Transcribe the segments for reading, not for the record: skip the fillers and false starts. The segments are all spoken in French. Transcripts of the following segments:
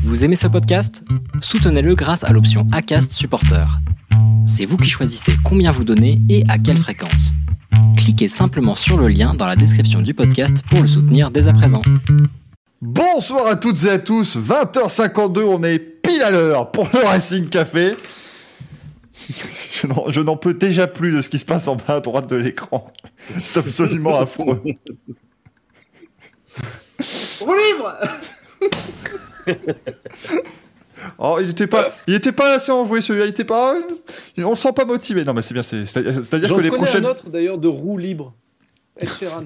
Vous aimez ce podcast ? Soutenez-le grâce à l'option Acast Supporter. C'est vous qui choisissez combien vous donnez et à quelle fréquence. Cliquez simplement sur le lien dans la description du podcast pour le soutenir dès à présent. Bonsoir à toutes et à tous, 20h52, on est pile à l'heure pour le Racing Café. Je n'en peux déjà plus de ce qui se passe en bas à droite de l'écran. C'est absolument affreux. Roue libre. Oh, il était pas assez enjoué celui-là, on le sent pas motivé. Non mais c'est bien, c'est-à-dire que les prochaines... J'en connais un autre d'ailleurs de roue libre. Ed Sheeran.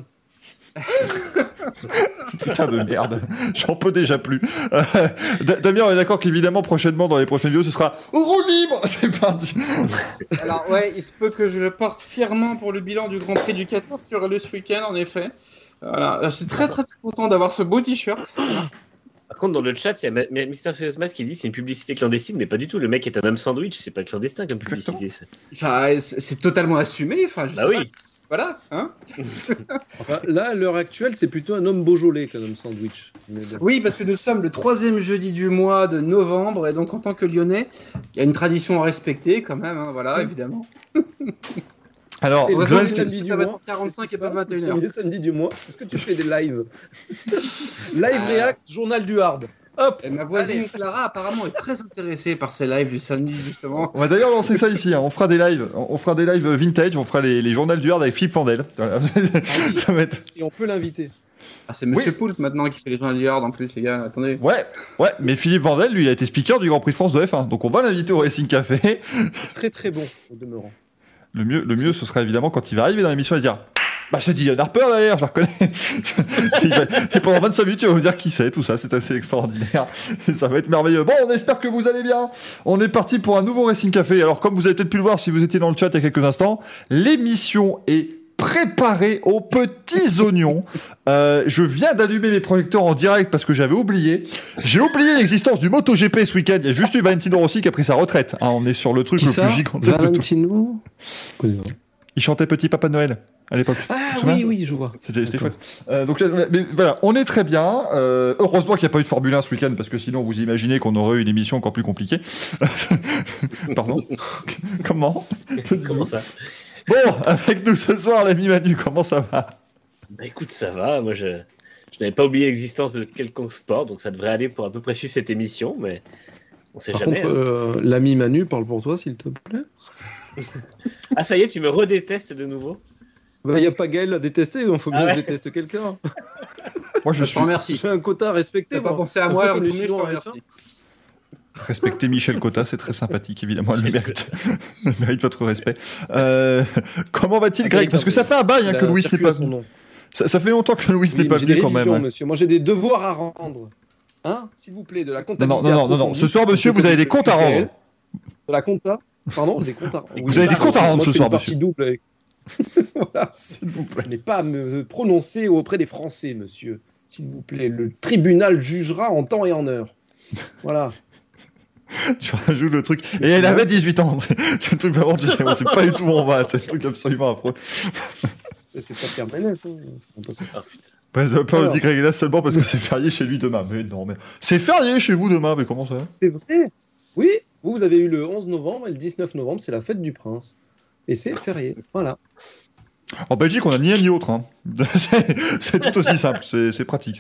Putain de merde, j'en peux déjà plus. Damien, on est d'accord qu'évidemment prochainement dans les prochaines vidéos ce sera roue libre, c'est parti. Alors ouais, il se peut que je porte fièrement pour le bilan du Grand Prix du 14 qui aura lieu ce week-end en effet. Voilà, je suis très content d'avoir ce beau t-shirt. Voilà. Par contre, dans le chat, il y a Mister Serious Matt qui dit c'est une publicité clandestine, mais pas du tout. Le mec est un homme sandwich, c'est pas clandestin comme publicité. Ça. Enfin, c'est totalement assumé. Enfin, je sais oui. Pas. Voilà, hein. Enfin, là, à l'heure actuelle, c'est plutôt un homme Beaujolais qu'un homme sandwich. Oui, parce que nous sommes le 3e jeudi du mois de novembre, et donc en tant que Lyonnais, il y a une tradition à respecter quand même, hein, voilà, évidemment. Alors, le samedi du mois, 45 et pas le 21h. samedi du mois, est-ce que tu fais des lives? Live React, journal du hard. Hop. Et ma voisine Clara apparemment est très intéressée par ces lives du samedi justement. On va d'ailleurs lancer ça ici, hein. On fera des lives vintage, on fera les journaux du hard avec Philippe Vandel. Voilà. Ça va être... Et on peut l'inviter. Ah, c'est Monsieur Poulpe maintenant qui fait les journaux du hard en plus, les gars, attendez. Ouais, mais Philippe Vandel, lui, il a été speaker du Grand Prix de France de F1, donc on va l'inviter au Racing Café. Très très bon, au demeurant. Le mieux, ce sera évidemment quand il va arriver dans l'émission et dire bah c'est Dylan Harper d'ailleurs, je la reconnais. Et pendant 25 minutes, il va vous dire qui c'est, tout ça, c'est assez extraordinaire. Et ça va être merveilleux. Bon, on espère que vous allez bien. On est parti pour un nouveau Racing Café. Alors, comme vous avez peut-être pu le voir si vous étiez dans le chat il y a quelques instants, l'émission est préparée aux petits oignons. Je viens d'allumer mes projecteurs en direct parce que j'avais oublié. J'ai oublié l'existence du MotoGP ce week-end. Il y a juste eu Valentino Rossi qui a pris sa retraite. Hein, on est sur le truc le plus gigantesque de tout. Valentino. Il chantait Petit Papa Noël à l'époque. Ah oui, je vois. C'était chouette. Donc mais voilà, on est très bien. Heureusement qu'il n'y a pas eu de Formule 1 ce week-end parce que sinon vous imaginez qu'on aurait eu une émission encore plus compliquée. Pardon. Comment ça? Bon, avec nous ce soir, l'ami Manu, comment ça va? Bah écoute, ça va. Moi, je n'avais pas oublié l'existence de quelconque sport, donc ça devrait aller pour à peu près suivre cette émission, mais on sait Par jamais. contre, l'ami Manu parle pour toi, s'il te plaît. Ah, ça y est, tu me redétestes de nouveau? Bah, il n'y a pas Gaël à détester, donc il faut que je déteste quelqu'un. Moi, Je te remercie. J'ai un quota à respecter. T'as pas pensé à moi, comme je les te Chinois, remercie. Respectez Michel Cotta, c'est très sympathique, évidemment, elle mérite votre respect. Comment va-t-il, Greg? Parce que ça fait un bail que Louis n'est pas venu. Ça fait longtemps que Louis n'est pas venu quand même. Monsieur. Moi, j'ai des devoirs à rendre. Hein, s'il vous plaît, de la comptabilité. Non. Ce soir, monsieur, vous avez des comptes à rendre. De la compta. Pardon, des comptes à rendre. Vous avez des comptes à rendre ce soir, monsieur. Double avec... Voilà. S'il vous plaît. Je n'ai pas à me prononcer auprès des Français, monsieur. S'il vous plaît, le tribunal jugera en temps et en heure. Voilà. Tu rajoutes le truc. Et elle avait 18 ans. C'est un truc vraiment, tu sais, c'est pas du tout mon mat. C'est un truc absolument affreux. C'est pas Pierre Ménès. Hein. Ouais, ça va pas dire Greg est là seulement parce que c'est férié chez lui demain. Mais non, mais c'est férié chez vous demain, mais comment ça? C'est vrai. Oui, vous avez eu le 11 novembre et le 19 novembre, c'est la fête du prince. Et c'est férié. Voilà. En Belgique, on a ni un ni autre. Hein. C'est tout aussi simple. C'est pratique.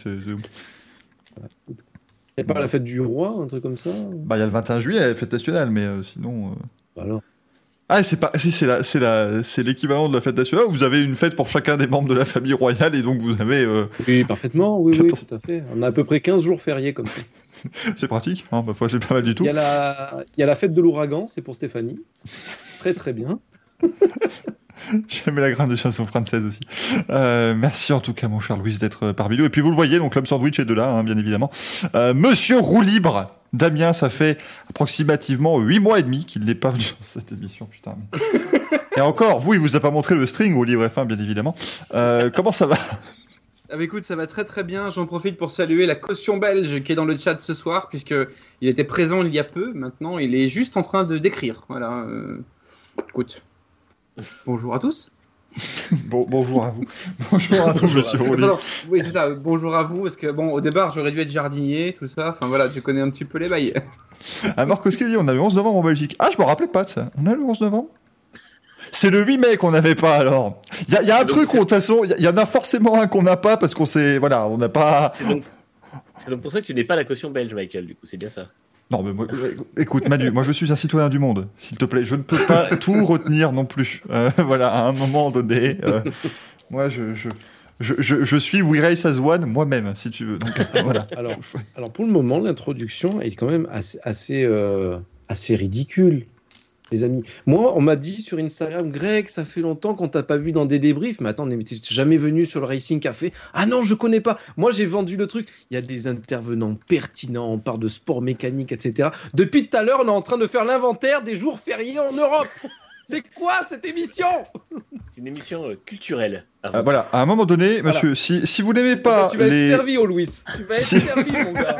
C'est pas la fête du roi, un truc comme ça? Bah, il y a le 21 juillet, la fête nationale, mais sinon. Alors. Ah, c'est l'équivalent de la fête nationale. Vous avez une fête pour chacun des membres de la famille royale et donc vous avez. Oui, parfaitement. Oui, tout à fait. On a à peu près 15 jours fériés comme ça. C'est pratique. Hein, parfois, c'est pas mal du tout. Il y a la fête de l'ouragan, c'est pour Stéphanie. Très très bien. J'aime la graine de chanson française aussi. Merci en tout cas, mon cher Louis, d'être parmi nous. Et puis vous le voyez, donc Club Sandwich est de là, hein, bien évidemment. Monsieur Roue Libre, Damien, ça fait approximativement 8 mois et demi qu'il n'est pas venu dans cette émission, putain. Et encore, vous, il vous a pas montré le string au livre F1, bien évidemment. Comment ça va? Ah bah écoute, ça va très très bien. J'en profite pour saluer la caution belge qui est dans le chat ce soir, puisqu'il était présent il y a peu. Maintenant, il est juste en train de d'écrire. Voilà. Écoute. Bonjour à tous. Bonjour à vous. Bonjour à vous, monsieur Rolly. Pardon. Oui, c'est ça. Bonjour à vous, parce que bon, au départ, j'aurais dû être jardinier, tout ça. Enfin voilà, je connais un petit peu les bails. Ah, Marcoski dit on a le 11 novembre en Belgique. Ah, je me rappelais pas de ça. On a le 11 novembre. C'est le 8 mai qu'on n'avait pas alors. Il y a un truc où, de toute façon, il y en a forcément un qu'on n'a pas parce qu'on s'est. Voilà, on n'a pas. C'est donc pour ça que tu n'es pas la caution belge, Michael, du coup, c'est bien ça. Non, mais moi, écoute, Manu, moi je suis un citoyen du monde, s'il te plaît. Je ne peux pas tout retenir non plus. Voilà, à un moment donné, moi je suis We Race as One moi-même, si tu veux. Donc, voilà. Alors, pour le moment, l'introduction est quand même assez ridicule, les amis. Moi, on m'a dit sur Instagram, Greg, ça fait longtemps qu'on t'a pas vu dans des débriefs, mais attends, on n'était jamais venu sur le Racing Café. Ah non, je connais pas. Moi, j'ai vendu le truc. Il y a des intervenants pertinents, on parle de sport mécanique, etc. Depuis tout à l'heure, on est en train de faire l'inventaire des jours fériés en Europe. C'est quoi cette émission? C'est une émission culturelle. Voilà, à un moment donné, monsieur, si vous n'aimez pas tu vas être servi, oh Louis. Tu vas être servi, mon gars.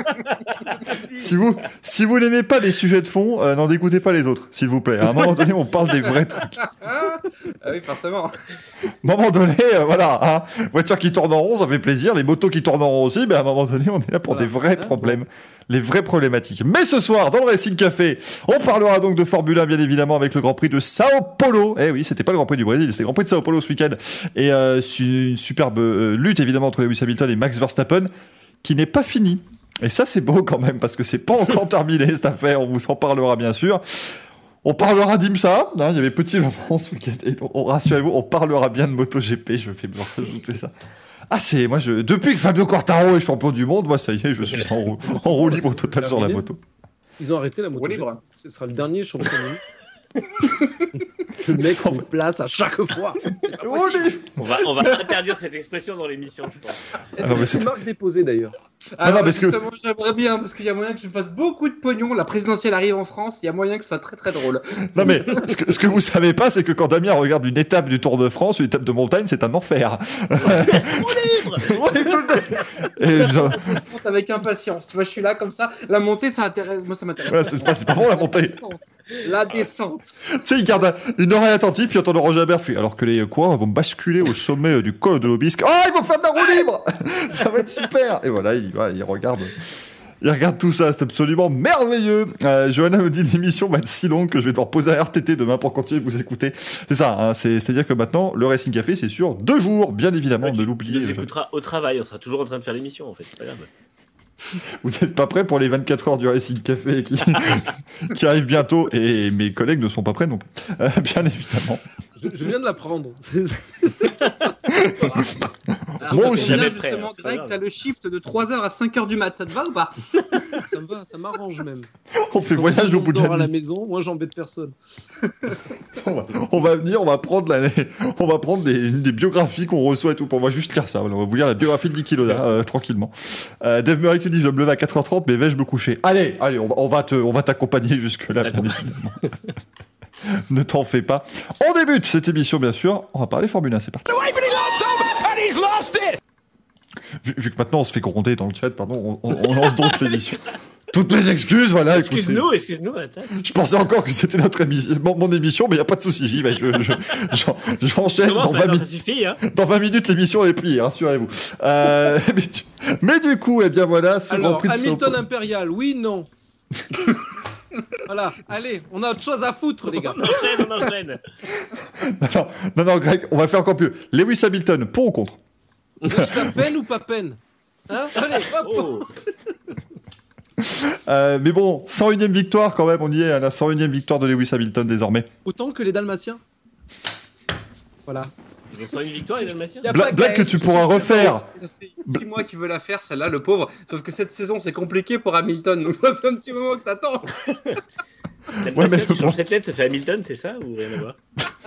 si vous n'aimez pas les sujets de fond, n'en écoutez pas les autres, s'il vous plaît. À un moment donné, on parle des vrais trucs. Ah oui, forcément. À un moment donné, voilà, hein, voiture qui tourne en rond, ça fait plaisir. Les motos qui tournent en rond aussi, mais à un moment donné, on est là pour des vrais problèmes. Les vraies problématiques. Mais ce soir, dans le Racing Café, on parlera donc de Formule 1, bien évidemment, avec le Grand Prix de Sao Paulo. Eh oui, c'était pas le Grand Prix du Brésil, c'était le Grand Prix de Sao Paulo ce week-end. Et une superbe lutte, évidemment, entre Lewis Hamilton et Max Verstappen, qui n'est pas finie. Et ça, c'est beau quand même, parce que c'est pas encore terminé, cette affaire. On vous en parlera, bien sûr. On parlera d'IMSA. Hein, il y avait petit moment ce week-end. Et rassurez-vous, on parlera bien de MotoGP. Je vais me rajouter ça. Ah, depuis que Fabio Quartararo est champion du monde, moi, ça y est, je suis en roue libre au total sur la moto. Ils ont arrêté la moto libre. Ce sera le dernier champion du monde. Le mec en place à chaque fois. On va interdire cette expression dans l'émission, je pense. Est-ce que c'est marque déposée d'ailleurs? Alors, parce que j'aimerais bien, parce qu'il y a moyen que je fasse beaucoup de pognon. La présidentielle arrive en France, il y a moyen que ce soit très très drôle. Non mais, ce que vous savez pas, c'est que quand Damien regarde une étape du Tour de France, une étape de montagne, c'est un enfer. On est libre. Et avec impatience. Tu vois, je suis là comme ça. La montée, ça intéresse. Moi, ça m'intéresse. Ouais, c'est pas bon la montée. La descente. Tu sais, il garde une oreille attentive, puis entend Roger Habert fait alors que les coureurs vont basculer au sommet du col de l'Obisque. Oh, ils vont faire de la roue libre. Ça va être super. Et voilà, il regarde. Il regarde tout ça, c'est absolument merveilleux. Johanna me dit l'émission va être si longue que je vais devoir poser un RTT demain pour continuer de vous écouter. C'est ça, hein, c'est-à-dire que maintenant, le Racing Café, c'est sur 2 jours, bien évidemment, de l'oublier. Tu écouteras au travail, on sera toujours en train de faire l'émission, en fait, c'est pas grave. Vous n'êtes pas prêts pour les 24 heures du Racing Café qui arrivent bientôt, et mes collègues ne sont pas prêts non plus, bien évidemment. Je viens de l'apprendre. Moi aussi. Justement, Greg, t'as le shift de 3h à 5h du mat, ça te va ou pas? Ça me va, ça m'arrange même. On fait voyage au bout de la nuit. À la maison, moi j'embête personne. On va venir, on va prendre des biographies qu'on reçoit et tout. On va juste lire ça. On va vous lire la biographie de Niki Lauda tranquillement. Dave Murray qui dit je vais me lever à 4h30 mais vais-je me coucher. Allez, on va t'accompagner jusque là. Bien évidemment. Ne t'en fais pas. On débute cette émission bien sûr. On va parler Formule 1, c'est parti. Vu que maintenant on se fait gronder dans le chat, pardon, on lance donc l'émission. Toutes mes excuses, voilà. Excuse-nous, attends. Je pensais encore que c'était notre émission, mon émission, mais il n'y a pas de souci, j'y vais. J'enchaîne dans 20 minutes. Ça suffit, hein. Dans 20 minutes, l'émission est pliée, rassurez-vous. Mais du coup, eh bien voilà, ce Grand Prix de Hamilton Impérial, oui, non. Voilà, allez, on a autre chose à foutre, les gars. On enchaîne. Non, Greg, on va faire encore mieux. Lewis Hamilton, pour ou contre? Peine ou pas peine, hein? Allez, hop. Mais bon, 101ème victoire quand même, on y est à la 101ème victoire de Lewis Hamilton désormais. Autant que les Dalmatiens. Voilà. Ils ont 101 victoires, les Dalmatiens. Blague que tu pourras refaire. Ça fait 6 mois qu'il veut la faire, celle-là, le pauvre. Sauf que cette saison, c'est compliqué pour Hamilton, donc ça fait un petit moment que t'attends. Tu changes cette lettre, ça fait Hamilton, c'est ça ou rien à voir?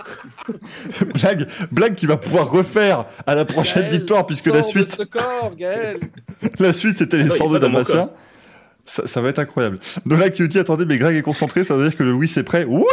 blague qui va pouvoir refaire à la prochaine Gaël, victoire, puisque la suite. La suite, c'était les 102 Dalmatiens. Ça va être incroyable. Nola qui nous dit attendez, mais Greg est concentré, ça veut dire que le Louis est prêt. Oui,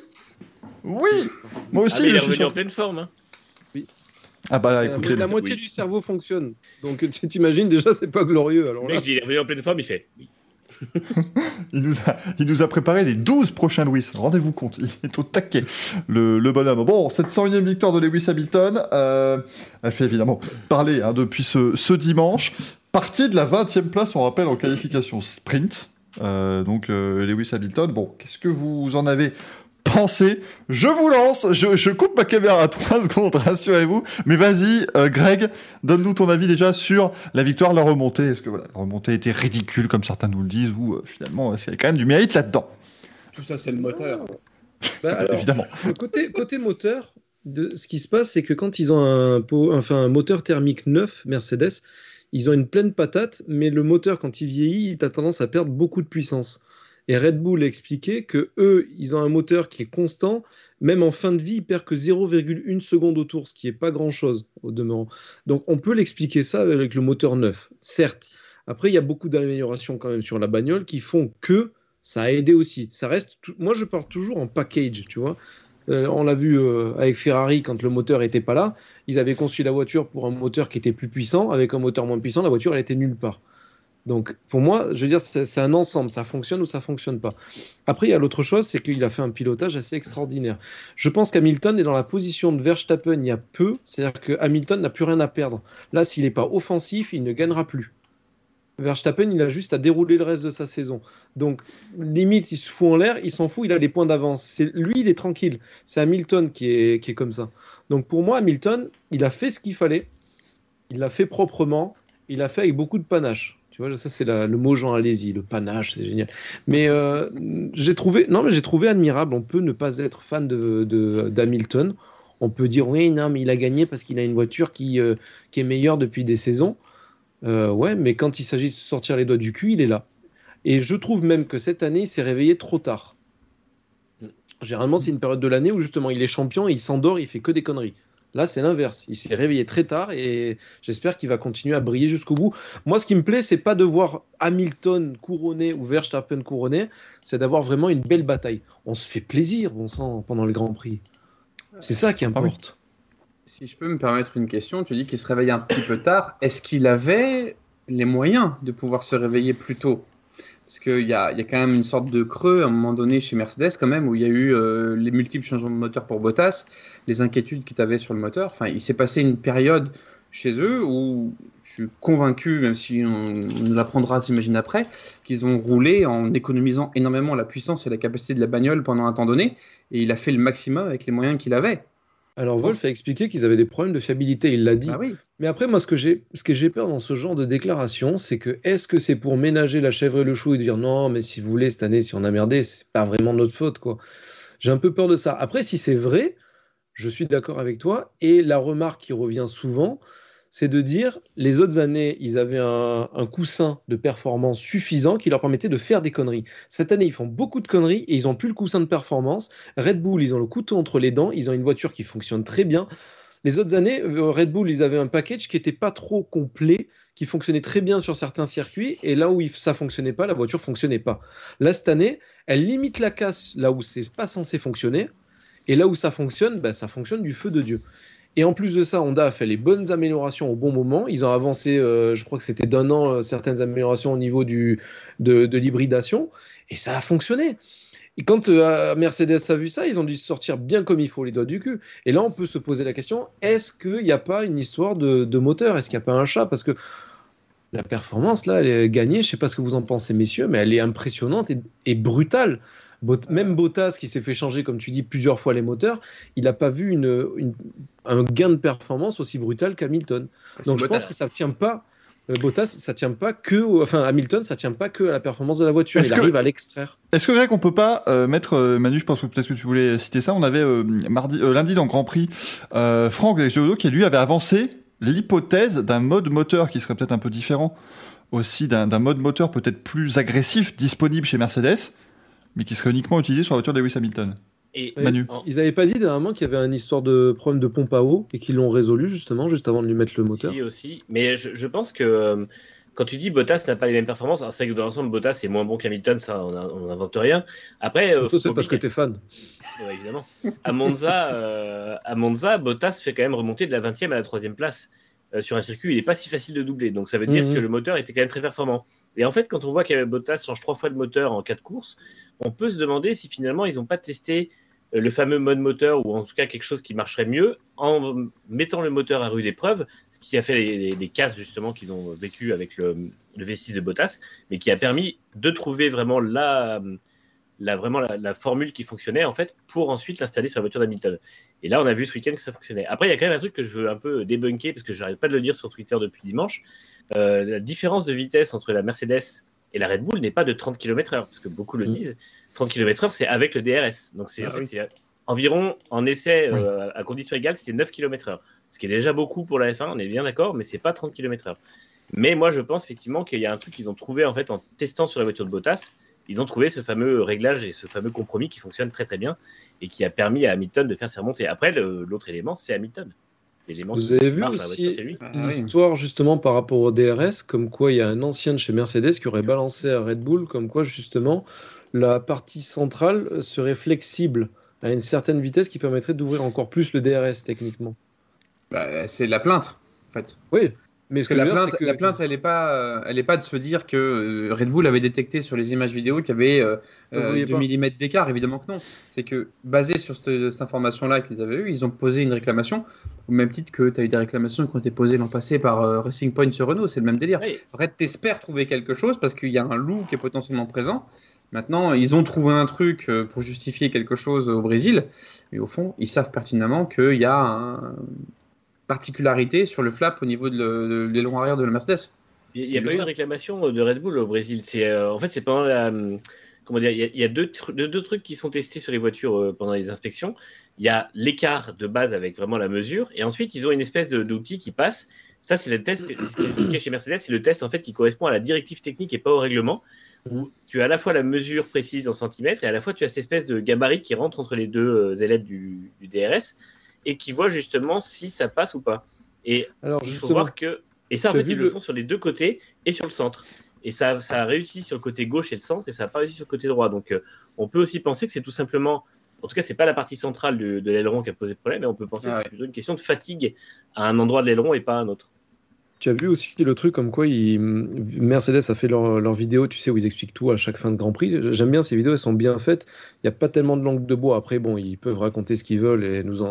moi aussi. Il est revenu en pleine forme. Hein. Oui. Ah bah écoutez, la moitié du cerveau fonctionne. Donc tu t'imagines déjà, c'est pas glorieux. Alors le mec, il est revenu en pleine forme, il fait. Il nous a préparé les 12 prochains Lewis. Rendez-vous compte, il est au taquet, le bonhomme. Bon, cette 101e victoire de Lewis Hamilton, elle fait évidemment parler depuis ce dimanche. Partie de la 20e place, on rappelle, en qualification sprint. Donc Lewis Hamilton, bon, qu'est-ce que vous en avez pensé? Je vous lance, je coupe ma caméra à 3 secondes, rassurez-vous, mais vas-y, Greg, donne-nous ton avis déjà sur la victoire, la remontée. Est-ce que la remontée était ridicule, comme certains nous le disent, ou finalement, est-ce qu'il y a quand même du mérite là-dedans? Tout ça, c'est le moteur. Alors, évidemment. Côté moteur, ce qui se passe, c'est que quand ils ont un moteur thermique neuf, Mercedes, ils ont une pleine patate, mais le moteur, quand il vieillit, il a tendance à perdre beaucoup de puissance. Et Red Bull a expliqué que eux, ils ont un moteur qui est constant, même en fin de vie, il perd que 0,1 seconde au tour, ce qui n'est pas grand-chose au demeurant. Donc on peut l'expliquer ça avec le moteur neuf, certes. Après, il y a beaucoup d'améliorations quand même sur la bagnole qui font que ça a aidé aussi. Ça reste moi, je pars toujours en package, tu vois. On l'a vu avec Ferrari quand le moteur n'était pas là. Ils avaient conçu la voiture pour un moteur qui était plus puissant. Avec un moteur moins puissant, la voiture, elle était nulle part. Donc, pour moi, je veux dire, c'est un ensemble. Ça fonctionne ou ça fonctionne pas. Après, il y a l'autre chose, c'est qu'il a fait un pilotage assez extraordinaire. Je pense qu'Hamilton est dans la position de Verstappen il y a peu. C'est-à-dire que Hamilton n'a plus rien à perdre. Là, s'il n'est pas offensif, il ne gagnera plus. Verstappen, il a juste à dérouler le reste de sa saison. Donc, limite, il se fout en l'air, il s'en fout, il a les points d'avance. Lui, il est tranquille. C'est Hamilton qui est comme ça. Donc, pour moi, Hamilton, il a fait ce qu'il fallait. Il l'a fait proprement. Il l'a fait avec beaucoup de panache. Tu vois, ça, c'est le mot Jean Alési, le panache, c'est génial. Mais j'ai trouvé admirable. On peut ne pas être fan d'Hamilton. On peut dire, oui, non, mais il a gagné parce qu'il a une voiture qui est meilleure depuis des saisons. Ouais, mais quand il s'agit de sortir les doigts du cul, il est là. Et je trouve même que cette année, il s'est réveillé trop tard. Généralement, c'est une période de l'année où justement il est champion, il s'endort, il fait que des conneries. Là, c'est l'inverse. Il s'est réveillé très tard et j'espère qu'il va continuer à briller jusqu'au bout. Moi, ce qui me plaît, c'est pas de voir Hamilton couronné ou Verstappen couronné, c'est d'avoir vraiment une belle bataille. On se fait plaisir, bon sang, pendant le Grand Prix. C'est ça qui importe. Si je peux me permettre une question, tu dis qu'il se réveille un petit peu tard. Est-ce qu'il avait les moyens de pouvoir se réveiller plus tôt? Parce qu'il y a quand même une sorte de creux à un moment donné chez Mercedes quand même, où il y a eu les multiples changements de moteur pour Bottas, les inquiétudes que tu avais sur le moteur. Enfin, il s'est passé une période chez eux où je suis convaincu, même si on l'apprendra, s'imagine après, qu'ils ont roulé en économisant énormément la puissance et la capacité de la bagnole pendant un temps donné, et il a fait le maximum avec les moyens qu'il avait. Alors Wolf a expliqué qu'ils avaient des problèmes de fiabilité, il l'a dit. Ah oui. Mais après, moi, ce que j'ai peur dans ce genre de déclaration, c'est que est-ce que c'est pour ménager la chèvre et le chou et dire non, mais si vous voulez, cette année, si on a merdé, c'est pas vraiment notre faute, quoi. J'ai un peu peur de ça. Après, si c'est vrai, je suis d'accord avec toi. Et la remarque qui revient souvent, c'est de dire les autres années, ils avaient un coussin de performance suffisant qui leur permettait de faire des conneries. Cette année, ils font beaucoup de conneries et ils n'ont plus le coussin de performance. Red Bull, ils ont le couteau entre les dents, ils ont une voiture qui fonctionne très bien. Les autres années, Red Bull, ils avaient un package qui n'était pas trop complet, qui fonctionnait très bien sur certains circuits, et là où ça ne fonctionnait pas, la voiture ne fonctionnait pas. Là, cette année, elle limite la casse là où c'est pas censé fonctionner, et là où ça fonctionne, ça fonctionne du feu de Dieu. Et en plus de ça, Honda a fait les bonnes améliorations au bon moment. Ils ont avancé, je crois que c'était d'un an, certaines améliorations au niveau de l'hybridation, et ça a fonctionné. Et quand Mercedes a vu ça, ils ont dû sortir bien comme il faut les doigts du cul. Et là, on peut se poser la question, est-ce qu'il n'y a pas une histoire de moteur? Est-ce qu'il n'y a pas un chat? Parce que la performance, là, elle est gagnée. Je ne sais pas ce que vous en pensez, messieurs, mais elle est impressionnante et brutale. Même Bottas, qui s'est fait changer, comme tu dis, plusieurs fois les moteurs, il n'a pas vu un gain de performance aussi brutal qu'Hamilton. Donc je pense que ça ne tient pas. Bottas, ça tient pas Hamilton, ça tient pas que à la performance de la voiture. Il arrive à l'extraire. Est-ce que Greg, on peut pas mettre Manu, je pense que peut-être que tu voulais citer ça. On avait lundi dans le Grand Prix Franck avec Géodo qui lui avait avancé l'hypothèse d'un mode moteur qui serait peut-être un peu différent aussi, d'un mode moteur peut-être plus agressif disponible chez Mercedes, mais qui serait uniquement utilisé sur la voiture de Lewis Hamilton. Et Manu. Ils n'avaient pas dit dernièrement qu'il y avait une histoire de problème de pompe à eau et qu'ils l'ont résolu justement juste avant de lui mettre le moteur. Si aussi, mais je pense que quand tu dis Bottas n'a pas les mêmes performances, alors c'est vrai que dans l'ensemble Bottas est moins bon qu'Hamilton, ça on n'invente rien. Après, ça c'est parce que t'es fan. Ouais, évidemment. À Monza, Bottas fait quand même remonter de la 20e à la 3e place. sur un circuit, il n'est pas si facile de doubler. Donc ça veut dire que le moteur était quand même très performant. Et en fait, quand on voit que Bottas change 3 fois de moteur en 4 courses, on peut se demander si finalement ils n'ont pas testé le fameux mode moteur, ou en tout cas quelque chose qui marcherait mieux, en mettant le moteur à rude épreuve, ce qui a fait les casses justement qu'ils ont vécu avec le V6 de Bottas, mais qui a permis de trouver vraiment la formule qui fonctionnait en fait pour ensuite l'installer sur la voiture d'Hamilton. Et là, on a vu ce week-end que ça fonctionnait. Après, il y a quand même un truc que je veux un peu débunker parce que je n'arrête pas de le dire sur Twitter depuis dimanche. La différence de vitesse entre la Mercedes et la Red Bull n'est pas de 30 km/h, parce que beaucoup le disent. 30 km/h, c'est avec le DRS. Donc, c'est environ, en essai, à condition égale, c'était 9 km/h. Ce qui est déjà beaucoup pour la F1, on est bien d'accord, mais c'est pas 30 km/h. Mais moi, je pense effectivement qu'il y a un truc qu'ils ont trouvé en fait en testant sur la voiture de Bottas. Ils ont trouvé ce fameux réglage et ce fameux compromis qui fonctionne très très bien et qui a permis à Hamilton de faire ses remontées. Après, l'autre élément, c'est Hamilton. Vous avez vu aussi l'histoire justement par rapport au DRS, comme quoi il y a un ancien de chez Mercedes qui aurait balancé à Red Bull, comme quoi justement la partie centrale serait flexible à une certaine vitesse qui permettrait d'ouvrir encore plus le DRS techniquement. C'est la plainte en fait. Oui. Mais parce que la plainte, elle est pas de se dire que Red Bull avait détecté sur les images vidéo qu'il y avait 2 mm d'écart, évidemment que non. C'est que, basé sur cette information-là qu'ils avaient eue, ils ont posé une réclamation, au même titre que tu as eu des réclamations qui ont été posées l'an passé par Racing Point sur Renault, c'est le même délire. Oui. Red t'espère trouver quelque chose parce qu'il y a un loup qui est potentiellement présent. Maintenant, ils ont trouvé un truc pour justifier quelque chose au Brésil, mais au fond, ils savent pertinemment qu'il y a un particularité sur le flap au niveau de l'aileron arrière de la Mercedes. Il n'y a pas eu de réclamation de Red Bull au Brésil. En fait, c'est pendant la... Comment dire, il y a deux trucs qui sont testés sur les voitures pendant les inspections. Il y a l'écart de base avec vraiment la mesure, et ensuite, ils ont une espèce d'outil qui passe. Ça, c'est le test, c'est ce qui est expliqué chez Mercedes, c'est le test en fait, qui correspond à la directive technique et pas au règlement, où tu as à la fois la mesure précise en centimètres, et à la fois tu as cette espèce de gabarit qui rentre entre les deux ailettes du DRS, et qui voit justement si ça passe ou pas. Et alors, il faut voir que... Et ça, en fait, ils le font sur les deux côtés et sur le centre. Et ça a réussi sur le côté gauche et le centre, et ça n'a pas réussi sur le côté droit. Donc, on peut aussi penser que c'est tout simplement... En tout cas, ce n'est pas la partie centrale de l'aileron qui a posé problème, mais on peut penser que c'est plutôt une question de fatigue à un endroit de l'aileron et pas à un autre. Tu as vu aussi le truc comme quoi Mercedes a fait leur vidéo, tu sais, où ils expliquent tout à chaque fin de Grand Prix. J'aime bien ces vidéos, elles sont bien faites. Il n'y a pas tellement de langue de bois. Après, bon, ils peuvent raconter ce qu'ils veulent et nous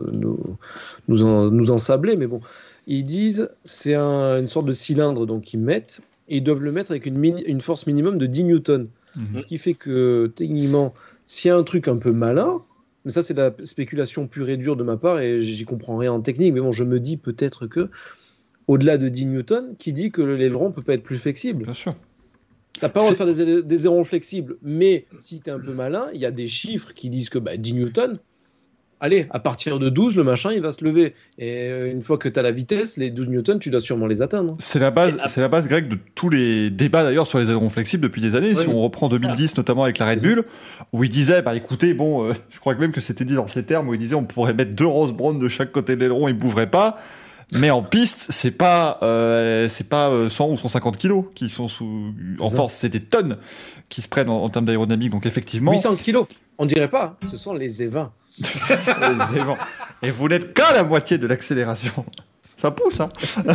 en sabler, mais bon. Ils disent c'est une sorte de cylindre donc ils mettent et ils doivent le mettre avec une force minimum de 10 newtons. Ce qui fait que techniquement, s'il y a un truc un peu malin, mais ça c'est de la spéculation pure et dure de ma part et j'y comprends rien en technique, mais bon, je me dis peut-être que au-delà de 10 newtons, qui dit que l'aileron peut pas être plus flexible. Bien sûr. T'as pas le droit de faire des ailerons flexibles, mais si tu es un peu malin, il y a des chiffres qui disent que 10 newtons, allez, à partir de 12, le machin, il va se lever. Et une fois que tu as la vitesse, les 12 newtons, tu dois sûrement les atteindre. C'est la base grecque de tous les débats d'ailleurs sur les ailerons flexibles depuis des années. Oui, si on reprend 2010 notamment avec la Red Bull, où ils disaient, écoutez, je crois que même que c'était dit dans ces termes, où ils disaient on pourrait mettre 2 Ross Brown de chaque côté de l'aileron, ils bougeraient pas. Mais en piste, c'est pas 100 ou 150 kilos qui sont en force, c'est des tonnes qui se prennent en termes d'aérodynamique. Donc effectivement, 800 kilos, on dirait pas, ce sont les évents. Et vous n'êtes qu'à la moitié de l'accélération. Ça pousse, hein.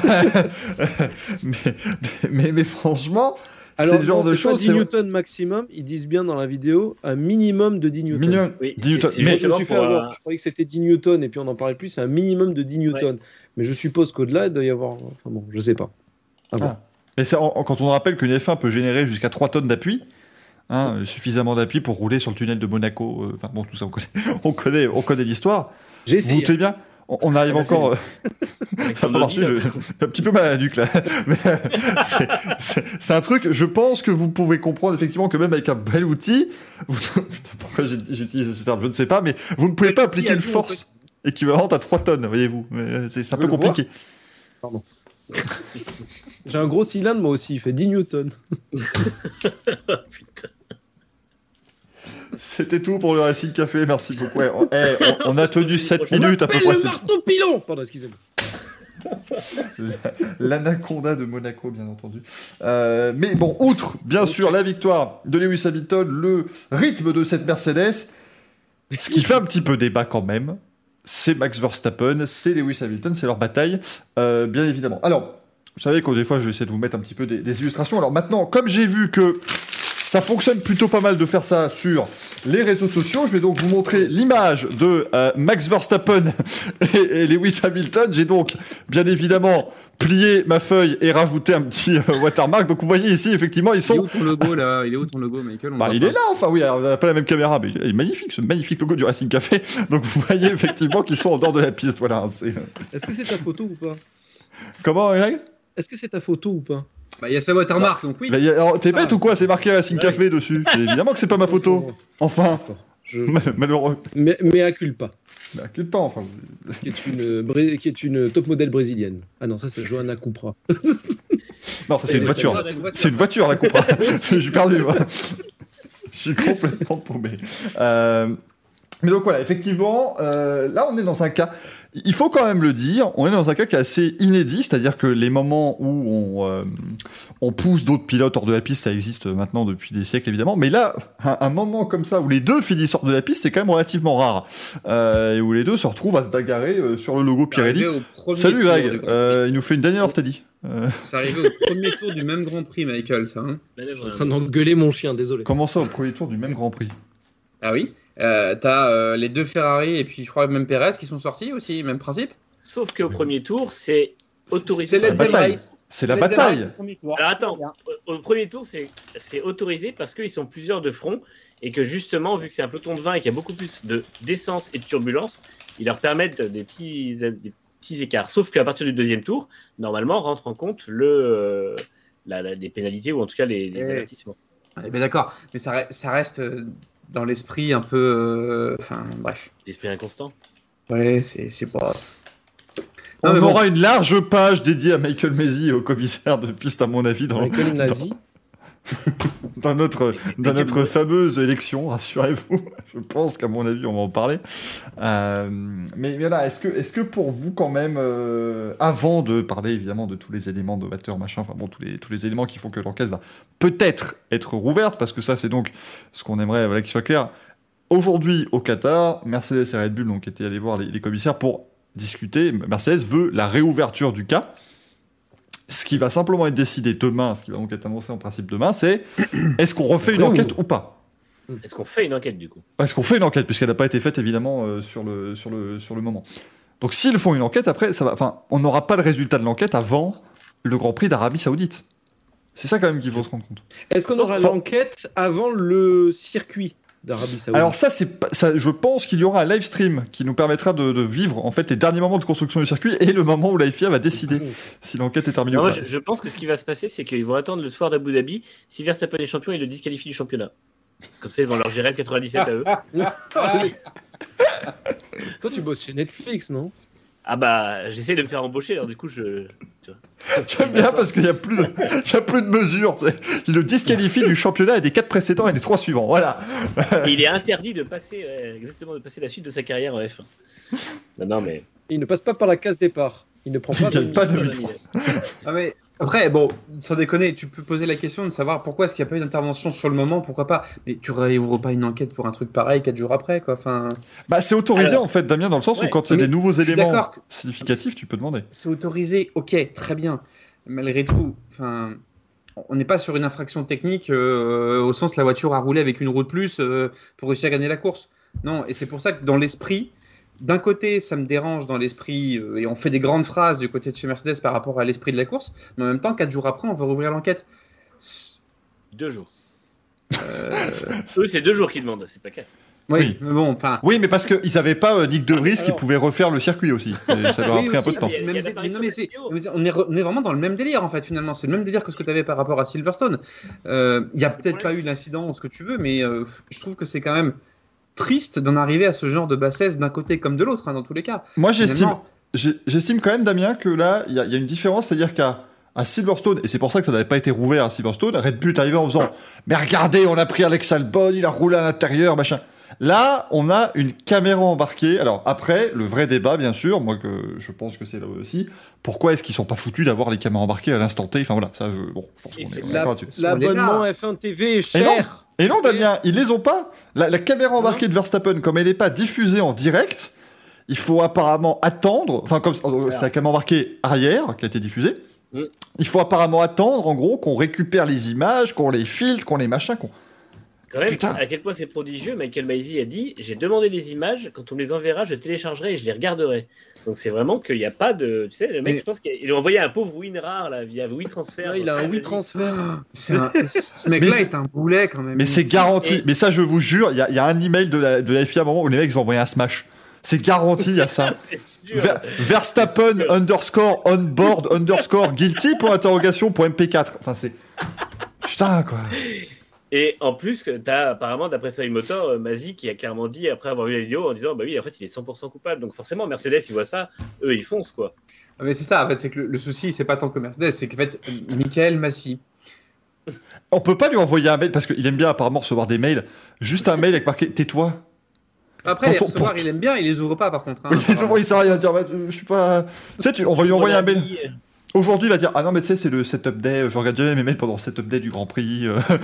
mais franchement, alors, c'est le genre de choses. 10 newtons maximum, ils disent bien dans la vidéo un minimum de 10 newtons. Minimum, oui, 10 newtons. Mais je me suis fait avoir. Je croyais que c'était 10 newtons et puis on en parlait plus, c'est un minimum de 10 newtons. Ouais. Mais je suppose qu'au-delà, il doit y avoir. Enfin bon, je sais pas. Mais quand on rappelle qu'une F1 peut générer jusqu'à 3 tonnes d'appui, suffisamment d'appui pour rouler sur le tunnel de Monaco. Tout ça, on connaît l'histoire. J'ai essayé. Vous doutez bien. On arrive encore. Ça n'a pas marché. J'ai un petit peu mal à la nuque là. Mais c'est un truc. Je pense que vous pouvez comprendre effectivement que même avec un bel outil, pourquoi j'utilise ce terme, je ne sais pas, mais vous ne pouvez pas appliquer une force équivalente à 3 tonnes, voyez-vous. C'est un peu compliqué. Pardon. J'ai un gros cylindre moi aussi. Il fait 10 newtons. Putain. C'était tout pour le Racing Café, merci beaucoup. On a tenu 7 minutes à peu près. Le marteau pilon. Pardon, excusez-moi. L'anaconda de Monaco, bien entendu. Mais bon, outre, bien sûr, la victoire de Lewis Hamilton, le rythme de cette Mercedes, ce qui fait un petit peu débat quand même, c'est Max Verstappen, c'est Lewis Hamilton, c'est leur bataille, bien évidemment. Alors, vous savez que des fois, je vais essayer de vous mettre un petit peu des illustrations. Alors maintenant, comme j'ai vu que ça fonctionne plutôt pas mal de faire ça sur les réseaux sociaux, je vais donc vous montrer l'image de Max Verstappen et Lewis Hamilton. J'ai donc, bien évidemment, plié ma feuille et rajouté un petit watermark. Donc vous voyez ici, effectivement, ils sont... Il est où ton logo, là? Il est où ton logo, Michael? Il est là, enfin oui, on n'a pas la même caméra, mais il est magnifique, ce magnifique logo du Racing Café. Donc vous voyez effectivement qu'ils sont en dehors de la piste. Voilà. Est-ce que c'est ta photo ou pas? Comment, Greg? Est-ce que c'est ta photo ou pas? Il y a sa watermark, donc oui. Alors, t'es bête ou quoi? C'est marqué Racing Café dessus. Évidemment que c'est pas ma photo. Enfin, malheureux. Mais à culpa. Mais à culpa, enfin. Qui est une top modèle brésilienne. Ah non, ça c'est Johanna Cupra. Non, ça c'est une voiture. C'est une voiture, la Cupra. J'ai perdu, moi. Je suis complètement tombé. Mais donc voilà, effectivement, là on est dans un cas, il faut quand même le dire, on est dans un cas qui est assez inédit, c'est-à-dire que les moments où on pousse d'autres pilotes hors de la piste, ça existe maintenant depuis des siècles évidemment, mais là, un moment comme ça où les deux finissent hors de la piste, c'est quand même relativement rare, et où les deux se retrouvent à se bagarrer sur le logo Pirelli. Salut Greg, il nous fait une Daniel Ortelli. C'est arrivé au premier tour du même Grand Prix, Michael, ça. Hein, je suis en train d'engueuler mon chien, désolé. Comment ça, au premier tour du même Grand Prix? Ah oui. T'as les deux Ferrari et puis je crois même Perez qui sont sortis aussi, même principe. Sauf qu'au premier tour, c'est autorisé. C'est la bataille. C'est la bataille. Alors attends, au premier tour, c'est autorisé parce qu'ils sont plusieurs de front et que justement, vu que c'est un peloton de 20 et qu'il y a beaucoup plus d'essence et de turbulence, ils leur permettent des petits écarts. Sauf qu'à partir du deuxième tour, normalement, rentre en compte les pénalités ou en tout cas les avertissements. Ben d'accord, mais ça reste dans l'esprit un peu... Enfin, bref. L'esprit inconstant. Ouais, c'est pas... On aura une large page dédiée à Michael Masi, au commissaire de piste, à mon avis, dans notre fameuse élection, rassurez-vous. Je pense qu'à mon avis, on va en parler. Mais voilà, est-ce que pour vous, quand même, avant de parler évidemment de tous les éléments novateurs, machin, enfin bon, tous les éléments qui font que l'enquête va peut-être être rouverte, parce que ça, c'est donc ce qu'on aimerait qu'il soit clair. Aujourd'hui, au Qatar, Mercedes et Red Bull donc, étaient allés voir les commissaires pour discuter. Mercedes veut la réouverture du cas. Ce qui va simplement être décidé demain, ce qui va donc être annoncé en principe demain, c'est est-ce qu'on refait une enquête ou pas? Est-ce qu'on fait une enquête du coup? Est-ce qu'on fait une enquête, puisqu'elle n'a pas été faite évidemment sur le moment. Donc s'ils font une enquête, après, on n'aura pas le résultat de l'enquête avant le Grand Prix d'Arabie Saoudite. C'est ça quand même qu'il faut se rendre compte. Est-ce qu'on aura l'enquête avant le circuit d'Arabie Saoudite? Alors ça, je pense qu'il y aura un live stream qui nous permettra de vivre en fait les derniers moments de construction du circuit et le moment où la FIA va décider si l'enquête est terminée ou pas. Je pense que ce qui va se passer, c'est qu'ils vont attendre le soir d'Abu Dhabi. Si Verstappen est champion, ils le disqualifient du championnat. Comme ça, ils vont leur GRS 97 à eux. Toi, tu bosses chez Netflix, non? Ah bah, j'essaie de me faire embaucher, alors du coup, tu vois. J'aime bien parce qu'il n'y a plus de mesures. Il le disqualifie du championnat et des 4 précédents et des 3 suivants. Voilà. Et il est interdit de passer la suite de sa carrière en F1. Non, mais... Il ne passe pas par la case départ. Il ne prend pas de Ah mais après, bon, sans déconner, tu peux poser la question de savoir pourquoi est-ce qu'il n'y a pas eu d'intervention sur le moment, pourquoi pas. Mais tu réouvres pas une enquête pour un truc pareil 4 jours après, quoi. Enfin... Bah, c'est autorisé en fait, Damien, dans le sens où quand il y a des nouveaux éléments significatifs, tu peux demander. C'est autorisé, ok, très bien. Malgré tout, enfin, on n'est pas sur une infraction technique au sens la voiture a roulé avec une roue de plus pour réussir à gagner la course. Non, et c'est pour ça que dans l'esprit, d'un côté, ça me dérange dans l'esprit, et on fait des grandes phrases du côté de chez Mercedes par rapport à l'esprit de la course, mais en même temps, 4 jours après, on va rouvrir l'enquête. 2 jours. Eux, c'est 2 jours qu'ils demandent, c'est pas 4. Oui, mais bon, enfin. Oui, mais parce qu'ils n'avaient pas Nick De Vries qui pouvait refaire le circuit aussi. Et ça leur a pris un peu de temps. On est vraiment dans le même délire en fait, finalement. C'est le même délire que ce que tu avais par rapport à Silverstone. Il n'y a peut-être pas eu l'incident ou ce que tu veux, mais je trouve que c'est quand même triste d'en arriver à ce genre de bassesse d'un côté comme de l'autre, hein, dans tous les cas. Moi, j'estime quand même, Damien, que là, il y a une différence, c'est-à-dire qu'à Silverstone, et c'est pour ça que ça n'avait pas été rouvert à Silverstone, Red Bull est arrivé en faisant « Mais regardez, on a pris Alex Albon, il a roulé à l'intérieur, machin ». Là, on a une caméra embarquée. Alors après, le vrai débat, bien sûr, moi que je pense que c'est là aussi, pourquoi est-ce qu'ils sont pas foutus d'avoir les caméras embarquées à l'instant T? Enfin voilà, ça, je pense qu'on est d'accord là-dessus. L'abonnement F1 TV est cher. Et non, Damien, ils les ont pas. La caméra embarquée de Verstappen, comme elle n'est pas diffusée en direct, il faut apparemment attendre, enfin comme c'est la caméra marquée arrière qui a été diffusée, il faut apparemment attendre en gros qu'on récupère les images, qu'on les filtre, qu'on les machins, qu'on... Quand même, à quel point c'est prodigieux, Michael Maisy a dit « J'ai demandé des images, quand on me les enverra, je téléchargerai et je les regarderai. » Donc c'est vraiment qu'il n'y a pas de... Tu sais, le mec, je pense qu'il a envoyé un pauvre WinRAR là, via WeTransfer. Ouais, il a un WeTransfer. Ce mec-là est un boulet quand même. Mais c'est garanti. Mais ça, je vous jure, il y a un email de la FIA à un moment où les mecs ils ont envoyé un smash. C'est garanti, il y a ça. Verstappen _ on board _ guilty .MP4. Enfin, c'est... Putain, quoi. Et en plus, tu as apparemment, d'après Soy Motor, Masi qui a clairement dit, après avoir vu la vidéo, en disant bah oui, en fait, il est 100% coupable. Donc forcément, Mercedes, ils voient ça, eux, ils foncent, quoi. Mais c'est ça, en fait, c'est que le souci, c'est pas tant que Mercedes, c'est qu'en fait, Michael Masi. On peut pas lui envoyer un mail, parce qu'il aime bien apparemment recevoir des mails, juste un mail avec marqué tais-toi. Après, les recevoir, il aime bien, il les ouvre pas par contre. Hein, les ouvre, il sert à rien à dire, je suis pas. Tu sais, on va lui envoyer un mail. Aujourd'hui, il va dire ah non, mais tu sais, c'est le setup day, je regarde jamais mes mails pendant le setup day du Grand Prix.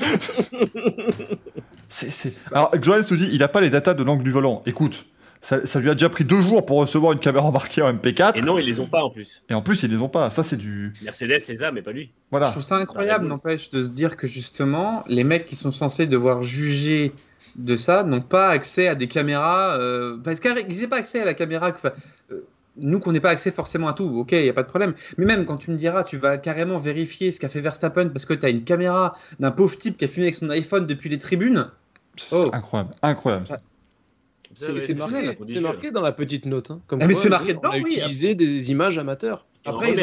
Alors, Xoanes nous dit il a pas les datas de l'angle du volant. Écoute, ça lui a déjà pris 2 jours pour recevoir une caméra embarquée en MP4. Et non, ils les ont pas en plus. Et en plus, ils les ont pas. Ça, c'est du. Mercedes les a, mais pas lui. Voilà. Je trouve ça incroyable, n'empêche, de se dire que justement, les mecs qui sont censés devoir juger de ça n'ont pas accès à des caméras. Parce qu'ils n'ont pas accès à la caméra. Nous, qu'on n'ait pas accès forcément à tout, ok, il n'y a pas de problème. Mais même quand tu me diras, tu vas carrément vérifier ce qu'a fait Verstappen parce que tu as une caméra d'un pauvre type qui a filmé avec son iPhone depuis les tribunes. C'est incroyable. C'est marqué dans la petite note. Hein, comme mais c'est marqué dedans, on a utilisé des images amateurs. Après,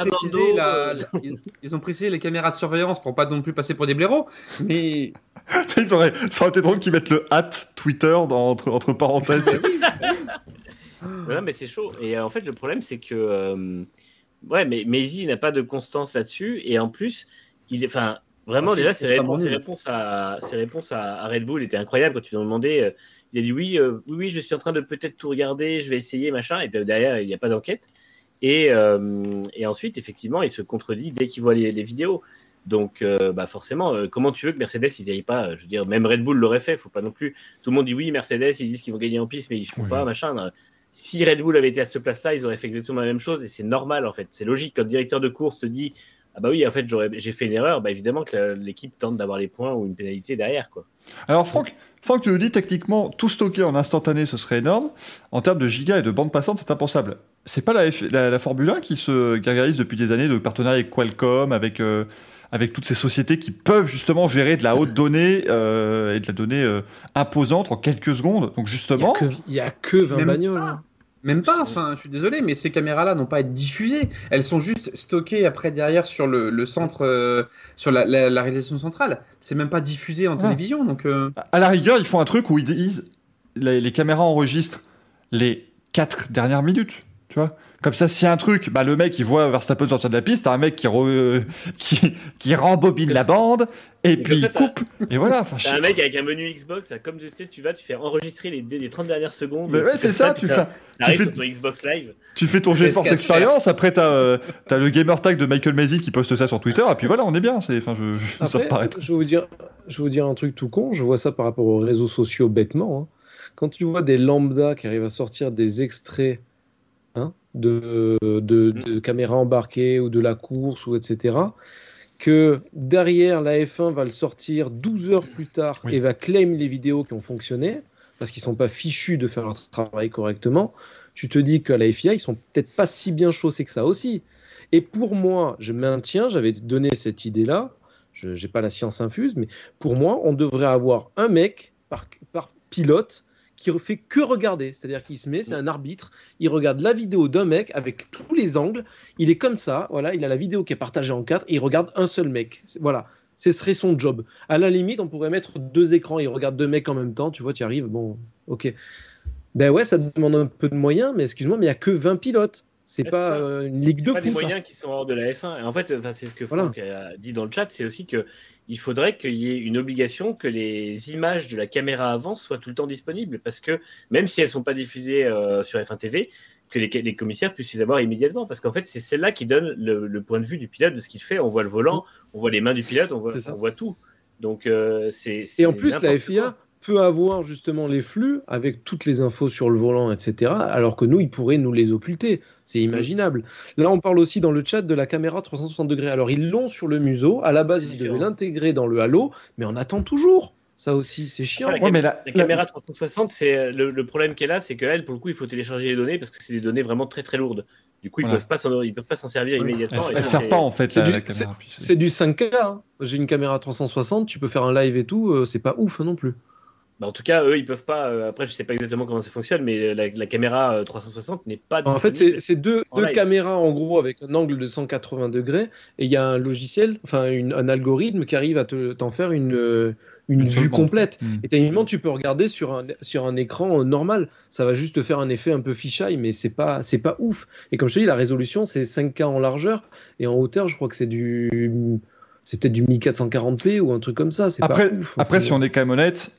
ils ont précisé les caméras de surveillance pour pas non plus passer pour des blaireaux, mais... Ça aurait été drôle qu'ils mettent le @Twitter entre parenthèses. Non, mais c'est chaud. Et en fait, le problème, c'est que... mais Maisie n'a pas de constance là-dessus. Et en plus, vraiment, déjà, ses réponses à Red Bull étaient incroyables quand ils lui ont demandé... il a dit oui, je suis en train de peut-être tout regarder, je vais essayer, machin. Et puis derrière, il n'y a pas d'enquête. Et ensuite, effectivement, il se contredit dès qu'il voit les vidéos. Donc, forcément, comment tu veux que Mercedes, ils n'y aillent pas? Je veux dire, même Red Bull l'aurait fait. Faut pas non plus. Tout le monde dit oui, Mercedes, ils disent qu'ils vont gagner en piste, mais ils ne font pas, machin. Si Red Bull avait été à cette place-là, ils auraient fait exactement la même chose. Et c'est normal, en fait. C'est logique. Quand le directeur de course te dit ah bah oui, en fait, j'ai fait une erreur, évidemment que l'équipe tente d'avoir les points ou une pénalité derrière, quoi. Alors, Franck, tu nous dis techniquement, tout stocker en instantané, ce serait énorme. En termes de gigas et de bande passante, c'est impensable. C'est pas la Formule 1 qui se gargarise depuis des années de partenariat avec Qualcomm, avec toutes ces sociétés qui peuvent justement gérer de la haute donnée et de la donnée imposante en quelques secondes. Donc justement... Il y a que 20 bagnoles. Même pas, enfin, je suis désolé, mais ces caméras-là n'ont pas à être diffusées. Elles sont juste stockées après derrière sur le centre, sur la réalisation centrale. C'est même pas diffusé en télévision. Donc, à la rigueur, ils font un truc où ils disent les caméras enregistrent les 4 dernières minutes, tu vois. Comme ça, s'il y a un truc, le mec il voit Verstappen sortir de la piste, t'as un mec qui rembobine la bande et puis il coupe. Et voilà. T'as un mec avec un menu Xbox, là, comme tu fais enregistrer les 30 dernières secondes. Mais ouais, c'est ça, tu fais sur ton Xbox Live. Tu fais ton GeForce Experience, après t'as le gamer tag de Michael Maisy qui poste ça sur Twitter, et puis voilà, on est bien. Ça me paraît. Je vais vous dire un truc tout con, je vois ça par rapport aux réseaux sociaux bêtement. Hein. Quand tu vois des lambda qui arrivent à sortir des extraits de caméras embarquées ou de la course ou etc., que derrière la F1 va le sortir 12 heures plus tard et va claim les vidéos qui ont fonctionné parce qu'ils sont pas fichus de faire leur travail correctement, tu te dis qu'à la FIA ils sont peut-être pas si bien chaussés que ça aussi. Et pour moi, je maintiens, j'avais donné cette idée là, j'ai pas la science infuse, mais pour moi on devrait avoir un mec par pilote qui fait que regarder, c'est-à-dire qu'il se met, c'est un arbitre, il regarde la vidéo d'un mec avec tous les angles, il est comme ça, voilà, il a la vidéo qui est partagée en 4 et il regarde un seul mec, voilà, ce serait son job. À la limite, on pourrait mettre 2 écrans, il regarde 2 mecs en même temps, tu vois, tu y arrives, bon, ok. Ben ouais, ça demande un peu de moyens, mais excuse-moi, mais il n'y a que 20 pilotes. C'est pas une ligue de foot. C'est pas des moyens qui sont hors de la F1. Et en fait, c'est ce que Franck a dit dans le chat, c'est aussi qu'il faudrait qu'il y ait une obligation que les images de la caméra avant soient tout le temps disponibles. Parce que même si elles ne sont pas diffusées sur F1 TV, que les commissaires puissent les avoir immédiatement. Parce qu'en fait, c'est celle-là qui donne le point de vue du pilote de ce qu'il fait. On voit le volant, on voit les mains du pilote, on voit tout. Donc, c'est et en plus, la FIA, peut avoir justement les flux avec toutes les infos sur le volant, etc. Alors que nous, il pourrait nous les occulter. C'est imaginable. Là, on parle aussi dans le chat de la caméra 360 degrés. Alors, ils l'ont sur le museau. À la base, ils devaient l'intégrer dans le Halo, mais on attend toujours. Ça aussi, c'est chiant. Après, la caméra 360, c'est le problème qu'elle a, c'est qu'elle, pour le coup, il faut télécharger les données parce que c'est des données vraiment très très lourdes. Du coup, ils peuvent pas s'en servir immédiatement. Elle sert pas en fait la caméra. C'est du 5K. Hein. J'ai une caméra 360, tu peux faire un live et tout, c'est pas ouf non plus. Bah en tout cas, eux, ils peuvent pas. Après, je sais pas exactement comment ça fonctionne, mais la caméra 360 n'est pas. En fait, c'est deux caméras en gros avec un angle de 180 degrés et il y a un logiciel, enfin un algorithme qui arrive à t'en faire une vue complète. Et techniquement, tu peux regarder sur un écran normal. Ça va juste te faire un effet un peu fisheye, mais c'est pas ouf. Et comme je te dis, la résolution, c'est 5K en largeur et en hauteur, je crois que c'est peut-être du 1440p ou un truc comme ça. Après, pas ouf, après si on est quand même honnête,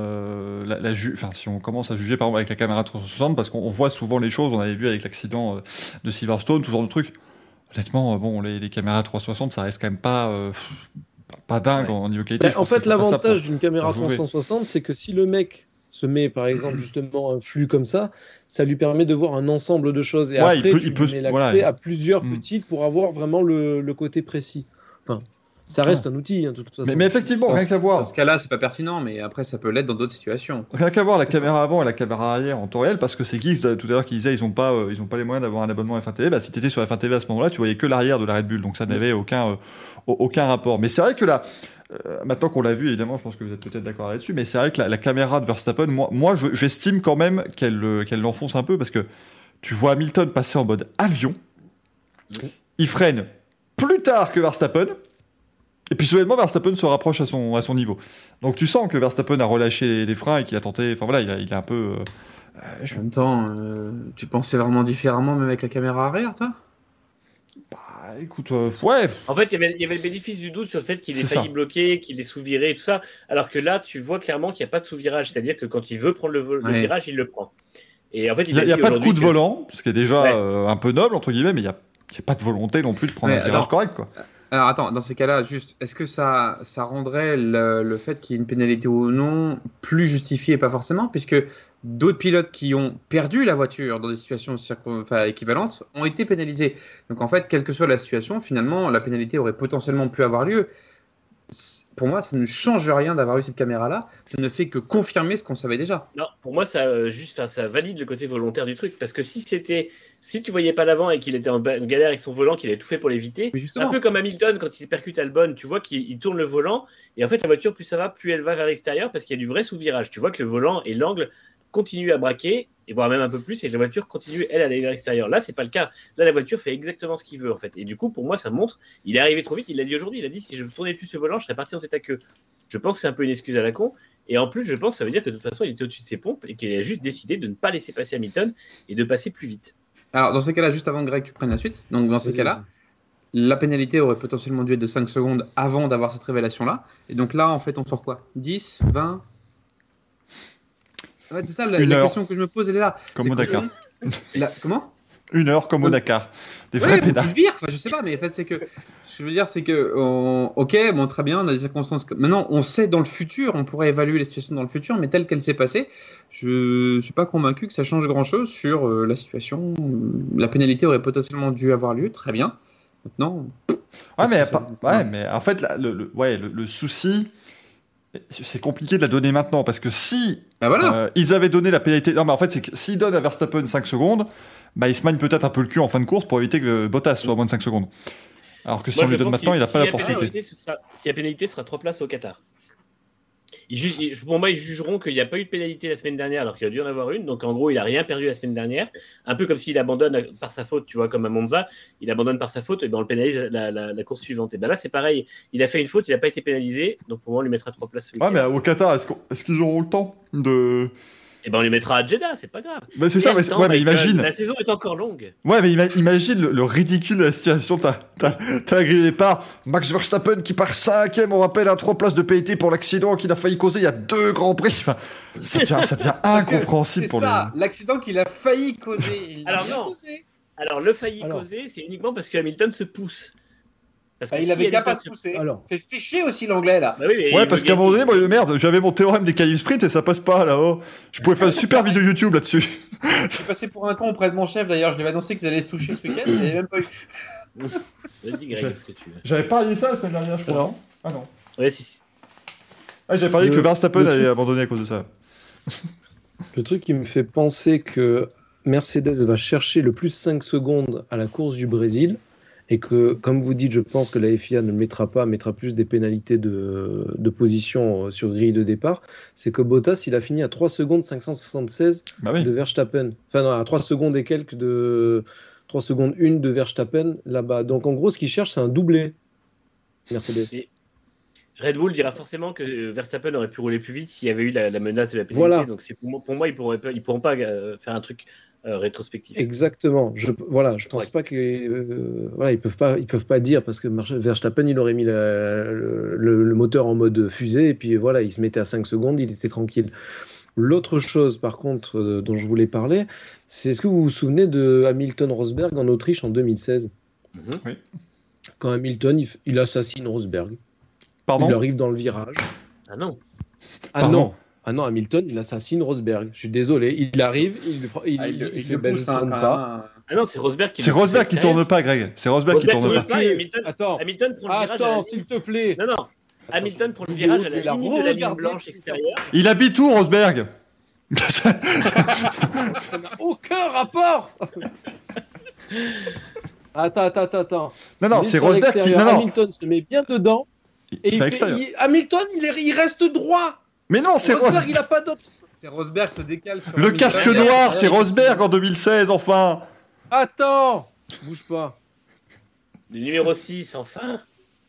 si on commence à juger par exemple avec la caméra 360, parce qu'on voit souvent les choses, on avait vu avec l'accident de Silverstone, tout ce genre de trucs. Honnêtement, bon, les caméras 360, ça reste quand même pas dingue en niveau qualité. En fait, l'avantage d'une caméra 360, c'est que si le mec se met, par exemple, justement un flux comme ça lui permet de voir un ensemble de choses. Et après, tu mets l'accès à plusieurs petites pour avoir vraiment le côté précis. Enfin, ça reste un outil, de toute façon. Mais effectivement, rien qu'à voir. Dans ce cas-là, c'est pas pertinent, mais après, ça peut l'être dans d'autres situations. Rien qu'à voir la caméra avant et la caméra arrière en temps réel, parce que c'est Geeks tout à l'heure qui disait ils ont pas les moyens d'avoir un abonnement F1 TV. Bah, si t'étais sur F1 TV à ce moment-là, tu voyais que l'arrière de la Red Bull, donc ça n'avait aucun rapport. Mais c'est vrai que là, maintenant qu'on l'a vu, évidemment, je pense que vous êtes peut-être d'accord là-dessus, mais c'est vrai que la caméra de Verstappen, moi j'estime quand même qu'elle l'enfonce un peu, parce que tu vois Hamilton passer en mode avion, il freine plus tard que Verstappen. Et puis soudainement, Verstappen se rapproche à son niveau. Donc tu sens que Verstappen a relâché les freins et qu'il a tenté. Enfin voilà, il est un peu. En même temps, tu pensais vraiment différemment, même avec la caméra arrière, toi ? Bah écoute, ouais. En fait, il y avait le bénéfice du doute sur le fait qu'il ait failli bloquer, qu'il ait sous-viré et tout ça. Alors que là, tu vois clairement qu'il n'y a pas de sous-virage. C'est-à-dire que quand il veut prendre le virage, il le prend. Et en fait, il n'y a pas de coup de volant, ce qui est déjà un peu noble, entre guillemets, mais il n'y a pas de volonté non plus de prendre un virage correct, quoi. Alors attends, dans ces cas-là, juste, est-ce que ça rendrait le fait qu'il y ait une pénalité ou non plus justifié? Pas forcément, puisque d'autres pilotes qui ont perdu la voiture dans des situations équivalentes ont été pénalisés. Donc en fait, quelle que soit la situation, finalement, la pénalité aurait potentiellement pu avoir lieu. Pour moi, ça ne change rien d'avoir eu cette caméra-là. Ça ne fait que confirmer ce qu'on savait déjà. Non, pour moi, ça valide le côté volontaire du truc. Parce que si tu voyais pas l'avant et qu'il était en galère avec son volant, qu'il avait tout fait pour l'éviter, un peu comme Hamilton quand il percute Albon, tu vois qu'il tourne le volant et en fait la voiture, plus ça va, plus elle va vers l'extérieur parce qu'il y a du vrai sous-virage. Tu vois que le volant et l'angle continuent à braquer, et voire même un peu plus, et la voiture continue, elle, à aller vers l'extérieur. Là, c'est pas le cas. Là, la voiture fait exactement ce qu'il veut, en fait. Et du coup, pour moi, ça montre, il est arrivé trop vite, il l'a dit aujourd'hui, il a dit, si je ne tournais plus ce volant, je serais parti en tête à queue. Je pense que c'est un peu une excuse à la con, et en plus, je pense que ça veut dire que de toute façon, il était au-dessus de ses pompes, et qu'il a juste décidé de ne pas laisser passer Hamilton, et de passer plus vite. Alors, dans ces cas-là, juste avant que Greg, tu prennes la suite, donc dans ces cas-là, la pénalité aurait potentiellement dû être de 5 secondes avant d'avoir cette révélation-là, et donc là, en fait, on sort quoi ? 10, 20 ? Ouais, c'est ça, la question que je me pose, elle est là. Comme au Dakar. Comment ? 1 heure comme au Dakar. Des vrais pédards. Je sais pas, mais en fait, c'est que. Je veux dire, c'est que. Ok, bon, très bien, on a des circonstances. Maintenant, on sait dans le futur, on pourrait évaluer les situations dans le futur, mais telle qu'elle s'est passée, je suis pas convaincu que ça change grand-chose sur la situation. La pénalité aurait potentiellement dû avoir lieu, très bien. Maintenant. Mais en fait, le souci. C'est compliqué de la donner maintenant parce que si ils avaient donné la pénalité. Non, mais en fait, c'est que s'ils donnent à Verstappen 5 secondes, bah, ils se magnent peut-être un peu le cul en fin de course pour éviter que Bottas soit à moins de 5 secondes. Alors que si on lui donne maintenant, il n'a pas l'opportunité. Si la pénalité sera 3 places au Qatar. Pour moi, ils jugeront qu'il n'y a pas eu de pénalité la semaine dernière alors qu'il a dû en avoir une. Donc en gros, il n'a rien perdu la semaine dernière. Un peu comme s'il abandonne par sa faute, tu vois, comme à Monza, il abandonne par sa faute et ben on le pénalise la course suivante. Et ben là, c'est pareil. Il a fait une faute, il n'a pas été pénalisé. Donc pour moi, on lui mettra 3 places. Ouais, mais au Qatar, est-ce qu'ils auront le temps de. Et ben on les mettra à Jeddah, c'est pas grave. Bah c'est ça, mais imagine. La saison est encore longue. Ouais, mais imagine le ridicule de la situation. T'as la grille départ. Max Verstappen qui part 5ème, on rappelle, à 3 places de pénalité pour l'accident qu'il a failli causer il y a 2 grands prix. Enfin, ça devient incompréhensible pour lui. L'accident qu'il a failli causer. Alors non. Alors le failli causer, c'est uniquement parce que Hamilton se pousse. Parce que il si avait qu'à Hamilton pas se- pousser. Alors. Fait chier aussi l'anglais là. Bah oui, mais Ouais, il parce veut qu'à un moment gagner. donné, moi, merde, j'avais mon théorème des qualifs sprint et ça passe pas là-haut. Je pouvais faire une super vidéo YouTube là-dessus. Je suis passé pour un con auprès de mon chef d'ailleurs. Je lui ai annoncé qu'ils allaient se toucher ce week-end. Il n'avait même pas eu. Vas-y, Greg, ce que tu veux. J'avais parié ça la semaine dernière, je crois. Alors non Ah non. Ouais, si. Ah, j'avais parié Le- que Verstappen le allait truc- abandonner à cause de ça. Le truc qui me fait penser que Mercedes va chercher le plus 5 secondes à la course du Brésil et que, comme vous dites, je pense que la FIA ne mettra plus des pénalités de position sur grille de départ, c'est que Bottas, il a fini à 3 secondes 576 Bah oui. de Verstappen. Enfin, non, à 3 secondes et quelques de 3 secondes 1 de Verstappen là-bas. Donc, en gros, ce qu'il cherche, c'est un doublé. Mercedes. Et- Red Bull dira forcément que Verstappen aurait pu rouler plus vite s'il y avait eu la menace de la pénalité. Voilà. Donc c'est pour moi, ils pourront pas faire un truc rétrospectif. Exactement. Je pense pas que ils peuvent pas dire parce que Verstappen il aurait mis le moteur en mode fusée et puis voilà, il se mettait à 5 secondes, il était tranquille. L'autre chose par contre dont je voulais parler, c'est est-ce que vous vous souvenez de Hamilton Rosberg en Autriche en 2016 Mhm. quand Hamilton il assassine Rosberg, Pardon il arrive dans le virage. Ah non. Ah Pardon. non. Ah non, Hamilton, il assassine Rosberg. Je suis désolé. Il arrive, il fait le ben, je pousse, hein, tourne quand pas. même. Ah non, c'est Rosberg qui. C'est le pousse Rosberg à qui l'extérieur. tourne pas, Greg. C'est Rosberg qui Rosberg tourne tourne pas. pas et Hamilton Attends, prend le virage. à la s'il limite- te plaît. Non, non. Hamilton prend le vidéo, virage à je la vais la limite de la ligne re-regarder. blanche extérieure. Il habite où, Rosberg Ça n'a aucun rapport. Attends. Non, non, Il est c'est sur Rosberg qui. l'extérieur, Non, non. Hamilton se met bien dedans. Et C'est pas extérieur. Hamilton, il reste droit. Mais non, c'est Rosberg, Rosberg. il a pas d'autre. C'est Rosberg se décale sur Le Hamilton. casque noir, c'est Rosberg en 2016, enfin. Attends. Bouge pas. Le numéro 6, enfin.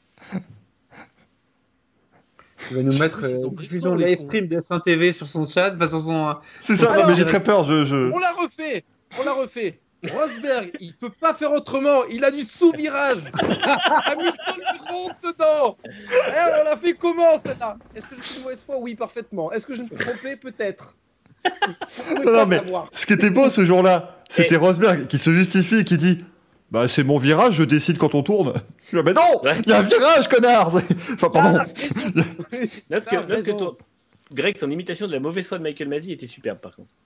Il va nous mettre Ils sont diffusion brillants, les live cons. stream de Saint TV sur son chat, enfin sur son. C'est ça, non, Alors, mais j'ai très peur. On l'a refait. Rosberg, il peut pas faire autrement. Il a du sous-virage. Hamilton lui rentre dedans. On l'a fait comment celle-là? Est-ce que je suis une mauvaise foi? Oui, parfaitement. Est-ce que je me suis trompé? Peut-être. Vous pouvez Non, pas non, mais savoir. ce qui était beau ce jour-là, c'était Rosberg qui se justifie et qui dit bah, c'est mon virage, je décide quand on tourne. Je dis, mais non, Ouais. il y a un virage, connard. Enfin, pardon. Note T'as que raison. Greg, ton imitation de la mauvaise foi de Michael Masi était superbe par contre.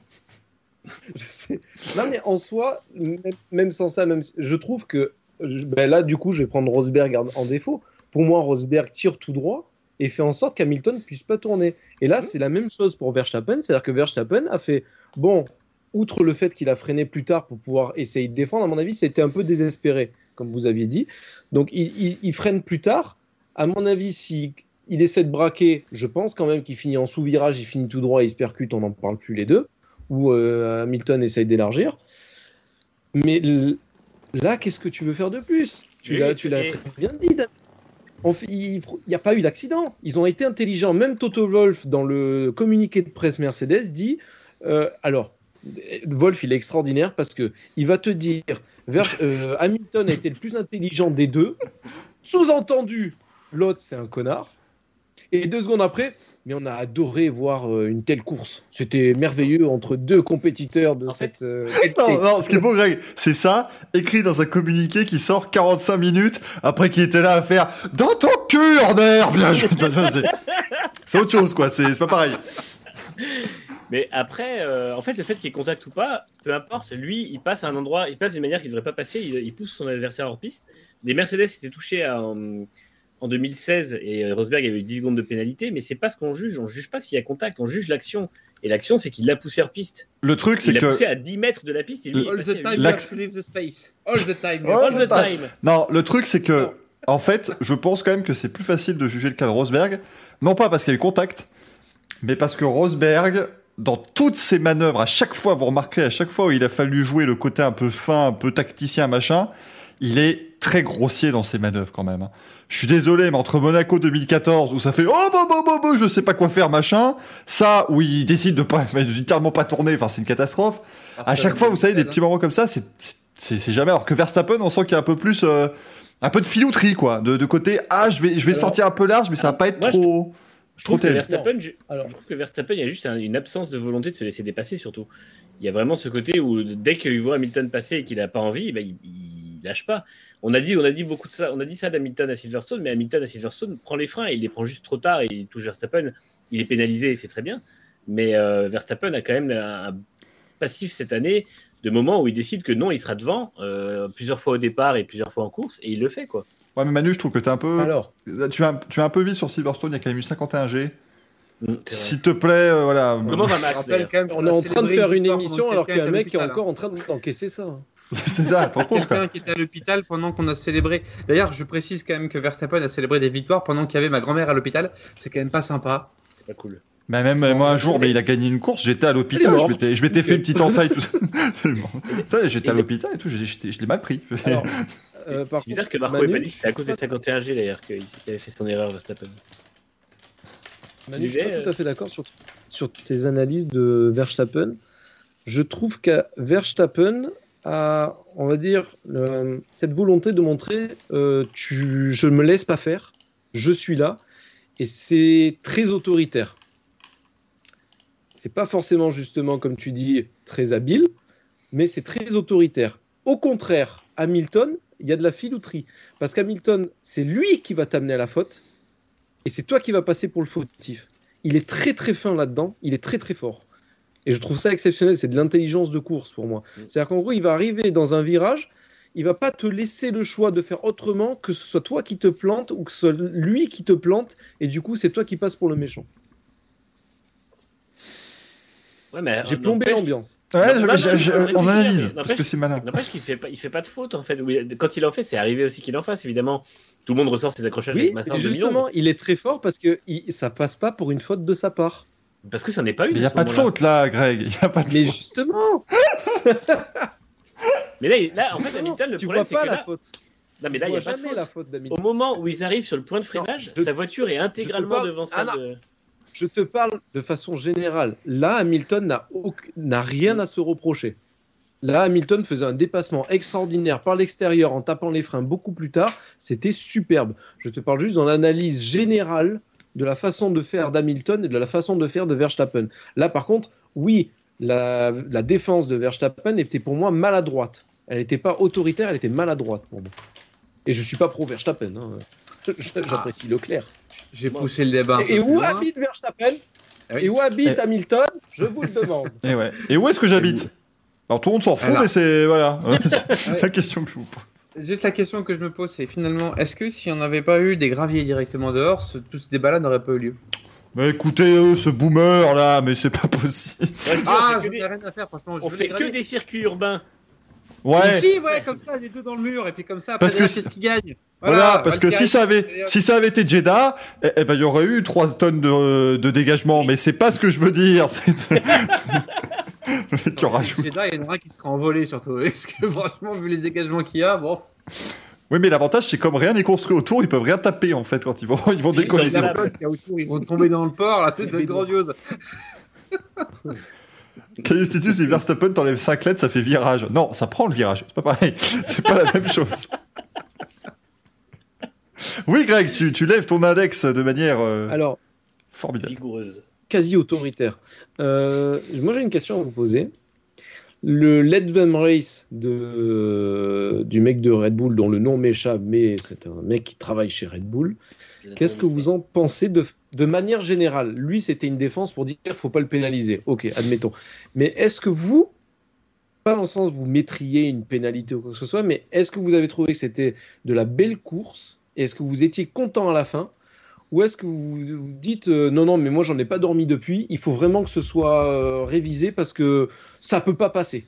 Je sais. Non, mais en soi, même sans ça, je trouve que là, du coup, je vais prendre Rosberg en défaut. Pour moi, Rosberg tire tout droit et fait en sorte qu'Hamilton ne puisse pas tourner. Et là, c'est la même chose pour Verstappen. C'est-à-dire que Verstappen a fait bon, outre le fait qu'il a freiné plus tard pour pouvoir essayer de défendre, à mon avis, c'était un peu désespéré, comme vous aviez dit. Donc, il freine plus tard. À mon avis, si il essaie de braquer, je pense quand même qu'il finit en sous-virage, il finit tout droit, il se percute, on n'en parle plus les deux. Ou Hamilton essaye d'élargir. Mais là, qu'est-ce que tu veux faire de plus? Tu l'as très bien dit, Dan. Il n'y a pas eu d'accident. Ils ont été intelligents. Même Toto Wolff, dans le communiqué de presse Mercedes, dit alors, Wolff, il est extraordinaire parce que il va te dire Hamilton a été le plus intelligent des deux. Sous-entendu, l'autre, c'est un connard. Et 2 secondes après, mais on a adoré voir une telle course. C'était merveilleux entre deux compétiteurs de cette qualité. Non, ce qui est beau, Greg, c'est ça, écrit dans un communiqué qui sort 45 minutes après qu'il était là à faire dans ton cul, Horner. Bien joué. C'est autre chose, quoi. C'est pas pareil. Mais après, en fait, le fait qu'il y ait contact ou pas, peu importe, lui, il passe à un endroit, il passe d'une manière qu'il ne devrait pas passer, il pousse son adversaire hors piste. Les Mercedes étaient touchés en 2016 et Rosberg avait eu 10 secondes de pénalité, mais c'est pas ce qu'on juge. On juge pas s'il y a contact, on juge l'action. Et l'action, c'est qu'il l'a poussé hors piste. Le truc, c'est Il l'a que. poussé à 10 mètres de la piste et lui, All the time, you L'axe- have to leave the space. All the time. All all the time. Non, le truc, c'est que. En fait, je pense quand même que c'est plus facile de juger le cas de Rosberg. Non pas parce qu'il y a eu contact, mais parce que Rosberg, dans toutes ses manœuvres, à chaque fois, vous remarquerez, à chaque fois où il a fallu jouer le côté un peu fin, un peu tacticien, machin, il est très grossier dans ses manœuvres quand même. Je suis désolé, mais entre Monaco 2014, où ça fait je sais pas quoi faire, machin, ça, où il décide de pas, littéralement pas tourner, enfin c'est une catastrophe. À chaque fois, vous savez, des petits moments comme ça, c'est jamais. Alors que Verstappen, on sent qu'il y a un peu plus, un peu de filouterie, quoi, de côté. Ah, je vais sortir un peu large, mais ça va pas être moi, trop. Je trouve, que terrible. Verstappen, Alors- je trouve que Verstappen, il y a juste une absence de volonté de se laisser dépasser, surtout. Il y a vraiment ce côté où, dès qu'il voit Hamilton passer et qu'il n'a pas envie, bah, il lâche pas. On a dit beaucoup de ça. On a dit ça d'Hamilton à Silverstone, mais Hamilton à Silverstone prend les freins et il les prend juste trop tard et il touche Verstappen. Il est pénalisé, c'est très bien. Mais Verstappen a quand même un passif cette année de moments où il décide que non, il sera devant plusieurs fois au départ et plusieurs fois en course et il le fait, quoi. Ouais, mais Manu, je trouve que t'es un peu. Alors. Tu es un peu vite sur Silverstone, il y a quand même eu 51 G. C'est S'il te plaît, voilà. Comment va Max d'ailleurs On est en train de faire une émission alors qu'il y a un mec qui est encore en train d'encaisser ça. C'est ça, t'en compte quoi. Quelqu'un qui était à l'hôpital pendant qu'on a célébré. D'ailleurs, je précise quand même que Verstappen a célébré des victoires pendant qu'il y avait ma grand-mère à l'hôpital. C'est quand même pas sympa. C'est pas cool. Bah même moi un jour, mais il a gagné une course, j'étais à l'hôpital, je m'étais fait une petite entaille, tout ça. Ça, j'étais à l'hôpital et tout, je l'ai mal pris. Alors, c'est bizarre que Marco ait pas dit que c'était à cause des 51 G d'ailleurs qu'il avait fait son erreur Verstappen. Manu, je suis pas tout à fait d'accord sur tes analyses de Verstappen. Je trouve qu'à Verstappen a, on va dire, cette volonté de montrer je me laisse pas faire, je suis là, et c'est très autoritaire. C'est pas forcément justement, comme tu dis, très habile, mais c'est très autoritaire. Au contraire, Hamilton, il y a de la filouterie. Parce qu'Hamilton, c'est lui qui va t'amener à la faute, et c'est toi qui vas passer pour le fautif. Il est très très fin là-dedans, il est très très fort. Et je trouve ça exceptionnel, c'est de l'intelligence de course pour moi. C'est-à-dire qu'en gros, il va arriver dans un virage, il va pas te laisser le choix de faire autrement, que ce soit toi qui te plante ou que ce soit lui qui te plante, et du coup, c'est toi qui passes pour le méchant. Ouais, mais j'ai plombé l'ambiance. Ouais, on analyse, parce que c'est malin. N'empêche qu'il fait pas de faute, en fait. Quand il en fait, c'est arrivé aussi qu'il en fasse, évidemment. Tout le monde ressort ses accrochages avec Massa en 2011. Justement, il est très fort parce que ça passe pas pour une faute de sa part. Parce que ça n'est pas une. Mais il n'y a pas de faute là, Greg. Il y a pas de mais faute. Justement. Mais là, en fait, Hamilton, le problème, c'est que la faute. Non, mais là, il n'y a pas de faute. La faute d'Hamilton. Au moment où ils arrivent sur le point de freinage, sa voiture est intégralement devant celle de. Je te parle de façon générale. Là, Hamilton n'a rien à se reprocher. Là, Hamilton faisait un dépassement extraordinaire par l'extérieur en tapant les freins beaucoup plus tard. C'était superbe. Je te parle juste dans l'analyse générale de la façon de faire d'Hamilton et de la façon de faire de Verstappen. Là, par contre, oui, la défense de Verstappen était pour moi maladroite. Elle n'était pas autoritaire, elle était maladroite pour moi. Et je ne suis pas pro Verstappen. Hein. J'apprécie Leclerc. J'ai poussé le débat. Et où habite Verstappen ? Et où habite Hamilton ? Je vous le demande. Et où est-ce que j'habite ? Alors tout le monde s'en fout, mais c'est voilà. C'est la question que je vous pose. Juste la question que je me pose, c'est finalement, est-ce que si on n'avait pas eu des graviers directement dehors, tout ce débat-là n'aurait pas eu lieu ? Mais écoutez, ce boomer là, mais c'est pas possible. Je n'ai rien à faire, franchement. On fait que des circuits urbains. Ouais. Si, ouais, comme ça, les deux dans le mur, et puis comme ça, après, c'est ce qui gagne. Voilà, parce que si ça avait été Jeddah, il y aurait eu 3 tonnes de dégagement, mais c'est pas ce que je veux dire. Tu rajoutes. Jeddah, il y en aura qui sera envolé surtout, parce que franchement, vu les dégagements qu'il y a, bon. Oui, mais l'avantage, c'est comme rien n'est construit autour, ils peuvent rien taper en fait quand ils vont décoller. Ils vont tomber dans le port, là, c'est grandiose. Caius et Verstappen, t'enlèves 5 lettres, ça fait virage. Non, ça prend le virage, c'est pas pareil. C'est pas la même chose. Oui, Greg, tu lèves ton index de manière formidable. Vigoureuse. Quasi autoritaire. Moi, j'ai une question à vous poser. Le Let Them Race du mec de Red Bull, dont le nom m'échappe, mais c'est un mec qui travaille chez Red Bull. Qu'est-ce que vous en pensez de manière générale ? Lui, c'était une défense pour dire qu'il ne faut pas le pénaliser. Ok, admettons. Mais est-ce que vous, pas dans le sens où vous mettriez une pénalité ou quoi que ce soit, mais est-ce que vous avez trouvé que c'était de la belle course ? Est-ce que vous étiez content à la fin ? Ou est-ce que vous dites non, mais moi, j'en ai pas dormi depuis, il faut vraiment que ce soit révisé parce que ça peut pas passer.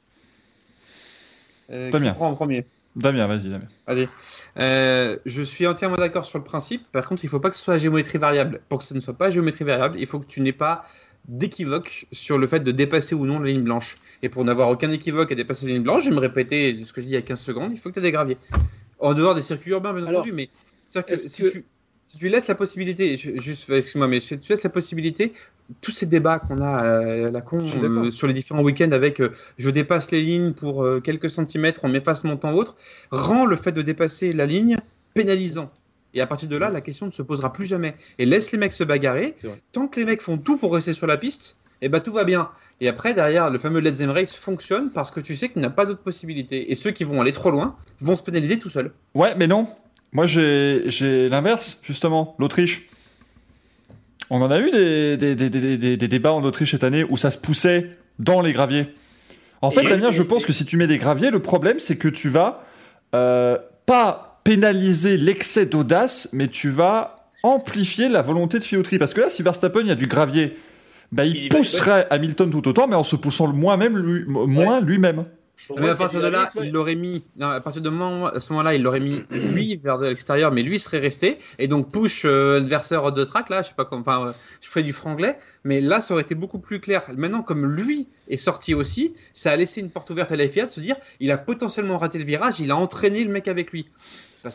Damien. Qui prend en premier ? Damien, vas-y, Damien. Allez. Je suis entièrement d'accord sur le principe. Par contre, il ne faut pas que ce soit à géométrie variable. Pour que ce ne soit pas à géométrie variable, il faut que tu n'aies pas d'équivoque sur le fait de dépasser ou non la ligne blanche. Et pour n'avoir aucun équivoque à dépasser la ligne blanche, je vais me répéter ce que je dis il y a 15 secondes, il faut que tu aies des graviers. En dehors des circuits urbains, bien entendu, mais c'est-à-dire que si tu laisses la possibilité, excuse-moi, mais si tu laisses la possibilité, tous ces débats qu'on a à la con sur les différents week-ends avec je dépasse les lignes pour quelques centimètres, on m'efface mon temps autre, rend le fait de dépasser la ligne pénalisant. Et à partir de là, la question ne se posera plus jamais. Et laisse les mecs se bagarrer. Tant que les mecs font tout pour rester sur la piste, et bah tout va bien. Et après, derrière, le fameux Let's Them Race fonctionne parce que tu sais qu'il n'y a pas d'autre possibilité. Et ceux qui vont aller trop loin vont se pénaliser tout seuls. Ouais, mais non. Moi, j'ai l'inverse, justement, l'Autriche. On en a eu des débats en Autriche cette année où ça se poussait dans les graviers. En fait, Damien, je pense que si tu mets des graviers, le problème, c'est que tu vas pas pénaliser l'excès d'audace, mais tu vas amplifier la volonté de fiauterie. Parce que là, si Verstappen, il y a du gravier, bah, il pousserait Hamilton tout autant, mais en se poussant moins lui-même. Mais à partir de là, il l'aurait mis. Non, à partir de à ce moment-là, il l'aurait mis lui vers l'extérieur, mais lui serait resté et donc push adversaire de track là. Je sais pas comment. Enfin, je ferais du franglais, mais là, ça aurait été beaucoup plus clair. Maintenant, comme lui est sorti aussi, ça a laissé une porte ouverte à la FIA de se dire, il a potentiellement raté le virage, il a entraîné le mec avec lui. Sauf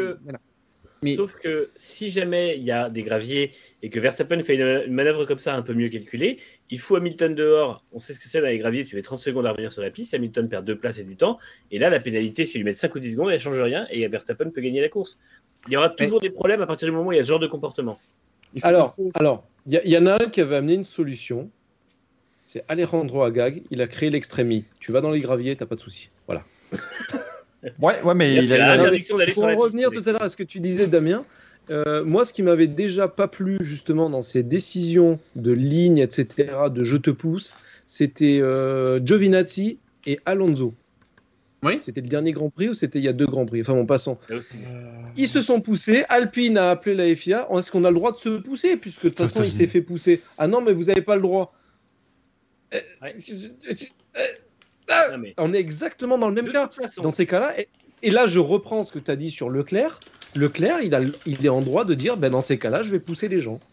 que si jamais il y a des graviers et que Verstappen fait une manœuvre comme ça un peu mieux calculée, il fout Hamilton dehors. On sait ce que c'est dans les graviers, tu mets 30 secondes à revenir sur la piste, Hamilton perd 2 places et du temps, et là la pénalité, si lui met 5 ou 10 secondes, elle ne change rien et Verstappen peut gagner la course. Il y aura toujours des problèmes à partir du moment où il y a ce genre de comportement. Alors, il y en a un qui avait amené une solution, c'est Alejandro Agag, il a créé l'extrémie. Tu vas dans les graviers, t'as pas de souci. Voilà. Ouais, mais il a l'interdiction d'aller sur la piste. Pour revenir tout à l'heure à ce que tu disais, Damien, moi, ce qui m'avait déjà pas plu justement dans ces décisions de ligne, etc., de je te pousse, c'était Giovinazzi et Alonso. Oui. C'était le dernier Grand Prix ou c'était il y a 2 Grands Prix? Enfin, bon, passons. Ils se sont poussés. Alpine a appelé la FIA. Est-ce qu'on a le droit de se pousser? Puisque de toute façon, il s'est fait pousser. Ah non, mais vous n'avez pas le droit. On est exactement dans le même cas. Dans ces cas-là, et là, je reprends ce que tu as dit sur Leclerc. Leclerc, il est en droit de dire, dans ces cas-là, je vais pousser les gens.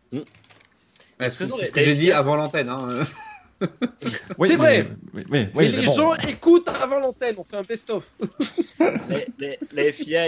C'est ce que j'ai dit avant l'antenne. Hein. C'est vrai. Mais les gens écoutent avant l'antenne. On fait un best-of. La FIA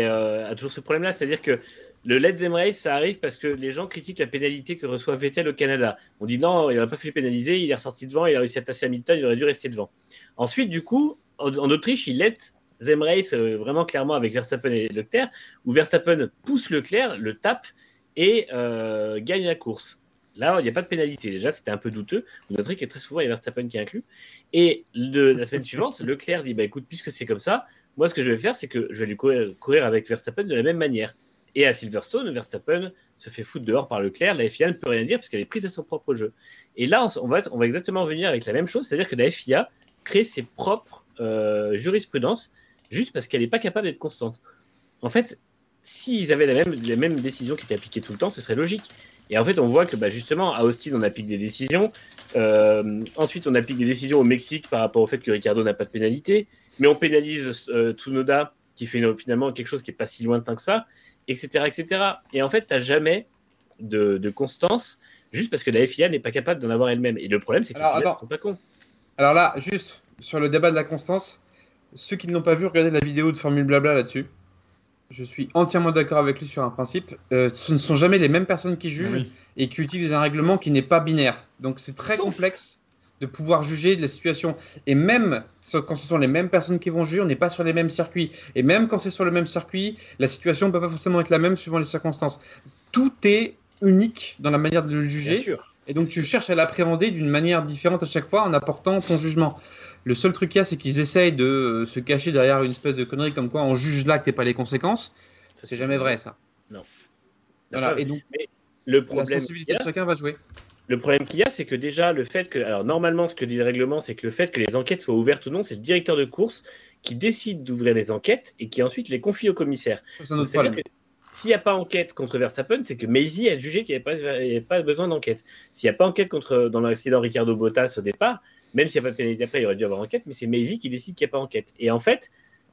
a toujours ce problème-là, c'est-à-dire que le Let's Them Race, ça arrive parce que les gens critiquent la pénalité que reçoit Vettel au Canada. On dit non, il n'aurait pas fallu pénaliser, il est ressorti devant, il a réussi à tasser Hamilton, il aurait dû rester devant. Ensuite, du coup, en Autriche, il Let's Them Race vraiment clairement avec Verstappen et Leclerc, où Verstappen pousse Leclerc, le tape et gagne la course. Là, il n'y a pas de pénalité. Déjà, c'était un peu douteux. Vous noterez qu'il y a très souvent, il y a Verstappen qui est inclus. Et la semaine suivante, Leclerc dit, écoute, puisque c'est comme ça, moi, ce que je vais faire, c'est que je vais lui courir avec Verstappen de la même manière. Et à Silverstone, Verstappen se fait foutre dehors par Leclerc. La FIA ne peut rien dire parce qu'elle est prise à son propre jeu. Et là, on va exactement venir avec la même chose, c'est-à-dire que la FIA crée ses propres jurisprudences juste parce qu'elle n'est pas capable d'être constante. En fait, s'ils avaient les mêmes décisions qui étaient appliquées tout le temps, ce serait logique. Et en fait, on voit que justement, à Austin, on applique des décisions. Ensuite, on applique des décisions au Mexique par rapport au fait que Ricciardo n'a pas de pénalité. Mais on pénalise Tsunoda, qui fait finalement quelque chose qui n'est pas si lointain que ça, etc. etc. Et en fait, tu n'as jamais de constance, juste parce que la FIA n'est pas capable d'en avoir elle-même. Et le problème, c'est que les pilotes ne sont pas cons. Alors là, juste sur le débat de la constance, ceux qui ne l'ont pas vu, regardez la vidéo de Formule Blabla là-dessus. Je suis entièrement d'accord avec lui sur un principe. Ce ne sont jamais les mêmes personnes qui jugent et qui utilisent un règlement qui n'est pas binaire. Donc c'est très complexe de pouvoir juger de la situation. Et même quand ce sont les mêmes personnes qui vont juger, on n'est pas sur les mêmes circuits. Et même quand c'est sur le même circuit, la situation ne peut pas forcément être la même suivant les circonstances. Tout est unique dans la manière de le juger. Bien sûr. Et donc tu cherches à l'appréhender d'une manière différente à chaque fois en apportant ton jugement. Le seul truc qu'il y a, c'est qu'ils essayent de se cacher derrière une espèce de connerie comme quoi on juge là que t'es pas les conséquences. C'est jamais vrai, ça. Non. Voilà. Et donc, le problème, la sensibilité de chacun va jouer. Le problème qu'il y a, c'est que déjà, le fait que. Alors, normalement, ce que dit le règlement, c'est que le fait que les enquêtes soient ouvertes ou non, c'est le directeur de course qui décide d'ouvrir les enquêtes et qui ensuite les confie au commissaire. C'est un autre problème. S'il n'y a pas enquête contre Verstappen, c'est que Maisie a jugé qu'il n'y avait pas besoin d'enquête. S'il n'y a pas enquête dans l'accident Ricardo Bottas au départ, même s'il n'y a pas de pénalité après, il aurait dû avoir enquête, mais c'est Maisie qui décide qu'il n'y a pas enquête. Et en fait,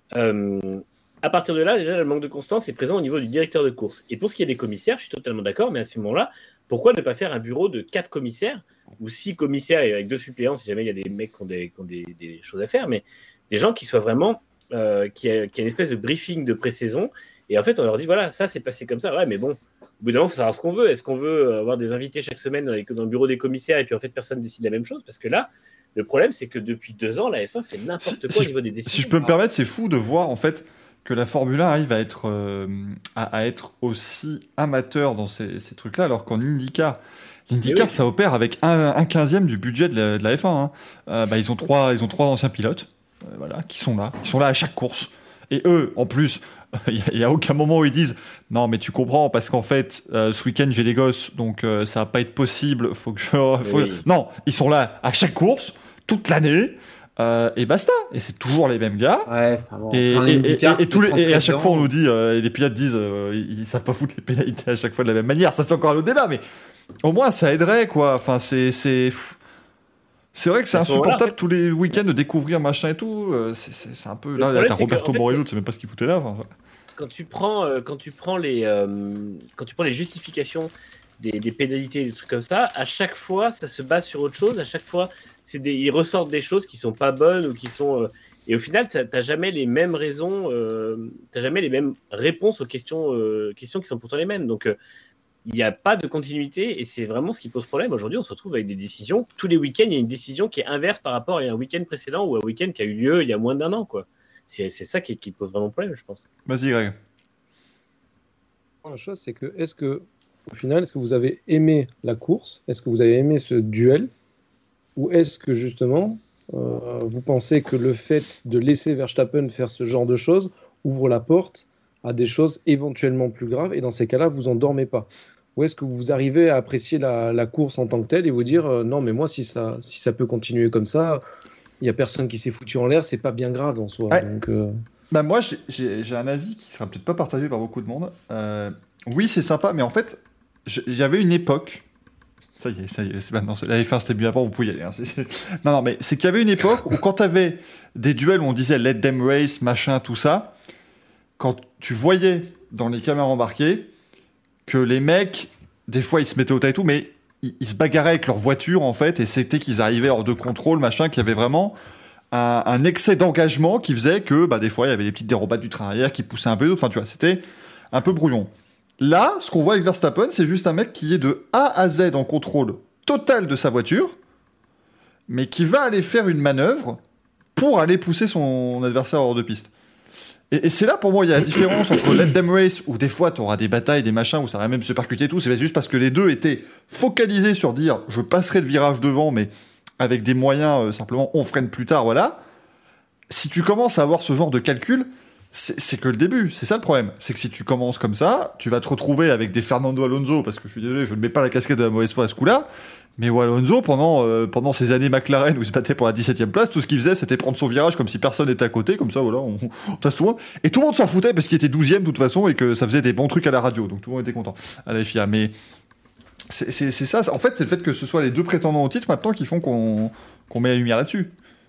à partir de là, déjà, le manque de constance est présent au niveau du directeur de course. Et pour ce qui est des commissaires, je suis totalement d'accord, mais à ce moment-là, pourquoi ne pas faire un bureau de 4 commissaires ou 6 commissaires avec 2 suppléants, si jamais il y a des mecs qui ont des choses à faire, mais des gens qui soient vraiment, qui a une espèce de briefing de pré-saison. Et en fait, on leur dit, voilà, ça s'est passé comme ça. Ouais, mais bon, au bout d'un moment, il faut savoir ce qu'on veut. Est-ce qu'on veut avoir des invités chaque semaine dans le bureau des commissaires et puis en fait, personne décide la même chose? Parce que là, le problème, c'est que depuis 2 ans, la F1 fait n'importe quoi au niveau des décisions. Si je peux me permettre, c'est fou de voir en fait que la Formule 1 arrive à être aussi amateur dans ces trucs-là, alors qu'en IndyCar, l'IndyCar, ça opère avec un 15e du budget de la F1. Hein. Ils ont trois anciens pilotes, voilà, qui sont là. Ils sont là à chaque course. Et eux, en plus, il n'y a aucun moment où ils disent non, mais tu comprends, parce qu'en fait, ce week-end, j'ai des gosses, donc ça va pas être possible. Non, ils sont là à chaque course, toute l'année. Et basta, et c'est toujours les mêmes gars. Ouais, et à chaque fois on nous dit, les pilotes disent, ils savent pas foutre les pénalités à chaque fois de la même manière. Ça, c'est encore un autre débat, mais au moins ça aiderait, quoi. Enfin, c'est vrai que c'est insupportable tous les week-ends de découvrir machin et tout. C'est un peu là, t'as Roberto Morello, tu sais même pas ce qu'il foutait là. Enfin, quand tu prends les justifications des pénalités, des trucs comme ça, à chaque fois, ça se base sur autre chose. À chaque fois, ils ressortent des choses qui sont pas bonnes ou qui sont. Et au final, t'as jamais les mêmes raisons, t'as jamais les mêmes réponses aux questions qui sont pourtant les mêmes. Donc, il n'y a pas de continuité et c'est vraiment ce qui pose problème. Aujourd'hui, on se retrouve avec des décisions. Tous les week-ends, il y a une décision qui est inverse par rapport à un week-end précédent ou un week-end qui a eu lieu il y a moins d'1 an, quoi. C'est ça qui pose vraiment problème, je pense. Vas-y, Greg. La chose, c'est que au final, est-ce que vous avez aimé la course? Est-ce que vous avez aimé ce duel? Ou est-ce que justement, vous pensez que le fait de laisser Verstappen faire ce genre de choses ouvre la porte à des choses éventuellement plus graves? Et dans ces cas-là, vous en dormez pas? Ou est-ce que vous arrivez à apprécier la course en tant que telle et vous dire non, mais moi, si ça peut continuer comme ça, il n'y a personne qui s'est foutu en l'air, c'est pas bien grave en soi. Ouais. Donc, moi, j'ai un avis qui sera peut-être pas partagé par beaucoup de monde. Oui, c'est sympa, mais en fait, il y avait une époque. Ça y est, c'est maintenant. La F1, c'était mieux avant, vous pouvez y aller. Hein. Non, mais c'est qu'il y avait une époque où quand t'avais des duels où on disait let them race, machin, tout ça, quand tu voyais dans les caméras embarquées que les mecs, des fois, ils se mettaient au tas et tout, mais ils se bagarraient avec leur voiture, en fait, et c'était qu'ils arrivaient hors de contrôle, machin, qu'il y avait vraiment un excès d'engagement qui faisait que, des fois, il y avait des petites dérobades du train arrière qui poussaient un peu d'autres. Enfin, tu vois, c'était un peu brouillon. Là, ce qu'on voit avec Verstappen, c'est juste un mec qui est de A à Z en contrôle total de sa voiture, mais qui va aller faire une manœuvre pour aller pousser son adversaire hors de piste. Et c'est là, pour moi, il y a la différence entre let them race, où des fois, tu auras des batailles, des machins, où ça va même se percuter et tout. C'est juste parce que les deux étaient focalisés sur dire je passerai le virage devant, mais avec des moyens, simplement, on freine plus tard, voilà. Si tu commences à avoir ce genre de calcul, c'est que le début, c'est ça le problème. C'est que si tu commences comme ça, tu vas te retrouver avec des Fernando Alonso, parce que je suis désolé, je ne mets pas la casquette de la mauvaise foi à ce coup-là, mais où Alonso, pendant ces années McLaren où il se battait pour la 17e place, tout ce qu'il faisait, c'était prendre son virage comme si personne n'était à côté, comme ça, voilà, on tasse tout le monde. Et tout le monde s'en foutait parce qu'il était 12e de toute façon et que ça faisait des bons trucs à la radio, donc tout le monde était content à la FIA. Mais c'est ça, en fait, c'est le fait que ce soit les deux prétendants au titre maintenant qui font qu'on met la lumière là-dessus.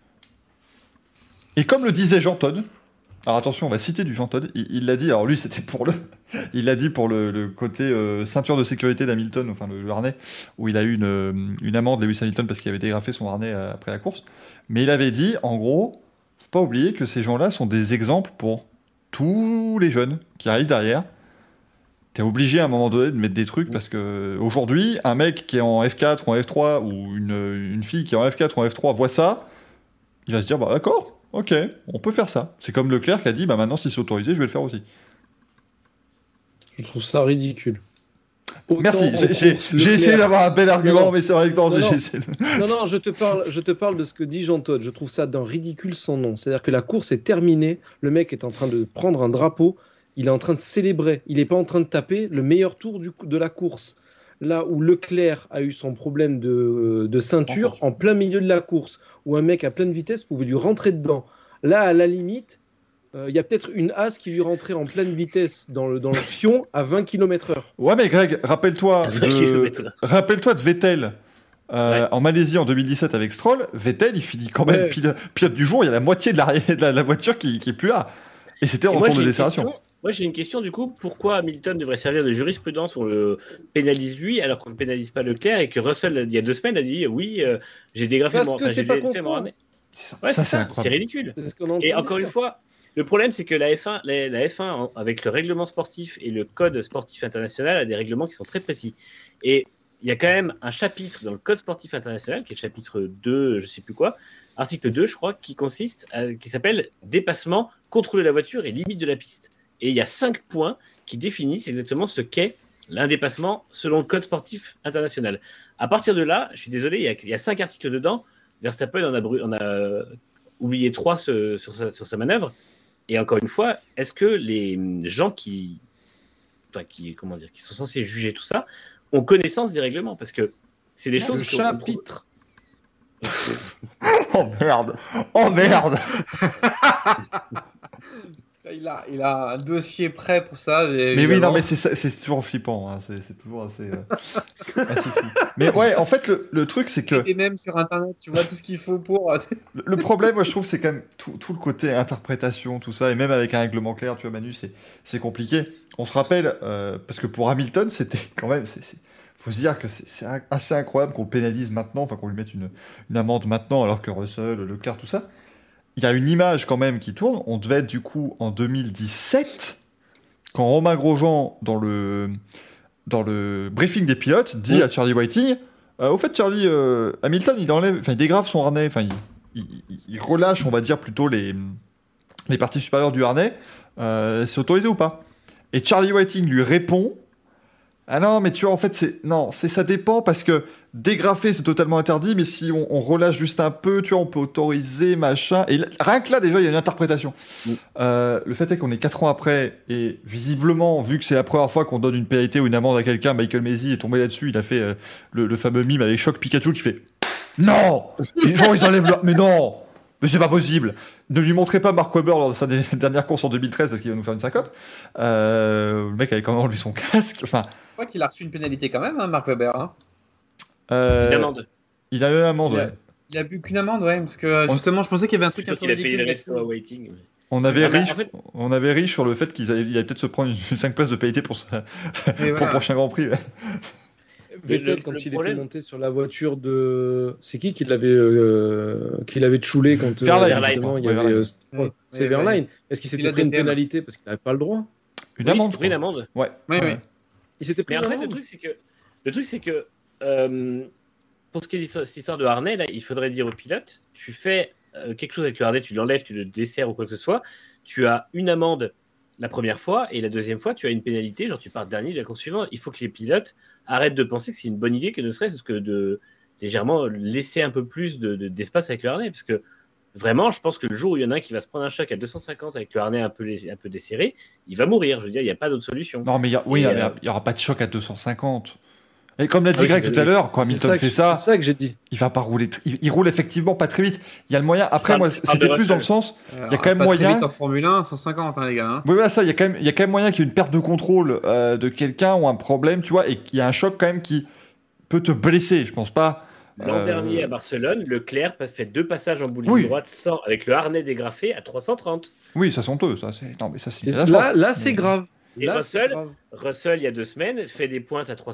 Et comme le disait Jean Todt, alors attention, on va citer du Jean Todt. Il l'a dit. Alors lui, c'était il l'a dit pour le côté ceinture de sécurité d'Hamilton, enfin le harnais, où il a eu une amende Lewis Hamilton parce qu'il avait dégrafé son harnais après la course. Mais il avait dit, en gros, faut pas oublier que ces gens-là sont des exemples pour tous les jeunes qui arrivent derrière. T'es obligé à un moment donné de mettre des trucs parce que aujourd'hui, un mec qui est en F4 ou en F3 ou une fille qui est en F4 ou en F3 voit ça, il va se dire d'accord. Ok, on peut faire ça. C'est comme Leclerc qui a dit, maintenant si c'est autorisé, je vais le faire aussi. Je trouve ça ridicule. Merci, j'ai essayé d'avoir un bel argument, mais c'est vrai que non, je te parle de ce que dit Jean Todt. Je trouve ça d'un ridicule sans nom. C'est-à-dire que la course est terminée, le mec est en train de prendre un drapeau, il est en train de célébrer, il n'est pas en train de taper le meilleur tour de la course. Là où Leclerc a eu son problème de ceinture en plein milieu de la course, où un mec à pleine vitesse pouvait lui rentrer dedans. Là, à la limite, il y a peut-être une as qui lui rentrait en pleine vitesse dans le fion à 20 km/h. Ouais, mais Greg, rappelle-toi de Vettel en Malaisie en 2017 avec Stroll. Vettel, il finit quand même pilote du jour, il y a la moitié de la voiture qui est plus là. Et c'était en retour de déclaration. Moi, j'ai une question du coup. Pourquoi Hamilton devrait servir de jurisprudence où on le pénalise lui alors qu'on ne pénalise pas Leclerc et que Russell, il y a 2 semaines, a dit oui, j'ai dégrafé mon harnais. C'est ridicule. Et encore une fois, le problème, c'est que la F1, avec le règlement sportif et le code sportif international, a des règlements qui sont très précis. Et il y a quand même un chapitre dans le code sportif international, qui est le chapitre 2, je sais plus quoi, article 2, je crois, qui s'appelle dépassement, contrôler la voiture et limite de la piste. Et il y a 5 points qui définissent exactement ce qu'est l'un dépassement selon le code sportif international. À partir de là, je suis désolé, il y a 5 articles dedans. Verstappen en a oublié 3 sur sa manœuvre. Et encore une fois, est-ce que les gens qui sont censés juger tout ça ont connaissance des règlements? Parce que c'est des choses... Le chapitre. Oh merde. Il a un dossier prêt pour ça. Mais oui, non, mais c'est toujours flippant. Hein. C'est toujours assez fou. Mais ouais, en fait, le truc, c'est que... Et même sur Internet, tu vois tout ce qu'il faut pour... Le problème, moi, je trouve, c'est quand même tout le côté interprétation, tout ça. Et même avec un règlement clair, tu vois, Manu, c'est compliqué. On se rappelle, parce que pour Hamilton, c'était quand même... faut se dire que c'est assez incroyable qu'on le pénalise maintenant, enfin qu'on lui mette une amende maintenant, alors que Russell, Leclerc, tout ça... Il y a une image quand même qui tourne. On devait être du coup en 2017, quand Romain Grosjean, dans le briefing des pilotes, dit à Charlie Whiting, au fait Charlie, Hamilton, il dégrave son harnais, enfin il relâche, on va dire plutôt les parties supérieures du harnais. C'est autorisé ou pas? Et Charlie Whiting lui répond, ah non, mais tu vois, en fait, ça dépend parce que dégrafer, c'est totalement interdit, mais si on relâche juste un peu, tu vois, on peut autoriser, machin. Et rien que là, déjà, il y a une interprétation. Le fait est qu'on est 4 ans après, et visiblement, vu que c'est la première fois qu'on donne une pénalité ou une amende à quelqu'un, Michael Masi est tombé là-dessus, il a fait le fameux mime avec Choc Pikachu qui fait « Non !» Les gens, ils enlèvent leur... « Mais non !» Mais c'est pas possible. Ne lui montrez pas Mark Webber lors de sa dernière course en 2013 parce qu'il va nous faire une syncope. Le mec avait quand même enlevé son casque. Enfin... Je crois qu'il a reçu une pénalité quand même, hein, Mark Webber. Hein. Une amende. Il a eu une amende, ouais. Il a bu qu'une amende, ouais, parce que justement, je pensais qu'il y avait un truc un peu qu'il a payé le ridicule. resto à Waiting. On avait ri sur le fait qu'il allait peut-être se prendre une 5 places de pénalité pour le prochain Grand Prix. Ouais. Vettel, quand il était monté sur la voiture de... C'est qui l'avait choulé quand Verlaine. Il y avait... C'est Verlaine. Est-ce qu'il s'était pris une pénalité parce qu'il n'avait pas le droit? Une amende. Une amende. Ouais. Oui. Il s'était pris Mais une en fait, amende. le truc, c'est que pour ce qui est de cette histoire de harnais, là, il faudrait dire au pilote, tu fais quelque chose avec le harnais, tu l'enlèves, tu le desserres ou quoi que ce soit, tu as une amende la première fois, et la deuxième fois, tu as une pénalité, genre tu pars dernier de la course suivante. Il faut que les pilotes arrêtent de penser que c'est une bonne idée, que ne serait-ce que de légèrement laisser un peu plus d'espace avec le harnais, parce que vraiment, je pense que le jour où il y en a un qui va se prendre un choc à 250 avec le harnais un peu desserré, il va mourir. Je veux dire, il n'y a pas d'autre solution. Non, mais il n'y aura pas de choc à 250. Et comme l'a dit Greg tout à l'heure, quand Hamilton fait ça, c'est ça que j'ai dit. Il va pas rouler. Il roule effectivement pas très vite. Il y a le moyen. Après, moi, c'était plus dans le sens. Il y a quand même moyen. Vite en Formule 1, 150, hein, les gars. Hein. Oui, voilà ça. Il y a quand même moyen qu'il y ait une perte de contrôle de quelqu'un ou un problème, tu vois, et qu'il y a un choc quand même qui peut te blesser. Je pense pas. L'an dernier à Barcelone, Leclerc fait 2 passages en bout de ligne droite avec le harnais dégrafé à 330. Oui, ça sent eux. Ça, c'est. Non, mais ça, c'est. Là, c'est grave. Et Russell, il y a 2 semaines, fait des pointes à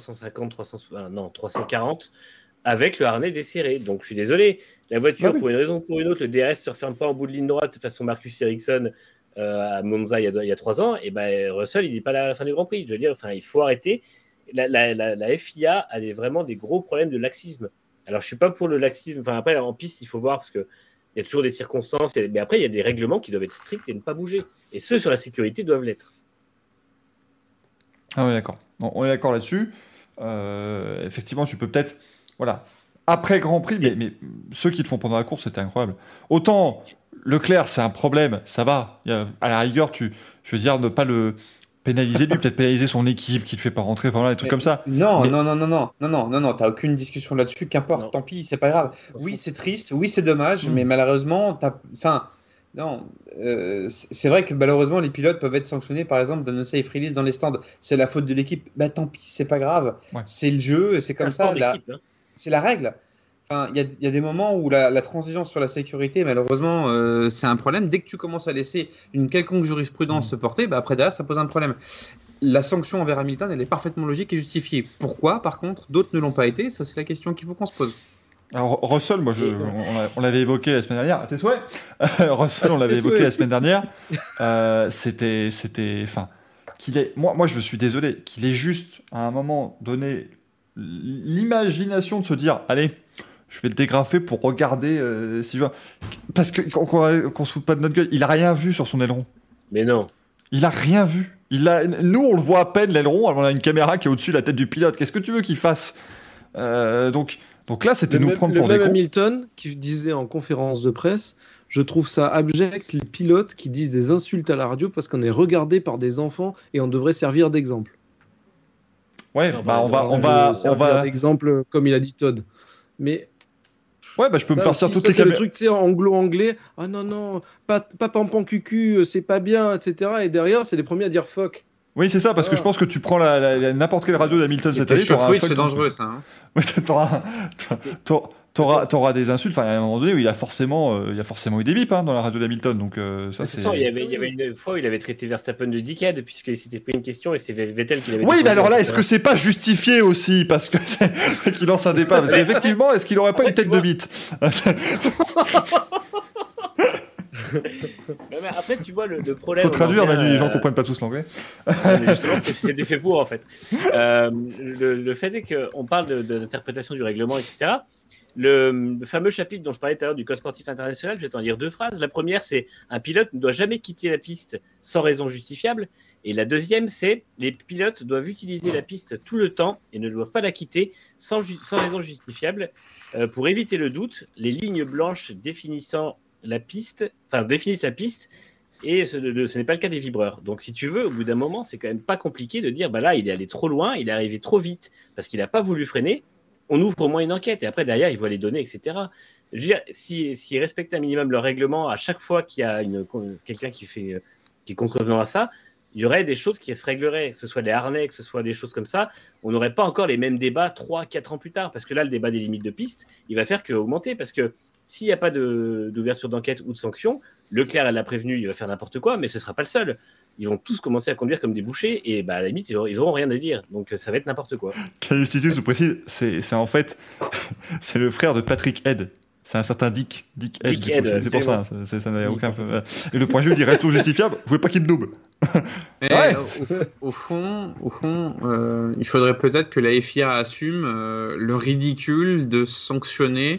340 avec le harnais desserré. Donc, je suis désolé. La voiture, pour une raison ou pour une autre, le DRS ne se referme pas en bout de ligne droite façon Marcus Ericsson à Monza il y a 3 ans. Et ben, Russell, il n'est pas là à la fin du Grand Prix. Je veux dire, il faut arrêter. La FIA a vraiment des gros problèmes de laxisme. Alors, je ne suis pas pour le laxisme. Enfin, après, en piste, il faut voir parce qu'il y a toujours des circonstances. Mais après, il y a des règlements qui doivent être stricts et ne pas bouger. Et ceux sur la sécurité doivent l'être. Ah oui, d'accord. Bon, on est d'accord là-dessus. Effectivement, tu peux peut-être... Voilà. Après Grand Prix, mais ceux qui le font pendant la course, c'était incroyable. Autant Leclerc, c'est un problème, ça va. À la rigueur, je veux dire, ne pas le pénaliser lui, peut-être pénaliser son équipe qui le fait pas rentrer, enfin voilà, des trucs comme ça. Non, t'as aucune discussion là-dessus, qu'importe, tant pis, c'est pas grave. Oui, c'est triste, oui, c'est dommage, mais malheureusement, c'est vrai que malheureusement les pilotes peuvent être sanctionnés par exemple d'un safe release dans les stands. C'est la faute de l'équipe. Bah tant pis, c'est pas grave. Ouais. C'est le jeu, c'est comme ça. C'est la règle. Enfin, il y a des moments où la transition sur la sécurité, malheureusement, c'est un problème. Dès que tu commences à laisser une quelconque jurisprudence se porter, bah après derrière, ça pose un problème. La sanction envers Hamilton, elle est parfaitement logique et justifiée. Pourquoi, par contre, d'autres ne l'ont pas été? Ça, c'est la question qu'il faut qu'on se pose. Alors Russell, moi, on l'avait évoqué la semaine dernière. À tes souhaits. Russell, on l'avait évoqué la semaine dernière. C'était, enfin, moi, je suis désolé, qu'il ait juste à un moment donné l'imagination de se dire, allez, je vais le dégrafer pour regarder si je vois, parce que qu'on se fout pas de notre gueule. Il a rien vu sur son aileron. Mais non. Il a rien vu. Nous, on le voit à peine, l'aileron. On a une caméra qui est au-dessus de la tête du pilote. Qu'est-ce que tu veux qu'il fasse ? Donc là, c'était nous prendre pour des cons. Hamilton qui disait en conférence de presse, je trouve ça abject les pilotes qui disent des insultes à la radio parce qu'on est regardé par des enfants et on devrait servir d'exemple. Ouais, on va servir d'exemple comme il a dit Todd. Mais ouais, je peux me faire sortir toutes les caméras. caméras. Le truc, tu sais, anglo-anglais. Ah non, pas pampan cucu, c'est pas bien, etc. Et derrière, c'est les premiers à dire fuck. Oui, c'est ça, parce que je pense que tu prends n'importe quelle radio d'Hamilton cette année, t'auras un fuck. C'est dangereux, ça. Hein. Ouais, t'auras des insultes. Enfin, à un moment donné, il y a forcément eu des bips dans la radio d'Hamilton. Donc ça, c'est. Il y avait une fois où il avait traité Verstappen de dickhead puisqu'il s'était pris une question et c'est Vettel qui l'avait. Oui, mais alors là, est-ce que c'est pas justifié aussi parce que qu'il lance un débat? Parce qu'effectivement, est-ce qu'il aurait pas une tête de bite? Mais après, tu vois, le problème. Faut traduire, Manu, les gens comprennent pas tous l'anglais. Justement, c'est fait pour, en fait. Le fait est qu'on parle de l'interprétation du règlement, etc. Le fameux chapitre dont je parlais tout à l'heure du Code sportif international, je vais t'en dire 2 phrases. La première, c'est un pilote ne doit jamais quitter la piste sans raison justifiable. Et la deuxième, c'est les pilotes doivent utiliser la piste tout le temps et ne doivent pas la quitter sans raison justifiable. Pour éviter le doute, les lignes blanches définissent la piste et ce n'est pas le cas des vibreurs. Donc si tu veux, au bout d'un moment, c'est quand même pas compliqué de dire là, il est allé trop loin, il est arrivé trop vite parce qu'il n'a pas voulu freiner. On ouvre au moins une enquête et après derrière, il voit les données, etc. Je veux dire, s'ils respectent un minimum leur règlement à chaque fois qu'il y a quelqu'un qui est contrevenant à ça, il y aurait des choses qui se régleraient, que ce soit des harnais, que ce soit des choses comme ça. On n'aurait pas encore les mêmes débats 3-4 ans plus tard parce que là, le débat des limites de piste, il va faire qu'augmenter parce que s'il n'y a pas d'ouverture d'enquête ou de sanction, Leclerc, elle l'a prévenu, il va faire n'importe quoi, mais ce ne sera pas le seul. Ils vont tous commencer à conduire comme des bouchers et à la limite, ils n'auront rien à dire. Donc ça va être n'importe quoi. Calius Titus, je vous précise, c'est en fait c'est le frère de Patrick Head. C'est un certain Dick Head. C'est pour ça. Ça n'a aucun. Et le point G, il dit reste justifiable, je veux pas qu'il me double. Ouais. Au fond, il faudrait peut-être que la FIA assume le ridicule de sanctionner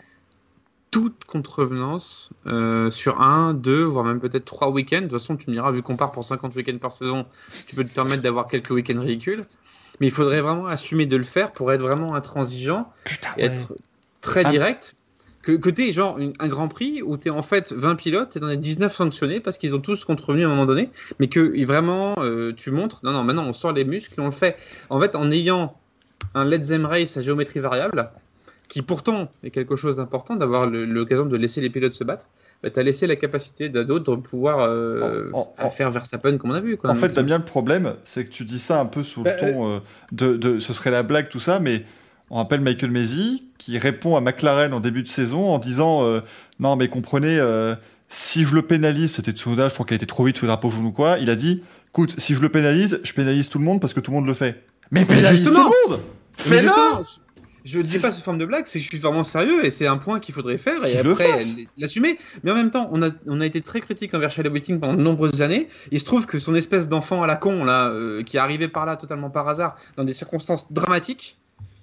toute contrevenance sur 1, 2, voire même peut-être 3 week-ends. De toute façon, tu me diras, vu qu'on part pour 50 week-ends par saison, tu peux te permettre d'avoir quelques week-ends ridicules. Mais il faudrait vraiment assumer de le faire pour être vraiment intransigeant et être très direct. Que tu aies un Grand Prix où tu es en fait 20 pilotes et tu en as 19 sanctionnés parce qu'ils ont tous contrevenu à un moment donné, mais que vraiment tu montres, non, maintenant on sort les muscles, on le fait. En fait, en ayant un Let's Them Race à géométrie variable, qui pourtant est quelque chose d'important, d'avoir l'occasion de laisser les pilotes se battre, tu as laissé la capacité d'autres de pouvoir faire Verstappen comme on a vu. En fait, Damien, le problème, c'est que tu dis ça un peu sous le ton ce serait la blague, tout ça, mais on rappelle Michael Masi qui répond à McLaren en début de saison en disant non, mais comprenez, si je le pénalise, c'était Tsunoda, je crois qu'il a été trop vite sous le drapeau jaune ou quoi, il a dit écoute, si je le pénalise, je pénalise tout le monde parce que tout le monde le fait. Mais pénalise tout le monde. Fais-le. Je ne dis pas sous forme de blague, c'est que je suis vraiment sérieux et c'est un point qu'il faudrait faire et après l'assumer. Mais en même temps, on a été très critique envers Charlie Whiting pendant de nombreuses années. Il se trouve que son espèce d'enfant à la con là, qui est arrivé par là totalement par hasard, dans des circonstances dramatiques,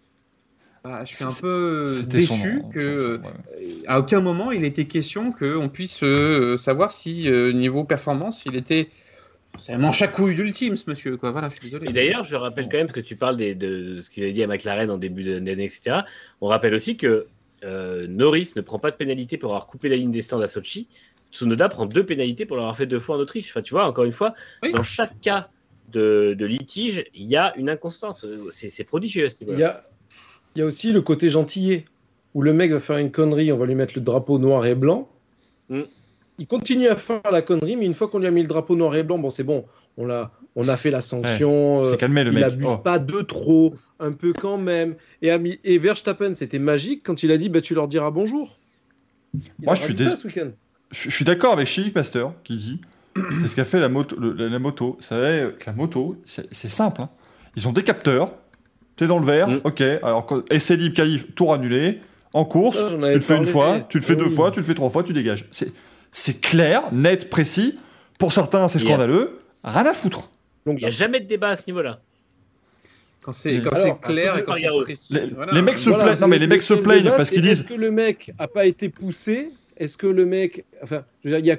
je suis un peu déçu à aucun moment il était question qu'on puisse savoir si niveau performance il était. C'est un manche à couilles ultime, ce monsieur, quoi. Voilà, je suis désolé. Et d'ailleurs, je rappelle quand même, parce que tu parles de ce qu'il avait dit à McLaren en début d'année, etc. On rappelle aussi que Norris ne prend pas de pénalité pour avoir coupé la ligne des stands à Sochi. Tsunoda prend 2 pénalités pour l'avoir fait 2 fois en Autriche. Enfin, tu vois, encore une fois, dans chaque cas de litige, il y a une inconstance. C'est prodigieux à ce niveau-là. Il y a aussi le côté gentillet, où le mec va faire une connerie, on va lui mettre le drapeau noir et blanc. Il continue à faire la connerie, mais une fois qu'on lui a mis le drapeau noir et blanc, bon, c'est bon, on a fait la sanction. C'est calmé, le mec. Il abuse pas de trop, un peu quand même. Et Verstappen, c'était magique quand il a dit tu leur diras bonjour. Moi, je suis d'accord avec Chilic Master qui dit c'est ce qu'a fait la moto. La moto, vous savez que la moto, c'est simple. Hein. Ils ont des capteurs, t'es dans le vert, ok. Alors, essai libre, qualif, tour annulé. En course, tu le fais une fois, tu le fais 2 fois, tu le fais 3 fois, tu dégages. C'est clair, net, précis. Pour certains, c'est scandaleux. Rien à foutre. Donc, il n'y a jamais de débat à ce niveau-là. Quand c'est clair et quand c'est précis. Les mecs se plaignent. Non, mais les mecs se plaignent parce qu'ils disent. Est-ce que le mec n'a pas été poussé ? Est-ce que le mec. Enfin, je veux dire,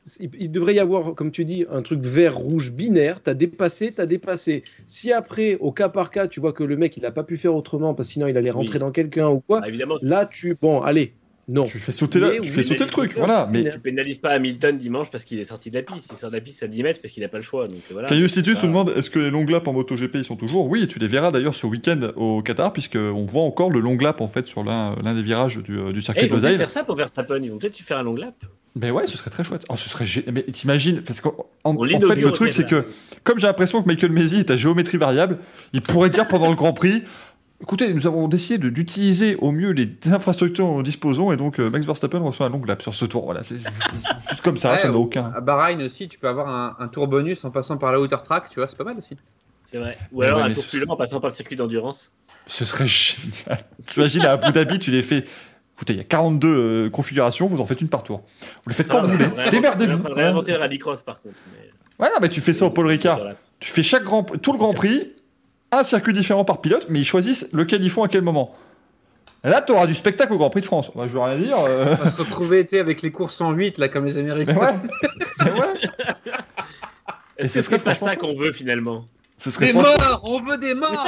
il devrait y avoir, comme tu dis, un truc vert-rouge binaire. T'as dépassé. Si après, au cas par cas, tu vois que le mec, il n'a pas pu faire autrement parce que sinon il allait rentrer dans quelqu'un ou quoi, évidemment. là, bon, allez, non. Tu fais sauter le truc, voilà. Mais tu pénalises pas Hamilton dimanche parce qu'il est sorti de la piste. Il sort de la piste à 10 mètres parce qu'il n'a pas le choix. Donc voilà. Caius Titus nous demande est-ce que les long laps en MotoGP ils sont toujours ? Oui, et tu les verras d'ailleurs ce week-end au Qatar, puisqu'on voit encore le long lap en fait sur l'un des virages du circuit Ils de vont peut-être Losail. faire ça pour Verstappen. Ils vont peut-être faire un long lap. Ben ouais, ce serait très chouette. Oh, ce serait mais t'imagines, parce qu'en en fait l'inaugure le truc au c'est que comme j'ai l'impression que Michael Masi est à géométrie variable, il pourrait dire pendant le Grand Prix écoutez, nous avons décidé d'utiliser au mieux les infrastructures dont nous disposons et donc Max Verstappen reçoit un long lap sur ce tour. Voilà, c'est juste comme ça, ça n'a aucun. À Bahreïn aussi, tu peux avoir un tour bonus en passant par la outer track, tu vois, c'est pas mal aussi. C'est vrai. Ou alors un tour plus long en passant par le circuit d'endurance. Ce serait génial. T'imagines à Abu Dhabi, tu les fais. Écoutez, il y a 42 configurations, vous en faites une par tour. Vous les faites quand vous voulez. Démerdez-vous. Il faudrait réinventer le rallycross par contre. Ouais, non, mais tu fais ça au Paul Ricard. Tu fais tout le Grand Prix, un circuit différent par pilote, mais ils choisissent lequel ils font à quel moment. Et là, tu auras du spectacle au Grand Prix de France. Bah, je veux rien dire. On va se retrouver avec les courses en 8, là, comme les Américains. Ouais. Est-ce que c'est pas ça qu'on veut finalement ? Ce serait des morts. On veut des morts.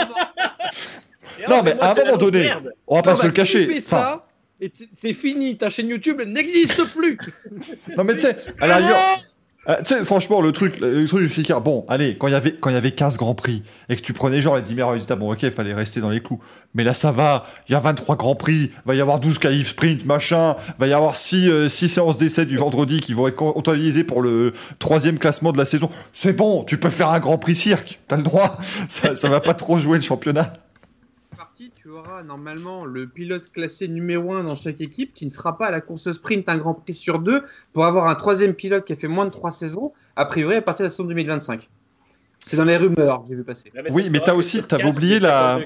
Non, mais à un moment donné, on va pas se le cacher. Tu fais ça, et c'est fini. Ta chaîne YouTube n'existe plus. Non, mais tu sais, à la rigueur. Tu sais, franchement, le truc du Ricard, bon, allez, quand il y avait 15 Grands Prix et que tu prenais genre les 10 meilleurs résultats, bon, ok, il fallait rester dans les clous. Mais là, ça va, il y a 23 Grands Prix, va y avoir 12 qualifs sprint, machin, va y avoir 6 séances d'essai du vendredi qui vont être comptabilisées pour le 3e classement de la saison. C'est bon, tu peux faire un Grand Prix cirque, t'as le droit, ça va pas trop jouer le championnat. Tu auras normalement le pilote classé numéro 1 dans chaque équipe qui ne sera pas à la course sprint un Grand Prix sur 2 pour avoir un 3e pilote qui a fait moins de 3 saisons, a priori à partir de la saison 2025. C'est dans les rumeurs, j'ai vu passer. Oui, mais t'avais oublié la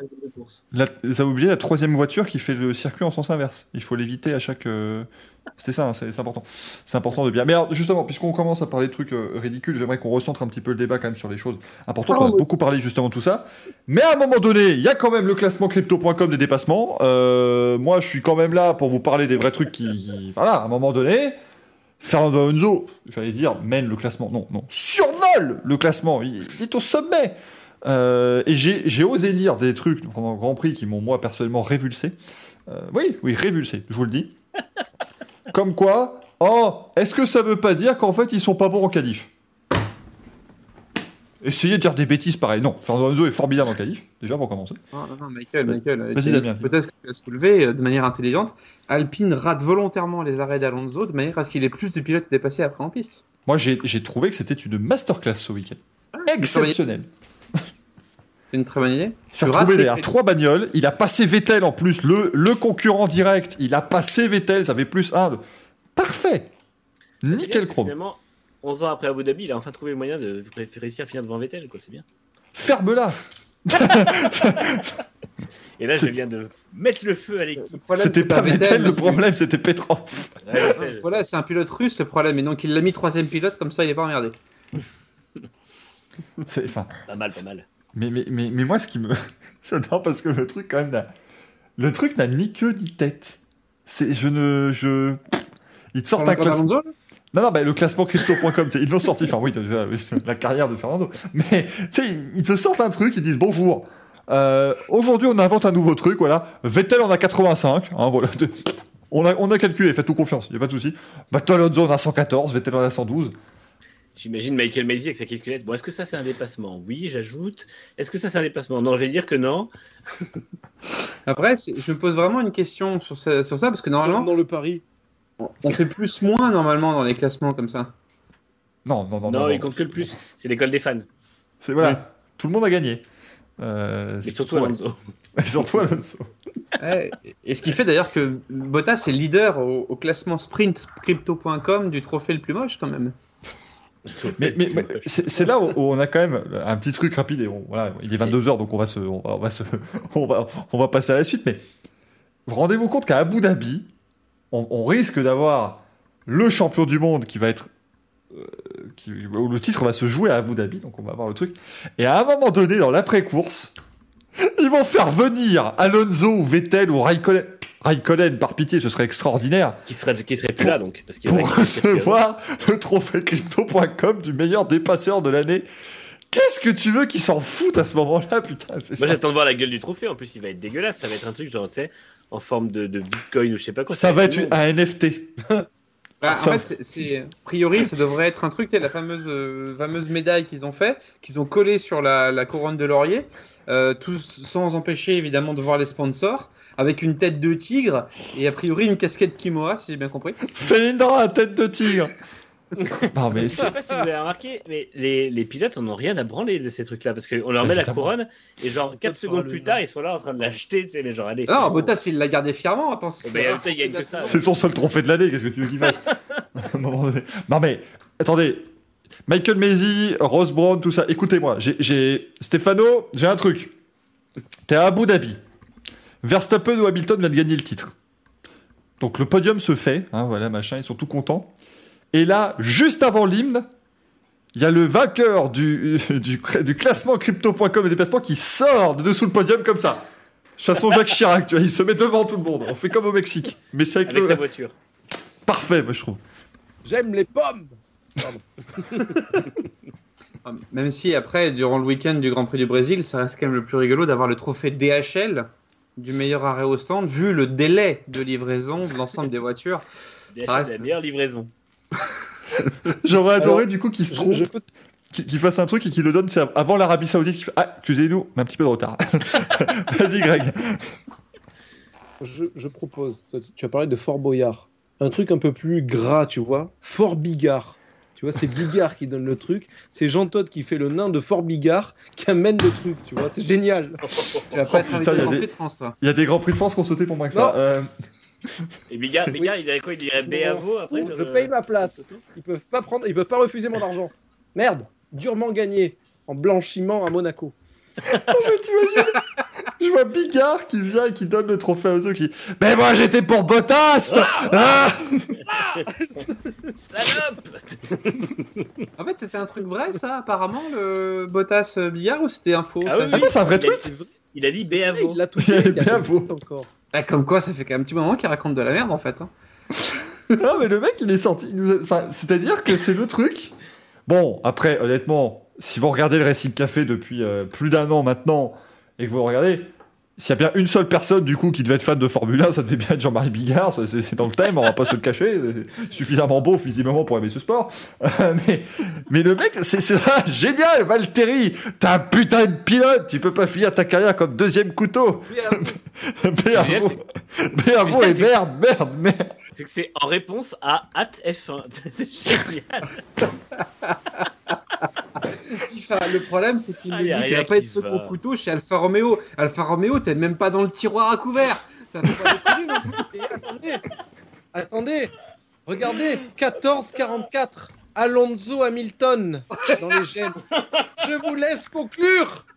3e voiture qui fait le circuit en sens inverse. Il faut l'éviter à chaque... C'était ça, hein, c'est important. C'est important de bien. Mais alors, justement, puisqu'on commence à parler de trucs ridicules, j'aimerais qu'on recentre un petit peu le débat quand même sur les choses importantes. On a beaucoup parlé justement de tout ça. Mais à un moment donné, il y a quand même le classement crypto.com des dépassements. Moi, je suis quand même là pour vous parler des vrais trucs qui... Voilà, à un moment donné, Fernando Alonso, j'allais dire, mène le classement. Non, survole le classement. Il est au sommet. Et j'ai osé lire des trucs pendant le Grand Prix qui m'ont, moi, personnellement révulsé. Oui, révulsé, je vous le dis. Comme quoi, est-ce que ça veut pas dire qu'en fait ils sont pas bons en qualif ? Essayez de dire des bêtises pareilles. Non, Fernando Alonso est formidable en qualif, déjà pour commencer. Non, Michael, vas-y, Damien. Peut-être que tu as soulevé de manière intelligente. Alpine rate volontairement les arrêts d'Alonso de manière à ce qu'il ait plus de pilotes dépassés après en piste. Moi j'ai trouvé que c'était une masterclass ce week-end. Exceptionnel. C'est une très bonne idée. Il s'est retrouvé derrière 3 bagnoles. Il a passé Vettel en plus, le concurrent direct. Il a passé Vettel, ça fait plus 1. Parfait. Nickel chrome. Finalement, 11 ans après Abu Dhabi, il a enfin trouvé le moyen de réussir à finir devant Vettel, quoi. C'est bien. Ferme-la. Et là, je viens de mettre le feu à l'équipe. C'était pas Vettel, le problème, c'était Petrov. Voilà, c'est un pilote russe, le problème. Et donc, il l'a mis 3e pilote, comme ça, il est pas emmerdé. Pas mal. Mais moi, ce qui me... J'adore parce que le truc, quand même, n'a ni queue ni tête. Ils te sortent un classement... Non, le classement crypto.com, ils l'ont sorti, enfin oui, la carrière de Fernando. Mais, tu sais, ils te sortent un truc, ils disent bonjour. Aujourd'hui, on invente un nouveau truc, voilà. Vettel en a 85, hein, voilà. On a calculé, faites-nous confiance, il n'y a pas de souci. Alonso en a 114, Vettel en a 112. J'imagine Michael Masi avec sa calculette. Bon, est-ce que ça c'est un dépassement ? Oui, j'ajoute. Est-ce que ça c'est un dépassement ? Non, je vais dire que non. Après, je me pose vraiment une question sur ça parce que normalement, dans le pari, on fait plus-moins normalement dans les classements comme ça. Non, il compte que le plus. C'est l'école des fans. C'est voilà, ouais. Tout le monde a gagné. Et surtout Alonso. Ouais, et ce qui fait d'ailleurs que Bottas est leader au classement sprint crypto.com du trophée le plus moche quand même. Mais c'est là où on a quand même un petit truc rapide et voilà, il est 22h donc on va passer à la suite, mais rendez-vous compte qu'à Abu Dhabi on risque d'avoir le champion du monde qui va être où le titre va se jouer à Abu Dhabi, donc on va avoir le truc, et à un moment donné dans l'après-course ils vont faire venir Alonso ou Vettel ou Raikkonen. Raikkonen, par pitié, ce serait extraordinaire. Qui serait plus là, donc. Parce qu'il Pour recevoir le trophée crypto.com du meilleur dépasseur de l'année. Qu'est-ce que tu veux qu'ils s'en foutent à ce moment-là, putain. Moi, j'attends de voir la guelle du trophée. En plus, il va être dégueulasse. Ça va être un truc, genre, tu sais, en forme de Bitcoin ou je sais pas quoi. Ça va être un NFT. En fait, a priori, ça devrait être un truc, tu sais, la fameuse médaille qu'ils ont collée sur la couronne de laurier, tout sans empêcher évidemment de voir les sponsors, avec une tête de tigre et a priori une casquette Kimoa, si j'ai bien compris. Felindra à tête de tigre. Non, mais je sais pas si vous avez remarqué, mais les pilotes en ont rien à branler de ces trucs-là, parce qu'on leur met la couronne et genre 4 secondes plus tard, ils sont là en train de l'acheter, tu sais, mais genre allez. Non, Bottas il l'a gardé fièrement, attends. C'est son seul trophée de l'année, qu'est-ce que tu veux qu'il fasse? Non mais, attendez, Michael Masi, Ross Brown, tout ça, écoutez-moi, Stéphano, j'ai un truc. T'es à Abu Dhabi. Verstappen ou Hamilton vient de gagner le titre. Donc le podium se fait, hein, voilà, machin, ils sont tout contents. Et là, juste avant l'hymne, il y a le vainqueur du classement crypto.com et des placements qui sort de dessous le podium comme ça. Façon Jacques Chirac, tu vois, il se met devant tout le monde. On fait comme au Mexique. Mais c'est avec sa voiture. Parfait, moi je trouve. J'aime les pommes. Même si après, durant le week-end du Grand Prix du Brésil, ça reste quand même le plus rigolo d'avoir le trophée DHL du meilleur arrêt au stand, vu le délai de livraison de l'ensemble des voitures. DHL, reste... la meilleure livraison. J'aurais adoré du coup qu'il se trompe, qu'il fasse un truc et qu'il le donne avant l'Arabie Saoudite. Ah, excusez-nous, on a un petit peu de retard. Vas-y, Greg. Je propose, tu as parlé de Fort Boyard, un truc un peu plus gras, tu vois, Fort Bigard. Tu vois, c'est Bigard qui donne le truc. C'est Jean Todt qui fait le nain de Fort Bigard qui amène le truc, tu vois, c'est génial. Tu vas pas être invité au Grand Prix de France, toi. Il y a des Grands Prix de France qui ont sauté pour moins que ça. Et Bigard, il dirait quoi? Il dirait Béavo après. Je paye ma place. Ils peuvent pas refuser mon argent. Merde, durement gagné en blanchiment à Monaco. Oh, mais t'imagines? Je vois Bigard qui vient et qui donne le trophée aux autres qui. Mais moi j'étais pour Bottas. Salope. En fait, c'était un truc vrai, ça, apparemment, le Bottas Bigard, ou c'était un faux? Ah oui, c'est un vrai tweet. Il a dit Béavo. Il a tout fait. Béavo encore. Bah, comme quoi, ça fait quand même un petit moment qu'il raconte de la merde, en fait. Hein. Non, mais le mec, il est sorti. Enfin, c'est-à-dire que c'est le truc. Bon, après, honnêtement, si vous regardez le Racing Café depuis plus d'un an maintenant, et que vous regardez, s'il y a bien une seule personne, du coup, qui devait être fan de Formule 1, ça devait bien être Jean-Marie Bigard, c'est dans le thème, on va pas se le cacher, c'est suffisamment beau, visiblement, pour aimer ce sport. Mais le mec, c'est ça, génial, Valtteri, t'es un putain de pilote, tu peux pas finir ta carrière comme deuxième couteau. Bravo et merde. C'est que c'est en réponse à @F1. C'est génial. Le problème, c'est qu'il me dit qu'il va pas être second couteau chez Alfa Romeo. Alfa Romeo, t'es même pas dans le tiroir à couvert. Ça fait pas déconner non plus. Attendez, regardez, 14-44, Alonso Hamilton dans les gènes. Je vous laisse conclure.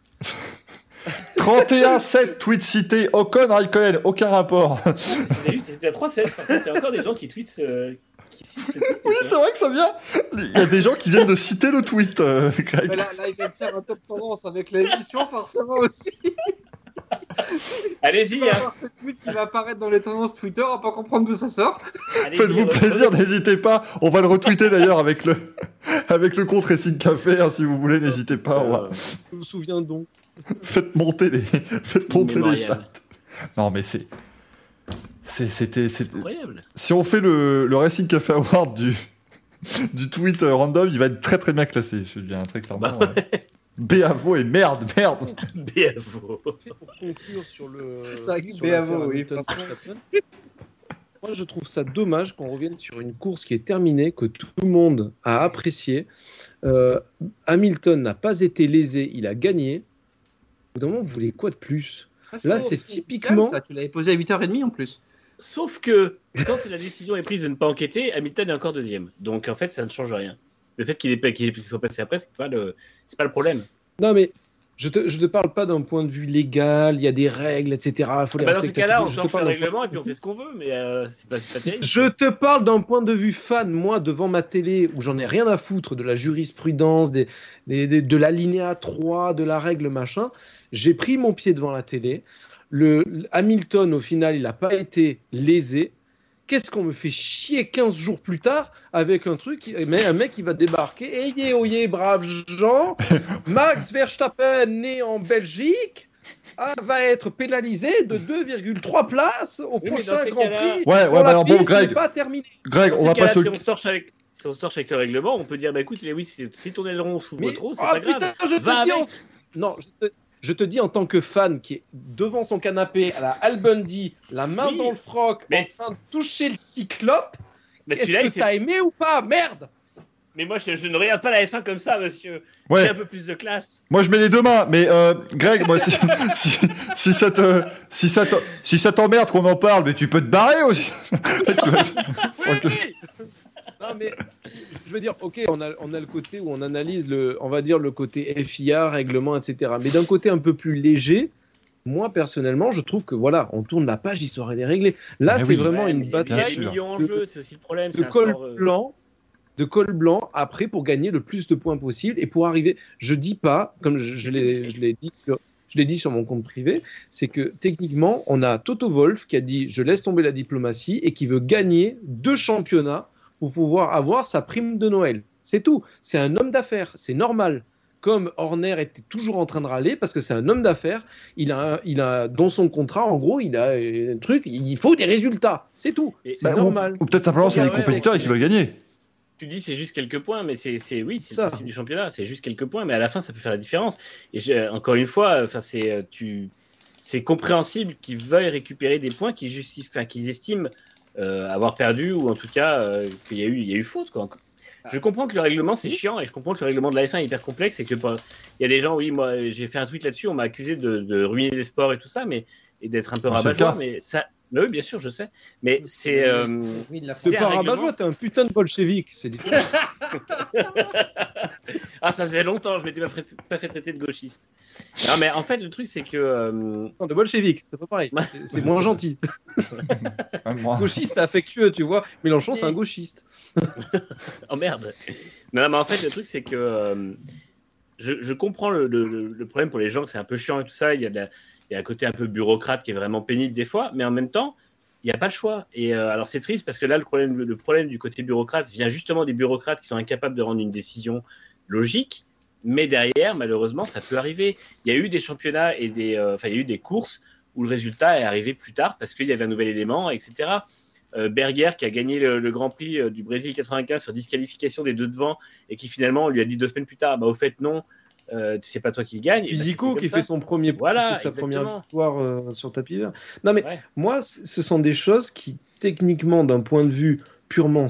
31-7 tweets cités, Ocon, Raikkonen, aucun rapport. C'était à 3-7, par contre, il y a encore des gens qui tweetent. Oui, c'est vrai que ça vient. Il y a des gens qui viennent de citer le tweet, Greg. Là, il vient de faire un top tendance avec l'émission, forcément aussi. Allez-y. Il va y avoir ce tweet qui va apparaître dans les tendances Twitter, on va pas comprendre d'où ça sort. Faites-vous plaisir, n'hésitez pas. On va le retweeter d'ailleurs avec le compte Racing Café, hein, si vous voulez, n'hésitez pas. Je me souviens donc. Faites monter les stats. Non, mais c'était incroyable. Si on fait le Racing Café Award du tweet random, il va être très très bien classé. Je dis très clairement. Béavo et merde. Béavo. Pour conclure sur le. Béavo, oui. Moi, je trouve ça dommage qu'on revienne sur une course qui est terminée, que tout le monde a apprécié. Hamilton n'a pas été lésé, il a gagné. Au bout d'un moment, vous voulez quoi de plus? Là, c'est typiquement. Ça, tu l'avais posé à 8h30 en plus. Sauf que quand la décision est prise de ne pas enquêter, Hamilton est encore deuxième. Donc en fait, ça ne change rien. Le fait qu'il soit passé après, c'est pas le problème. Non, mais je te parle pas d'un point de vue légal, il y a des règles, etc. Faut les dans ce cas-là, on change le règlement et puis on fait ce qu'on veut, mais c'est pas terrible. Je te parle d'un point de vue fan, moi, devant ma télé, où j'en ai rien à foutre de la jurisprudence, de l'alinéa 3, de la règle, machin. J'ai pris mon pied devant la télé. Hamilton, au final, il n'a pas été lésé. Qu'est-ce qu'on me fait chier 15 jours plus tard avec un mec qui va débarquer. Oyez, braves gens, Max Verstappen, né en Belgique, va être pénalisé de 2,3 places au prochain Grand Prix. Ouais, alors bon, Greg, on va pas se... Si on se torche avec le règlement, on peut dire, écoute, Lewis, si ton aileron s'ouvre trop, c'est pas grave. Je te dis en tant que fan qui est devant son canapé à la Al Bundy, la main dans le froc, en train de toucher le cyclope, est-ce que t'as aimé ou pas? Merde! Mais moi, je ne regarde pas la F1 comme ça, monsieur. Ouais. J'ai un peu plus de classe. Moi, je mets les deux mains. Mais Greg, moi, si ça t'emmerde qu'on en parle, mais tu peux te barrer aussi. Non, mais je veux dire, ok, on a le côté où on analyse on va dire le côté FIA, règlement, etc. Mais d'un côté un peu plus léger, moi personnellement, je trouve que voilà, on tourne la page, l'histoire elle est réglée. Là, c'est vraiment une bataille. Il y a des millions en jeu, c'est aussi le problème. De col blanc après pour gagner le plus de points possible et pour arriver. Je dis pas, comme je l'ai dit sur mon compte privé, c'est que techniquement, on a Toto Wolff qui a dit je laisse tomber la diplomatie et qui veut gagner 2 championnats pour pouvoir avoir sa prime de Noël. C'est tout. C'est un homme d'affaires. C'est normal. Comme Horner était toujours en train de râler parce que c'est un homme d'affaires, il a dans son contrat, en gros, il a un truc, il faut des résultats. C'est tout. C'est normal. Ou peut-être simplement c'est des compétiteurs et qui veulent gagner. Tu dis c'est juste quelques points, mais c'est le principe du championnat. C'est juste quelques points, mais à la fin, ça peut faire la différence. Et encore une fois, c'est compréhensible qu'ils veuillent récupérer des points qu'ils estiment avoir perdu ou en tout cas qu'il y a eu faute, quoi. Je comprends que le règlement c'est chiant et je comprends que le règlement de la F1 est hyper complexe et que il y a des gens, oui, moi j'ai fait un tweet là-dessus, on m'a accusé de ruiner les sports et tout ça, et d'être un peu rabat-joie, mais ça, oui, bien sûr, je sais, mais c'est pas rabat-joie, t'es un putain de bolchevique, c'est différent. Ah, ça faisait longtemps, je m'étais pas fait traiter de gauchiste. Non, mais en fait, le truc, c'est que... Non, de bolchevique, c'est pas pareil. C'est moins gentil. Gauchiste, c'est affectueux, tu vois. Mélenchon, c'est un gauchiste. Oh merde. Non, mais en fait, le truc, c'est que... je comprends le problème pour les gens, que c'est un peu chiant et tout ça. Il y a un côté un peu bureaucrate qui est vraiment pénible des fois, mais en même temps, il n'y a pas le choix. Et alors, c'est triste parce que là, le problème du côté bureaucrate vient justement des bureaucrates qui sont incapables de rendre une décision logique. Mais derrière, malheureusement, ça peut arriver. Il y a eu des championnats et il y a eu des courses où le résultat est arrivé plus tard parce qu'il y avait un nouvel élément, etc. Berger qui a gagné le Grand Prix du Brésil 95 sur disqualification des 2 devant et qui finalement on lui a dit 2 semaines plus tard, au fait non, c'est pas toi qui le gagne. Physico qui fait sa première victoire sur tapis vert. Non mais moi, ce sont des choses qui techniquement, d'un point de vue purement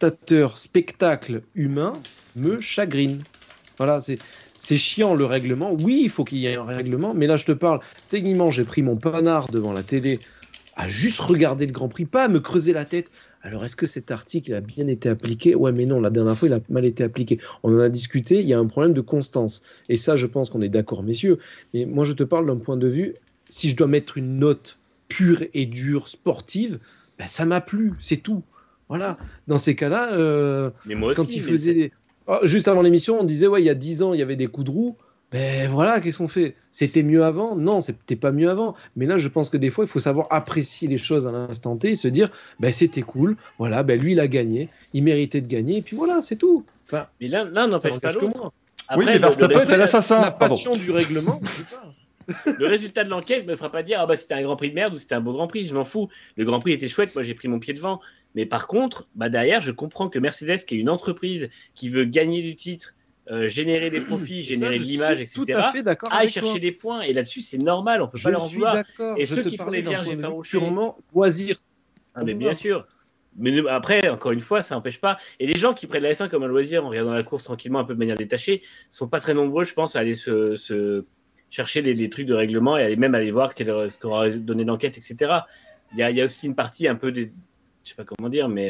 spectacle humain, me chagrinent. Voilà, c'est chiant le règlement. Oui, il faut qu'il y ait un règlement, mais là je te parle, techniquement j'ai pris mon panard devant la télé à juste regarder le Grand Prix, pas à me creuser la tête. Alors est-ce que cet article a bien été appliqué? Ouais, mais non, la dernière fois il a mal été appliqué. On en a discuté, il y a un problème de constance. Et ça, je pense qu'on est d'accord, messieurs. Mais moi je te parle d'un point de vue, si je dois mettre une note pure et dure sportive, ça m'a plu, c'est tout. Voilà, dans ces cas-là, mais moi aussi, quand il faisait... Juste avant l'émission, on disait, il y a 10 ans, il y avait des coups de roue. Ben voilà, qu'est-ce qu'on fait? C'était mieux avant? Non, c'était pas mieux avant. Mais là, je pense que des fois, il faut savoir apprécier les choses à l'instant T et se dire, c'était cool, voilà, lui, il a gagné, il méritait de gagner, et puis voilà, c'est tout. Enfin, mais là n'empêche pas l'autre. Oui, mais Verstappen est l'assassin. La passion du règlement, je sais pas. Le résultat de l'enquête ne me fera pas dire c'était un Grand Prix de merde ou c'était un beau Grand Prix, je m'en fous. Le Grand Prix était chouette, moi j'ai pris mon pied devant. Mais par contre, derrière, je comprends que Mercedes, qui est une entreprise qui veut gagner du titre, générer des profits, générer de l'image, etc., aille chercher des points. Et là-dessus, c'est normal, on ne peut pas leur en vouloir. Et ceux qui font les vierges effarouchés... Purement loisir. Mais bien sûr. Mais après, encore une fois, ça n'empêche pas. Et les gens qui prennent la F1 comme un loisir en regardant la course tranquillement, un peu de manière détachée, ne sont pas très nombreux, je pense, à aller se chercher les trucs de règlement et même aller voir ce qu'aura donné l'enquête, etc. Il y a aussi une partie un peu des... Je sais pas comment dire, mais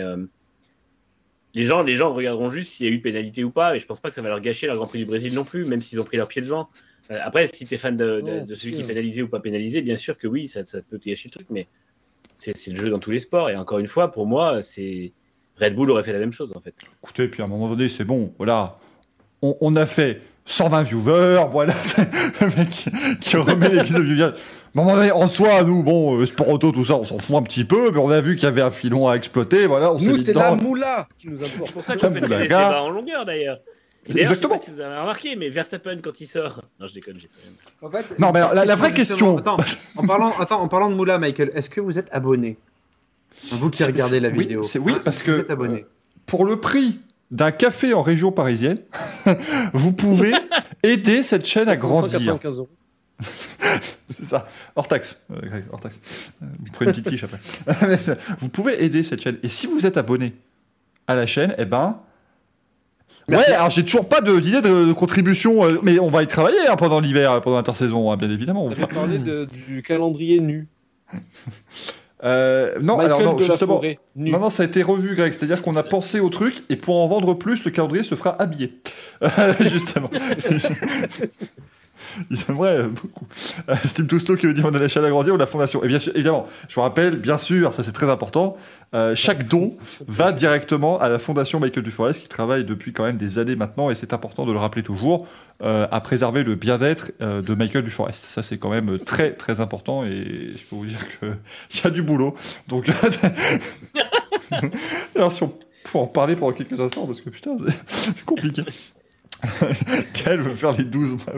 les gens regarderont juste s'il y a eu pénalité ou pas, et je pense pas que ça va leur gâcher leur Grand Prix du Brésil non plus, même s'ils ont pris leur pied devant. Après, si tu es fan de celui qui est pénalisé ou pas pénalisé, bien sûr que oui, ça peut te gâcher le truc, mais c'est le jeu dans tous les sports, et encore une fois, pour moi, Red Bull aurait fait la même chose, en fait. Écoutez, puis à un moment donné, c'est bon, voilà, on a fait 120 viewers, voilà, le mec qui remet les viewers. Non, mais en soi, nous, bon, sport auto, tout ça, on s'en fout un petit peu, mais on a vu qu'il y avait un filon à exploiter, voilà, on s'est Nous, mis c'est dedans. la moula qui nous importe. C'est pour ça qu'on fait des Moulaga. débats en longueur d'ailleurs. Et d'ailleurs, Exactement. je sais pas si vous avez remarqué, mais Verstappen quand il sort. Non, je déconne, j'ai pas rien. En fait, Non, mais alors, la vraie question. Attends, en parlant de Moula, Michael, est-ce que vous êtes abonné? Vous qui regardez la vidéo. Oui, Hein, parce est-ce vous que êtes abonné pour le prix d'un café en région parisienne, vous pouvez aider cette chaîne à grandir. 195 €. C'est ça, hors taxe. Greg, hors taxe. Vous ferez une petite fiche après. Vous pouvez aider cette chaîne. Et si vous êtes abonné à la chaîne, eh ben. Ouais, alors j'ai toujours pas d'idée de contribution, mais on va y travailler pendant l'hiver, pendant l'intersaison, bien évidemment. On On fera... va parler du calendrier nu. non, Michael alors non, de la justement. Forêt, nu. Non, ça a été revu, Greg. C'est-à-dire qu'on a pensé au truc, et pour en vendre plus, le calendrier se fera habillé. Justement. Ils aimeraient beaucoup. Steve Tousteau qui veut dire on a la chaîne à grandir ou la fondation. Et bien sûr, évidemment, je vous rappelle, bien sûr, ça c'est très important, chaque don va directement à la fondation Michael Duforest qui travaille depuis quand même des années maintenant, et c'est important de le rappeler toujours, à préserver le bien-être de Michael Duforest. Ça c'est quand même très très important, et je peux vous dire qu'il y a du boulot. Donc, alors si on peut en parler pendant quelques instants, parce que putain, c'est compliqué. Quel veut faire les 12 mois.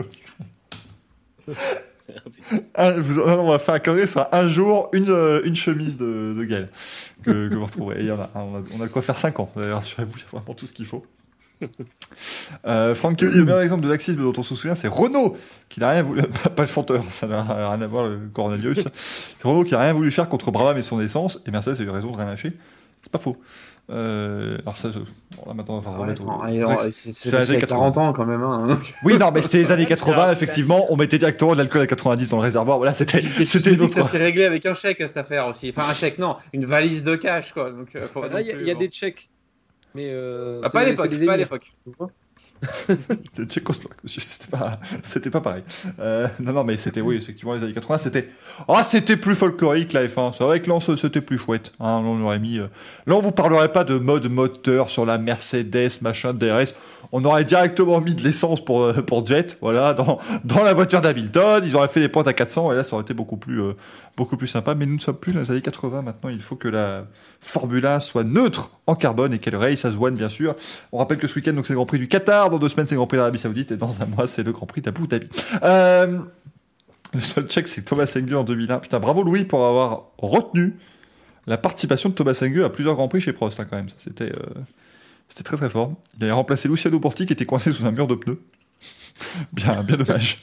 On va faire un calendrier sur un jour, une chemise de Gaël que vous retrouverez. Et il y en a, on a de quoi faire 5 ans. D'ailleurs, rassurez-vous, il y a vraiment tout ce qu'il faut. Franck Kelly, le meilleur exemple de laxisme dont on se souvient, c'est Renault, qui n'a rien voulu, pas le chanteur, ça n'a rien à voir, le coronavirus. C'est Renault qui n'a rien voulu faire contre Brabham et son essence, et Mercedes a eu raison de rien lâcher. C'est pas faux. Alors ça, bon, là maintenant on va remettre. C'est les années 40 ans quand même. Hein. Oui, non, mais c'était les années 80, effectivement. On mettait directement de l'alcool à 90 dans le réservoir. Voilà, c'était une autre. Ça s'est réglé avec un chèque cette affaire aussi. Enfin, un chèque, non, une valise de cash quoi. Donc, là, il y a des chèques. Mais pas à l'époque. Pas à l'époque. C'était tchécoslovaque, monsieur. C'était pas pareil. Non, mais c'était, oui, effectivement, les années 80, c'était plus folklorique, la F1. C'est vrai que là, c'était plus chouette. Hein, on aurait mis, là, on vous parlerait pas de mode moteur sur la Mercedes, machin, DRS. On aurait directement mis de l'essence pour Jet, voilà, dans la voiture d'Hamilton. Ils auraient fait des pointes à 400, et là, ça aurait été beaucoup plus sympa. Mais nous ne sommes plus dans les années 80. Maintenant, il faut que la Formule 1 soit neutre en carbone et qu'elle race as one, bien sûr. On rappelle que ce week-end, donc, c'est le Grand Prix du Qatar. Dans 2 semaines, c'est le Grand Prix d'Arabie Saoudite. Et dans un mois, c'est le Grand Prix d'Abu Dhabi. Le seul check, c'est Thomas Engue en 2001. Putain, bravo Louis pour avoir retenu la participation de Thomas Engue à plusieurs Grands Prix chez Prost, hein, quand même. Ça, c'était très très fort. Il a remplacé Luciano Borti qui était coincé sous un mur de pneus. bien dommage.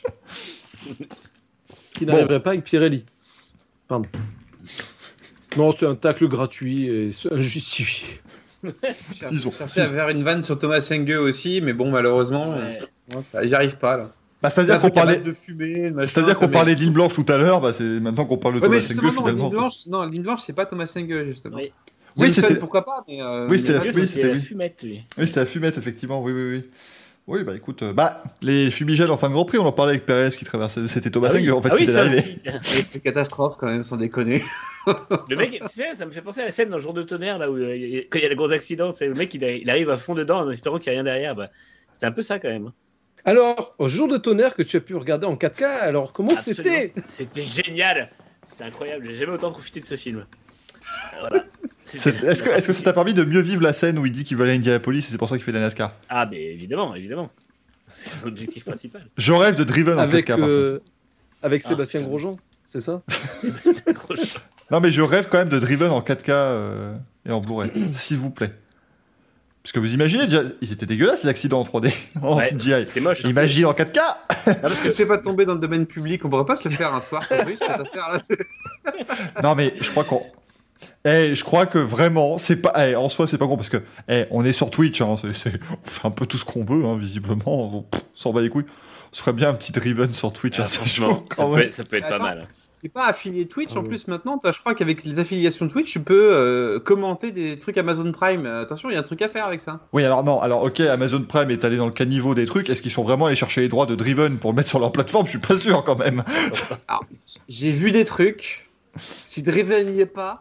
Qui n'arriverait pas avec Pirelli. Pardon. Non, c'est un tacle gratuit et injustifié. Ils ont cherché à faire une vanne sur Thomas Engue aussi, mais bon, malheureusement, j'y arrive pas là. Bah, c'est-à-dire qu'on parlait de fumée, parlait de ligne blanche tout à l'heure, bah c'est maintenant qu'on parle de Thomas Engue finalement. Ligne blanche, c'est pas Thomas Engue justement. Oui, c'était pourquoi pas, mais c'était la fumette, lui. Oui, c'était la fumette, effectivement. Oui. Oui, bah écoute, les fumigènes en fin de Grand Prix, on en parlait avec Perez qui traversait. C'était Thomas Engue en fait qui était arrivé. C'est une catastrophe quand même, sans déconner. Le mec, tu sais, ça me fait penser à la scène dans Jour de tonnerre, là où quand il y a le gros accident, le mec il arrive à fond dedans en espérant qu'il n'y a rien derrière. Bah, c'était un peu ça quand même. Alors, au Jour de tonnerre que tu as pu regarder en 4K, alors comment c'était ? C'était génial, c'était incroyable. J'ai jamais autant profité de ce film. Voilà. Est-ce que ça t'a permis de mieux vivre la scène où il dit qu'il veut aller à Indianapolis et c'est pour ça qu'il fait de la NASCAR ? Ah, mais évidemment. C'est son objectif principal. Je rêve de Driven en 4K. Avec Sébastien Grosjean, c'est ça ? Sébastien Grosjean. Non, mais je rêve quand même de Driven en 4K et en Blu-ray, s'il vous plaît. Parce que vous imaginez déjà, ils étaient dégueulasses les accidents en 3D, en CGI. C'était moche. Imagine en 4K. Parce que c'est pas tombé dans le domaine public, on pourrait pas se le faire un soir pour russe cette affaire-là. Non, mais je crois que vraiment, c'est pas, en soi, c'est pas con parce que, on est sur Twitch, hein, on fait un peu tout ce qu'on veut, hein, visiblement, on s'en bat les couilles. On se ferait bien un petit Driven sur Twitch, franchement, ça peut être pas mal. T'es pas affilié Twitch en plus maintenant, je crois qu'avec les affiliations Twitch, tu peux commenter des trucs Amazon Prime. Attention, il y a un truc à faire avec ça. Oui, alors non, ok, Amazon Prime est allé dans le caniveau des trucs. Est-ce qu'ils sont vraiment allés chercher les droits de Driven pour le mettre sur leur plateforme ? Je suis pas sûr quand même. Alors, j'ai vu des trucs. Si Driven n'y est pas,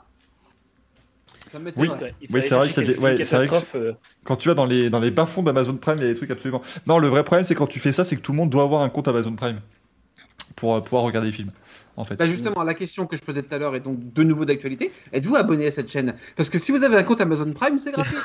ça me m'étonnerait. Oui, c'est vrai que quand tu vas dans les bas-fonds d'Amazon Prime, il y a des trucs absolument. Non, le vrai problème, c'est quand tu fais ça, c'est que tout le monde doit avoir un compte Amazon Prime. pour pouvoir regarder les films, en fait. Bah justement, la question que je posais tout à l'heure est donc de nouveau d'actualité. Êtes-vous abonné à cette chaîne? Parce que si vous avez un compte Amazon Prime, c'est gratuit.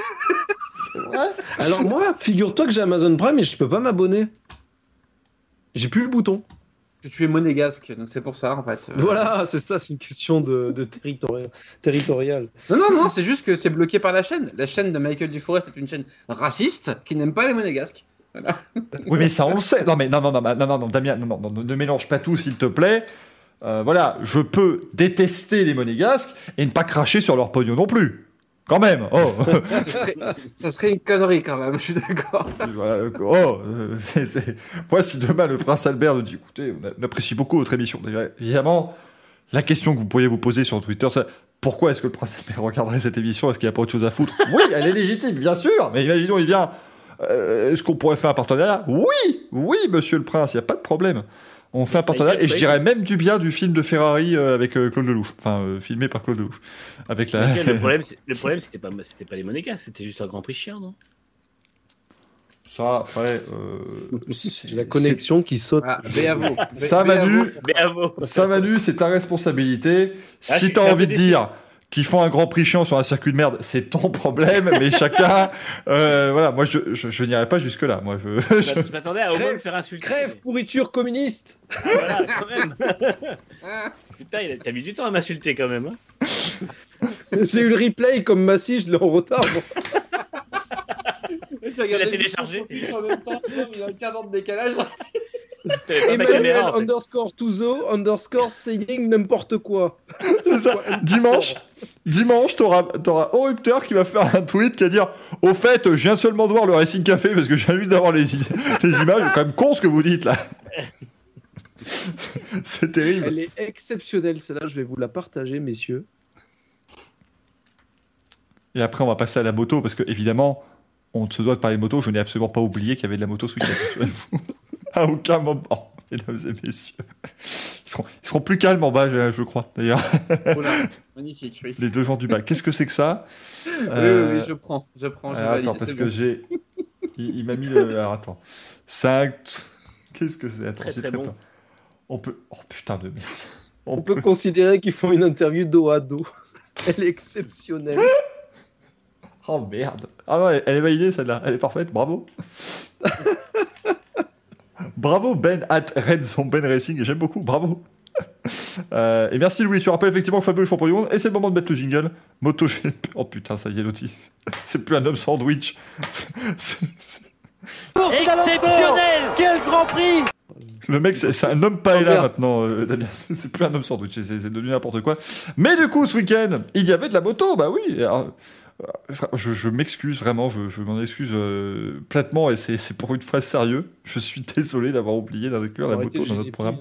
Alors moi, figure-toi que j'ai Amazon Prime et je peux pas m'abonner. J'ai plus le bouton. Tu es monégasque, donc c'est pour ça en fait. Voilà, c'est ça, c'est une question de territorial. Non, c'est juste que c'est bloqué par la chaîne. La chaîne de Michael Dufouré, c'est une chaîne raciste qui n'aime pas les monégasques. Voilà. Oui, mais ça, on le sait. Non, Damien, non, ne mélange pas tout, s'il te plaît. Voilà, je peux détester les monégasques et ne pas cracher sur leur pognon non plus. Quand même, oh. Ça serait une connerie quand même, je suis d'accord. Voilà, moi, si demain le prince Albert nous dit, écoutez, on apprécie beaucoup votre émission. Déjà, évidemment, la question que vous pourriez vous poser sur Twitter, c'est pourquoi est-ce que le prince Albert regarderait cette émission? Est-ce qu'il n'y a pas autre chose à foutre? Oui, elle est légitime, bien sûr, mais imaginons, il vient. Est-ce qu'on pourrait faire un partenariat? Oui, monsieur le prince, il n'y a pas de problème. On fait un partenariat, et je dirais même du bien du film de Ferrari avec Claude Lelouch. Enfin, filmé par Claude Lelouch. Avec la... Le problème, c'était pas les monégasques, c'était juste un Grand Prix chien, non? Ça, après... J'ai la connexion qui saute. Ah, Béavo. Ça, Manu, c'est ta responsabilité. Si t'as envie de dire qu'ils font un Grand Prix chiant sur un circuit de merde, c'est ton problème, mais chacun... voilà, moi, je n'irai pas jusque-là. Moi, Je m'attendais à au moins me faire insulter. Crève, pourriture communiste. Voilà, quand même. Putain, t'as mis du temps à m'insulter, quand même. Hein. J'ai eu le replay comme Massy, je l'ai en retard. Tu l'as téléchargé en même temps, tu vois, mais il y a 15 ans de décalage. Emmanuel _ Touzo _ saying n'importe quoi. C'est ça. Dimanche, t'auras un rupteur qui va faire un tweet qui va dire au fait, je viens seulement de voir le Racing Café parce que je viens juste d'avoir les images. C'est quand même con ce que vous dites là. C'est terrible. Elle est exceptionnelle, celle-là, je vais vous la partager, messieurs. Et après, on va passer à la moto parce que évidemment, on se doit de parler de moto. Je n'ai absolument pas oublié qu'il y avait de la moto ce week-end. À aucun moment, mesdames et messieurs. Ils seront plus calmes en bas, je crois, d'ailleurs. Voilà. Magnifique, oui. Les deux gens du bas. Qu'est-ce que c'est que ça? Oui, je prends. Attends, parce que j'ai... Il m'a mis le... Alors, attends. 5... Qu'est-ce que c'est? Attends, très bon. peur. On peut... Oh, putain de merde. On peut considérer qu'ils font une interview dos à dos. Elle est exceptionnelle. Oh, merde. Ah ouais, elle est validée, celle-là. Elle est parfaite, bravo. Bravo Ben at Red Zone Ben Racing, j'aime beaucoup, bravo. Et merci Louis, tu rappelles effectivement que Fabio est champion du monde et c'est le moment de mettre le jingle. MotoGP. Oh putain, ça y est, Loti. C'est plus un homme sandwich. Exceptionnel! Quel Grand Prix! Le mec, c'est un homme paella maintenant, Damien. C'est plus un homme sandwich, c'est devenu n'importe quoi. Mais du coup, ce week-end, il y avait de la moto, bah oui. Alors, je m'excuse vraiment, je m'en excuse platement et c'est pour une phrase sérieuse. Je suis désolé d'avoir oublié d'inclure la moto dans notre programme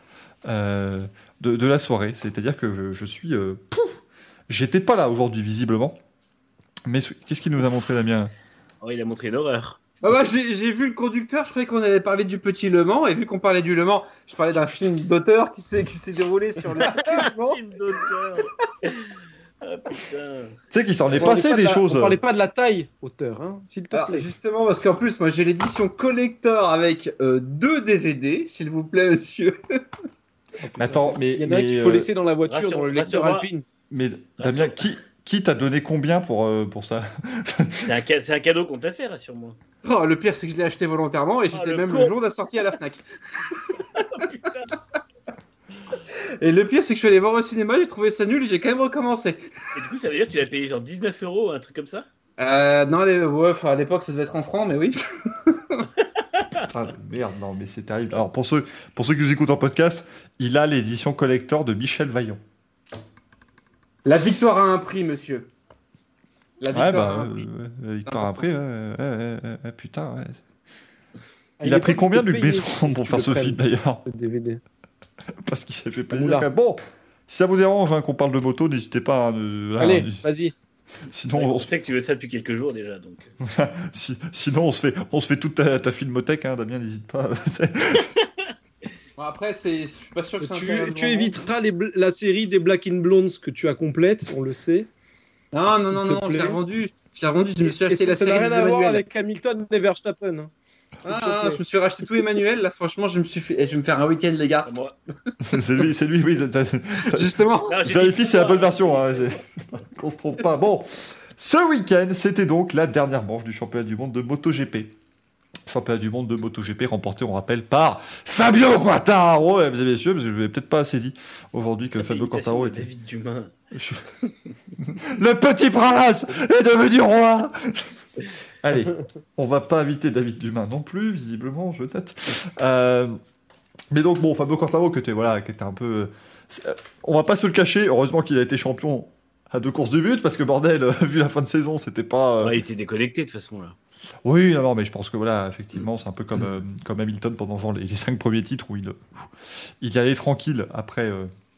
de la soirée. C'est-à-dire que je suis... J'étais pas là aujourd'hui, visiblement. Mais qu'est-ce qu'il nous a montré, Damien? Oh, il a montré une horreur. Bah, j'ai vu le conducteur, je croyais qu'on allait parler du Petit Le Mans, et vu qu'on parlait du Le Mans, je parlais d'un film d'auteur qui s'est déroulé sur le circuit Le Mans. Film d'auteur. Ah putain. Tu sais qu'il s'en est passé des choses. On parlait pas de la taille, auteur, hein, s'il te plaît. Alors, justement, parce qu'en plus, moi j'ai l'édition collector avec 2 DVD, s'il vous plaît, monsieur. Attends, mais... Il y en a un qu'il faut laisser dans la voiture, dans le lecteur Alpine. Mais Damien, qui t'a donné combien pour ça? C'est un cadeau qu'on t'a fait, rassure-moi. Oh, le pire, c'est que je l'ai acheté volontairement et j'étais même le jour de la sortie à la Fnac. Oh, putain. Et le pire, c'est que je suis allé voir au cinéma, j'ai trouvé ça nul et j'ai quand même recommencé. Et du coup, ça veut dire que tu l'as payé genre 19 €, un truc comme ça? Non, à l'époque, ça devait être en francs, mais oui. Putain de merde, non, mais c'est terrible. Alors, pour ceux qui nous écoutent en podcast, il a l'édition collector de Michel Vaillant. La victoire a un prix, monsieur. La victoire a un prix. La victoire a un prix, putain, ouais. Il a pris combien de Luc Besson pour faire ce film, d'ailleurs? Le DVD. Parce qu'il s'est fait plaisir. Bon, si ça vous dérange qu'on parle de moto, n'hésitez pas. Allez, vas-y. Sinon, on sait que tu veux ça depuis quelques jours déjà, donc. Sinon, on se fait toute ta filmothèque, hein, Damien, n'hésite pas. Bon, après, je suis pas sûr que tu éviteras la série des Black in Blondes que tu as complète, on le sait. Non, je l'ai revendu. Je me suis acheté la série des Ça n'a rien à voir Emmanuel. avec Hamilton et Verstappen. Hein. Je me suis racheté tout Emmanuel, là, franchement, je vais me faire un week-end, les gars. Moi. c'est lui, oui. Justement. Non, j'ai Vérifie, dit c'est la moi. bonne version. Hein, qu'on se trompe pas. Bon, ce week-end, c'était donc la dernière manche du championnat du monde de MotoGP. Championnat du monde de MotoGP remporté, on rappelle, par Fabio Quartararo, mesdames et messieurs, parce que je ne l'ai peut-être pas assez dit aujourd'hui que Fabio Quartararo était... David Dumas. Le petit prince est devenu roi. Allez, on va pas inviter David Dumas non plus, visiblement, je note. Mais donc, bon, Fabio Quartararo, qui était un peu... On va pas se le cacher, heureusement qu'il a été champion à 2 courses du but, parce que bordel, vu la fin de saison, c'était pas... Ouais, il était déconnecté de toute façon, là. Oui, non, mais je pense que effectivement, c'est un peu comme Hamilton pendant genre les 5 premiers titres où il y allait tranquille après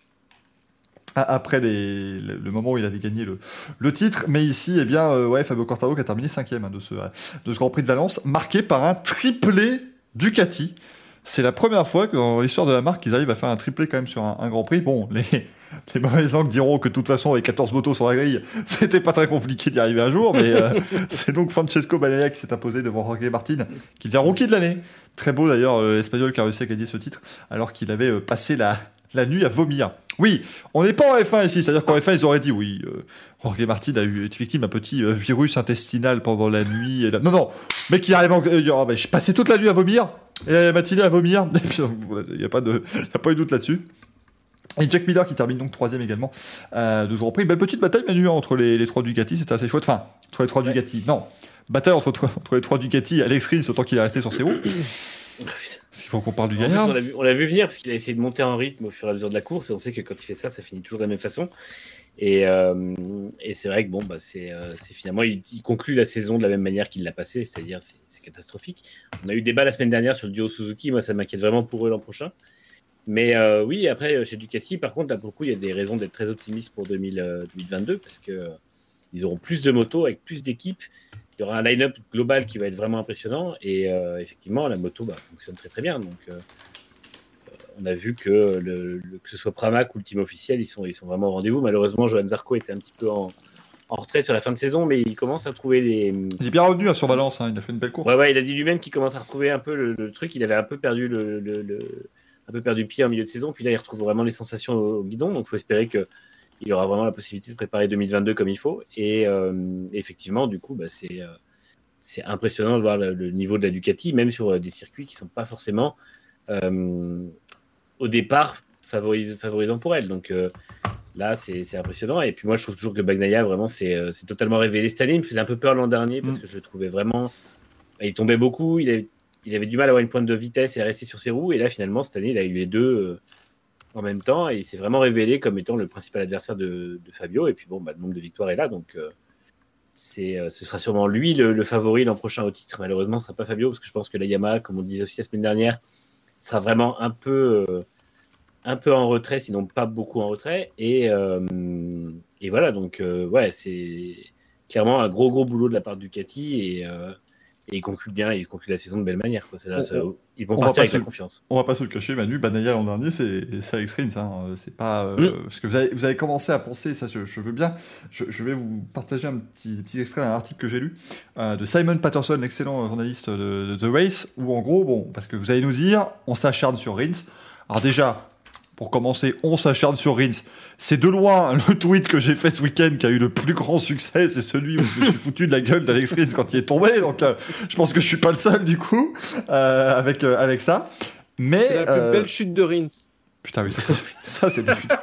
le moment où il avait gagné le titre. Mais ici, eh bien, Fabio Quartararo qui a terminé 5e de ce Grand Prix de Valence, marqué par un triplé Ducati. C'est la première fois que dans l'histoire de la marque, ils arrivent à faire un triplé quand même sur un Grand Prix. Bon, les mauvaises langues diront que de toute façon, avec 14 motos sur la grille, c'était pas très compliqué d'y arriver un jour, mais c'est donc Francesco Bagnaia qui s'est imposé devant Jorge Martin, qui devient rookie de l'année. Très beau d'ailleurs, l'Espagnol qui a réussi à gagner ce titre, alors qu'il avait passé la nuit à vomir. Oui, on n'est pas en F1 ici, c'est-à-dire qu'en F1, ils auraient dit, oui, Jorge Martin a été victime d'un petit virus intestinal pendant la nuit. Non, mais qui arrive je passais toute la nuit à vomir, et la matinée à vomir, et puis il n'y a pas eu de doute là-dessus. Et Jack Miller qui termine donc 3e également de ce Grand Prix. Une belle petite bataille Manu entre les 3 Ducati, c'était assez chouette. Enfin, entre les 3 Ducati, non. Bataille entre les 3 Ducati, Alex Rins autant qu'il est resté sur ses roues. Parce qu'il faut qu'on parle du gagnant. On l'a vu venir parce qu'il a essayé de monter en rythme au fur et à mesure de la course et on sait que quand il fait ça, ça finit toujours de la même façon. Et c'est vrai que c'est finalement il conclut la saison de la même manière qu'il l'a passée, c'est-à-dire c'est catastrophique. On a eu débat la semaine dernière sur le duo Suzuki, moi ça m'inquiète vraiment pour eux l'an prochain. Mais oui, après, chez Ducati, par contre, là, pour le coup, il y a des raisons d'être très optimiste pour 2022 parce qu'ils auront plus de motos avec plus d'équipes. Il y aura un line-up global qui va être vraiment impressionnant et effectivement, la moto fonctionne très très bien. Donc, on a vu que que ce soit Pramac ou le team officiel, ils sont vraiment au rendez-vous. Malheureusement, Johan Zarco était un petit peu en retrait sur la fin de saison, mais il commence à trouver les... Il est bien revenu sur Valence, il a fait une belle course. Ouais, il a dit lui-même qu'il commence à retrouver un peu le truc. Il avait un peu perdu un peu perdu pied en milieu de saison, puis là il retrouve vraiment les sensations au guidon, donc il faut espérer qu'il aura vraiment la possibilité de préparer 2022 comme il faut, et effectivement du coup c'est impressionnant de voir le niveau de la Ducati, même sur des circuits qui ne sont pas forcément au départ favorisants pour elle, donc là c'est impressionnant, et puis moi je trouve toujours que Bagnaia vraiment c'est totalement révélé cette année. Il me faisait un peu peur l'an dernier, parce que je le trouvais vraiment, il tombait beaucoup, il avait du mal à avoir une pointe de vitesse et à rester sur ses roues. Et là, finalement, cette année, il a eu les deux en même temps. Et il s'est vraiment révélé comme étant le principal adversaire de Fabio. Et puis, le nombre de victoires est là. Donc, ce sera sûrement lui le favori l'an prochain au titre. Malheureusement, ce ne sera pas Fabio, parce que je pense que la Yamaha, comme on disait aussi la semaine dernière, sera vraiment un peu en retrait, sinon pas beaucoup en retrait. Et voilà. Donc, c'est clairement un gros boulot de la part de Ducati. Et il conclut bien, il conclut la saison de belle manière. Ils vont partir avec la confiance. On va pas se le cacher, Manu, Bagnaia l'an dernier, c'est Alex Rins. C'est pas, parce que vous avez commencé à penser, ça je veux bien, je vais vous partager un petit extrait d'un article que j'ai lu de Simon Patterson, l'excellent journaliste de The Race, où en gros, parce que vous allez nous dire, on s'acharne sur Rins. Alors déjà, pour commencer, on s'acharne sur Rins. C'est de loin le tweet que j'ai fait ce week-end qui a eu le plus grand succès, c'est celui où je me suis foutu de la gueule d'Alex Rins quand il est tombé, donc je pense que je suis pas le seul du coup avec ça. Mais c'est la plus belle chute de Rins. Putain, oui, ça c'est des chutes.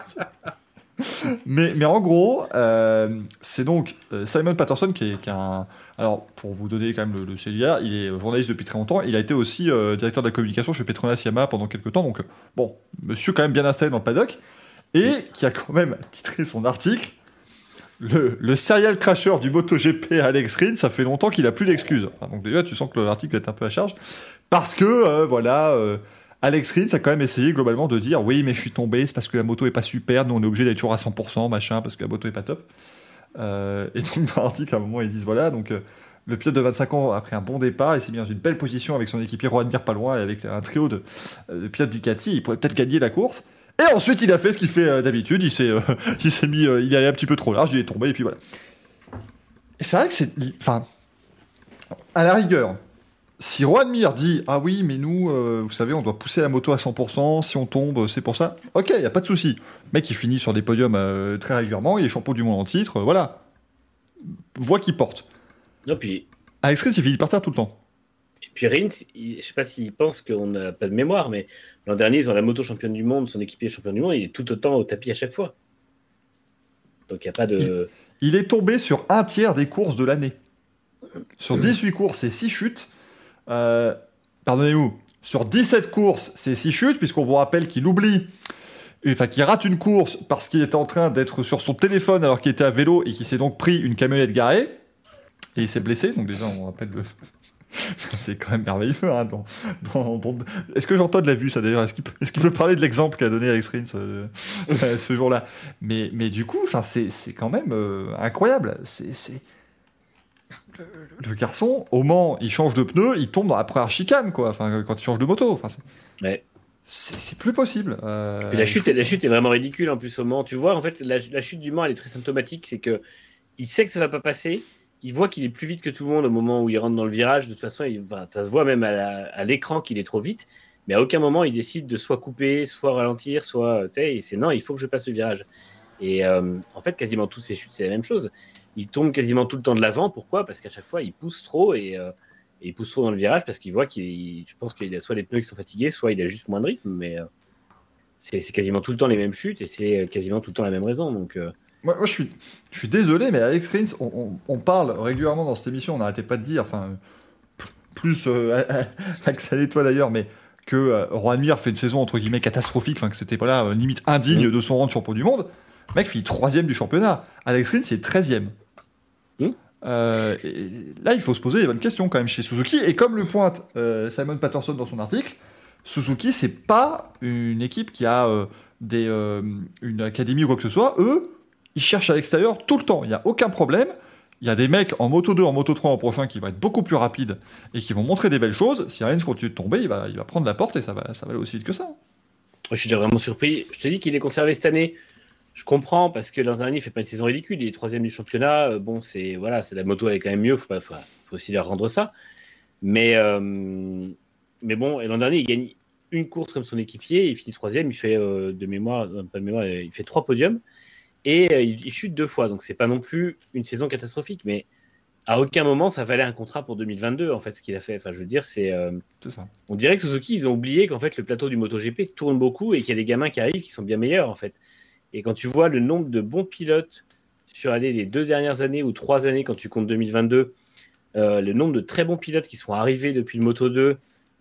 mais en gros, c'est donc Simon Patterson qui est un... Alors, pour vous donner quand même le CLIA, il est journaliste depuis très longtemps. Il a été aussi directeur de la communication chez Petronas Yamaha pendant quelques temps. Donc, monsieur quand même bien installé dans le paddock. Et qui a quand même titré son article le serial crasher du MotoGP Alex Rins, ça fait longtemps qu'il a plus d'excuses. Donc déjà, tu sens que l'article est un peu à charge. Parce que, Alex Rins a quand même essayé globalement de dire oui, mais je suis tombé, c'est parce que la moto est pas super, nous on est obligé d'être toujours à 100%, machin, parce que la moto est pas top. Et donc dans l'article, à un moment, ils disent voilà, donc le pilote de 25 ans a pris un bon départ, il s'est mis dans une belle position avec son équipier Juan Mir pas loin, et avec un trio de pilotes Ducati, il pourrait peut-être gagner la course. Et ensuite, il a fait ce qu'il fait d'habitude, il s'est mis, il est allé un petit peu trop large, il est tombé, et puis voilà. Et c'est vrai que c'est, à la rigueur, Si Juan Mir dit « Ah oui, mais nous, vous savez, on doit pousser la moto à 100%, si on tombe, c'est pour ça. » Ok, il n'y a pas de souci. Le mec, il finit sur des podiums très régulièrement, il est champion du monde en titre, voilà. Voix qu'il porte. Non, puis... Alex Rins, il finit par terre tout le temps. Et puis Rins, je ne sais pas s'il pense qu'on n'a pas de mémoire, mais l'an dernier, ils ont la moto championne du monde, son équipier champion du monde, il est tout autant au tapis à chaque fois. Donc il n'y a pas de... Il est tombé sur un tiers des courses de l'année. Sur 18 courses et 6 chutes... pardonnez-vous, sur 17 courses, c'est 6 chutes, puisqu'on vous rappelle qu'il oublie, enfin qu'il rate une course parce qu'il était en train d'être sur son téléphone alors qu'il était à vélo et qu'il s'est donc pris une camionnette garée, et il s'est blessé, donc déjà on rappelle le... c'est quand même merveilleux. Hein, Est-ce que Jean-Todt l'a vu ça d'ailleurs? Est-ce qu'il peut parler de l'exemple qu'a donné Alex Rins ce jour-là? Mais du coup, c'est quand même incroyable. Le garçon, au Mans, il change de pneu, il tombe dans la première chicane, quoi. Enfin, quand il change de moto. Enfin, c'est plus possible. Et la chute est vraiment ridicule en plus au Mans. Tu vois, en fait, la chute du Mans, elle est très symptomatique. C'est que il sait que ça va pas passer. Il voit qu'il est plus vite que tout le monde au moment où il rentre dans le virage. De toute façon, ça se voit même à l'écran qu'il est trop vite. Mais à aucun moment, il décide de soit couper, soit ralentir, soit... c'est non, il faut que je passe le virage. Et en fait, quasiment toutes ces chutes, c'est la même chose. Il tombe quasiment tout le temps de l'avant. Pourquoi? Parce qu'à chaque fois, il pousse trop et il pousse trop dans le virage parce qu'il voit je pense qu'il a soit les pneus qui sont fatigués, soit il a juste moins de rythme. Mais c'est quasiment tout le temps les mêmes chutes et c'est quasiment tout le temps la même raison. Donc... Moi, je suis désolé, mais Alex Rins, on parle régulièrement dans cette émission, on n'arrêtait pas de dire, enfin, plus Axel et toi d'ailleurs, mais que Juan Mir fait une saison entre guillemets catastrophique, enfin que c'était limite indigne de son rang de champion du monde. Le mec finit 3ème du championnat. Alex Rins, c'est 13ème. Là, il faut se poser les bonnes questions quand même chez Suzuki. Et comme le pointe Simon Patterson dans son article, Suzuki, c'est pas une équipe qui a une académie ou quoi que ce soit. Eux, ils cherchent à l'extérieur tout le temps. Il n'y a aucun problème. Il y a des mecs en Moto 2, en Moto 3 en prochain qui vont être beaucoup plus rapides et qui vont montrer des belles choses. Si Rins continue de tomber, il va prendre la porte et ça va aller aussi vite que ça. Je suis déjà vraiment surpris. Je te dis qu'il est conservé cette année. Je comprends parce que l'an dernier, il fait pas une saison ridicule. Il est 3ème du championnat. Bon, c'est la moto, elle est quand même mieux. Faut aussi leur rendre ça. Mais bon, et l'an dernier, il gagne une course comme son équipier. Il finit 3ème. Il fait il fait 3 podiums et il chute 2 fois. Donc c'est pas non plus une saison catastrophique. Mais à aucun moment, ça valait un contrat pour 2022. En fait, ce qu'il a fait. Enfin, je veux dire, c'est ça. On dirait que Suzuki, ils ont oublié qu'en fait, le plateau du MotoGP tourne beaucoup et qu'il y a des gamins qui arrivent qui sont bien meilleurs en fait. Et quand tu vois le nombre de bons pilotes sur les 2 dernières années ou 3 années, quand tu comptes 2022, le nombre de très bons pilotes qui sont arrivés depuis le Moto 2,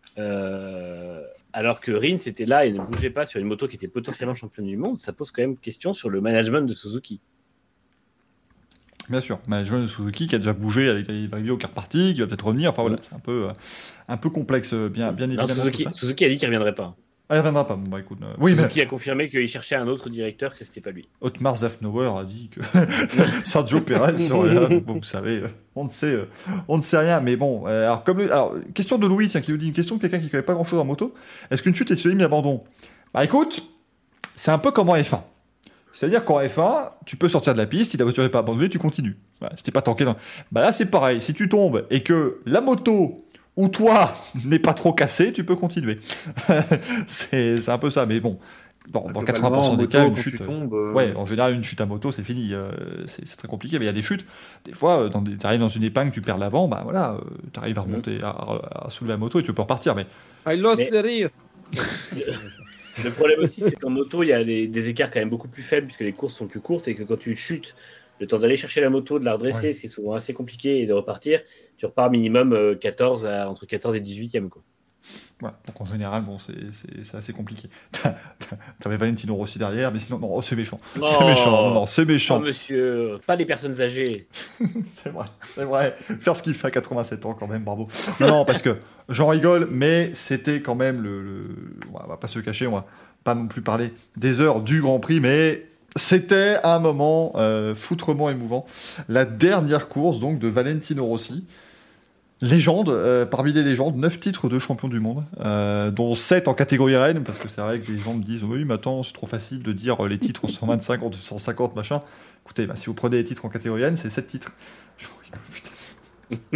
alors que Rins était là et ne bougeait pas sur une moto qui était potentiellement championne du monde, ça pose quand même question sur le management de Suzuki. Bien sûr, management de Suzuki qui a déjà bougé, il va arriver au car party, qui va peut-être revenir, enfin voilà, c'est un peu complexe, bien évidemment. Suzuki a dit qu'il ne reviendrait pas. Ah, il ne reviendra pas. Bon, écoute, oui, Suzuki a confirmé qu'il cherchait un autre directeur, que c'était pas lui. Otmar Zafnauer a dit que Sergio Perez serait là. Bon, vous savez, on ne sait rien. Mais bon, alors question de Louis, qui nous dit une question de quelqu'un qui ne connaît pas grand-chose en moto. Est-ce qu'une chute est synonyme d'abandon? Bah écoute, c'est un peu comme en F1. C'est-à-dire qu'en F1, tu peux sortir de la piste, si la voiture n'est pas abandonnée, tu continues. Voilà, si t'es pas tanké dans... Bah là, c'est pareil. Si tu tombes et que la moto ou toi n'est pas trop cassé, tu peux continuer. c'est un peu ça, mais bon, dans 80% des cas, une chute... Ouais, en général, une chute à moto, c'est fini. C'est très compliqué, mais il y a des chutes. Des fois, tu arrives dans une épingle, tu perds l'avant, bah voilà, tu arrives à remonter, à soulever la moto et tu peux repartir. Mais... I lost the rear. Le problème aussi, c'est qu'en moto, il y a des écarts quand même beaucoup plus faibles, puisque les courses sont plus courtes, et que quand tu chutes, le temps d'aller chercher la moto, de la redresser, ce qui est souvent assez compliqué, et de repartir, tu repars minimum entre 14 et 18e. Quoi. Ouais, donc en général, bon, c'est assez compliqué. T'avais Valentino Rossi derrière, mais sinon, non, c'est méchant. Oh, c'est méchant, non, c'est méchant. Non, monsieur, pas les personnes âgées. c'est vrai. Faire ce qu'il fait à 87 ans, quand même, bravo. Non, parce que j'en rigole, mais c'était quand même on va pas se cacher, on va pas non plus parler des heures du Grand Prix, mais c'était un moment foutrement émouvant. La dernière course, donc, de Valentino Rossi. Légende, parmi les légendes, 9 titres de champion du monde, dont 7 en catégorie RN, parce que c'est vrai que les gens me disent « Oui, mais attends, c'est trop facile de dire les titres en 125, en 250, machin. » Écoutez, si vous prenez les titres en catégorie N, c'est 7 titres.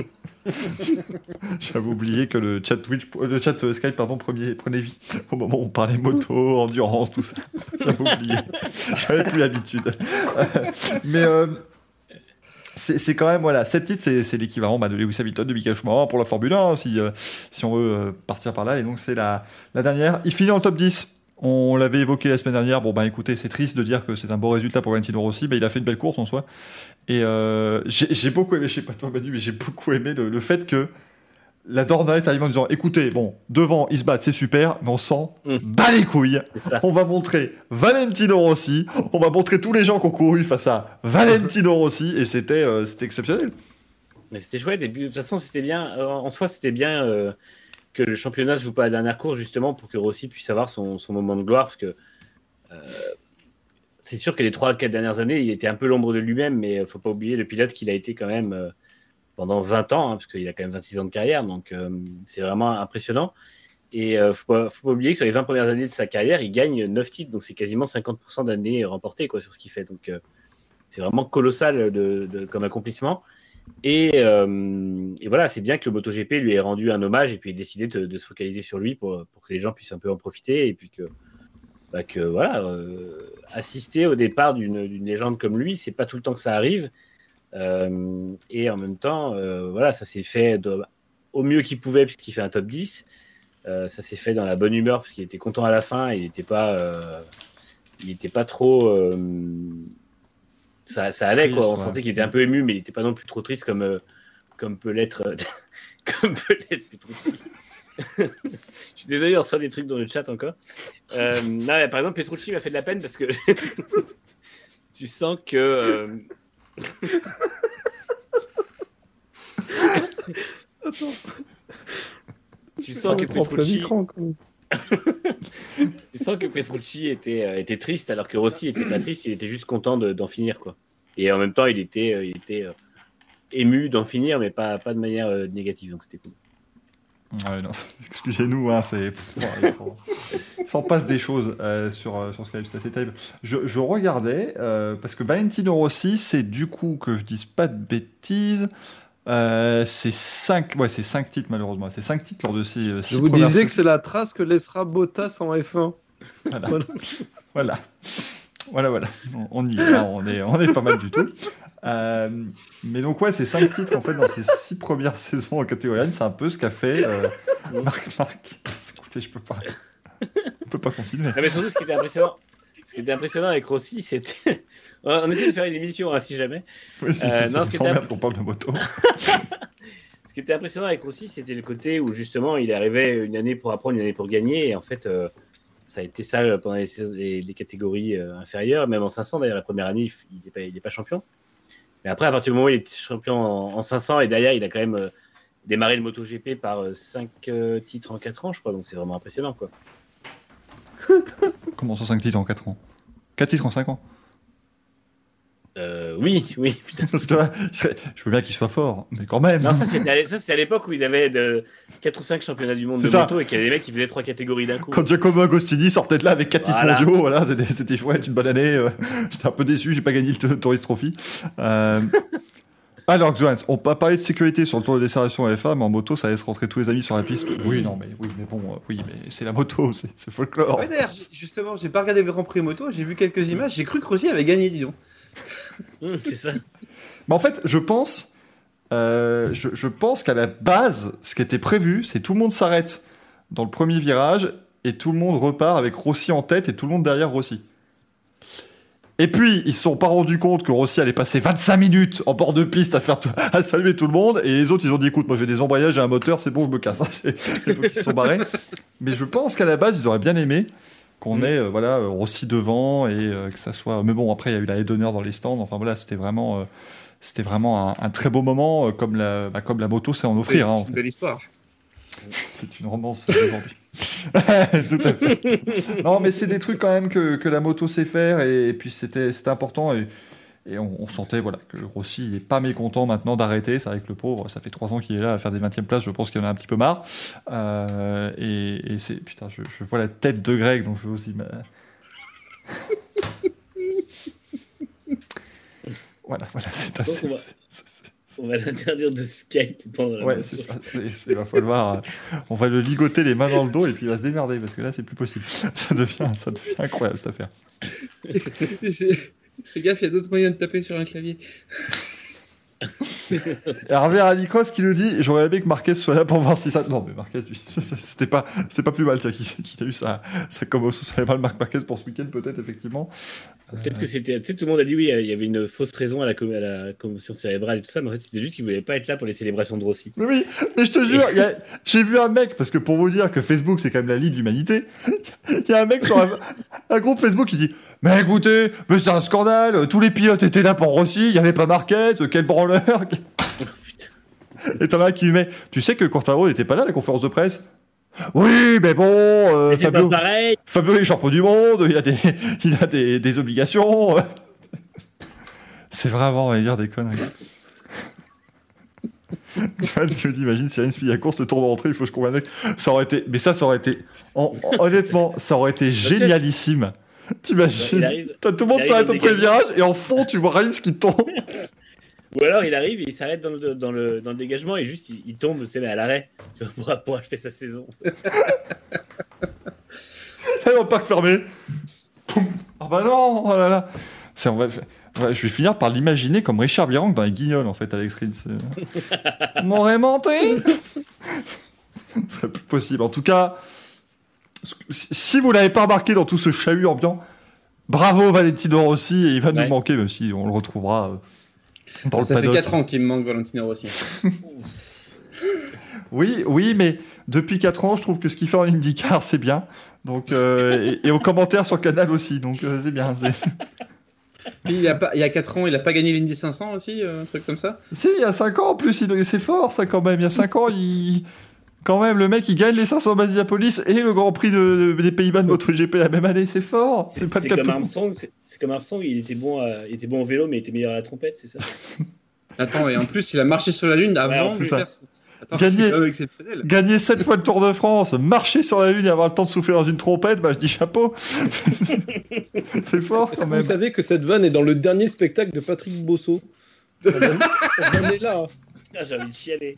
J'avais oublié que le chat Skype, prenait vie au moment où on parlait moto, endurance, tout ça. J'avais oublié. J'avais plus l'habitude. Mais c'est quand même, voilà, 7 titres, c'est l'équivalent de Lewis Hamilton, de Michael Schumacher pour la Formule 1, si on veut partir par là. Et donc, c'est la dernière. Il finit en top 10. On l'avait évoqué la semaine dernière. Bon, écoutez, c'est triste de dire que c'est un beau résultat pour Valentino Rossi. Il a fait une belle course en soi. Et j'ai beaucoup aimé, je sais pas toi Manu, mais j'ai beaucoup aimé le fait que la Dorna est arrivée en disant écoutez, bon, devant ils se battent, c'est super, mais on s'en bat les couilles. On va montrer Valentino Rossi, on va montrer tous les gens qui ont couru face à Valentino Rossi, et c'était exceptionnel. Mais c'était chouette, et puis de toute façon, c'était bien, en soi, c'était bien que le championnat ne joue pas à la dernière course, justement, pour que Rossi puisse avoir son moment de gloire, parce que c'est sûr que les 3-4 dernières années, il était un peu l'ombre de lui-même, mais il ne faut pas oublier le pilote qu'il a été quand même pendant 20 ans, parce qu'il a quand même 26 ans de carrière, donc c'est vraiment impressionnant. Et il ne faut pas oublier que sur les 20 premières années de sa carrière, il gagne 9 titres, donc c'est quasiment 50% d'années remportées sur ce qu'il fait. Donc c'est vraiment colossal comme accomplissement. Et voilà, c'est bien que le MotoGP lui ait rendu un hommage et puis ait décidé de se focaliser sur lui pour que les gens puissent un peu en profiter, et puis assister au départ d'une légende comme lui, c'est pas tout le temps que ça arrive. Et en même temps, ça s'est fait au mieux qu'il pouvait, puisqu'il fait un top 10. Ça s'est fait dans la bonne humeur, parce qu'il était content à la fin. Il n'était pas trop. Ça allait, triste, quoi. On sentait qu'il était un peu ému, mais il n'était pas non plus trop triste comme peut l'être Petrucci. Je suis désolé, on reçoit des trucs dans le chat encore. Non, par exemple, Petrucci m'a fait de la peine parce que tu sens que. Attends. Tu sens que Petrucci. Tu sens que Petrucci était triste, alors que Rossi était pas triste, il était juste content d'en finir, quoi. Et en même temps, il était ému d'en finir, mais pas de manière négative, donc c'était cool. Ouais, non, excusez-nous, hein, il s'en passe des choses sur ce Skype, c'est assez terrible. Je regardais, parce que Valentino Rossi, c'est du coup, que je dise pas de bêtises, c'est 5 titres malheureusement, c'est 5 titres lors de ces 6 Je vous disais que c'est la trace que laissera Bottas en F1. Voilà. On y est, là, on est pas mal du tout. Mais donc ouais, c'est 5 titres en fait dans ces 6 premières saisons en catégorie 1, c'est un peu ce qu'a fait Marc. Écoutez, on peut pas continuer. Non, mais surtout, ce qui était impressionnant avec Rossi, c'était. On essaie de faire une émission, hein, si jamais. Oui, qu'on parle de moto. Ce qui était impressionnant avec Rossi, c'était le côté où justement il arrivait une année pour apprendre, une année pour gagner, et en fait. Ça a été ça pendant les catégories inférieures, même en 500 d'ailleurs, la première année, il n'est pas champion. Mais après, à partir du moment où il était champion en 500, et derrière, il a quand même démarré le MotoGP par 5 titres en 4 ans, je crois, donc c'est vraiment impressionnant, quoi. Comment ça, 5 titres en 4 ans ? 4 titres en 5 ans ? Oui, putain. Parce que là, je veux bien qu'il soit fort, mais quand même. Non, ça c'était à l'époque où ils avaient 4 ou 5 championnats du monde de moto, et qu'il y avait des mecs qui faisaient 3 catégories d'un coup. Quand Giacomo Agostini sortait de là avec 4 titres mondiaux, voilà, c'était chouette, une bonne année. J'étais un peu déçu, j'ai pas gagné le Tourist Trophy. Alors, Johan, on peut parler de sécurité sur le Tour de décélération F1, mais en moto, ça laisse rentrer tous les amis sur la piste. Oui, mais c'est la moto, c'est folklore. Ouais, d'ailleurs, justement, j'ai pas regardé le Grand Prix moto, j'ai vu quelques images, j'ai cru que Rossi avait gagné, dis donc. C'est ça. Mais en fait, je pense qu'à la base, ce qui était prévu, c'est tout le monde s'arrête dans le premier virage et tout le monde repart avec Rossi en tête et tout le monde derrière Rossi. Et puis, ils se sont pas rendus compte que Rossi allait passer 25 minutes en bord de piste à saluer tout le monde, et les autres, ils ont dit, écoute, moi j'ai des embrayages et un moteur, c'est bon, je me casse. Il faut qu'ils se sont barrés. Mais je pense qu'à la base, ils auraient bien aimé qu'on ait Rossi devant, et que ça soit... Mais bon, après, il y a eu la haie d'honneur dans les stands, enfin voilà, c'était vraiment un très beau moment, comme la moto sait en offrir. C'est une belle histoire. C'est une romance d'aujourd'hui. Tout à fait. Non, mais c'est des trucs quand même que la moto sait faire, et puis c'était important, et on sentait que Rossi il n'est pas mécontent maintenant d'arrêter. C'est vrai que le pauvre, ça fait 3 ans qu'il est là à faire des 20e places, je pense qu'il en a un petit peu marre. Et c'est... Putain, je vois la tête de Greg, donc je veux aussi... Voilà, c'est assez... On va l'interdire de Skype pendant la Ouais, c'est ça. Il va falloir. On va le ligoter les mains dans le dos et puis il va se démerder parce que là, c'est plus possible. Ça devient incroyable cette affaire. Fais gaffe, il y a d'autres moyens de taper sur un clavier. Hervé Alicross qui nous dit j'aurais aimé que Marquez soit là pour voir si ça. Non, mais Marquez, c'était pas plus mal, tiens, qu'il a eu sa commotion cérébrale, Marc Marquez, pour ce week-end, peut-être, effectivement. Peut-être que c'était. Tu sais, tout le monde a dit oui, il y avait une fausse raison à la commotion cérébrale et tout ça, mais en fait, c'était juste qu'il voulait pas être là pour les célébrations de Rossi. Mais oui, mais je te jure, j'ai vu un mec, parce que pour vous dire que Facebook, c'est quand même la Ligue de l'humanité, il y a un mec sur un groupe Facebook qui dit mais écoutez, mais c'est un scandale, tous les pilotes étaient là pour Rossi, il n'y avait pas Marquez, quel branleur. Et t'en as un qui lui met tu sais que Quartararo n'était pas là à la conférence de presse? Oui, mais bon, mais Fabio est champion du monde, il a des obligations. C'est vraiment, on va dire, des conneries. Tu vois ce que je dis, imagine si Rins à course, le tour de rentrée, il faut que je convainque le mec. Ça aurait été, mais ça aurait été, honnêtement, ça aurait été génialissime. T'imagines, t'as tout le monde s'arrête au premier virage et en fond, tu vois Rins qui tombe. Ou alors il arrive et il s'arrête dans le dégagement et juste il tombe, tu sais, à l'arrêt pour achever sa saison. Dans le parc fermé. Ah bah non, oh là là. Je vais finir par l'imaginer comme Richard Virenque dans les Guignols, en fait, Alex Rins. On m'aurait menté. Ce serait plus possible. En tout cas, si vous l'avez pas remarqué dans tout ce chahut ambiant, bravo Valentino Rossi, et il va nous manquer, même si on le retrouvera dans le paddock. Ça fait 4 ans qu'il me manque Valentino Rossi. Oui, mais depuis 4 ans, je trouve que ce qu'il fait en IndyCar, c'est bien. Donc, et aux commentaires sur Canal aussi, donc c'est bien. Il y a 4 ans, il a pas gagné l'Indy 500 aussi, un truc comme ça? Si, il y a 5 ans en plus, c'est fort ça quand même. Il y a 5 ans, quand même, le mec il gagne les 500 Basiapolis et le Grand Prix des Pays-Bas de MotoGP la même année, c'est fort. C'est pas le cas de tout le monde. C'est comme Armstrong, il était bon au vélo, mais il était meilleur à la trompette, c'est ça? Attends, et en plus, il a marché sur la Lune avant de faire ça. Attends, Gagner 7 fois le Tour de France, marcher sur la Lune et avoir le temps de souffler dans une trompette, bah je dis chapeau. C'est fort quand même. Vous savez que cette vanne est dans le dernier spectacle de Patrick Bosso. On est là. J'ai envie de chialer.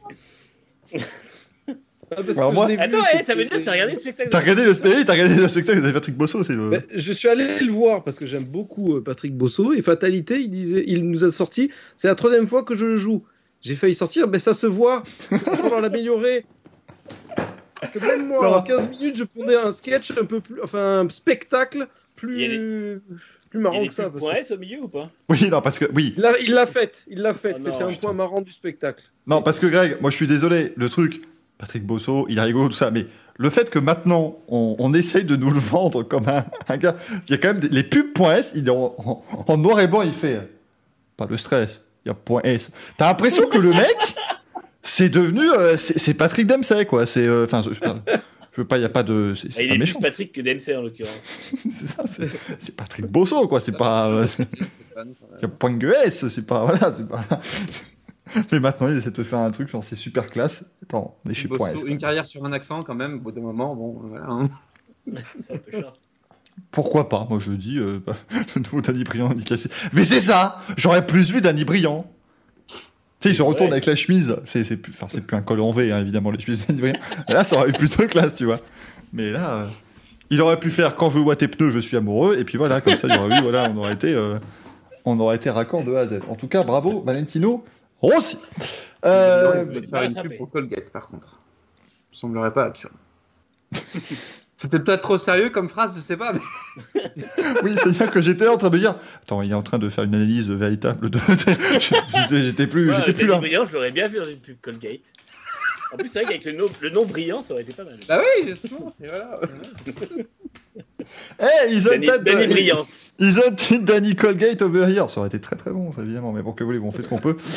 Alors moi... Attends, ça veut dire que t'as regardé le spectacle? T'as regardé le spectacle de Patrick Bosso, c'est le... Je suis allé le voir parce que j'aime beaucoup Patrick Bosso et fatalité, il nous a sorti, c'est la 3e fois que je le joue. J'ai failli sortir, mais ça se voit. Il va falloir l'améliorer. Parce que même moi, en 15 minutes, je prenais un sketch un peu plus, enfin un spectacle plus marrant que ça. Il y a des points S au milieu ou pas? Oui, non, parce que oui. Il l'a fait. Oh, c'était un point marrant du spectacle. Non, parce que Greg, moi je suis désolé, le truc, Patrick Bosso, il est rigolo, tout ça, mais le fait que maintenant, on essaye de nous le vendre comme un gars... Il y a quand même les pubs.s, il est en noir et blanc, il fait... Pas de stress, il y a .s. T'as l'impression que le mec, c'est devenu... c'est Patrick Dempsey, quoi. C'est... Enfin, je veux pas, il n'y a pas de... C'est il pas est méchant. plus Patrick que Dempsey, en l'occurrence. C'est ça, c'est Patrick Bosso, quoi. C'est pas... Il y a point de S, c'est pas... Voilà, c'est pas... Mais maintenant, il essaie de te faire un truc, genre c'est super classe. Attends, on est chez Point S. Une carrière sur un accent, quand même, au bout d'un moment, bon, voilà. Hein. C'est un peu short. Pourquoi pas? Moi, je dis, le nouveau Danny Briand indicatif. Mais c'est ça! J'aurais plus vu Danny Briand. Tu sais, il se retourne avec la chemise. C'est plus un col en V, hein, évidemment, les chemises de Danny Briand. Mais là, ça aurait eu plutôt classe, tu vois. Mais là, il aurait pu faire quand je vois tes pneus, je suis amoureux. Et puis voilà, comme ça, il aurait vu, voilà, on aurait été raccord de A à Z. En tout cas, bravo, Valentino Rossi. Il devait faire une pub pour Colgate, par contre. Ça me semblerait pas absurde. C'était peut-être trop sérieux comme phrase, je sais pas. Mais... Oui, c'est-à-dire que j'étais en train de me dire, attends, il est en train de faire une analyse véritable de. J'étais plus là. Brillant, je l'aurais bien vu dans une pub Colgate. En plus, c'est vrai qu'avec le nom brillant, ça aurait été pas mal. Bah oui, justement, c'est voilà. Danny Brillance. Ils ont Danny Colgate over here. Ça aurait été très très bon, ça, évidemment. Mais bon, que voulez-vous, on fait ce qu'on peut.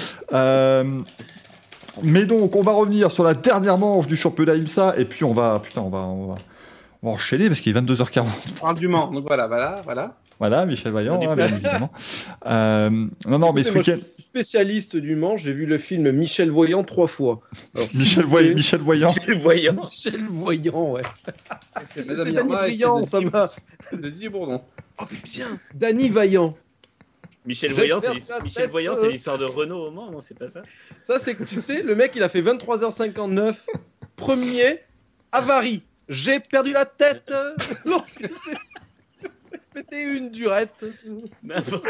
Mais donc, on va revenir sur la dernière manche du championnat IMSA. Et puis, on va enchaîner parce qu'il est 22h40. On parle du Mans, donc voilà. Voilà, Michel Vaillant, bien évidemment. Non, mais ce week-end... Je suis spécialiste du Mans, j'ai vu le film Michel Voyant 3 fois. Alors, Michel Voyant. Michel Voyant, ouais. C'est Danny Briand, ça m'a... C'est de Didier Bourdon. Oh putain, Danny Vaillant. Michel Je Voyant, vais c'est faire Michel Voyant, c'est l'histoire de Renault au Mans, non, c'est pas ça? Ça, c'est que tu sais, le mec, il a fait 23h59. Premier, avarie. J'ai perdu la tête lorsque j'ai pété une durette. N'importe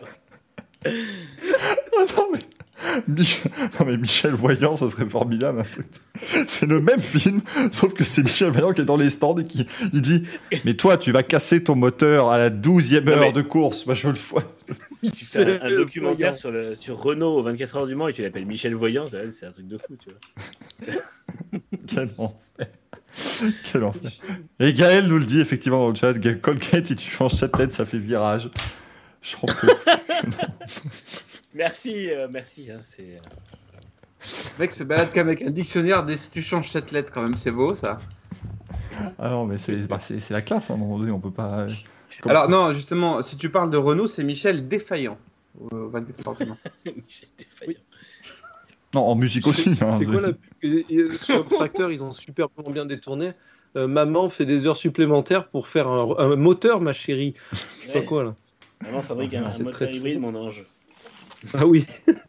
Non mais Michel Voyant, ça serait formidable un truc. C'est le même film, sauf que c'est Michel Voyant qui est dans les stands et qui il dit mais toi tu vas casser ton moteur à la 12e heure de course, moi je veux le fois. Tu fais un documentaire sur Renault aux 24 heures du Mans et tu l'appelles Michel Voyant, c'est un truc de fou, tu vois. Quel enfer. Quel enfer. Et Gaël nous le dit effectivement dans le chat, Colgate, si tu changes cette tête, ça fait virage. Je crois que... Merci. Hein, c'est... Le mec se balade comme avec un dictionnaire dès que tu changes cette lettre, quand même, c'est beau ça. Ah non, mais c'est la classe, hein, à un moment donné, on peut pas... Alors non, justement, si tu parles de Renault, c'est Michel Défaillant. 24 heures du Mans. Michel Défaillant. Non, en musique aussi. Hein, C'est quoi la pub? Sur le tracteur, ils ont super bien détourné. Maman fait des heures supplémentaires pour faire un moteur, ma chérie. C'est pas quoi là? Maman fabrique un moteur hybride, mon ange. Ah oui.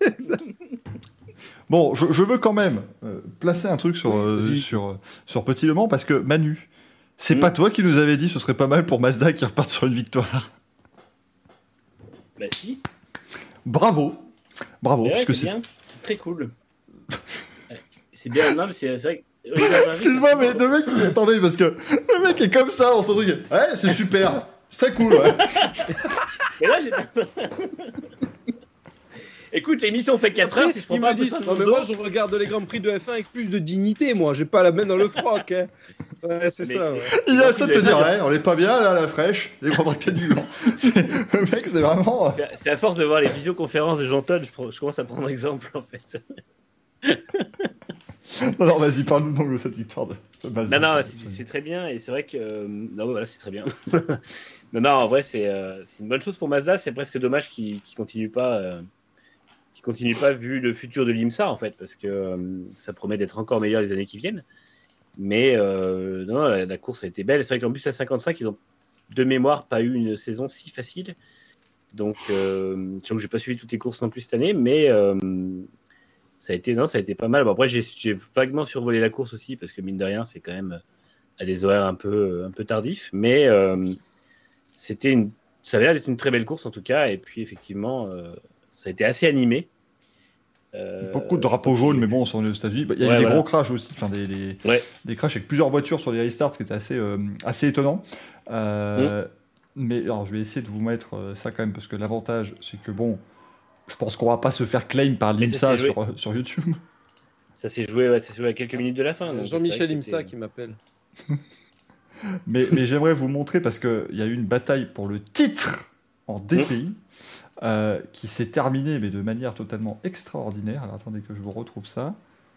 Bon, je veux quand même placer un truc sur Petit Le Mans, parce que Manu, c'est pas toi qui nous avais dit ce serait pas mal pour Mazda qui reparte sur une victoire. Bah si. Bravo, Ouais, puisque c'est bien, c'est très cool. C'est bien, non mais c'est vrai que... Excuse-moi, mais le mec, attendez, parce que le mec est comme ça dans son truc. Ouais, c'est super, c'est très cool, ouais. Et là, j'étais... Écoute, l'émission fait 4 heures, si je prends pas un peu ça non, mais moi, je regarde les Grands Prix de F1 avec plus de dignité, moi. J'ai pas la main dans le froc. Hein. Ouais, c'est Mais... ça. Ouais. Il a ça de te dire, ouais, on est pas bien là, la fraîche, les grands tractés du Mans. Le mec, c'est vraiment. C'est à force de voir les visioconférences de Jean Todt, je commence à prendre exemple en fait. Non, vas-y, parle-nous donc de cette victoire de Mazda. Non, c'est très bien et c'est vrai que. Non, voilà, c'est très bien. non, en vrai, c'est une bonne chose pour Mazda. C'est presque dommage qu'ils continuent pas. Qu'ils continuent pas vu le futur de l'IMSA en fait, parce que ça promet d'être encore meilleur les années qui viennent. Mais non, la course a été belle. C'est vrai qu'en plus, à 55, ils ont de mémoire pas eu une saison si facile. Donc, je sais que j'ai pas suivi toutes les courses non plus cette année, mais ça a été pas mal. Bon, après, j'ai vaguement survolé la course aussi, parce que mine de rien, c'est quand même à des horaires un peu tardifs. Mais ça avait l'air d'être une très belle course en tout cas. Et puis, effectivement, ça a été assez animé. Beaucoup de drapeaux jaunes, mais bon, on s'en est aux États-Unis. Il y a eu des gros crashs aussi, enfin des crashs avec plusieurs voitures sur les restarts, ce qui était assez étonnant. Mais alors, je vais essayer de vous mettre ça quand même, parce que l'avantage, c'est que bon, je pense qu'on va pas se faire claim par l'IMSA sur YouTube. Ça s'est joué à quelques minutes de la fin. Jean-Michel IMSA qui m'appelle. mais j'aimerais vous montrer, parce qu'il y a eu une bataille pour le titre en DPI. Qui s'est terminé, mais de manière totalement extraordinaire. Alors attendez que je vous retrouve ça.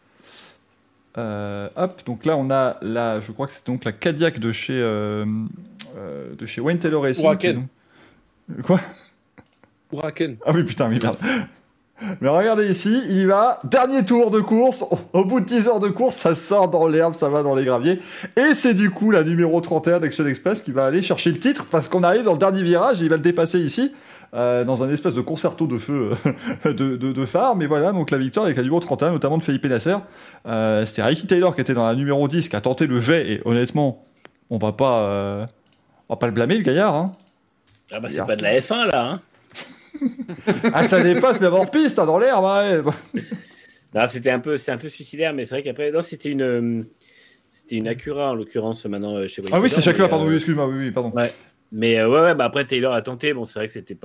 Hop, donc là on a je crois que c'est donc la Cadillac de chez Wayne Taylor Racing. Huracan. Quoi? Huracan. Ah oui, putain, mais merde. Mais regardez ici, il y va, dernier tour de course, au bout de 10 heures de course, ça sort dans l'herbe, ça va dans les graviers, et c'est du coup la numéro 31 d'Action Express qui va aller chercher le titre, parce qu'on arrive dans le dernier virage, et il va le dépasser ici, dans un espèce de concerto de feu de phare, mais voilà, donc la victoire avec la numéro 31, notamment de Felipe Nasser. C'était Ricky Taylor qui était dans la numéro 10, qui a tenté le jet, et honnêtement, on va pas le blâmer, le gaillard, hein. Ah bah c'est pas de la F1 là, hein. Ah, ça dépasse même hors piste, hein, dans l'herbe, ouais. Non, c'était un peu suicidaire, mais c'est vrai qu'après, non, c'était une Acura en l'occurrence maintenant chez Wayne. Ah oui, c'est Acura, pardon, oui, excuse-moi, oui, pardon. Ouais. Mais bah après Taylor a tenté, bon, c'est vrai que c'était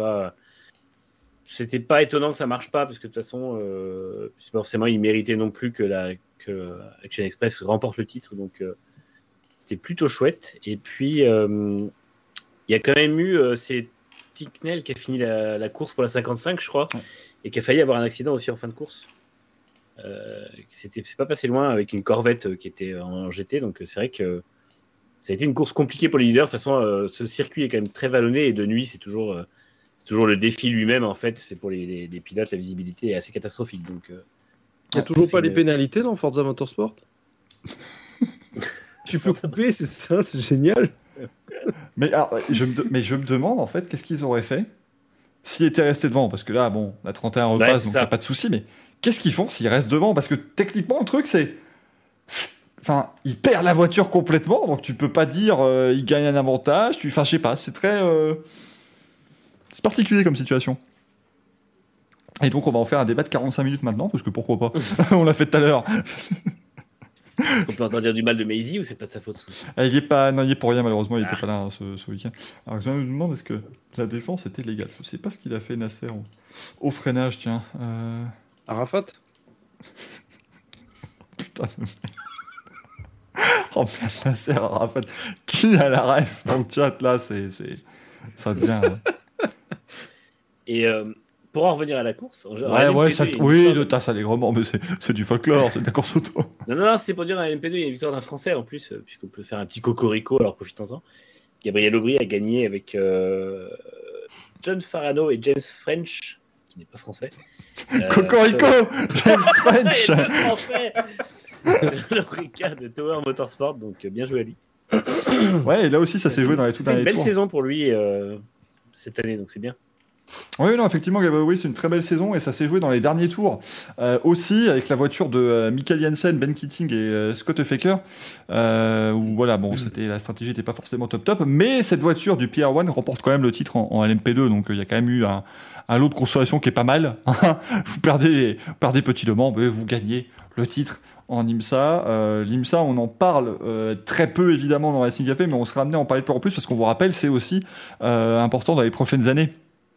pas étonnant que ça marche pas, parce que de toute façon, forcément, il méritait non plus que Action Express remporte le titre, donc c'était plutôt chouette. Et puis il y a quand même eu c'est Ticknell qui a fini la course pour la 55, je crois, et qui a failli avoir un accident aussi en fin de course. C'est pas passé loin avec une Corvette qui était en GT, donc c'est vrai que ça a été une course compliquée pour les leaders. De toute façon, ce circuit est quand même très vallonné, et de nuit, c'est toujours le défi lui-même, en fait. C'est pour les pilotes, la visibilité est assez catastrophique. Donc, il n'y a toujours pas les pénalités dans Forza Motorsport. Tu peux couper, c'est ça, c'est génial. Mais je me demande, en fait, qu'est-ce qu'ils auraient fait s'il était resté devant, parce que là, bon, la 31 repasse, donc il n'y a pas de souci, mais qu'est-ce qu'ils font s'ils restent devant? Parce que techniquement, le truc, c'est... Enfin, il perd la voiture complètement, donc tu peux pas dire il gagne un avantage, enfin, je sais pas, c'est très... C'est particulier comme situation. Et donc, on va en faire un débat de 45 minutes maintenant, parce que pourquoi pas? On l'a fait tout à l'heure. On peut encore dire du mal de Maisie ou c'est pas sa faute? Il est pour rien, malheureusement, il était pas là ce week-end. Alors, je me demande, est-ce que la défense était légale? Je sais pas ce qu'il a fait, Nasser, au freinage, tiens. Arafat. Putain de merde. Oh merde, Nasser Arafat. Qui a la ref dans le chat, là, ça devient... Et pour en revenir à la course... oui, le tasse allègrement, mais c'est du folklore, c'est de la course auto. Non, c'est pour dire à LMP2, il y a une victoire d'un Français en plus, puisqu'on peut faire un petit cocorico, alors profitons-en. Gabriel Aubry a gagné avec John Farano et James French, qui n'est pas français. Cocorico James French. Il est pas français. Le Ricard de Tower Motorsport, donc bien joué à lui. Ouais, et là aussi, ça s'est joué dans les tout derniers tours. Une belle saison pour lui cette année, donc c'est bien. Oui, non, effectivement, Gabriel, c'est une très belle saison et ça s'est joué dans les derniers tours. Aussi, avec la voiture de Michael Jensen, Ben Keating et Scott Faker, où voilà, bon, la stratégie n'était pas forcément top, mais cette voiture du PR1 remporte quand même le titre en LMP2, donc il y a quand même eu un lot de consolation qui est pas mal. Vous perdez Petit Le Mans, mais vous gagnez le titre en IMSA. L'IMSA, on en parle très peu évidemment dans Racing Café, mais on sera amené à en parler de plus en plus parce qu'on vous rappelle, c'est aussi important dans les prochaines années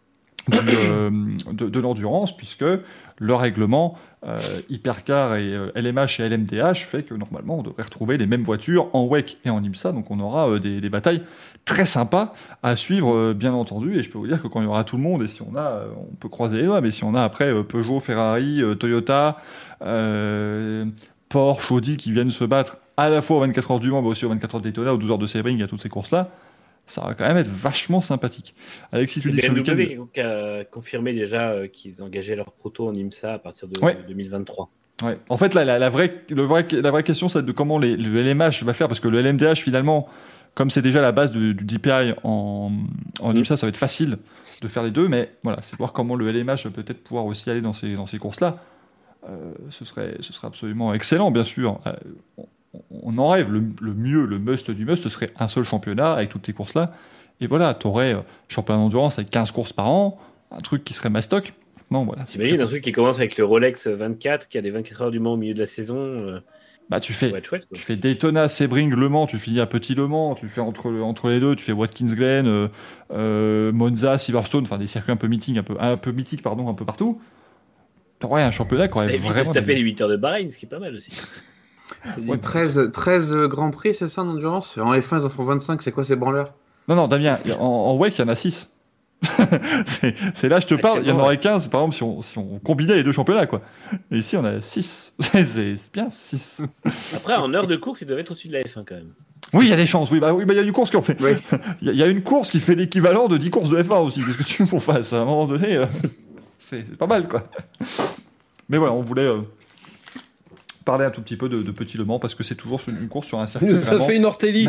de l'endurance, puisque le règlement Hypercar et LMH et LMDH fait que normalement on devrait retrouver les mêmes voitures en WEC et en IMSA, donc on aura des batailles très sympas à suivre, bien entendu, et je peux vous dire que quand il y aura tout le monde, et si on a, on peut croiser les doigts, mais si on a après Peugeot, Ferrari, Toyota, Porsche, Audi qui viennent se battre à la fois aux 24 heures du Mans, mais aussi aux 24 heures de Daytona, aux 12 heures de Sebring, à toutes ces courses-là, ça va quand même être vachement sympathique. Alexis, tu dis ce week-end... qui a confirmé déjà qu'ils engageaient leur proto en IMSA à partir de 2023. Ouais. En fait, là, la vraie question, c'est de comment le LMH va faire, parce que le LMDH, finalement, comme c'est déjà la base du DPI en IMSA, ça va être facile de faire les deux, mais voilà, c'est voir comment le LMH va peut-être pouvoir aussi aller dans ces courses-là. Ce serait absolument excellent, bien sûr. On en rêve, le mieux, le must du must, ce serait un seul championnat avec toutes ces courses-là. Et voilà, tu aurais championnat d'endurance avec 15 courses par an, un truc qui serait mastoc. Non, voilà. T'imagines un truc qui commence avec le Rolex 24, qui a des 24 heures du Mans au milieu de la saison. Tu fais Daytona, Sebring, Le Mans, tu finis à Petit Le Mans, tu fais entre les deux, tu fais Watkins Glen, Monza, Silverstone, enfin des circuits un peu mythiques, un peu partout. T'aurais un championnat qui aurait vraiment... se taper les 8 heures de Bahreïn, ce qui est pas mal aussi. 13 Grands Prix, c'est ça, en endurance? En F1, ils en font 25, c'est quoi ces branleurs? Non, Damien, en WEC, il y en a 6. c'est là, je te parle, il y en aurait 15, par exemple, si on combinait les deux championnats, quoi. Et ici, on a 6. c'est bien, 6. Après, en heure de course, ils doivent être au-dessus de la F1, quand même. Oui, il y a des chances, il y a une course qui en fait. Oui. Il y a une course qui fait l'équivalent de 10 courses de F1 aussi, qu'est-ce que tu veux qu'on fasse? À un moment donné, c'est pas mal, quoi. Mais voilà, on voulait... parler un tout petit peu de Petit Le Mans parce que c'est toujours une course sur un circuit. Ça fait une Ortelli.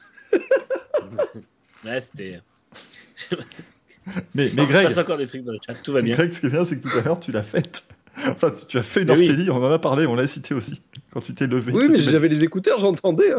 Ouais, c'était. mais Greg. Il passe encore des trucs dans le chat, tout va bien. Greg, ce qui est bien, c'est que tout à l'heure, tu l'as faite. Enfin, tu as fait une Ortelli, on en a parlé, on l'a cité aussi. Quand tu t'es levé. Oui, mais j'avais les écouteurs, j'entendais.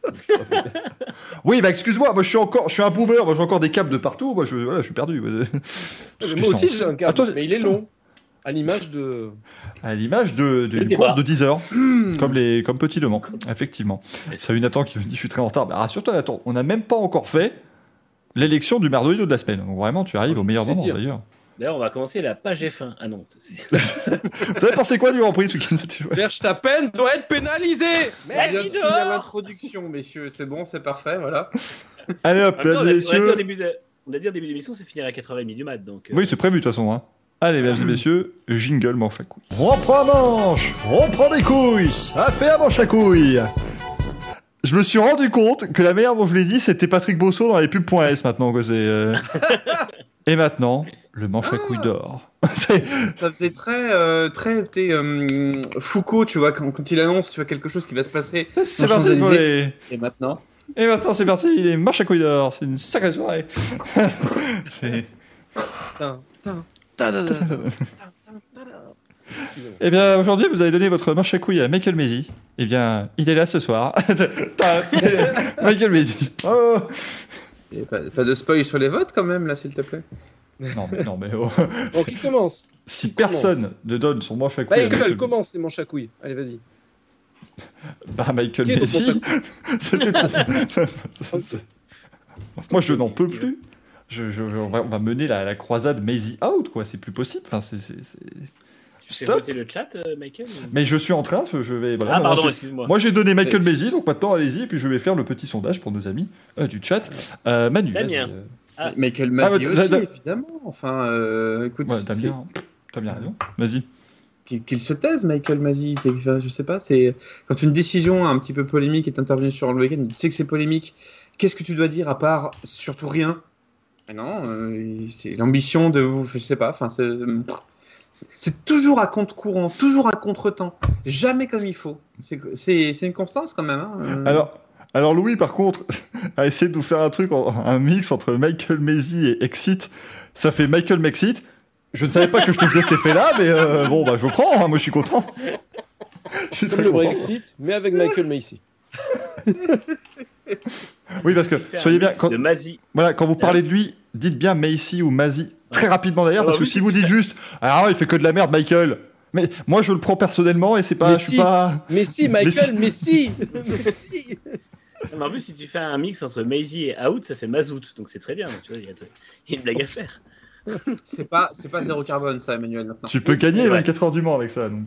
Oui, excuse-moi, moi je suis un boomer, moi j'ai encore des câbles de partout, moi je suis perdu. Moi aussi j'ai un câble, mais il est long. À l'image d'une course de 10 heures, comme Petit Le Mans, effectivement. C'est une Nathan qui me dit je suis très en retard. Rassure-toi, Nathan, on n'a même pas encore fait l'élection du Merdolino de la semaine. Donc vraiment, tu arrives au meilleur moment, d'ailleurs. D'ailleurs, on va commencer la page F1 à Nantes. Vous avez pensé quoi du Grand Prix ce week-end? Verstappen doit être pénalisé. Mais il vient de finir l'introduction, messieurs. C'est bon, c'est parfait, voilà. Allez hop, mesdames et messieurs. On a dit au début de l'émission, c'est finir à 4h30 du mat. Donc, oui, c'est prévu de toute façon. Hein. Allez, mesdames et messieurs, jingle manche à couilles. On prend manche, on prend des couilles, ça fait un manche à couilles. Je me suis rendu compte que la meilleure dont je l'ai dit, c'était Patrick Bosso dans les pubs.s maintenant. Quoi. Et maintenant, le manche à couilles d'or. Ça faisait très Foucault, tu vois, quand il annonce tu vois, quelque chose qui va se passer. C'est parti pour les... Et maintenant, c'est parti, il est manche à couilles d'or. C'est une sacrée soirée. Eh bien, aujourd'hui, vous avez donné votre manche à couilles à Michael Maizy. Eh bien, il est là ce soir. Michael Maizy. Oh. Et pas de spoil sur les votes quand même, là, s'il te plaît. Non, mais oh. Bon, qui commence? Si personne ne donne son manche à couilles à Michael, commence les manches à couilles. Allez, vas-y. Bah, Michael Qui est ton Maizy. C'était trop. Ok. Moi, je n'en peux plus. On va mener la croisade Maizy out, quoi. C'est plus possible. Enfin, c'est... Tu fais Stop. voter le chat, Michael Mais je suis en train, je vais... Voilà, Ah, pardon, moi, excuse-moi. moi, j'ai donné Michael Maizy, donc maintenant, allez-y, et puis je vais faire le petit sondage pour nos amis du chat. Manu. Damien. vas-y, Ah. Michael Maizy Ah, aussi, bah, évidemment. Enfin, écoute, Ouais, t'as bien raison. Vas-y. qu'il se taise, Michael Maizy. Je sais pas, c'est quand une décision un petit peu polémique est intervenue sur le week-end, tu sais que c'est polémique. Qu'est-ce que tu dois dire à part surtout rien? Mais non, c'est l'ambition de, je sais pas. Enfin, c'est toujours à contre-courant, toujours à contre-temps, jamais comme il faut. C'est une constance quand même. Hein. Alors Louis, par contre, a essayé de nous faire un mix entre Michael Maizy et Exit. Ça fait Michael Mexit. Je ne savais pas que je te faisais cet effet-là, mais bon, bah je prends. Hein, moi, je suis content. Je suis Comme très le content. Brexit, mais avec Michael Maizy. Oui, parce que soyez bien. De Maizy. Voilà, quand vous parlez de lui, dites bien Macy ou Maizy. Très rapidement d'ailleurs, parce que si vous dites juste ah il fait que de la merde, Michael. Mais moi je le prends personnellement et c'est pas. Je suis pas. Messi, Michael, Messi. Mais en plus, si tu fais un mix entre Maizy et Out, ça fait Mazout. Donc c'est très bien. Tu vois, il y a une blague à faire. C'est pas zéro carbone, ça, Emmanuel, maintenant. Tu peux gagner C'est vrai. 24 heures du Mans avec ça, donc.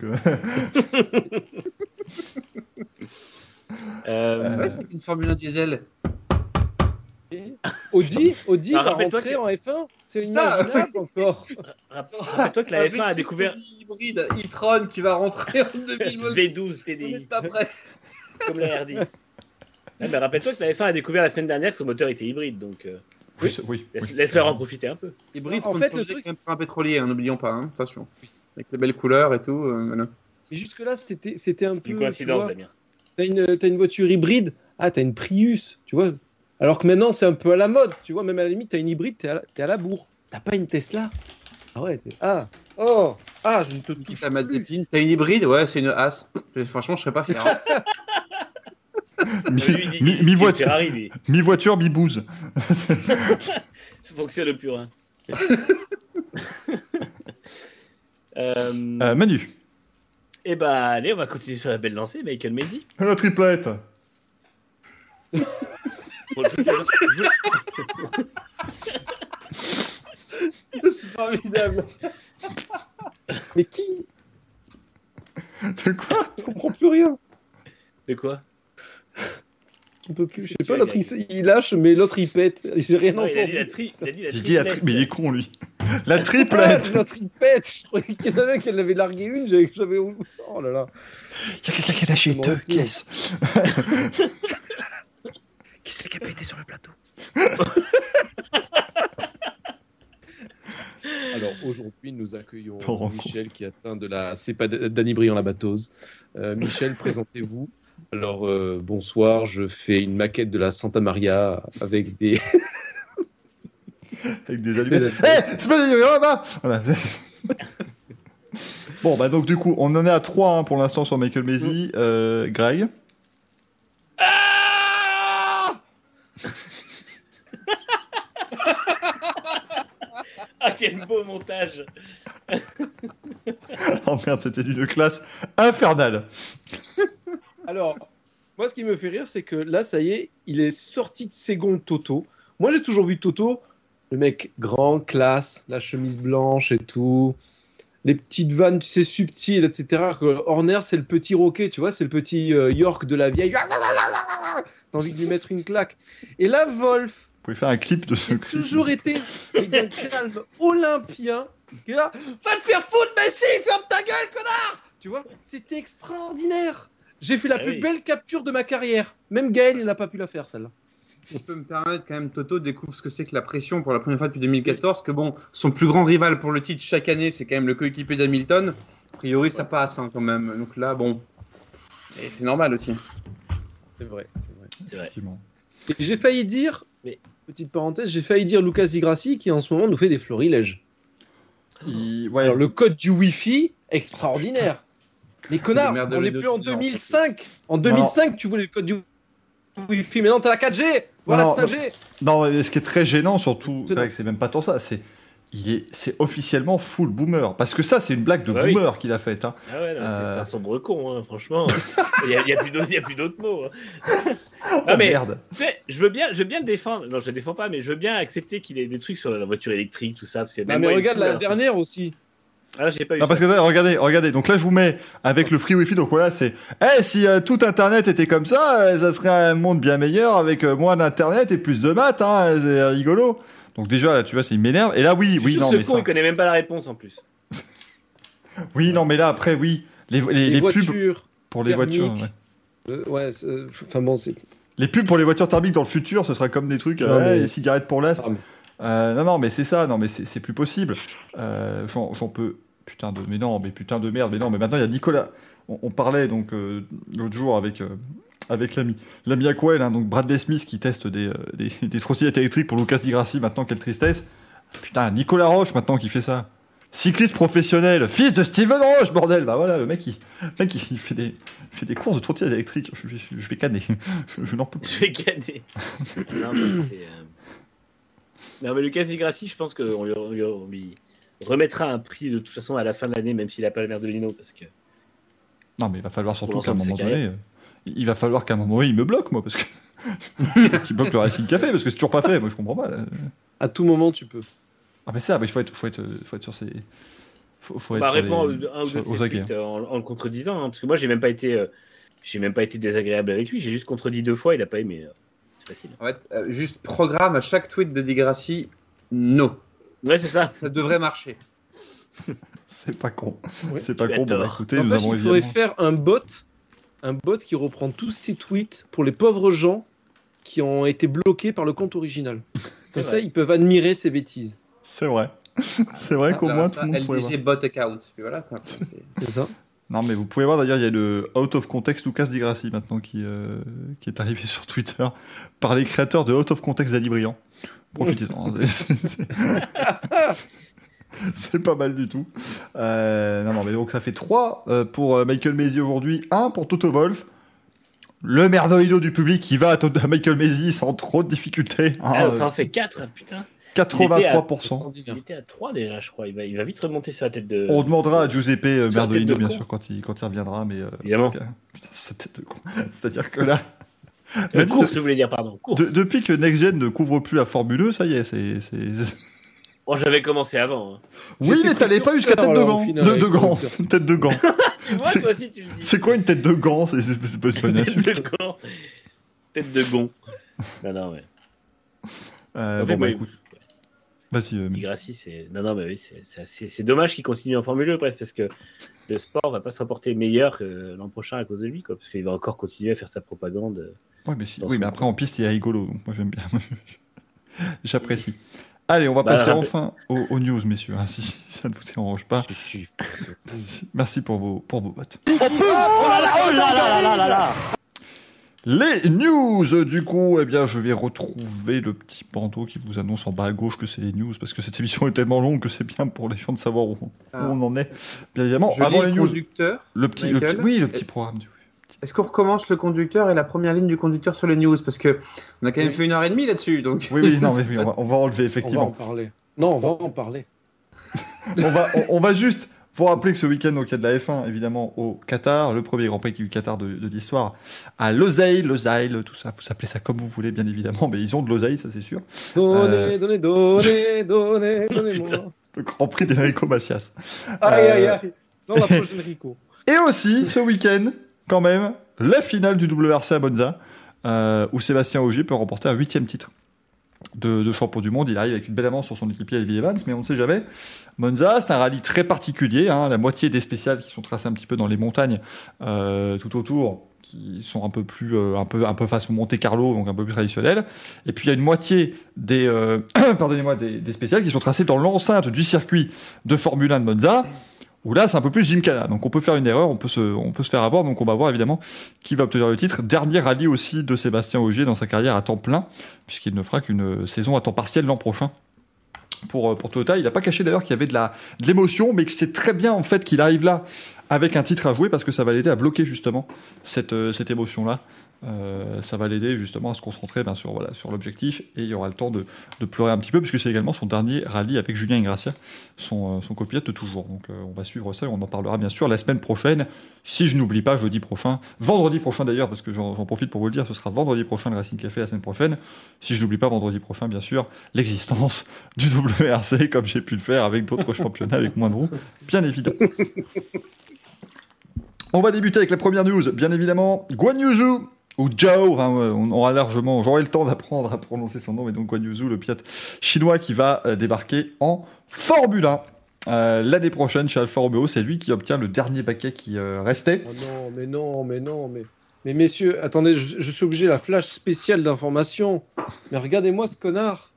Ouais, c'est une Formule 1 diesel. Audi va rappelle-toi rentrer que- en F1. C'est Ça, inimaginable encore. Rappelle-toi que la F1 a découvert hybride e-tron qui va rentrer en 2012. V12 On n'est TDI, pas prêt. comme la R10. Ouais, mais rappelle-toi que la F1 a découvert la semaine dernière que son moteur était hybride. Donc Oui. laisse-leur en profiter un peu. Hybride, En fait, le sponsorisé truc, quand même par un pétrolier, hein, n'oublions pas, hein, attention. Avec les belles couleurs et tout. Voilà. Mais jusque-là, c'était un C'est peu. une tu coïncidence, vois, Damien. T'as une voiture hybride. Ah, t'as une Prius, tu vois. Alors que maintenant, c'est un peu à la mode, tu vois. Même à la limite, t'as une hybride, t'es à la bourre. T'as pas une Tesla. Ah ouais, je ne te touche T'as plus. Mazepin, t'as une hybride, ouais, c'est une As. Franchement, je serais pas fier. Hein. Lui, il dit- Mi-voiture, Ferrari, lui. mi-voiture, mi-bouse. Ça fonctionne au purin. Manu, Et bah, allez, on va continuer sur la belle lancée, Michael Maizy. la triplette. Bon, C'est formidable. Mais qui? De quoi? Je comprends plus rien. De quoi? On peut plus. Je sais Tu pas, as l'autre gagné. il lâche, mais l'autre il pète. J'ai rien Non, il a dit entendu. la J'ai dit la triplette. mais il est con, lui. La Ah, triplette. l'autre il pète. Je croyais qu'il y en avait qui en avait largué une. J'avais. Oh là là. Il y a quelqu'un qui a lâché Bon, deux oui. caisses. Qui c'est qui a pété sur le plateau? Alors aujourd'hui, nous accueillons T'en rends Michel qui est atteint de la d'anébrion la batose. Michel, présentez-vous. Alors bonsoir, je fais une maquette de la Santa Maria avec des. Avec des allumettes. Hé, c'est pas des allumettes, voilà. Bon, bah donc du coup, on en est à 3 hein, pour l'instant sur Michael Maizy. Greg. Ah, quel beau montage! Oh merde, c'était d'une classe infernale. Alors, moi, ce qui me fait rire, c'est que là, ça y est, il est sorti de ses gonds Toto. Moi, j'ai toujours vu Toto, le mec grand, classe, la chemise blanche et tout, les petites vannes, tu sais, subtiles, etc. Horner, c'est le petit roquet, tu vois, c'est le petit York de la vieille. T'as envie de lui mettre une claque. Et là, Wolf, Vous pouvez faire un clip de ce j'ai clip. toujours été un calme olympien. Qui est là, va te faire foutre, Messi, ferme ta gueule, connard. Tu vois, c'était extraordinaire. J'ai fait la Ah plus oui. belle capture de ma carrière. Même Gaël, il n'a pas pu la faire, celle-là. Si je peux me permettre, quand même, Toto découvre ce que c'est que la pression pour la première fois depuis 2014. Que bon, son plus grand rival pour le titre chaque année, c'est quand même le coéquipier d'Hamilton. A priori, ça passe hein, quand même. Donc là, bon. Et c'est normal aussi. C'est vrai. C'est vrai. Effectivement. Et j'ai failli dire, Mais- petite parenthèse, j'ai failli dire Lucas Di Grassi qui en ce moment nous fait des florilèges. Ouais. Alors, le code du Wi-Fi, extraordinaire. Mais connard, Le maire de on n'est Leno plus en qui dit en 2005. En 2005, tu voulais le code du Wi-Fi. Maintenant, t'as la 4G. Voilà, Non, 5G. Non, mais ce qui est très gênant, surtout, C'est Greg, c'est même pas tant ça, c'est officiellement full boomer. Parce que ça, c'est une blague de Bah oui. boomer qu'il a faite. Hein. Ah ouais, non, c'est un sombre con, hein, franchement. Il n'y a plus d'autres mots. Hein. Oh, mais merde. je veux bien le défendre. Non, je le défends pas, mais je veux bien accepter qu'il ait des trucs sur la voiture électrique, tout ça. Parce que Non, même mais moi, il me regarde saoule, la alors. dernière aussi. Ah, j'ai pas eu Non, parce ça. que regardez. Donc là, je vous mets avec le free wifi. Donc voilà, c'est. Si tout Internet était comme ça, ça serait un monde bien meilleur avec moins d'Internet et plus de maths. Hein, c'est rigolo. Donc déjà, là, tu vois, il m'énerve. Et là, Je suis sûr non, que mais ce con, ça. il connaît même pas la réponse en plus. Oui, non, mais là, après, oui. Les pubs voitures. pour les thermiques. voitures. Ouais. Enfin bon, c'est. Les pubs pour les voitures thermiques dans le futur, ce serait comme des trucs, Non, mais- les cigarettes pour l'as. Ah, mais- Non, mais c'est ça, non, mais c'est plus possible. J'en peux. Putain de merde, mais non, mais maintenant il y a Nicolas. On parlait donc l'autre jour avec l'ami Aquel, hein, donc Bradley Smith qui teste des trottinettes électriques pour Lucas Di Grassi, maintenant quelle tristesse. Putain, Nicolas Roche maintenant qui fait ça. Cycliste professionnel, fils de Steven Roche, bordel. Bah voilà, le mec il fait des courses de trottinettes électriques. Je vais canner. Je n'en peux plus. Je vais gagner. Non, mais Lucas Di Grassi, je pense qu'on lui remettra un prix de toute façon à la fin de l'année, même s'il n'a pas le Merdolino, parce que. Non, mais il va falloir surtout Pour qu'à un l'ensemble moment de sa donné, il va falloir qu'à un moment donné, il me bloque, moi, parce que. Qu'il bloque le Racing Café, parce que c'est toujours pas fait, moi je comprends pas. Là. À tout moment, tu peux. Ah, mais ça, il faut être sur ses. Faut être Bah, sur réponds les- un ou deux de aux ses aguets, tweets en le contredisant, hein, parce que moi j'ai même pas été désagréable avec lui, j'ai juste contredit 2 fois, il a pas aimé. C'est facile. En fait, juste programme à chaque tweet de Di Grassi, no. Ouais, c'est ça. Ça devrait marcher. C'est pas con. Oui, C'est pas tu as con. Bon, bah, tort. écoutez, nous N'empêche, avons il faudrait évidemment. faire un bot qui reprend tous ces tweets pour les pauvres gens qui ont été bloqués par le compte original. Comme ça, vrai. ils peuvent admirer ces bêtises. C'est vrai. C'est vrai qu'au Là, moins ça, tout le monde pourrait voir. LDG bot account. Puis voilà, quoi. C'est ça. Non, mais vous pouvez voir d'ailleurs, il y a le out of context Lucas Di Grassi maintenant qui est arrivé sur Twitter par les créateurs de Out of Context d'Ali Briand. Profitez-en. Hein, c'est pas mal du tout. Non, mais donc ça fait 3 pour Michael Maizy aujourd'hui, 1 pour Toto Wolff. Le merdolino du public qui va à Michael Maizy sans trop de difficultés. Hein, Ah, ça en fait 4, putain. 83%. Il était à 3 déjà, je crois. Il va vite remonter sur la tête de. On demandera à Giuseppe Merdolino, tête de bien con. sûr, quand il reviendra. Mais, Évidemment. putain, cette tête de con. C'est-à-dire que là. Course, je voulais dire, pardon. Course. Depuis que Next Gen ne couvre plus la Formule 2, ça y est, c'est. Oh, j'avais commencé avant. Hein. Oui, mais t'allais pas jusqu'à tête de alors, gant. au final, De avec gant. Walter. Une tête de gant. Tu vois, C'est- toi aussi, tu le dis. C'est quoi une tête de gant? C'est pas une Tête insulte. de gant. Tête de gon. Non, ouais. En fait, Bon, bah moi, écoute. Vas-y, Di Grassi, c'est. Non, mais oui, c'est dommage qu'il continue en Formule 2 presque, parce que le sport va pas se rapporter meilleur que l'an prochain à cause de lui, quoi, parce qu'il va encore continuer à faire sa propagande. Ouais, mais si. Dans Oui, son- mais après en piste, il est rigolo. Donc moi, j'aime bien. J'apprécie. Allez, on va Bah, passer rappel- enfin aux news, messieurs, hein, si ça ne vous dérange pas. Merci pour vos votes. Oh là là. Les news, du coup, eh bien, je vais retrouver le petit bandeau qui vous annonce en bas à gauche que c'est les news, parce que cette émission est tellement longue que c'est bien pour les gens de savoir où on en est. Bien évidemment, Je avant lis les le news, conducteur. le petit Michael. programme. Est-ce qu'on recommence le conducteur et la première ligne du conducteur sur les news? Parce que on a quand même fait 1h30 là-dessus. Donc... Oui, non, mais oui, on va enlever, On va en effectivement. parler. Non, on va en parler. On va juste vous rappeler que ce week-end, donc, il y a de la F1, évidemment, au Qatar, le premier Grand Prix du Qatar de l'histoire, à Losail, tout ça, vous appelez ça comme vous voulez, bien évidemment, mais ils ont de l'oseille, ça c'est sûr. Donnez, donnez-moi. Le Grand Prix d'Enrico Macias. Aïe. Dans la prochaine Rico. Et aussi, ce week-end, quand même, la finale du WRC à Monza, où Sébastien Ogier peut remporter un 8e titre de champion du monde. Il arrive avec une belle avance sur son équipier Elvie Evans, mais on ne sait jamais. Monza, c'est un rallye très particulier, hein, la moitié des spéciales qui sont tracées un petit peu dans les montagnes tout autour, qui sont un peu plus un peu façon Monte Carlo, donc un peu plus traditionnel. Et puis il y a une moitié des des spéciales qui sont tracées dans l'enceinte du circuit de Formule 1 de Monza, où là c'est un peu plus gymkhana. Donc on peut faire une erreur, on peut se faire avoir. Donc on va voir évidemment qui va obtenir le titre. Dernier rallye aussi de Sébastien Ogier dans sa carrière à temps plein, puisqu'il ne fera qu'une saison à temps partiel l'an prochain. pour Toyota. Il n'a pas caché d'ailleurs qu'il y avait de l'émotion, mais que c'est très bien en fait qu'il arrive là avec un titre à jouer parce que ça va l'aider à bloquer justement cette émotion-là. Ça va l'aider justement à se concentrer sur l'objectif et il y aura le temps de pleurer un petit peu puisque c'est également son dernier rallye avec Julien Ingrassia, son copilote de toujours. Donc on va suivre ça et on en parlera bien sûr la semaine prochaine. Si je n'oublie pas, vendredi prochain d'ailleurs, parce que j'en profite pour vous le dire, ce sera vendredi prochain le Racing Café la semaine prochaine. Si je n'oublie pas, vendredi prochain, bien sûr, l'existence du WRC, comme j'ai pu le faire avec d'autres championnats avec moins de roues, bien évidemment. On va débuter avec la première news, bien évidemment. Guan Yu Zhu, ou Zhao, j'aurai le temps d'apprendre à prononcer son nom, mais donc Guan Yu Zhu, le pilote chinois qui va débarquer en Formule 1. L'année prochaine chez Alfa Romeo, c'est lui qui obtient le dernier paquet qui restait. Oh non, mais messieurs, attendez, je suis obligé la flash spéciale d'information. Mais regardez-moi ce connard.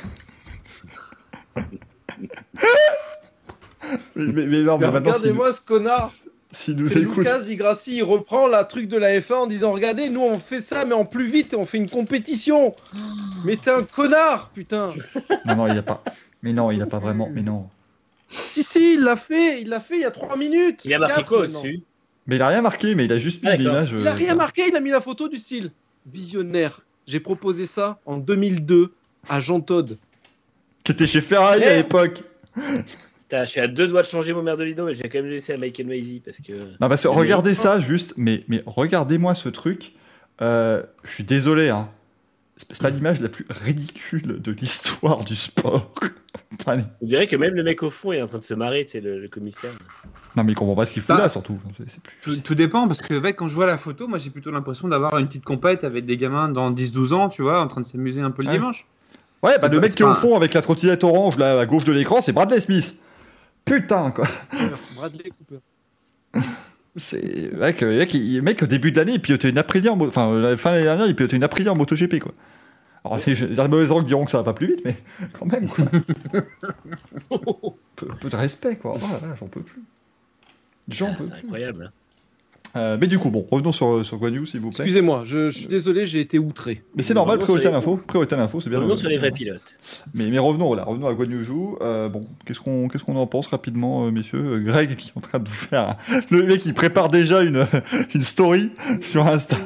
mais non, mais regardez-moi ce connard. Si nous c'est écoute... Lucas Di Grassi, il reprend la truc de la F1 en disant regardez, nous on fait ça mais en plus vite, on fait une compétition. Mais t'es un connard, putain. Non, il a pas. Mais non, il a pas vraiment. Mais non. Si, il l'a fait il y a 3 minutes. Il a marqué quoi au-dessus? Mais il a rien marqué, mais il a juste mis l'image. Il a rien marqué, il a mis la photo du style. Visionnaire. J'ai proposé ça en 2002 à Jean Todt. Qui était chez Ferrari à l'époque. Je suis à 2 doigts de changer mon Merdolino, mais je vais quand même le laisser à Michael Maisie parce que. Non, parce que regardez ça juste, mais regardez-moi ce truc. Je suis désolé, hein. C'est pas l'image la plus ridicule de l'histoire du sport. On dirait que même le mec au fond est en train de se marrer, c'est le commissaire. Non, mais il comprend pas ce qu'il fout là, surtout. C'est plus... Tout dépend, parce que quand je vois la photo, moi j'ai plutôt l'impression d'avoir une petite compète avec des gamins dans 10-12 ans, tu vois, en train de s'amuser un peu le dimanche. Ouais, le mec qui est au fond avec la trottinette orange là à gauche de l'écran, c'est Bradley Smith. Putain, quoi. Bradley Cooper. C'est vrai que le mec au début de l'année il pilotait une Aprilia la fin de l'année dernière il pilotait une Aprilia en MotoGP, quoi. Alors les mauvais gens diront que ça va pas plus vite, mais quand même, quoi. peu de respect, quoi. Oh là, j'en peux plus. C'est incroyable. Mais du coup, revenons sur Guan Yu, s'il vous plaît. Excusez-moi, je suis désolé, j'ai été outré. Mais c'est normal, priorité à l'info, c'est bien. Revenons sur les vrais pilotes. Mais revenons à Guan Yu Zhu. Qu'est-ce qu'on en pense rapidement, messieurs? Greg qui est en train de vous faire... Le mec, il prépare déjà une story sur Insta.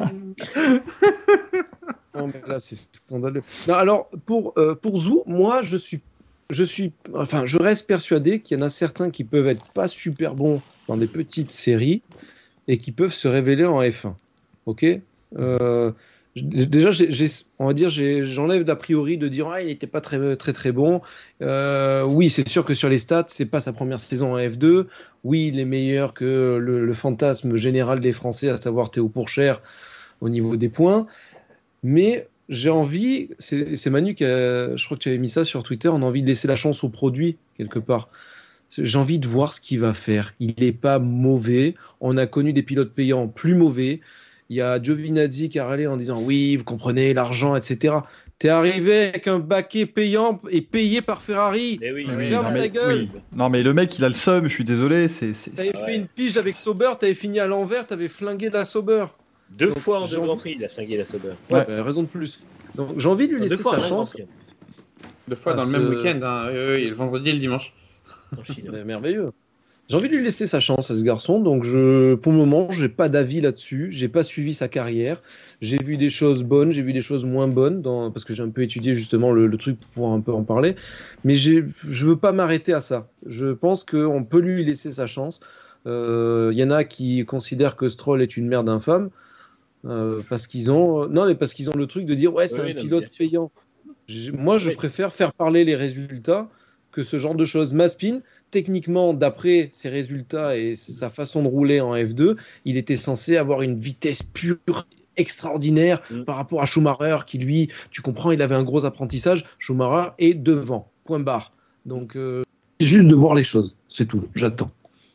Non, mais là, c'est scandaleux. Non, alors, pour Zhu, moi, je reste persuadé qu'il y en a certains qui peuvent être pas super bons dans des petites séries et qui peuvent se révéler en F1. Ok, déjà, on va dire, j'enlève d'a priori de dire il n'était pas très très très bon. Oui, c'est sûr que sur les stats, c'est pas sa première saison en F2. Oui, il est meilleur que le fantasme général des Français, à savoir Théo Pourchère au niveau des points. Mais j'ai envie, c'est Manu je crois que tu avais mis ça sur Twitter, on a envie de laisser la chance au produit quelque part. J'ai envie de voir ce qu'il va faire. Il n'est pas mauvais. On a connu des pilotes payants plus mauvais. Il y a Giovinazzi qui a râlé en disant oui, vous comprenez, l'argent, etc. T'es arrivé avec un baquet payant et payé par Ferrari. Mais oui, ferme ta gueule. Oui. Non, mais le mec, il a le seum, je suis désolé. T'avais fait une pige avec Sauber, t'avais fini à l'envers, t'avais flingué la Sauber. 2 fois en 2 Grands Prix, il a flingué la Sauber. Ouais, raison de plus. Donc j'ai envie de lui laisser sa chance. 2 fois dans le même week-end, hein. Oui, le vendredi et le dimanche. Merveilleux. J'ai envie de lui laisser sa chance à ce garçon, donc pour le moment, j'ai pas d'avis là-dessus. J'ai pas suivi sa carrière. J'ai vu des choses bonnes, j'ai vu des choses moins bonnes, parce que j'ai un peu étudié justement le truc pour pouvoir un peu en parler. Mais je veux pas m'arrêter à ça. Je pense qu'on peut lui laisser sa chance. Y en a qui considèrent que Stroll est une merde infâme parce qu'ils ont le truc de dire c'est un pilote payant. Moi, je préfère faire parler les résultats que ce genre de choses. Mazepin, techniquement, d'après ses résultats et sa façon de rouler en F2, il était censé avoir une vitesse pure extraordinaire par rapport à Schumacher, qui lui, tu comprends, il avait un gros apprentissage. Schumacher est devant, point barre. Donc, juste de voir les choses, c'est tout, j'attends.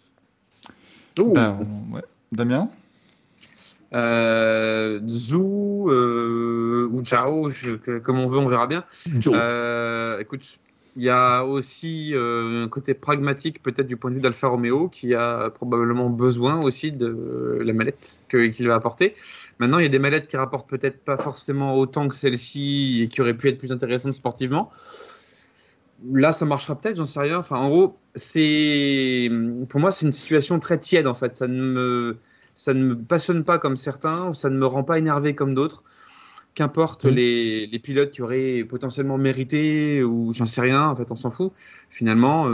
Damien Zhu ou Zhao, comme on veut, on verra bien. Écoute, il y a aussi un côté pragmatique peut-être du point de vue d'Alfa Romeo qui a probablement besoin aussi de la mallette qu'il va apporter. Maintenant, il y a des mallettes qui rapportent peut-être pas forcément autant que celle-ci et qui auraient pu être plus intéressantes sportivement. là, ça marchera peut-être, j'en sais rien. Enfin, en gros, pour moi, c'est une situation très tiède, en fait. Ça ne me passionne pas comme certains, ou ça ne me rend pas énervé comme d'autres. Qu'importe les pilotes qui auraient potentiellement mérité, ou j'en sais rien, en fait, on s'en fout. Finalement,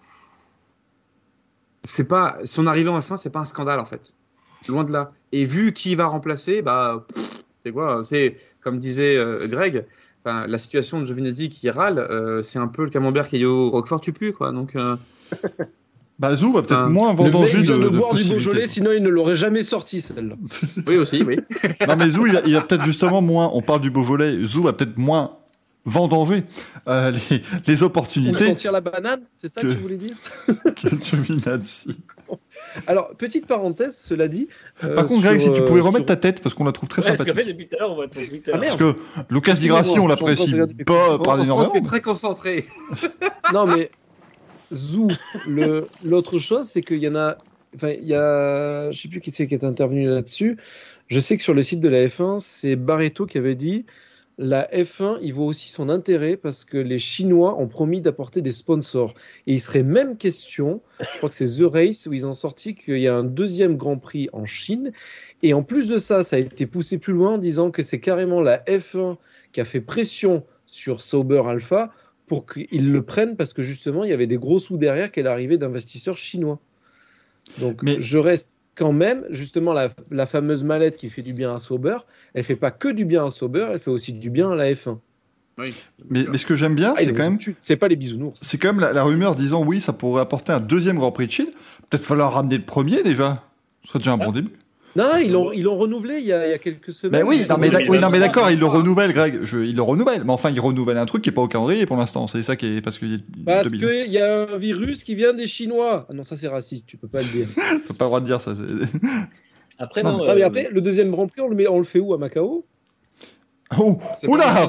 son arrivée en F1, c'est pas un scandale, en fait. Loin de là. Et vu qui va remplacer, c'est quoi ? C'est, comme disait Greg, la situation de Giovinazzi qui râle, c'est un peu le camembert qui est au Roquefort tue plus, quoi. Donc, Zou va peut-être moins vendanger il vient de de boire du possibilités. Beaujolais, sinon il ne l'aurait jamais sorti, celle-là. oui, aussi, oui. Non, mais Zou, il va peut-être justement moins. On parle du Beaujolais. Zou va peut-être moins vendanger les opportunités. Pour sentir la banane, c'est ça que tu voulais dire ? Que Giovinazzi. Alors, petite parenthèse, cela dit. Par contre, Greg, si tu pouvais remettre ta tête, parce qu'on la trouve très Parce sympathique. qu'en fait, depuis tout à l'heure, on voit ton Twitter. Ah, merde. Parce que Lucas Di Grassi, on l'apprécie pas par énormément. T'es très concentré. Non, mais Zou, l'autre chose, c'est qu'il y en a. Enfin, il y a. Je sais plus qui c'est qui est intervenu là-dessus. Je sais que sur le site de la F1, c'est Barreto qui avait dit la F1, il voit aussi son intérêt parce que les Chinois ont promis d'apporter des sponsors. Et il serait même question, je crois que c'est The Race, où ils ont sorti qu'il y a un deuxième Grand Prix en Chine. Et en plus de ça, ça a été poussé plus loin en disant que c'est carrément la F1 qui a fait pression sur Sauber Alpha pour qu'ils le prennent parce que justement, il y avait des gros sous derrière qu'est l'arrivée d'investisseurs chinois. Donc, je reste quand même, justement, la fameuse mallette qui fait du bien à Sauber, elle fait pas que du bien à Sauber, elle fait aussi du bien à la F1. Oui, mais ce que j'aime bien, c'est quand même... C'est pas les bisounours. C'est quand même la rumeur disant, oui, ça pourrait apporter un deuxième Grand Prix de Chine. Peut-être falloir ramener le premier, déjà. Ce serait déjà un bon début. Non, ils l'ont renouvelé il y a quelques semaines. Mais oui, mais d'accord, ils le renouvellent, Greg. Ils le renouvellent. Mais enfin, ils renouvellent un truc qui est pas au calendrier pour l'instant. C'est ça qui est parce qu'il y a un virus qui vient des Chinois. Ah non, ça c'est raciste, tu peux pas le dire. T'as pas le droit de dire ça. Après, mais après, le deuxième Grand Prix, on le fait où, à Macao? Oh, oula,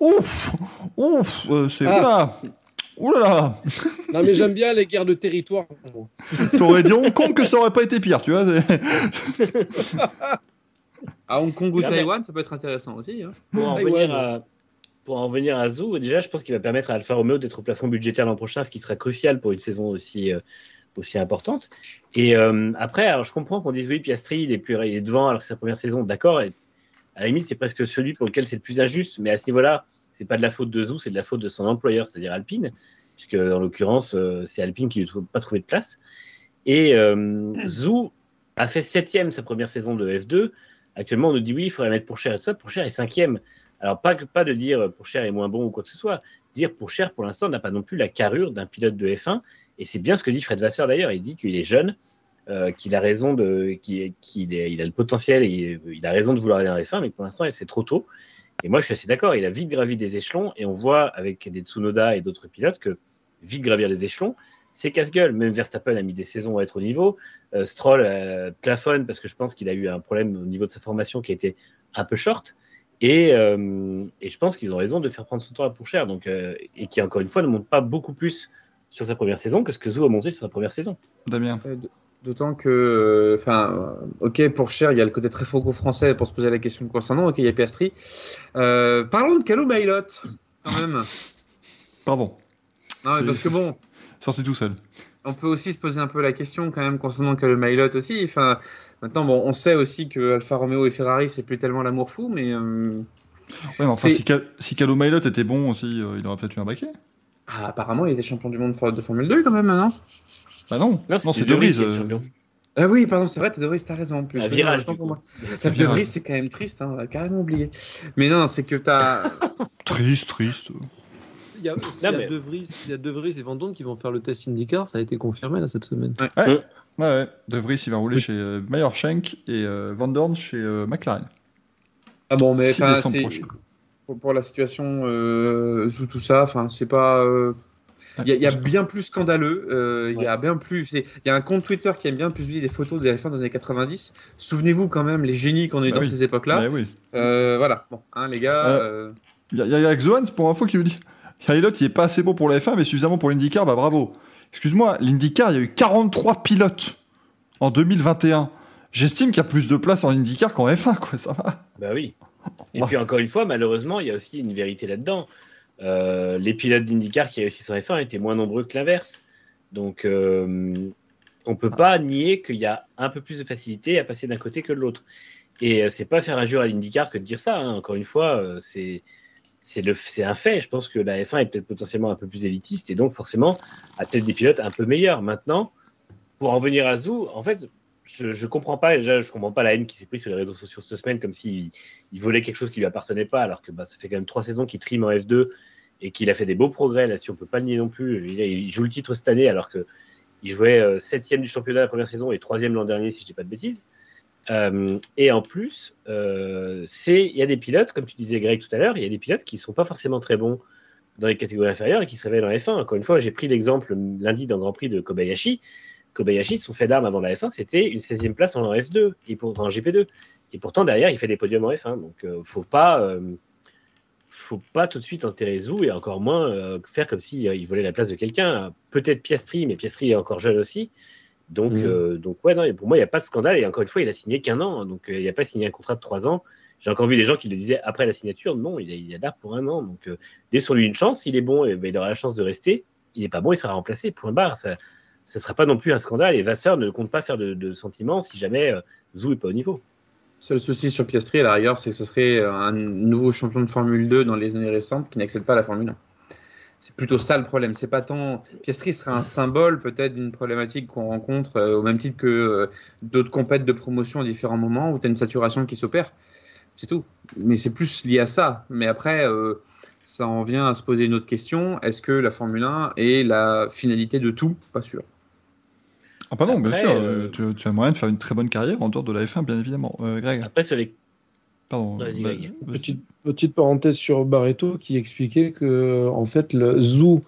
c'est oula. Ouh là là. Non mais j'aime bien les guerres de territoire. T'aurais dit Hong Kong que ça aurait pas été pire, tu vois. À Hong Kong ou Taïwan, ça peut être intéressant aussi. Hein. Pour en revenir à Zou, déjà, je pense qu'il va permettre à Alfa Romeo d'être au plafond budgétaire l'an prochain, ce qui sera crucial pour une saison aussi importante. Et après, alors, je comprends qu'on dise oui, Piastri, il est devant alors que c'est sa première saison, d'accord. Et à la limite, c'est presque celui pour lequel c'est le plus injuste. Mais à ce niveau-là, c'est pas de la faute de Zou, c'est de la faute de son employeur, c'est-à-dire Alpine, puisque en l'occurrence, c'est Alpine qui n'a pas trouvé de place. Et Zou a fait 7e sa première saison de F2. Actuellement, on nous dit oui, il faudrait mettre Pourchaire et tout ça. Pourchaire est 5e. Alors, pas de dire Pourchaire est moins bon ou quoi que ce soit. Dire Pourchaire, pour l'instant, n'a pas non plus la carrure d'un pilote de F1. Et c'est bien ce que dit Fred Vasseur d'ailleurs. Il dit qu'il est jeune, qu'il a raison il a le potentiel et il a raison de vouloir aller en F1, mais pour l'instant, c'est trop tôt. Et moi, je suis assez d'accord. Il a vite gravi des échelons et on voit avec des Tsunoda et d'autres pilotes que vite gravir des échelons, c'est casse-gueule. Même Verstappen a mis des saisons à être au niveau. Stroll plafonne parce que je pense qu'il a eu un problème au niveau de sa formation qui a été un peu short. Et je pense qu'ils ont raison de faire prendre son temps à Pourchaire. Et qui, encore une fois, ne monte pas beaucoup plus sur sa première saison que ce que Zou a monté sur sa première saison. Damien. D'autant que, ok, Pourchaire, il y a le côté très franco-français pour se poser la question concernant. Ok, il y a Piastri. Parlons de Calum Aylott, quand même. Pardon. Non, mais parce que bon. Sorti tout seul. On peut aussi se poser un peu la question quand même concernant Calum Aylott aussi. Enfin, maintenant, bon, on sait aussi que Alfa Romeo et Ferrari, c'est plus tellement l'amour fou, mais. Ouais, mais enfin, si Calum Aylott était bon aussi, il aurait peut-être eu un baquet. Ah, apparemment, il était champion du monde de Formule 2 quand même, non? Bah non, c'est De Vries. Ah oui, pardon, c'est vrai, De Vries, t'as raison en plus. Un virage, pour moi. De Vries, c'est quand même triste, hein, on a carrément oublié. Mais non, c'est que t'as. Triste. Il y a De Vries et Van Dorn qui vont faire le test IndyCar, ça a été confirmé là cette semaine. Ouais. De Vries, il va rouler chez Meyer Shank et Van Dorn chez McLaren. Ah bon, mais 6 décembre prochain. Pour la situation, joue tout ça, enfin, c'est pas. Il y a bien plus scandaleux. Il y a bien plus. Il y a un compte Twitter qui aime bien publier des photos des F1 des années 90. Souvenez-vous quand même les génies qu'on a eu dans ces époques-là. Oui. Voilà. Bon, les gars. Il y a Xoans pour info qui vous dit Aylott, il est pas assez bon pour la F1, mais suffisamment pour l'IndyCar. Bah bravo. Excuse-moi, l'IndyCar, il y a eu 43 pilotes en 2021. J'estime qu'il y a plus de place en IndyCar qu'en F1, quoi. Ça va. Bah oui. Et puis encore une fois, malheureusement, il y a aussi une vérité là-dedans. Les pilotes d'IndyCar qui réussissent en F1 étaient moins nombreux que l'inverse. Donc, on peut pas nier qu'il y a un peu plus de facilité à passer d'un côté que de l'autre. Et c'est pas faire injure à l'IndyCar que de dire ça. Encore une fois, c'est un fait. Je pense que la F1 est peut-être potentiellement un peu plus élitiste et donc forcément a peut-être des pilotes un peu meilleurs. Maintenant, pour en venir à Zhou, en fait, je comprends pas. Déjà, je comprends pas la haine qui s'est prise sur les réseaux sociaux cette semaine, comme s'il volait quelque chose qui lui appartenait pas, alors que ça fait quand même 3 saisons qu'il trime en F2 et qu'il a fait des beaux progrès là-dessus. On peut pas le nier non plus. Je veux dire, il joue le titre cette année alors que il jouait 7e du championnat la première saison et 3e l'an dernier, si je dis pas de bêtises. Et en plus, il y a des pilotes, comme tu disais Greg tout à l'heure, il y a des pilotes qui sont pas forcément très bons dans les catégories inférieures et qui se révèlent en F1. Encore une fois, j'ai pris l'exemple lundi dans le Grand Prix de Kobayashi. Kobayashi, son fait d'armes avant la F1, c'était une 16e place en F2 et en GP2. Et pourtant, derrière, il fait des podiums en F1. Donc, faut pas tout de suite enterrer Zhou et encore moins faire comme s'il volait la place de quelqu'un. Peut-être Piastri, mais Piastri est encore jeune aussi. Donc ouais, non, pour moi, il n'y a pas de scandale. Et encore une fois, il a signé qu'1 an. Donc, il n'a pas signé un contrat de 3 ans. J'ai encore vu des gens qui le disaient après la signature. Non, il est là pour 1 an. Donc, laissons-lui une chance. Il est bon, et, il aura la chance de rester. Il n'est pas bon, il sera remplacé. Point barre. Ça ne sera pas non plus un scandale. Et Vasseur ne compte pas faire de sentiments si jamais Zhou n'est pas au niveau. Seul souci sur Piastri, à la rigueur, c'est que ce serait un nouveau champion de Formule 2 dans les années récentes qui n'accède pas à la Formule 1. C'est plutôt ça le problème. C'est pas tant Piastri sera un symbole peut-être d'une problématique qu'on rencontre au même titre que d'autres compètes de promotion à différents moments où tu as une saturation qui s'opère. C'est tout. Mais c'est plus lié à ça. Mais après, ça en vient à se poser une autre question. Est-ce que la Formule 1 est la finalité de tout ? Pas sûr. Ah bah non, bien sûr, tu as moyen de faire une très bonne carrière en dehors de la F1, bien évidemment. Greg. Après, sur les... Pardon. Vas-y, Greg. Petite parenthèse sur Barretto qui expliquait que en fait le Zhou,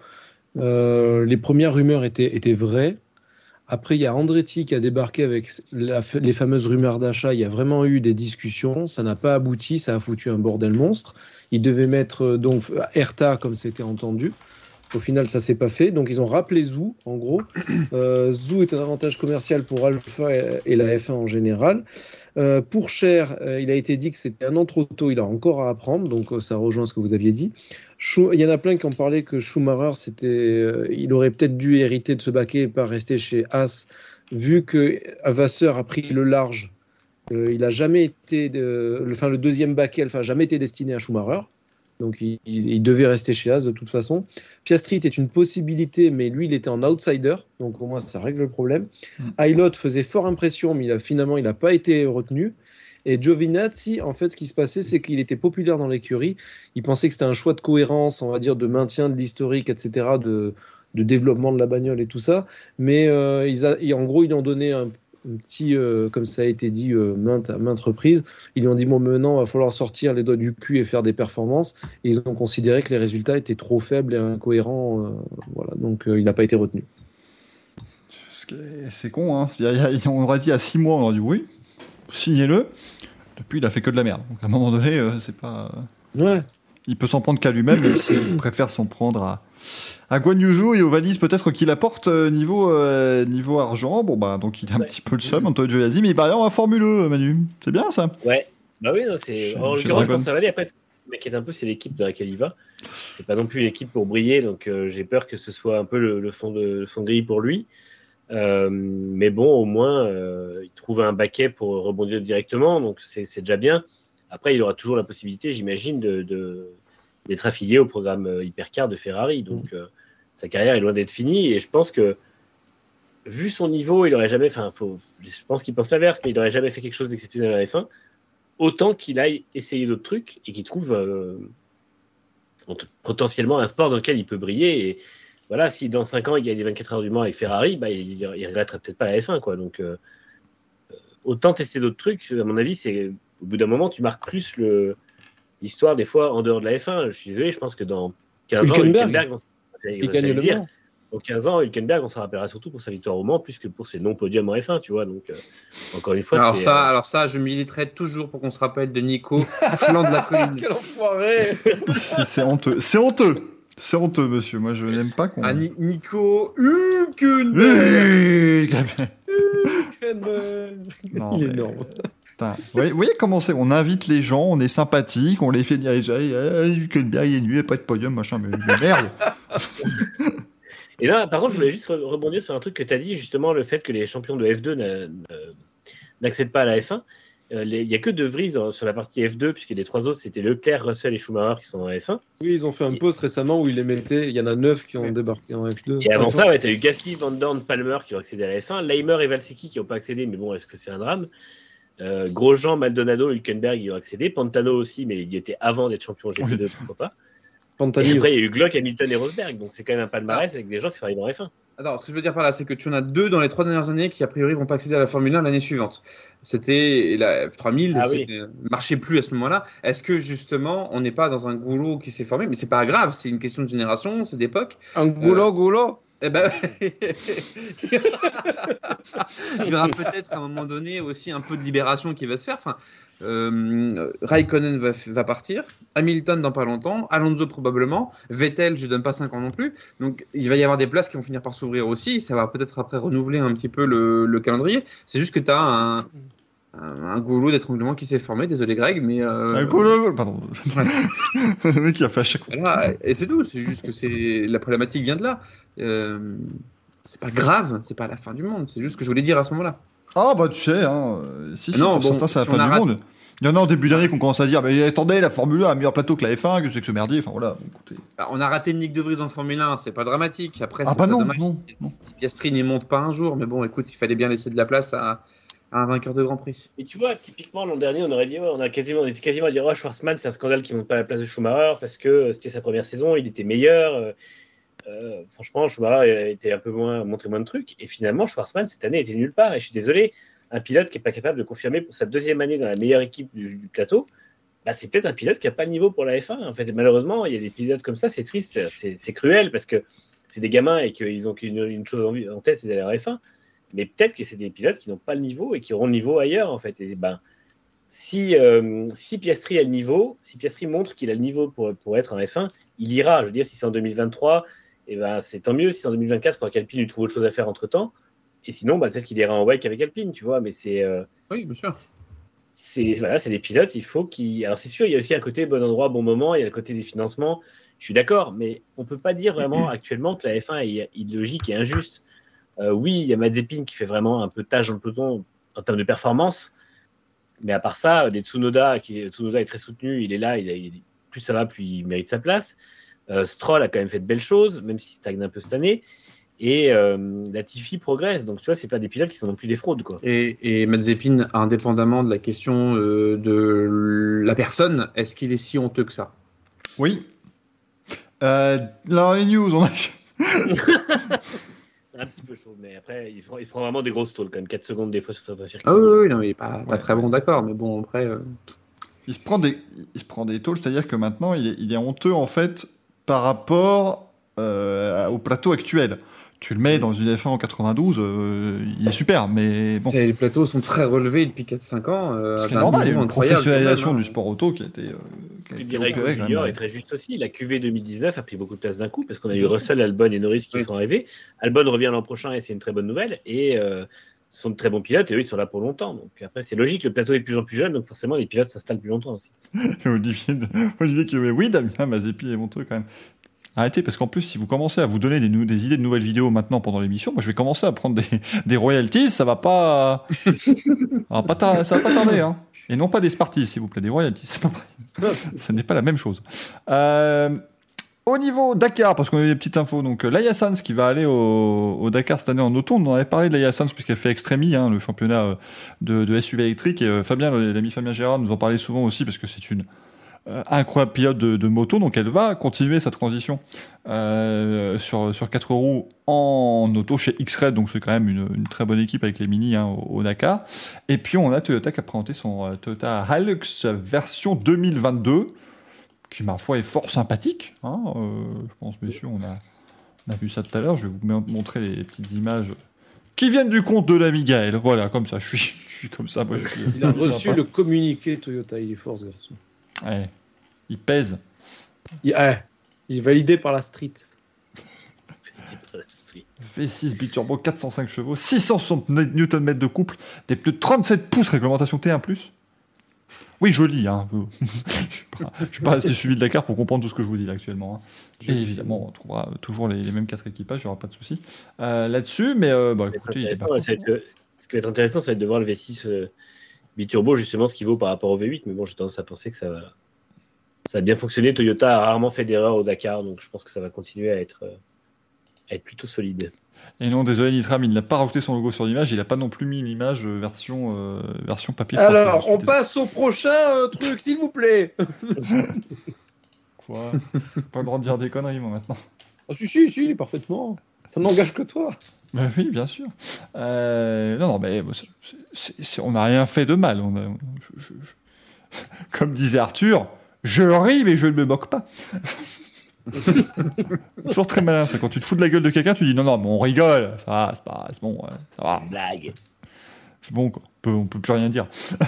les premières rumeurs étaient vraies. Après, il y a Andretti qui a débarqué avec les fameuses rumeurs d'achat. Il y a vraiment eu des discussions, ça n'a pas abouti, ça a foutu un bordel monstre. Ils devaient mettre donc Herta comme c'était entendu. Au final, ça s'est pas fait. Donc, ils ont rappelé Zhou, en gros. Zhou est un avantage commercial pour Alpha et la F1 en général. Pour Cher, il a été dit que c'était 1 an trop tôt. Il a encore à apprendre. Donc, ça rejoint ce que vous aviez dit. Il y en a plein qui ont parlé que Schumacher, il aurait peut-être dû hériter de ce baquet et pas rester chez Haas, vu que Vasseur a pris le large. Il a jamais été, le deuxième baquet, a jamais été destiné à Schumacher. Donc, il devait rester chez Haas de toute façon. Piastri était une possibilité, mais lui, il était en outsider. Donc, au moins, ça règle le problème. Aylot faisait fort impression, mais finalement, il n'a pas été retenu. Et Giovinazzi, en fait, ce qui se passait, c'est qu'il était populaire dans l'écurie. Il pensait que c'était un choix de cohérence, on va dire, de maintien de l'historique, etc., de développement de la bagnole et tout ça. Mais en gros, ils lui ont donné un petit, comme ça a été dit à maintes reprises, ils lui ont dit bon, maintenant il va falloir sortir les doigts du cul et faire des performances, et ils ont considéré que les résultats étaient trop faibles et incohérents, voilà, donc il n'a pas été retenu. C'est con, hein. On aurait dit à 6 mois, on aurait dit oui, signez-le. Depuis, il a fait que de la merde. Donc à un moment donné, c'est pas. Ouais. Il peut s'en prendre qu'à lui-même, même s'il préfère s'en prendre à Guan Yu Zhou et aux valises peut-être qu'il apporte niveau argent. Bon bah donc il a un petit peu le seum, Antoine Giovinazzi, mais il va aller en Formule 1, Manu. C'est bien ça. Ouais. Bah oui, non, en l'occurrence, je pense que ça va aller. Après, ce qui m'inquiète un peu, c'est l'équipe dans laquelle il va. C'est pas non plus l'équipe pour briller, donc j'ai peur que ce soit un peu le fond de grille pour lui. Mais bon, au moins, il trouve un baquet pour rebondir directement, donc c'est déjà bien. Après, il aura toujours la possibilité, j'imagine, d'être affilié au programme Hypercar de Ferrari. Donc, sa carrière est loin d'être finie. Et je pense que, vu son niveau, il n'aurait jamais... je pense qu'il pense l'inverse, mais il n'aurait jamais fait quelque chose d'exceptionnel à la F1. Autant qu'il aille essayer d'autres trucs et qu'il trouve potentiellement un sport dans lequel il peut briller. Et voilà, si dans 5 ans, il gagne les 24 heures du Mans avec Ferrari, bah, il ne regretterait peut-être pas la F1, quoi. Donc, autant tester d'autres trucs. À mon avis, c'est... Au bout d'un moment, tu marques plus l'histoire des fois en dehors de la F1. Je suis désolé, je pense que dans 15 ans, Hülkenberg, dans 15 ans, Hülkenberg, on s'en rappellera surtout pour sa victoire au Mans, plus que pour ses non-podiums en F1, tu vois. Donc, encore une fois, alors ça, je militerai toujours pour qu'on se rappelle de Nico, flanc de la colline. Quel enfoiré. C'est honteux. C'est honteux. C'est honteux, monsieur. Moi, je n'aime pas qu'on... Nico Hülkenberg. Non, Il est mais- énorme. Putain. Vous voyez comment c'est? On invite les gens, on est sympathique, on les fait dire Hülkenberg est nul, pas de podium, machin, mais merde. Et là, par contre, je voulais juste rebondir sur un truc que tu as dit, justement, le fait que les champions de F2 n'accèdent pas à la F1. Il n'y a que De Vries sur la partie F2, puisque les trois autres, c'était Leclerc, Russell et Schumacher qui sont en F1. Oui, ils ont fait un post récemment où ils les mettaient. Il y en a 9 qui ont débarqué en F2. Et avant ça, ouais, tu as eu Gasly, Van Dorn, Palmer qui ont accédé à la F1, Leimer et Valsecki qui n'ont pas accédé, mais bon, est-ce que c'est un drame? Grosjean, Maldonado, Hülkenberg y ont accédé, Pantano aussi, mais il y était avant d'être champion GP2, pourquoi pas. Et Pantani après, aussi. il y a eu Glock, Hamilton et Rosberg, donc c'est quand même un palmarès avec des gens qui sont arrivés en F1. Alors, ce que je veux dire par là, c'est que tu en as 2 dans les 3 dernières années qui, a priori, vont pas accéder à la Formule 1 l'année suivante. C'était la F3000, Ah oui. c'était marchait plus à ce moment-là. Est-ce que, justement, on n'est pas dans un goulot qui s'est formé? Mais c'est pas grave, c'est une question de génération, c'est d'époque. Un goulot. Eh ben, il y aura peut-être à un moment donné aussi un peu de libération qui va se faire. Enfin, Raikkonen va partir, Hamilton dans pas longtemps, Alonso probablement, Vettel, je donne pas 5 ans non plus. Donc il va y avoir des places qui vont finir par s'ouvrir aussi. Ça va peut-être après renouveler un petit peu le calendrier. C'est juste que tu as un goulot d'étranglement qui s'est formé. Désolé Greg, mais Pardon. Le mec qui a fait à chaque fois. voilà, et c'est tout. C'est juste que la problématique vient de là. C'est pas grave, c'est pas la fin du monde. C'est juste ce que je voulais dire à ce moment-là. Ah bah tu sais, hein, si, Non, pour bon, certains c'est la si on fin du arrête- monde. Il y en a en début d'année qui ont commencé à dire mais attendez, la Formule 1 a un meilleur plateau que la F1, que c'est que ce merdier, enfin voilà. Bon, écoutez. Bah, on a raté Nick De Vries en Formule 1, c'est pas dramatique. Après, Ah c'est bah pas non, dommage non, si- non. si Piastri n'y monte pas un jour. Mais bon, écoute, il fallait bien laisser de la place à un vainqueur de Grand Prix. Et tu vois, typiquement, l'an dernier, on aurait dit, ouais, on était quasiment à dire, oh, Schwarzman, c'est un scandale qui ne monte pas à la place de Schumacher parce que c'était sa première saison, il était meilleur. Franchement, Schumacher était un peu montré moins de trucs. Et finalement, Schwarzman, cette année, était nulle part. Et je suis désolé, un pilote qui n'est pas capable de confirmer pour sa deuxième année dans la meilleure équipe du plateau, bah, c'est peut-être un pilote qui n'a pas de niveau pour la F1. En fait, et malheureusement, il y a des pilotes comme ça, c'est triste, c'est cruel parce que c'est des gamins et qu'ils ont qu'une chose en tête, c'est d'aller en F1. Mais peut-être que c'est des pilotes qui n'ont pas le niveau et qui auront le niveau ailleurs, en fait. Et ben, si Piastri a le niveau, si Piastri montre qu'il a le niveau pour être en F1, il ira. Je veux dire, si c'est en 2023, et ben, c'est tant mieux. Si c'est en 2024, il faudra qu'Alpine lui trouve autre chose à faire entre-temps. Et sinon, bah, peut-être qu'il ira en WEC avec Alpine, tu vois. Mais c'est Oui, bien sûr. c'est des pilotes, il faut qu'ils... Alors c'est sûr, il y a aussi un côté bon endroit, bon moment, il y a le côté des financements. Je suis d'accord, mais on ne peut pas dire vraiment actuellement que la F1 est illogique et injuste. Oui, il y a Mazepin qui fait vraiment un peu tâche dans le peloton en termes de performance, mais à part ça, Tsunoda est très soutenu, il est là, plus ça va, plus il mérite sa place. Stroll a quand même fait de belles choses, même s'il stagne un peu cette année, et Latifi progresse, donc tu vois, c'est pas des pilotes qui sont non plus des fraudes, quoi. Et Mazepin, indépendamment de la question de la personne, est-ce qu'il est si honteux que ça? Oui. Dans les news, on a. Un petit peu chaud, mais après, il se prend vraiment des grosses tôles, quand même, 4 secondes des fois sur certains circuits. Ah oui, non, il est pas très bon, d'accord, mais bon, après... Il se prend des tôles, c'est-à-dire que maintenant, il est honteux, en fait, par rapport au plateau actuel. Tu le mets dans une F1 en 92, il est super, mais bon. Les plateaux sont très relevés depuis 4-5 ans. Ce qui est à un normal, il y a niveau une incroyable, professionnalisation quand même, du sport auto qui a été Je dirais que opérée, quand Junior même. est très juste aussi. La QV 2019 a pris beaucoup de place d'un coup parce qu'on a eu Bien sûr. Russell, Albon et Norris qui Oui. font rêver. Albon revient l'an prochain et c'est une très bonne nouvelle. Et ce sont de très bons pilotes et eux, ils sont là pour longtemps. Donc après, c'est logique, le plateau est de plus en plus jeune, donc forcément, les pilotes s'installent plus longtemps aussi. Olivier qui met oui, Damien Mazepin est honteux quand même. Arrêtez, parce qu'en plus, si vous commencez à vous donner des idées de nouvelles vidéos maintenant pendant l'émission, moi je vais commencer à prendre des royalties, ça va pas tarder, hein. Et non pas des Sparties, s'il vous plaît, des royalties, c'est pas pareil. Ça n'est pas la même chose. Au niveau Dakar, parce qu'on a eu des petites infos, donc Laia Sanz qui va aller au Dakar cette année en automne, on en avait parlé de Laia Sanz puisqu'elle fait Extremi, hein, le championnat de SUV électrique, et l'ami Fabien Gérard nous en parlait souvent aussi parce que c'est une incroyable pilote de moto, donc elle va continuer sa transition sur 4 roues en auto chez X-Red, donc c'est quand même une très bonne équipe avec les Mini, hein, au Dakar. Et puis on a Toyota qui a présenté son Toyota Hilux version 2022, qui ma foi est fort sympathique, hein, je pense, messieurs, on a vu ça tout à l'heure, je vais vous montrer les petites images qui viennent du compte de l'ami Gaël, voilà, comme ça, je suis comme ça, moi, je suis Il a reçu sympa. le communiqué Toyota, il est fort ce garçon. Ouais. Il pèse. Il est validé par la street. V6 biturbo, 405 chevaux, 660 Nm de couple, des pneus de 37 pouces, réglementation T1+. Oui, je lis, hein. Je suis pas assez suivi de la carte pour comprendre tout ce que je vous dis là actuellement. Hein. Et évidemment, on trouvera toujours les mêmes 4 équipages, il n'y aura pas de souci là-dessus. Mais écoutez, ce qui va être intéressant, ça va être de voir le V6 biturbo, justement, ce qu'il vaut par rapport au V8. Mais bon, j'ai tendance à penser que ça va bien fonctionner. Toyota a rarement fait d'erreur au Dakar, donc je pense que ça va continuer à être plutôt solide. Et non, désolé, Nitram, il n'a pas rajouté son logo sur l'image, il n'a pas non plus mis l'image version papier français. Alors, on passe au prochain truc, s'il vous plaît. Quoi ? Pas le droit de dire des conneries, moi, maintenant. Ah, si, parfaitement. Ça n'engage que toi. Ben oui, bien sûr. Non, mais on n'a rien fait de mal. Comme disait Arthur, je ris, mais je ne me moque pas. Toujours très malin, ça. Quand tu te fous de la gueule de quelqu'un, tu dis non, mais on rigole, ça va, c'est bon, ça va. Blague. C'est bon, quoi. On peut plus rien dire.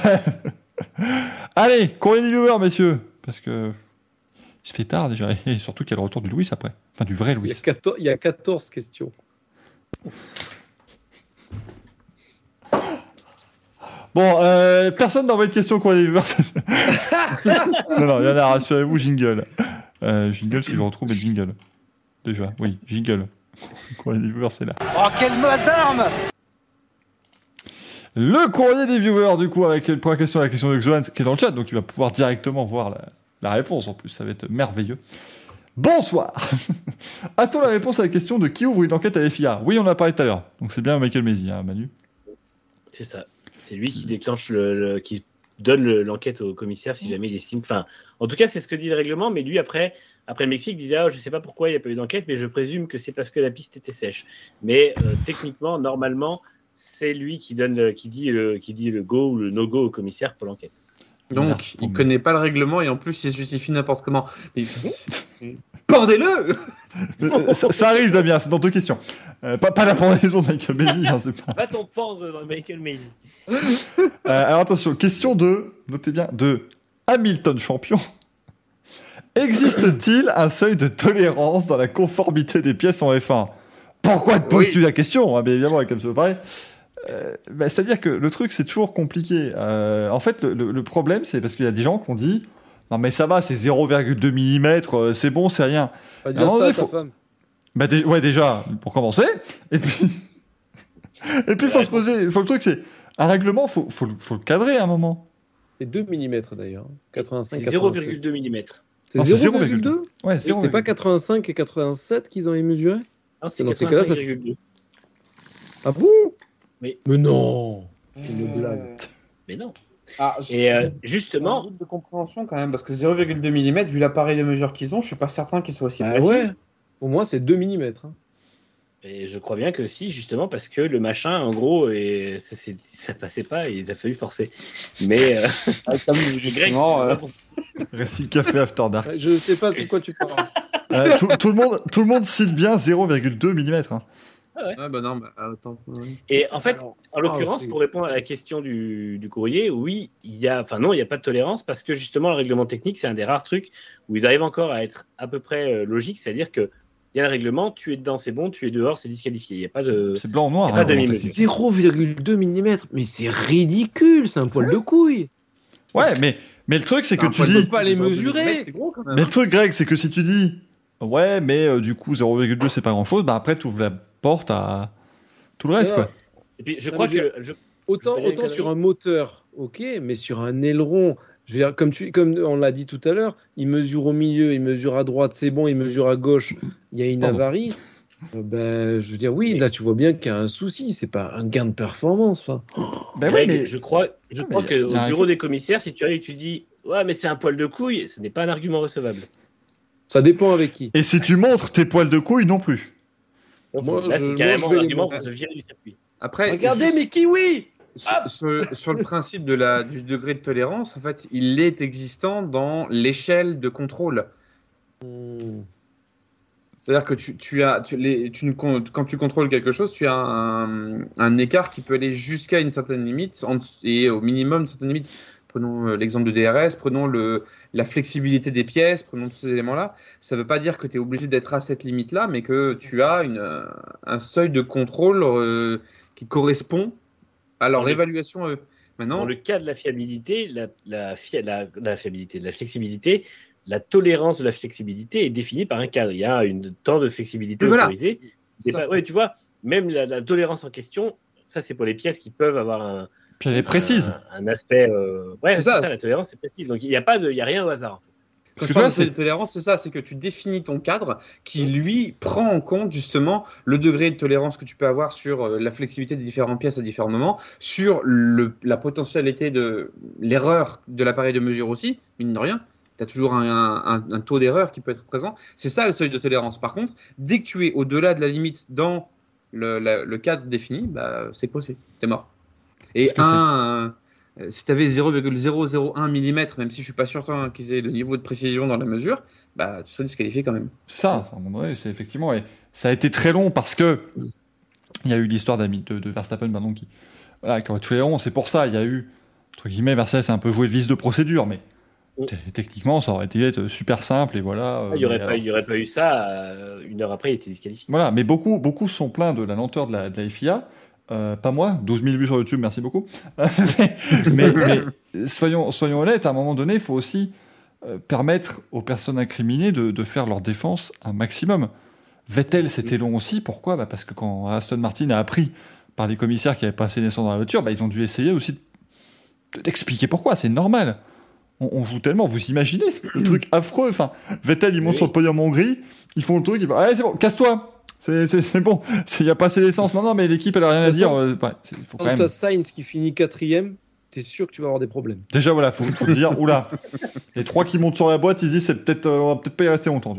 Allez, courrier des viewers, messieurs, parce que il se fait tard déjà, et surtout qu'il y a le retour du Louis après, enfin du vrai Louis. Il y a 14 questions. Bon, personne n'envoie de questions au courrier des viewers. Non, il y en a, rassurez-vous, jingle. Jingle, si je retrouve mes jingles. Déjà, oui, jingle. Courrier des viewers, c'est là. Oh, quelle masse d'armes! Le courrier des viewers, du coup, avec la question de Xoan, qui est dans le chat, donc il va pouvoir directement voir la réponse, en plus, ça va être merveilleux. Bonsoir. A-t-on la réponse à la question de qui ouvre une enquête à FIA? Oui, on en a parlé tout à l'heure, donc c'est bien Michael Maizy, hein, Manu. C'est ça. C'est lui qui déclenche qui donne l'enquête au commissaire si jamais il estime. Enfin, en tout cas, c'est ce que dit le règlement. Mais lui, après le Mexique, disait je sais pas pourquoi il n'y a pas eu d'enquête, mais je présume que c'est parce que la piste était sèche. Mais techniquement, normalement, c'est lui qui dit le go ou le no-go au commissaire pour l'enquête. Donc, il connaît pas le règlement et en plus, il se justifie n'importe comment. Pendez-le. Ça arrive, Damien, c'est dans 2 questions. Pas la pendaison de Michael Maizy. Hein, c'est pas... Va ton pendre dans Michael Maizy. Alors attention, question notez bien, de Hamilton champion. Existe-t-il un seuil de tolérance dans la conformité des pièces en F1 ? Pourquoi te poses-tu la question, hein, bien évidemment, comme ça me paraît. C'est-à-dire que le truc, c'est toujours compliqué. En fait, le problème, c'est parce qu'il y a des gens qui ont dit non, mais ça va, c'est 0,2 mm, c'est bon, c'est rien. Pas dire ça à ta femme. Ouais, déjà, pour commencer. Et puis, faut se poser. Le truc, c'est un règlement, faut le cadrer à un moment. C'est 2 mm d'ailleurs. 85, c'est 0,2 mm. C'est 0,2 ? Ouais, c'était pas 85 et 87 qu'ils ont mesuré ? Non, c'était dans ces cas-là, 85,2. Ah bon ? Oui. Mais non ! C'est une blague. Mais non. Et justement, un doute de compréhension quand même, parce que 0,2 mm, vu l'appareil de mesure qu'ils ont, je suis pas certain qu'ils soient aussi précis. Ouais. Au moins, c'est 2 mm. Hein. Et je crois bien que si, justement, parce que le machin, en gros, ça passait pas et il a fallu forcer. Mais Récit café After Dark. Je sais pas de quoi tu parles. Tout le monde cite bien 0,2 mm. Hein. Ah ouais. Ah bah non, attends. Et en fait, en l'occurrence, pour répondre à la question du courrier, oui, il n'y a pas de tolérance parce que justement, le règlement technique, c'est un des rares trucs où ils arrivent encore à être à peu près logiques, c'est-à-dire que il y a le règlement, tu es dedans, c'est bon, tu es dehors, c'est disqualifié. Il y a pas de. C'est blanc ou noir. Pas de 0,2 mm, mais c'est ridicule, c'est un poil de couille. Ouais, mais le truc, c'est que tu dis. Tu peux pas les mesurer. C'est gros quand même. Mais le truc, Greg, c'est que si tu dis. Ouais, mais du coup, 0,2, c'est pas grand-chose, bah après, tu ouvres la porte à tout le reste, quoi. Et puis, je crois que. Autant sur un moteur, ok, mais sur un aileron. Je veux dire, comme on l'a dit tout à l'heure, il mesure au milieu, il mesure à droite, c'est bon, il mesure à gauche, il y a une avarie. Je veux dire, oui, là tu vois bien qu'il y a un souci, c'est pas un gain de performance. Mais je crois que au bureau des commissaires, si tu arrives et tu dis ouais, mais c'est un poil de couille, ce n'est pas un argument recevable. Ça dépend avec qui. Et si tu montres tes poils de couille non plus. Là, c'est carrément un argument pour se virer du circuit. Après, regardez mes kiwis. Sur le principe du degré de tolérance, en fait, il est existant dans l'échelle de contrôle. C'est-à-dire que quand tu contrôles quelque chose, tu as un écart qui peut aller jusqu'à une certaine limite et au minimum une certaine limite. Prenons l'exemple de DRS, prenons la flexibilité des pièces, prenons tous ces éléments-là. Ça ne veut pas dire que tu es obligé d'être à cette limite-là, mais que tu as un seuil de contrôle qui correspond à leur évaluation à eux. Maintenant, dans le cas de la fiabilité, la fiabilité, de la flexibilité, la tolérance de la flexibilité est définie par un cadre. Il y a un temps de flexibilité autorisé. Ouais, tu vois, même la tolérance en question, ça c'est pour les pièces qui peuvent avoir puis elle est précise. Un aspect. Ouais, c'est ça, ça, la tolérance est précise. Donc il n'y a rien au hasard en fait. Quand je parle de tolérance, c'est ça, c'est que tu définis ton cadre qui, lui, prend en compte justement le degré de tolérance que tu peux avoir sur la flexibilité des différentes pièces à différents moments, sur la potentialité de l'erreur de l'appareil de mesure aussi, mine de rien. Tu as toujours un taux d'erreur qui peut être présent. C'est ça le seuil de tolérance. Par contre, dès que tu es au-delà de la limite dans le cadre défini, bah, c'est possible, tu es mort. Et si tu avais 0,001 mm, même si je suis pas sûr qu'ils aient le niveau de précision dans la mesure, bah, tu serais disqualifié quand même. C'est ça, à un moment donné, c'est effectivement. Et ça a été très long parce que il y a eu l'histoire de Verstappen qui aurait tué les ronds. C'est pour ça, il y a eu, entre guillemets, Mercedes a un peu joué le vice de procédure, mais techniquement, ça aurait été super simple. Et voilà. Il n'y aurait pas eu ça, une heure après, il était disqualifié. Voilà, mais beaucoup se sont plaints de la lenteur de la FIA. Pas moi, 12 000 vues sur YouTube, merci beaucoup. mais soyons honnêtes, à un moment donné, il faut aussi permettre aux personnes incriminées de faire leur défense un maximum. Vettel, c'était long aussi. Pourquoi ? Parce que quand Aston Martin a appris par les commissaires qui avaient passé naissance dans la voiture, ils ont dû essayer aussi d'expliquer pourquoi. C'est normal. On joue tellement, vous imaginez le truc affreux. Enfin, Vettel, il monte sur le podium en Hongrie, ils font le truc, il va, allez, c'est bon, casse-toi. C'est bon, il n'y a pas assez d'essence. Non, mais l'équipe, elle n'a rien à dire. Faut quand même... tu as Sainz qui finit 4ème, t'es sûr que tu vas avoir des problèmes. Déjà, voilà, faut te dire, oula, les 3 qui montent sur la boîte, ils se disent, on va peut-être pas y rester longtemps.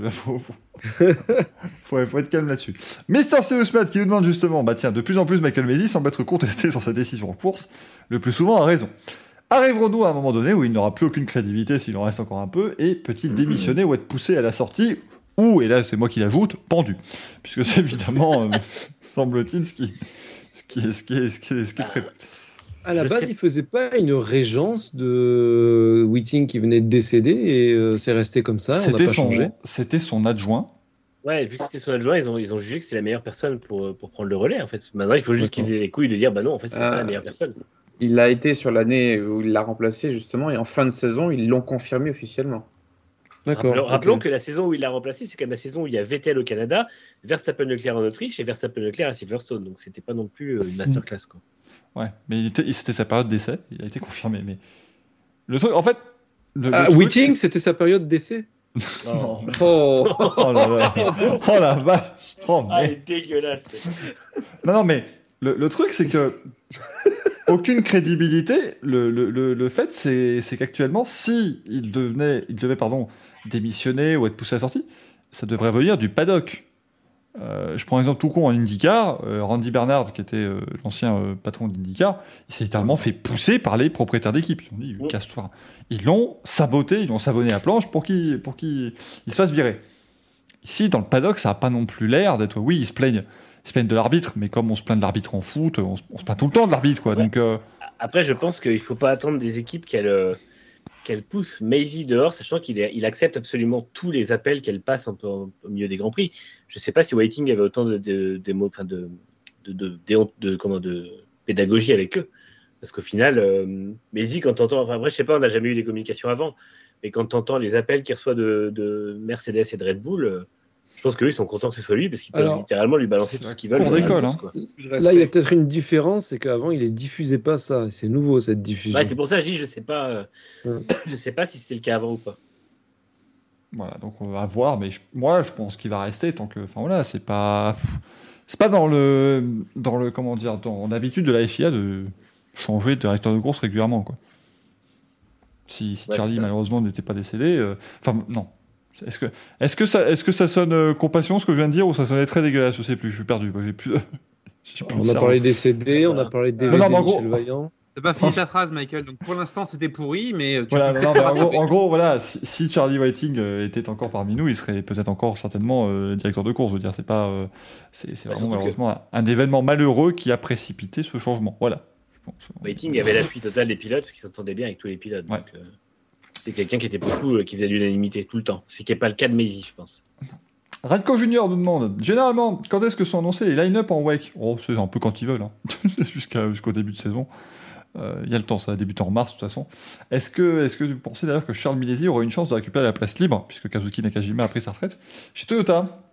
Faut être calme là-dessus. Mister Seusmat qui nous demande justement, de plus en plus, Michael Masi semble être contesté sur sa décision en course, le plus souvent a raison. Arriverons-nous à un moment donné où il n'aura plus aucune crédibilité s'il en reste encore un peu, et peut-il démissionner ou être poussé à la sortie ou, et là c'est moi qui l'ajoute, pendu. Puisque c'est évidemment, semble-t-il, ce qui est prévu. À la base, il faisait pas une régence de Whiting qui venait de décéder et c'est resté comme ça, on n'a pas changé. C'était son adjoint. Ouais, vu que c'était son adjoint, ils ont jugé que c'est la meilleure personne pour prendre le relais, en fait. Maintenant, il faut juste qu'ils aient les couilles de dire, non, en fait, c'est pas la meilleure personne. Il a été sur l'année où il l'a remplacé, justement, et en fin de saison, ils l'ont confirmé officiellement. D'accord. Rappelons que la saison où il l'a remplacé, c'est quand même la saison où il y a Vettel au Canada, Verstappen Leclerc en Autriche et Verstappen Leclerc à Silverstone. Donc c'était pas non plus une masterclass, quoi. Ouais, mais c'était sa période d'essai, il a été confirmé. Mais le truc, en fait. Whiting, c'était sa période d'essai. Non. Oh la vache. Il est dégueulasse. Non, mais le truc, c'est que. Aucune crédibilité. Le fait, c'est qu'actuellement, si il devait démissionner ou être poussé à la sortie, ça devrait venir du paddock. Je prends un exemple tout con en IndyCar. Randy Bernard, qui était l'ancien patron d'IndyCar, il s'est littéralement fait pousser par les propriétaires d'équipe. Ils ont dit, casse-toi. Ils l'ont saboté, ils l'ont savonné à planche pour qu'il se fasse virer. Ici, dans le paddock, ça n'a pas non plus l'air d'être... Oui, ils se plaignent de l'arbitre, mais comme on se plaint de l'arbitre en foot, on se plaint tout le temps de l'arbitre, quoi. Ouais. Donc, après, je pense qu'il ne faut pas attendre des équipes qu'elle pousse Maisie dehors, sachant qu'il accepte absolument tous les appels qu'elle passe au milieu des Grands Prix. Je ne sais pas si Whiting avait autant de pédagogie avec eux. Parce qu'au final, Maisie, quand tu entends... Enfin, après, je ne sais pas, on n'a jamais eu des communications avant, mais quand tu entends les appels qu'il reçoit de Mercedes et de Red Bull... Je pense qu'eux, ils sont contents que ce soit lui, parce qu'ils peuvent littéralement lui balancer tout ce qu'ils veulent. Là, il y a peut-être une différence, c'est qu'avant, il ne diffusait pas ça. C'est nouveau, cette diffusion. Ouais, c'est pour ça que je dis, je ne sais pas, je sais pas si c'était le cas avant ou pas. Voilà, donc on va voir, mais moi, je pense qu'il va rester tant que... Enfin, voilà, c'est pas dans l'habitude de la FIA de changer de directeur de course régulièrement, quoi. Si Charlie, malheureusement, n'était pas décédé... Enfin, non. Est-ce que ça sonne compassion, ce que je viens de dire, ou ça sonnait très dégueulasse? Je sais plus, je suis perdu. J'ai plus on a parlé des CD, on a parlé des DVD de Michel Vaillant. T'as pas fini ta phrase, Michael. Donc pour l'instant, c'était pourri, mais en gros, voilà, si Charlie Whiting était encore parmi nous, il serait peut-être encore certainement directeur de course. Je veux dire, c'est pas, c'est vraiment malheureusement un événement malheureux qui a précipité ce changement. Voilà. Waiting avait l'appui total des pilotes, parce qu'ils s'entendaient bien avec tous les pilotes. Ouais. Donc, c'est quelqu'un qui était beaucoup, qui faisait l'unanimité tout le temps. Ce qui n'est pas le cas de Maisie, je pense. Radko Junior nous demande, généralement, quand est-ce que sont annoncés les line-up en WEC? Oh, c'est un peu quand ils veulent, hein. C'est jusqu'au début de saison. Il y a le temps, ça va débuter en mars de toute façon. Est-ce que vous pensez d'ailleurs que Charles Milesi aurait une chance de récupérer la place libre, puisque Kazuki Nakajima a pris sa retraite, chez Toyota?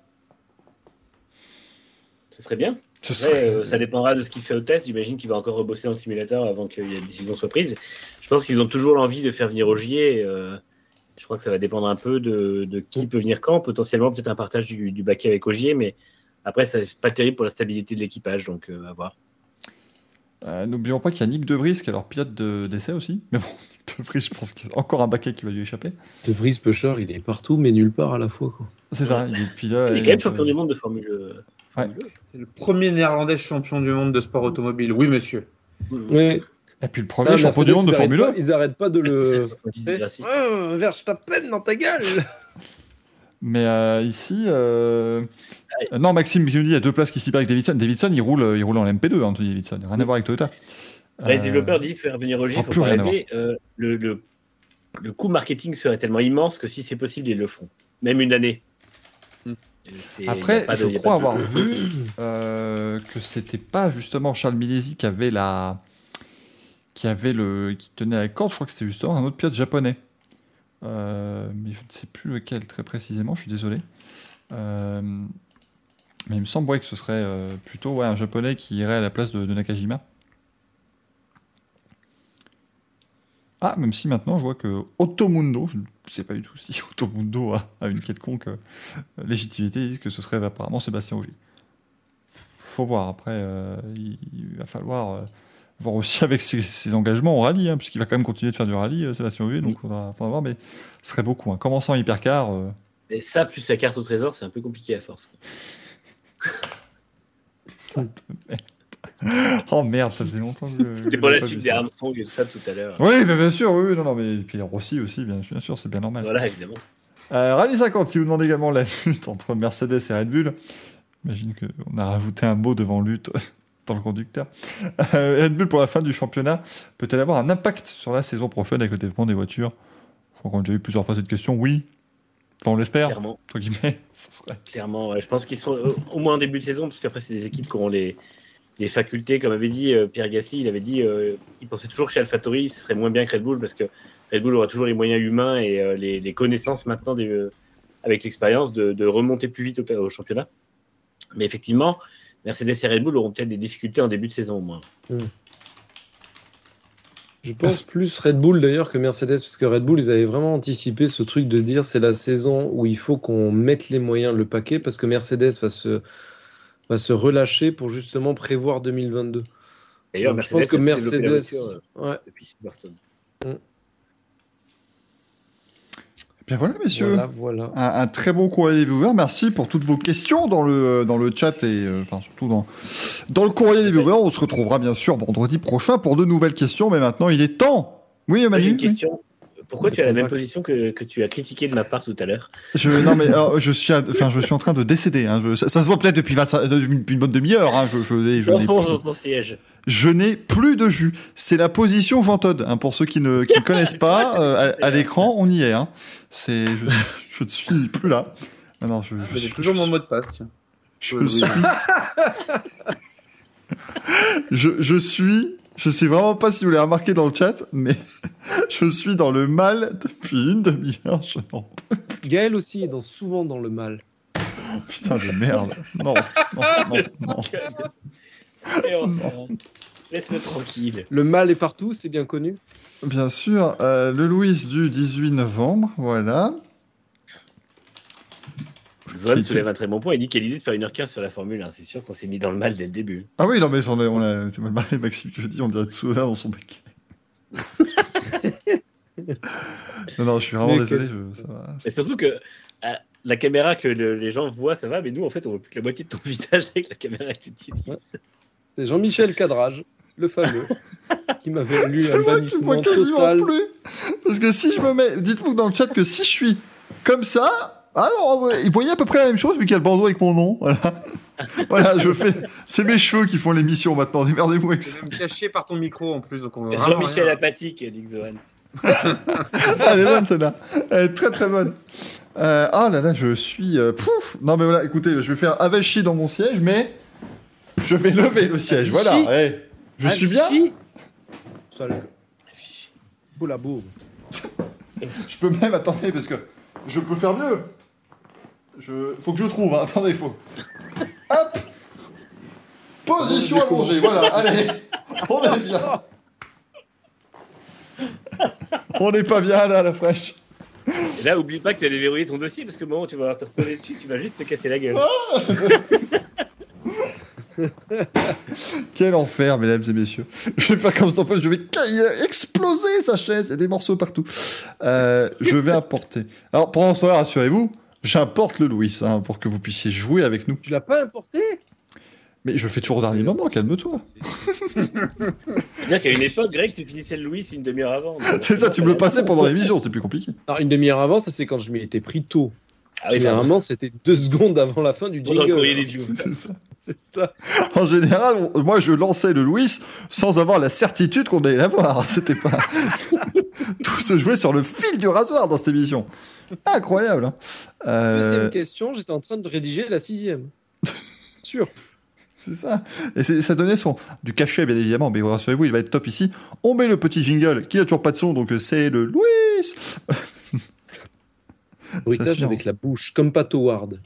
Ce serait bien. Après, ça dépendra de ce qu'il fait au test. J'imagine qu'il va encore rebosser dans le simulateur avant que la décision soit prise. Je pense qu'ils ont toujours l'envie de faire venir Ogier. Je crois que ça va dépendre un peu de qui peut venir quand. Potentiellement, peut-être un partage du baquet avec Ogier, mais après, ça c'est pas terrible pour la stabilité de l'équipage, donc à voir. N'oublions pas qu'il y a Nick De Vries, qui est leur pilote d'essai aussi. Mais bon, Nick De Vries, je pense qu'il y a encore un baquet qui va lui échapper. De Vries Pusher, il est partout, mais nulle part à la fois, quoi. C'est ça, il est pilote. Il est quand même champion du monde de Formule 1. Ouais. C'est le premier néerlandais champion du monde de sport automobile. Oui, monsieur. Oui. Et puis le premier champion du monde de Formule 1. Ils arrêtent pas de le. Merci. Verstappen dans ta gueule. Mais ici, non, Maxime qui nous dit il y a 2 places qui se libèrent avec Davidson. Davidson, il roule en MP2, Anthony Davidson. Rien à voir avec Toyota. Les développeurs disent faire venir Ogier, il faut pas rêver. Le coût marketing serait tellement immense que si c'est possible, ils le feront. Même une année. Après, je crois avoir vu que c'était pas justement Charles Milesi qui tenait la corde. Je crois que c'était justement un autre pilote japonais. Mais je ne sais plus lequel très précisément, je suis désolé. Mais il me semble que ce serait plutôt un japonais qui irait à la place de Nakajima. Ah, même si maintenant je vois que Automundo, je ne sais pas du tout si Automundo a une quelconque légitimité, ils disent que ce serait apparemment Sébastien Ogier. Faut voir, après il va falloir voir aussi avec ses engagements au rallye, puisqu'il va quand même continuer de faire du rallye, Sébastien Ogier, donc il faudra voir, mais ce serait beaucoup. Commençant en hypercar. Et ça, plus la carte au trésor, c'est un peu compliqué à force. Oh merde, ça faisait longtemps que c'était pour la suite des Armstrong et tout ça tout à l'heure. Oui, mais bien sûr, oui, non, mais et puis Rossi aussi, bien sûr, c'est bien normal. Voilà, évidemment. Rally 50 qui vous demande également la lutte entre Mercedes et Red Bull. J'imagine qu'on a rajouté un mot devant lutte dans le conducteur. Red Bull pour la fin du championnat peut-elle avoir un impact sur la saison prochaine avec le développement des voitures? Je crois qu'on a déjà eu plusieurs fois cette question. Oui. Enfin, on l'espère. Clairement. Entre guillemets, ça serait... Clairement, ouais. Je pense qu'ils sont au moins en début de saison, parce qu'après, c'est des équipes qui auront les facultés, comme avait dit Pierre Gasly. Il avait dit il pensait toujours que chez AlphaTauri, ce serait moins bien que Red Bull, parce que Red Bull aura toujours les moyens humains et les connaissances maintenant avec l'expérience de remonter plus vite au championnat. Mais effectivement, Mercedes et Red Bull auront peut-être des difficultés en début de saison au moins. Je pense plus Red Bull d'ailleurs que Mercedes, parce que Red Bull, ils avaient vraiment anticipé ce truc de dire c'est la saison où il faut qu'on mette les moyens, le paquet, parce que Mercedes va se relâcher pour justement prévoir 2022. D'ailleurs, je pense que Mercedes... depuis Silverstone. Bien voilà, messieurs. Voilà. Un très bon courrier des viewers. Merci pour toutes vos questions dans le chat et surtout dans le courrier des viewers. On se retrouvera bien sûr vendredi prochain pour de nouvelles questions. Mais maintenant, il est temps. Oui, Manu. J'ai une question. Pourquoi tu as la même position que tu as critiqué de ma part tout à l'heure? Non, mais je suis en train de décéder. Ça se voit peut-être depuis une bonne demi-heure. Dans ton siège. Je n'ai plus de jus. C'est la position Jean Todt. Pour ceux qui ne connaissent pas, à l'écran, on y est. Je ne suis plus là. Non, j'ai toujours mon mot de passe. Tiens. Je sais vraiment pas si vous l'avez remarqué dans le chat, mais je suis dans le mal depuis une demi-heure. Je n'en peux plus. Gaël aussi est souvent dans le mal. Putain de merde. Non. Laisse-le tranquille. Le mal est partout, c'est bien connu. Bien sûr. Le Louis du 18 novembre, voilà. Zohan soulève un très bon point. Il dit qu'il y a l'idée de faire 1h15 sur la Formule 1. C'est sûr qu'on s'est mis dans le mal dès le début. Ah oui, non, mais c'est mal barré, Maxime, que je dis, on dirait Tsuda dans son bec. non, je suis vraiment désolé. Ça va. Mais surtout que la caméra que les gens voient, ça va, mais nous, en fait, on voit plus que la moitié de ton visage avec la caméra que tu utilises. C'est Jean-Michel Cadrage, le fameux, qui m'avait lu un bannissement total. C'est moi qui vois quasiment total. plus. Parce que si je me mets... Dites-vous dans le chat que si je suis comme ça... Ah non, il voyait à peu près la même chose vu qu'il y a le bandeau avec mon nom. Voilà. Voilà, c'est mes cheveux qui font l'émission maintenant. Démerdez-vous avec ça. C'est même caché par ton micro en plus. Donc on voit Jean-Michel rien. Apathique, dit Xohan. Elle est bonne celle-là. Elle est très très bonne. Ah là là, je suis. Pouf. Non mais voilà, écoutez, je vais faire Avachi dans mon siège, mais je vais lever le siège. Voilà. Hey. Je suis bien. Boula boum. Je peux même, attendez, parce que je peux faire mieux. Faut que je trouve, hein. Attendez, faut. Hop. Position allongée, voilà, allez. On est bien. On n'est pas bien là, la fraîche. Et là, oublie pas que tu as déverrouillé ton dossier parce que au moment où tu vas te reposer dessus, tu vas juste te casser la gueule. Quel enfer, mesdames et messieurs. Je vais faire comme ça, je vais exploser sa chaise. Il y a des morceaux partout. Je vais importer. Alors, pendant ce temps-là, rassurez-vous, j'importe le Louis hein, pour que vous puissiez jouer avec nous. Tu l'as pas importé? Mais je le fais toujours au dernier moment, calme-toi. C'est-à-dire qu'à une époque, Greg, tu finissais le Louis une demi-heure avant. C'est ça, tu me le passais pendant l'émission, c'était plus compliqué. Alors, une demi-heure avant, ça c'est quand je m'y étais pris tôt. Ah oui, généralement, c'était 2 secondes avant la fin du pendant le jingle. courrier des dieux. C'est ça. C'est ça. En général, moi je lançais le Louis sans avoir la certitude qu'on allait l'avoir. C'était pas. Tout se jouait sur le fil du rasoir dans cette émission. Incroyable. Hein. Deuxième question, j'étais en train de rédiger la 6e. Sûr. C'est ça. Et ça donnait du cachet, bien évidemment. Mais rassurez-vous, il va être top ici. On met le petit jingle qui n'a toujours pas de son, donc c'est le Louis. Bruitage avec la bouche, comme Pat Howard.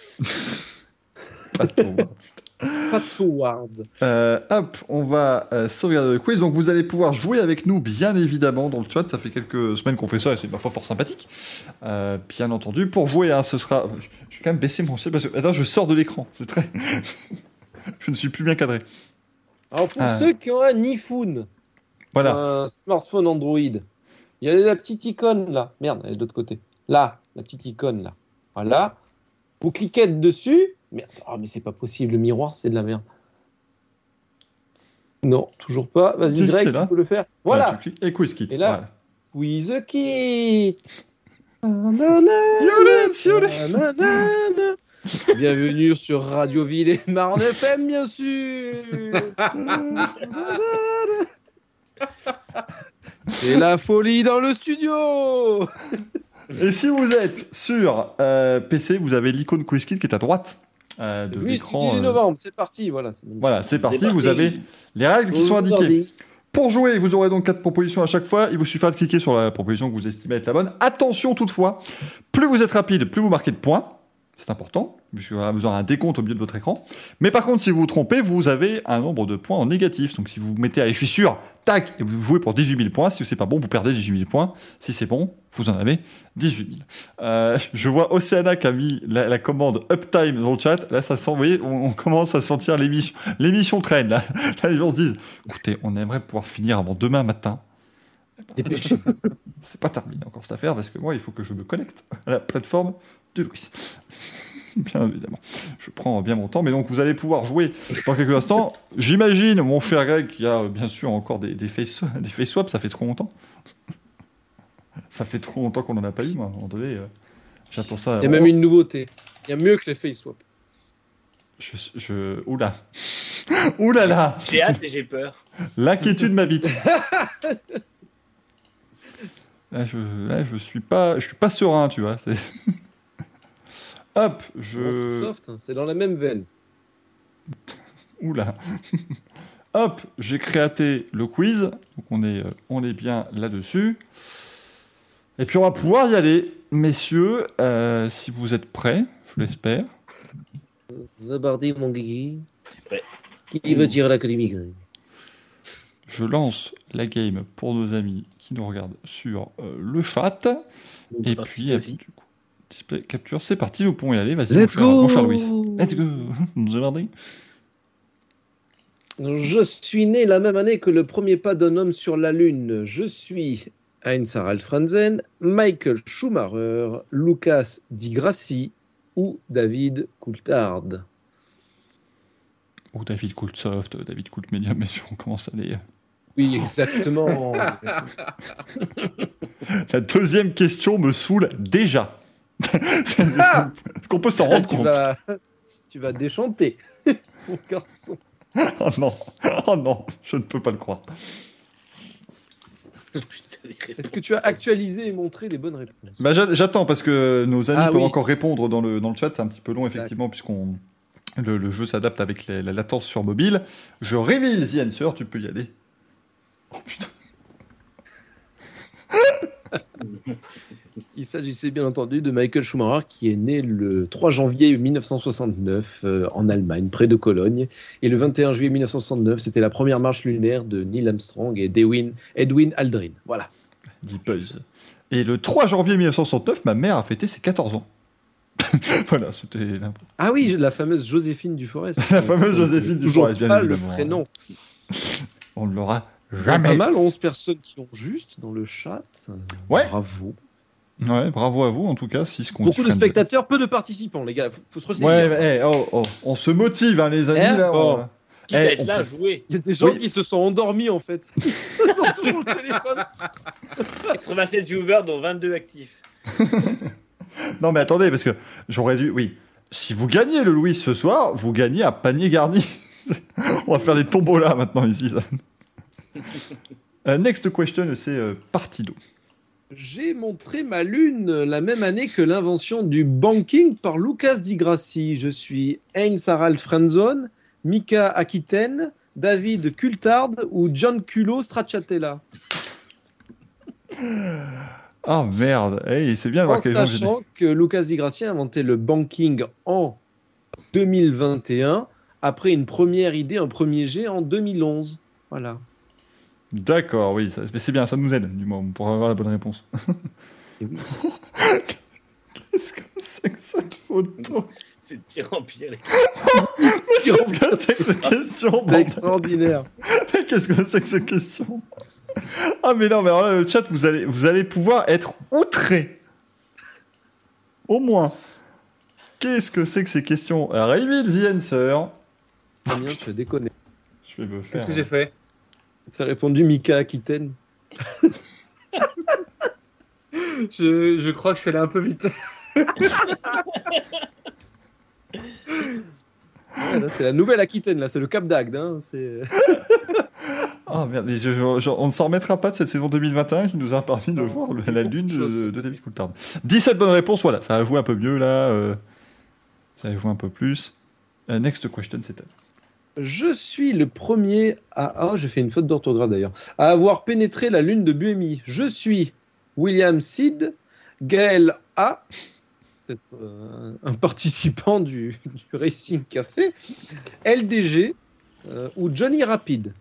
Pat Howard. Hop, on va sauvegarder le quiz. Donc vous allez pouvoir jouer avec nous, bien évidemment, dans le chat. Ça fait quelques semaines qu'on fait ça et c'est ma foi fort sympathique. Bien entendu. Pour jouer, hein, ce sera. Je vais quand même baisser mon ciel parce que. Attends, je sors de l'écran. C'est très. Je ne suis plus bien cadré. Alors pour ceux qui ont un iPhone, voilà. Un smartphone Android, il y a la petite icône là. Merde, elle est de l'autre côté. Là, la petite icône là. Voilà. Vous cliquez dessus. Merde. Oh, mais c'est pas possible, le miroir, c'est de la merde. Non, toujours pas. Vas-y, Si, Greg, c'est là. tu peux le faire. Voilà. Tu cliques et quiz kit. Et là, voilà. Quiz Kit. Bienvenue sur Radio Ville et Marne FM, bien sûr. C'est la folie dans le studio. Et si vous êtes sur PC, vous avez l'icône quiz kit qui est à droite de Oui, l'écran. 18 novembre, c'est parti. Voilà, c'est parti. Vous avez les règles qui sont indiquées. Pour jouer, vous aurez donc 4 propositions à chaque fois. Il vous suffira de cliquer sur la proposition que vous estimez être la bonne. Attention toutefois, plus vous êtes rapide, plus vous marquez de points. C'est important, puisque vous aurez un décompte au milieu de votre écran. Mais par contre, si vous vous trompez, vous avez un nombre de points en négatif. Donc si vous mettez, allez, je suis sûr, tac, et vous jouez pour 18 000 points. Si c'est pas bon, vous perdez 18 000 points. Si c'est bon, vous en avez 18 000. Je vois Océana qui a mis la commande Uptime dans le chat. Là, ça sent, vous voyez, on commence à sentir l'émission. L'émission traîne, là. Là, les gens se disent, écoutez, on aimerait pouvoir finir avant demain matin. Dépêchez-vous. C'est pas terminé encore cette affaire, parce que moi, il faut que je me connecte à la plateforme du Louis. Bien évidemment. Je prends bien mon temps, mais donc vous allez pouvoir jouer dans quelques instants. J'imagine, mon cher Greg, qu'il y a bien sûr encore des face swaps, ça fait trop longtemps. Ça fait trop longtemps qu'on n'en a pas eu, moi, à un moment donné. J'attends ça. Il y a même une nouveauté. Il y a mieux que les face swaps. Oula. Oula là. J'ai hâte et j'ai peur. L'inquiétude m'habite. Là, je suis pas serein, tu vois. Hop, C'est soft, hein, c'est dans la même veine. Oula. Hop, j'ai créaté le quiz. Donc on est bien là-dessus. Et puis on va pouvoir y aller, messieurs, si vous êtes prêts, je l'espère. Zabardi, mon guigui. Je suis prêt. Qui veut dire l'académie? Je lance la game pour nos amis qui nous regardent sur le chat. Et puis, du coup, display capture, c'est parti, nous pouvons y aller. Vas-y, Let's go. Mon cher Louis. Let's go. Zabardi. Je suis né la même année que le premier pas d'un homme sur la Lune. Je suis Heinz Harald Frentzen, Michael Schumacher, Lucas Di Grassi ou David Coulthard. Ou David Coultsoft, David Coultmedium, mais on commence à aller... Oui, exactement. La deuxième question me saoule déjà. Est-ce qu'on peut s'en rendre compte? Tu vas déchanter, mon garçon. Oh non, je ne peux pas le croire. Est-ce que tu as actualisé et montré les bonnes réponses? Bah, j'attends parce que nos amis peuvent oui. encore répondre dans le chat. C'est un petit peu long, Exact. effectivement, puisqu'on le jeu s'adapte avec la latence sur mobile. Je reveal the answer, tu peux y aller. Oh putain. Il s'agissait bien entendu de Michael Schumacher qui est né le 3 janvier 1969 en Allemagne, près de Cologne. Et le 21 juillet 1969, c'était la première marche lunaire de Neil Armstrong et Edwin Aldrin. Voilà. Dit Buzz. Et le 3 janvier 1969, ma mère a fêté ses 14 ans. Voilà, c'était Ah oui, la fameuse Joséphine Duforest. la fameuse Joséphine Toujours Duforest, bien pas évidemment. le prénom. On ne l'aura Pas jamais. mal, 11 personnes qui ont juste dans le chat. Ouais. Bravo. Ouais, bravo à vous, en tout cas. Si ce qu'on Beaucoup de spectateurs, peu de participants, les gars. Faut se ressaisir. Ouais, on se motive, hein, les amis. Là, Oh. Quitte à être on là, peut- jouer. Il y a des gens Oui. qui se sont endormis en fait. Ils se sont toujours le téléphone. 87 viewers, dont 22 actifs. Non, mais attendez, parce que j'aurais dû. Oui, si vous gagnez le Louis ce soir, vous gagnez un panier garni. On va faire des tombeaux là maintenant ici. Next question, c'est Partido. J'ai montré ma lune la même année que l'invention du banking par Lucas Di Grassi. Je suis Heinz Harald Frenzon, Mika Akiten, David Coulthard ou John Cullo Stracciatella. Ah merde, hey, c'est bien de En voir quels gens j'ai. sachant que Lucas Di Grassi a inventé le banking en 2021 après une première idée, un premier jet en 2011. Voilà. D'accord, oui, mais c'est bien, ça nous aide, du moins, pour avoir la bonne réponse. Et oui. Qu'est-ce que c'est que cette photo? C'est de pire en pire. Qu'est-ce que c'est que cette question, C'est bordel? extraordinaire. Mais qu'est-ce que c'est que cette question? Ah mais non, mais alors là, le chat, vous allez pouvoir être outrés. Au moins. Qu'est-ce que c'est que ces questions? Reveal the answer. Damien, tu as déconné. Je vais me faire... Qu'est-ce que j'ai fait? Tu as répondu Mika Akiten. Je crois que je suis allé un peu vite. Ouais, là, c'est la nouvelle Aquitaine, là, c'est le Cap d'Agde. Hein, c'est... Ah merde, mais on ne s'en remettra pas de cette saison 2021 qui nous a permis de voir la lune de David Coulthard. 17 bonnes réponses, voilà, ça a joué un peu mieux là. Ça a joué un peu plus. Next question, c'est elle. Je suis le premier à... Ah, j'ai fait une faute d'orthographe d'ailleurs. À avoir pénétré la lune de Buemi. Je suis William Seed, Gaël A, peut-être un participant du Racing Café, LDG ou Johnny Rapide.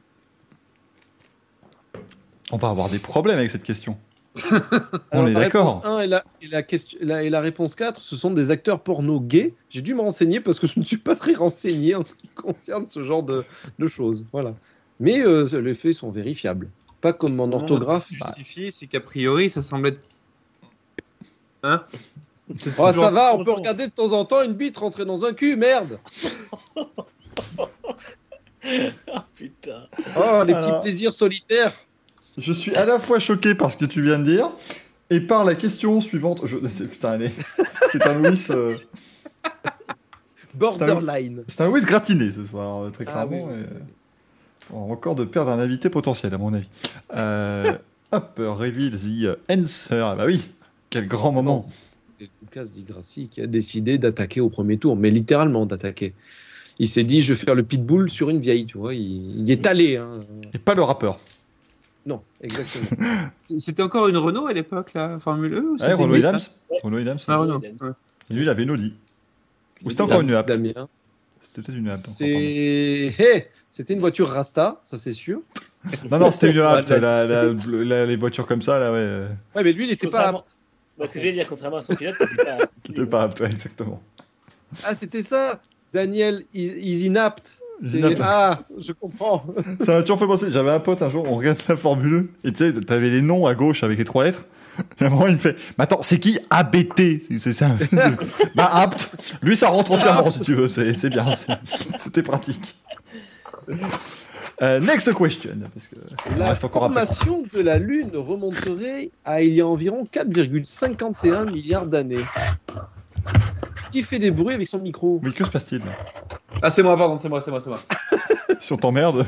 On va avoir des problèmes avec cette question. On est la d'accord. réponse 1 et la réponse 4, ce sont des acteurs porno gays. J'ai dû me renseigner parce que je ne suis pas très renseigné en ce qui concerne ce genre de choses. Voilà. Mais les faits sont vérifiables. Pas comme mon orthographe. Justifié, c'est qu'a priori, ça semble être. Hein? Oh, ça va, on peut regarder de temps en temps une bite rentrer dans un cul, merde. Oh putain. Oh, les petits Alors. plaisirs solitaires. Je suis à la fois choqué par ce que tu viens de dire et par la question suivante. Putain, allez. C'est un Louis. Borderline. C'est un Louis gratiné ce soir, très Ah, clairement. oui, oui, et on a encore de perdre un invité potentiel, à mon avis. Hop, reveal the answer. Ah bah oui, quel grand moment. C'est Lucas Di Grassi qui a décidé d'attaquer au premier tour, mais littéralement d'attaquer. Il s'est dit, je vais faire le pitbull sur une vieille, tu vois. Il y est allé. Hein. Et pas le rappeur. Non, exactement. C'était encore une Renault à l'époque, la Formule E ou Ouais, c'était Renault une Williams. Nissan Renault Williams. Ah, Renault. Ouais. Et lui, il avait une Audi. Ou c'était encore une Apt. Damien. C'était peut-être une Apt. C'était une voiture Rasta, ça c'est sûr. Non, c'était une Apt. Ouais. Les voitures comme ça, là, ouais. Ouais, mais lui, il n'était pas Contrairement- apte. Parce que j'allais dire, contrairement à son pilote, c'était pas. Qui n'étaient pas aptes, ouais, exactement. Ah, c'était ça. Daniel is inapte. Is inapte. Ah, je comprends. Ça m'a toujours fait penser. J'avais un pote un jour, on regarde la Formule 1, et tu sais, t'avais les noms à gauche avec les 3 lettres. Et à un moment, il me fait mais attends, c'est qui ABT? C'est ça. Bah, apte. Lui, ça rentre entièrement, si tu veux. C'est bien. C'était pratique. Next question. Parce que il La reste encore un peu. formation de la Lune remonterait à il y a environ 4,51 milliards d'années. qui fait des bruits avec son micro? Mais que se passe-t-il là? Ah, c'est moi, pardon, c'est moi. Si on t'emmerde.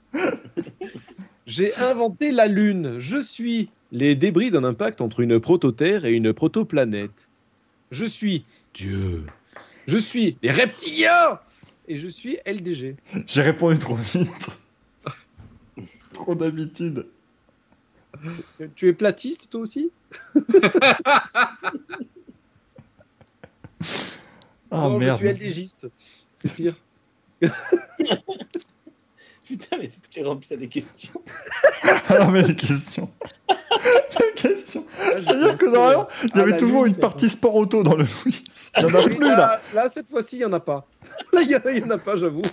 J'ai inventé la Lune. Je suis les débris d'un impact entre une prototerre et une protoplanète. Je suis Dieu. Je suis les reptiliens. Et je suis LDG. J'ai répondu trop vite. Trop d'habitude. Tu es platiste, toi aussi? Ah Non, merde. je suis LDGiste. C'est pire. Putain, mais tu remplis ça des questions. Ah non, mais les questions. Les questions. C'est-à-dire que normalement, il y avait toujours une partie sport auto dans le quiz. Il n'y en a plus là. Là, cette fois-ci, il n'y en a pas. Là, il n'y en a pas, j'avoue.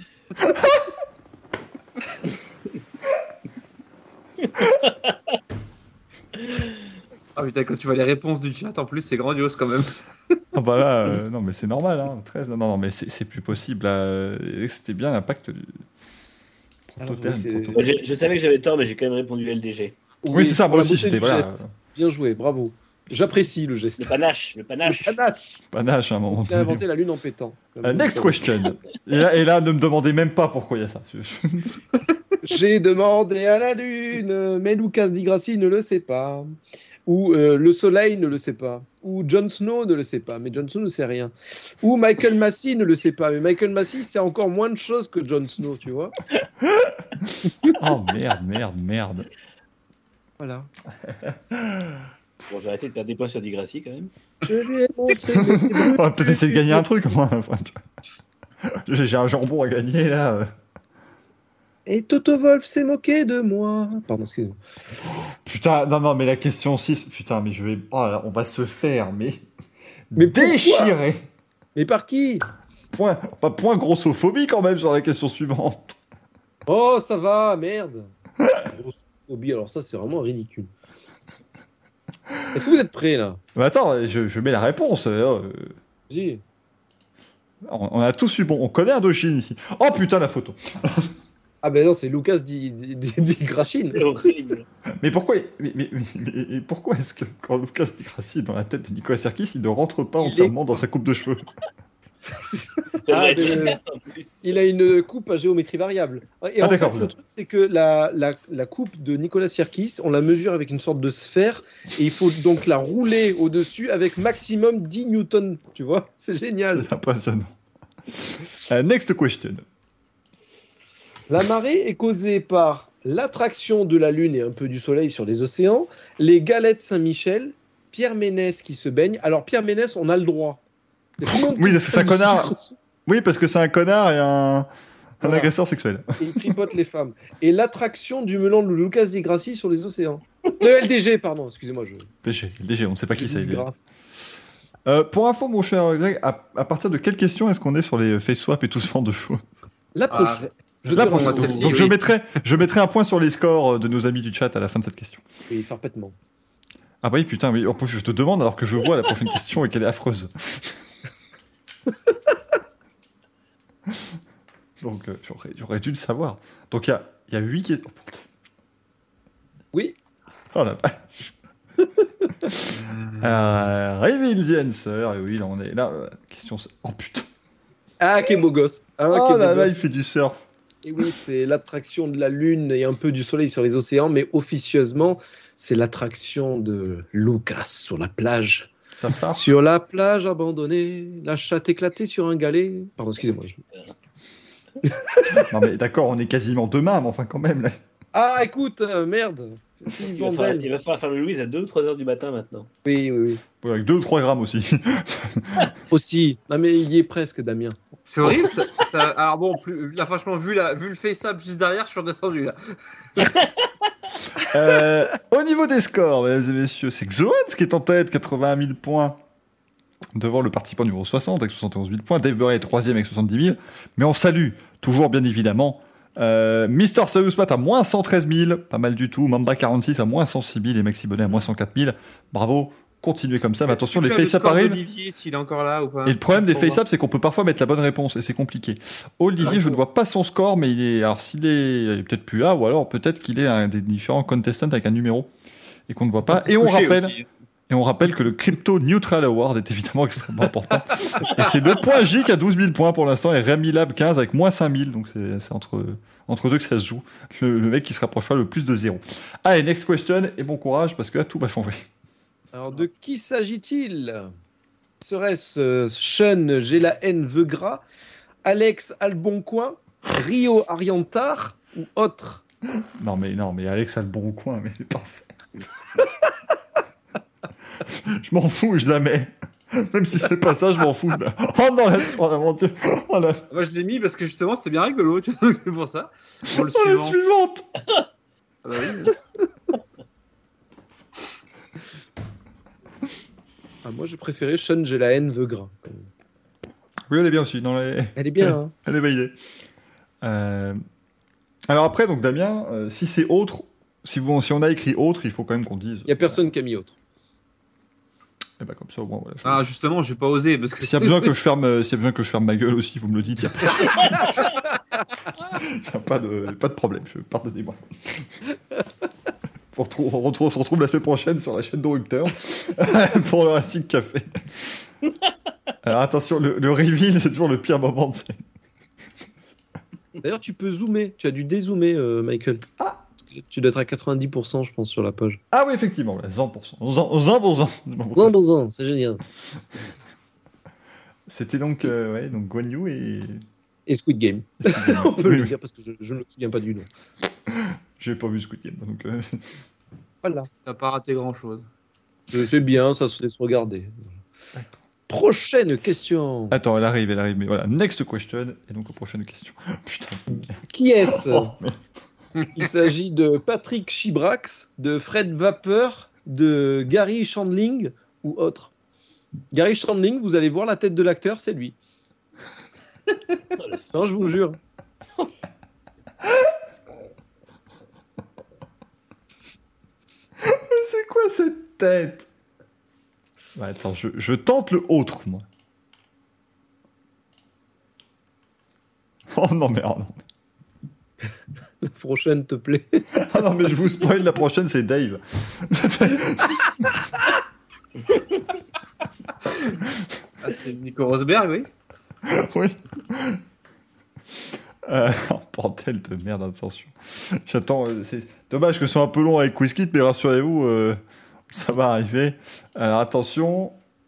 Ah putain, quand tu vois les réponses du chat, en plus, c'est grandiose quand même. Ah bah là, non mais c'est normal. Hein. 13, non, mais c'est plus possible. Là. C'était bien l'impact du prototerme. Alors, oui, Je savais que j'avais tort, mais j'ai quand même répondu LDG. Oui, c'est ça, moi pour la aussi, beauté j'étais du voilà. geste. Bien joué, bravo. J'apprécie le geste. Le panache. Le panache. Panache à un moment Il a donné. inventé la lune en pétant. Next question. Et là, ne me demandez même pas pourquoi il y a ça. J'ai demandé à la lune, mais Lucas Di Grassi ne le sait pas. Ou le soleil ne le sait pas. Ou Jon Snow ne le sait pas, mais Jon Snow ne sait rien. Ou Michael Massey ne le sait pas, mais Michael Massey sait encore moins de choses que Jon Snow, tu vois. Oh merde. Voilà. Bon, j'ai arrêté de perdre des points sur Digrassi quand même. Je lui ai montré. On va peut-être essayer de gagner un truc. Moi. J'ai un jambon à gagner là. Et Toto Wolff s'est moqué de moi. Pardon, excusez-moi. Putain, non, mais la question 6. Putain, mais je vais. Oh là, on va se faire, mais Mais pourquoi déchirer. Mais par qui? Point grossophobie quand même sur la question suivante. Oh, ça va, merde. Grossophobie, alors ça, c'est vraiment ridicule. Est-ce que vous êtes prêts, là? Mais attends, je mets la réponse. Vas-y. On a tous eu bon. On connaît Indochine ici. Oh putain, la photo. Ah ben non, c'est Lucas Di Grassi. C'est horrible. Mais pourquoi, mais pourquoi est-ce que quand Lucas Di Grassi est dans la tête de Nicolas Sirkis, il ne rentre pas entièrement dans sa coupe de cheveux? En plus. Il a une coupe à géométrie variable. Et en d'accord, fait, le truc, c'est que la coupe de Nicolas Sirkis, on la mesure avec une sorte de sphère, et il faut donc la rouler au-dessus avec maximum 10 newtons, tu vois. C'est génial. C'est impressionnant. Next question. La marée est causée par l'attraction de la Lune et un peu du Soleil sur les océans, les galettes Saint-Michel, Pierre Ménès qui se baigne. Alors, Pierre Ménès, on a le droit. Oui, parce que c'est un connard. Oui, parce que c'est un connard et un Voilà. agresseur sexuel. Et il tripote les femmes. Et l'attraction du melon de Lucas Di Grassi sur les océans. Le LDG, pardon, excusez-moi. DG, on ne sait pas qui c'est. disgrâce. Pour info, mon cher Greg, à partir de quelle question est-ce qu'on est sur les face swap et tout ce genre de choses? La prochaine. Là, pour donc, moi, celle-ci, donc oui. je mettrai un point sur les scores de nos amis du chat à la fin de cette question. Oui, parfaitement. Ah bah oui, putain, oui. En plus, je te demande alors que je vois la prochaine question et qu'elle est affreuse. Donc, j'aurais dû le savoir. Donc, il y a 8 questions. Oui. Oh la vache. Reveal the answer. Et oui, là, on est là. Question. Oh putain. Ah, quel beau gosse. Ah, Oh quel là beau là, il gosse. fait du surf. Et oui, c'est l'attraction de la Lune et un peu du Soleil sur les océans, mais officieusement, c'est l'attraction de Lucas sur la plage. Ça part. Sur la plage abandonnée, la chatte éclatée sur un galet. Pardon, excusez-moi. Non mais d'accord, on est quasiment demain, mais enfin quand même. Là. Ah, écoute, merde. Fils Il va Vandel. falloir faire le Louise à 2 ou 3 heures du matin maintenant. Oui. Ouais, avec 2 ou 3 grammes aussi. Aussi. Non, mais il y est presque, Damien. C'est horrible, ça. Alors bon, là, franchement, vu le face-up juste derrière, je suis redescendu là. Au niveau des scores, mesdames et messieurs, c'est Xoans qui est en tête, 81 000 points. Devant le participant numéro 60 avec 71 000 points. Dave Burry est 3ème avec 70 000. Mais on salue, toujours bien évidemment, Mister Saluspat à moins 113 000. Pas mal du tout. Mamba 46 à moins 106 000 et Maxi Bonnet à moins 104 000. Bravo. Continuez comme ça, mais attention, les face-up arrivent. Olivier, s'il est encore là ou pas. Et le problème des face-up, c'est qu'on peut parfois mettre la bonne réponse et c'est compliqué. Olivier, je ne vois pas son score, mais il est. Alors, il est peut-être plus là, ou alors peut-être qu'il est un des différents contestants avec un numéro et qu'on ne voit pas. Et on Et on rappelle que le Crypto Neutral Award est évidemment extrêmement important. Et c'est le point J qui a 12 000 points pour l'instant et Rémi Lab 15 avec moins 5 000. Donc c'est entre deux que ça se joue. Le mec qui se rapprochera le plus de 0. Allez, next question et bon courage parce que là tout va changer. Alors, de qui s'agit-il? Serait-ce Sean, j'ai la haine, veut gras, Alex Alboncoin, Rio Ariantar ou autre? Non mais Alex a le bon coin, mais c'est parfait. Je m'en fous, je la mets. Même si c'est pas ça, je m'en fous. Oh non, la mon Dieu. Oh là. Moi, je l'ai mis parce que justement, c'était bien rigolo. Tu vois, c'est pour ça. Bon, le Oh, la suivant. suivante. Ah bah oui. Ah, moi, je préférais Sean, j'ai la haine, veut gras. Oui, elle est bien aussi. Elle est bien, hein. Elle est validée. Alors après, donc Damien, si c'est autre, si on a écrit autre, il faut quand même qu'on dise. Il n'y a personne qui a mis autre. Et bah comme ça au moins voilà. Ah, justement, je vais pas oser parce que. S'il y a besoin que je ferme ma gueule aussi, vous me le dites. Il n'y a pas de problème. Pardonnez-moi. On se retrouve la semaine prochaine sur la chaîne de Rupteur pour le Racing Café. Alors attention, le reveal, c'est toujours le pire moment de scène. D'ailleurs, tu peux zoomer. Tu as dû dézoomer, Michael. Ah. Parce que tu dois être à 90%, je pense, sur la page. Ah oui, effectivement, 100%. 100%. Bon, c'est génial. C'était donc Guan Yu Et Squid Game. On peut Oui, le oui. dire parce que je ne me souviens pas du nom. J'ai pas vu Squid Game, donc Voilà. T'as pas raté grand chose. C'est bien, ça se laisse regarder. Prochaine question. Attends, elle arrive, mais voilà, next question, et donc aux prochaines questions. Putain. Qui est-ce? Oh, Il s'agit de Patrick Chibrax, de Fred Vapeur, de Gary Shandling ou autre. Gary Shandling, vous allez voir la tête de l'acteur, c'est lui. Non, je vous jure. c'est quoi cette tête? Bah, attends, je tente le autre, moi. Oh non, mais La prochaine, te plaît. Ah non, mais je vous spoil, la prochaine, c'est Dave. Ah, c'est Nico Rosberg, oui. Oui. Oh, bordel de merde, attention. J'attends, c'est dommage que ce soit un peu long avec Quizkit, mais rassurez-vous, ça va arriver. Alors attention.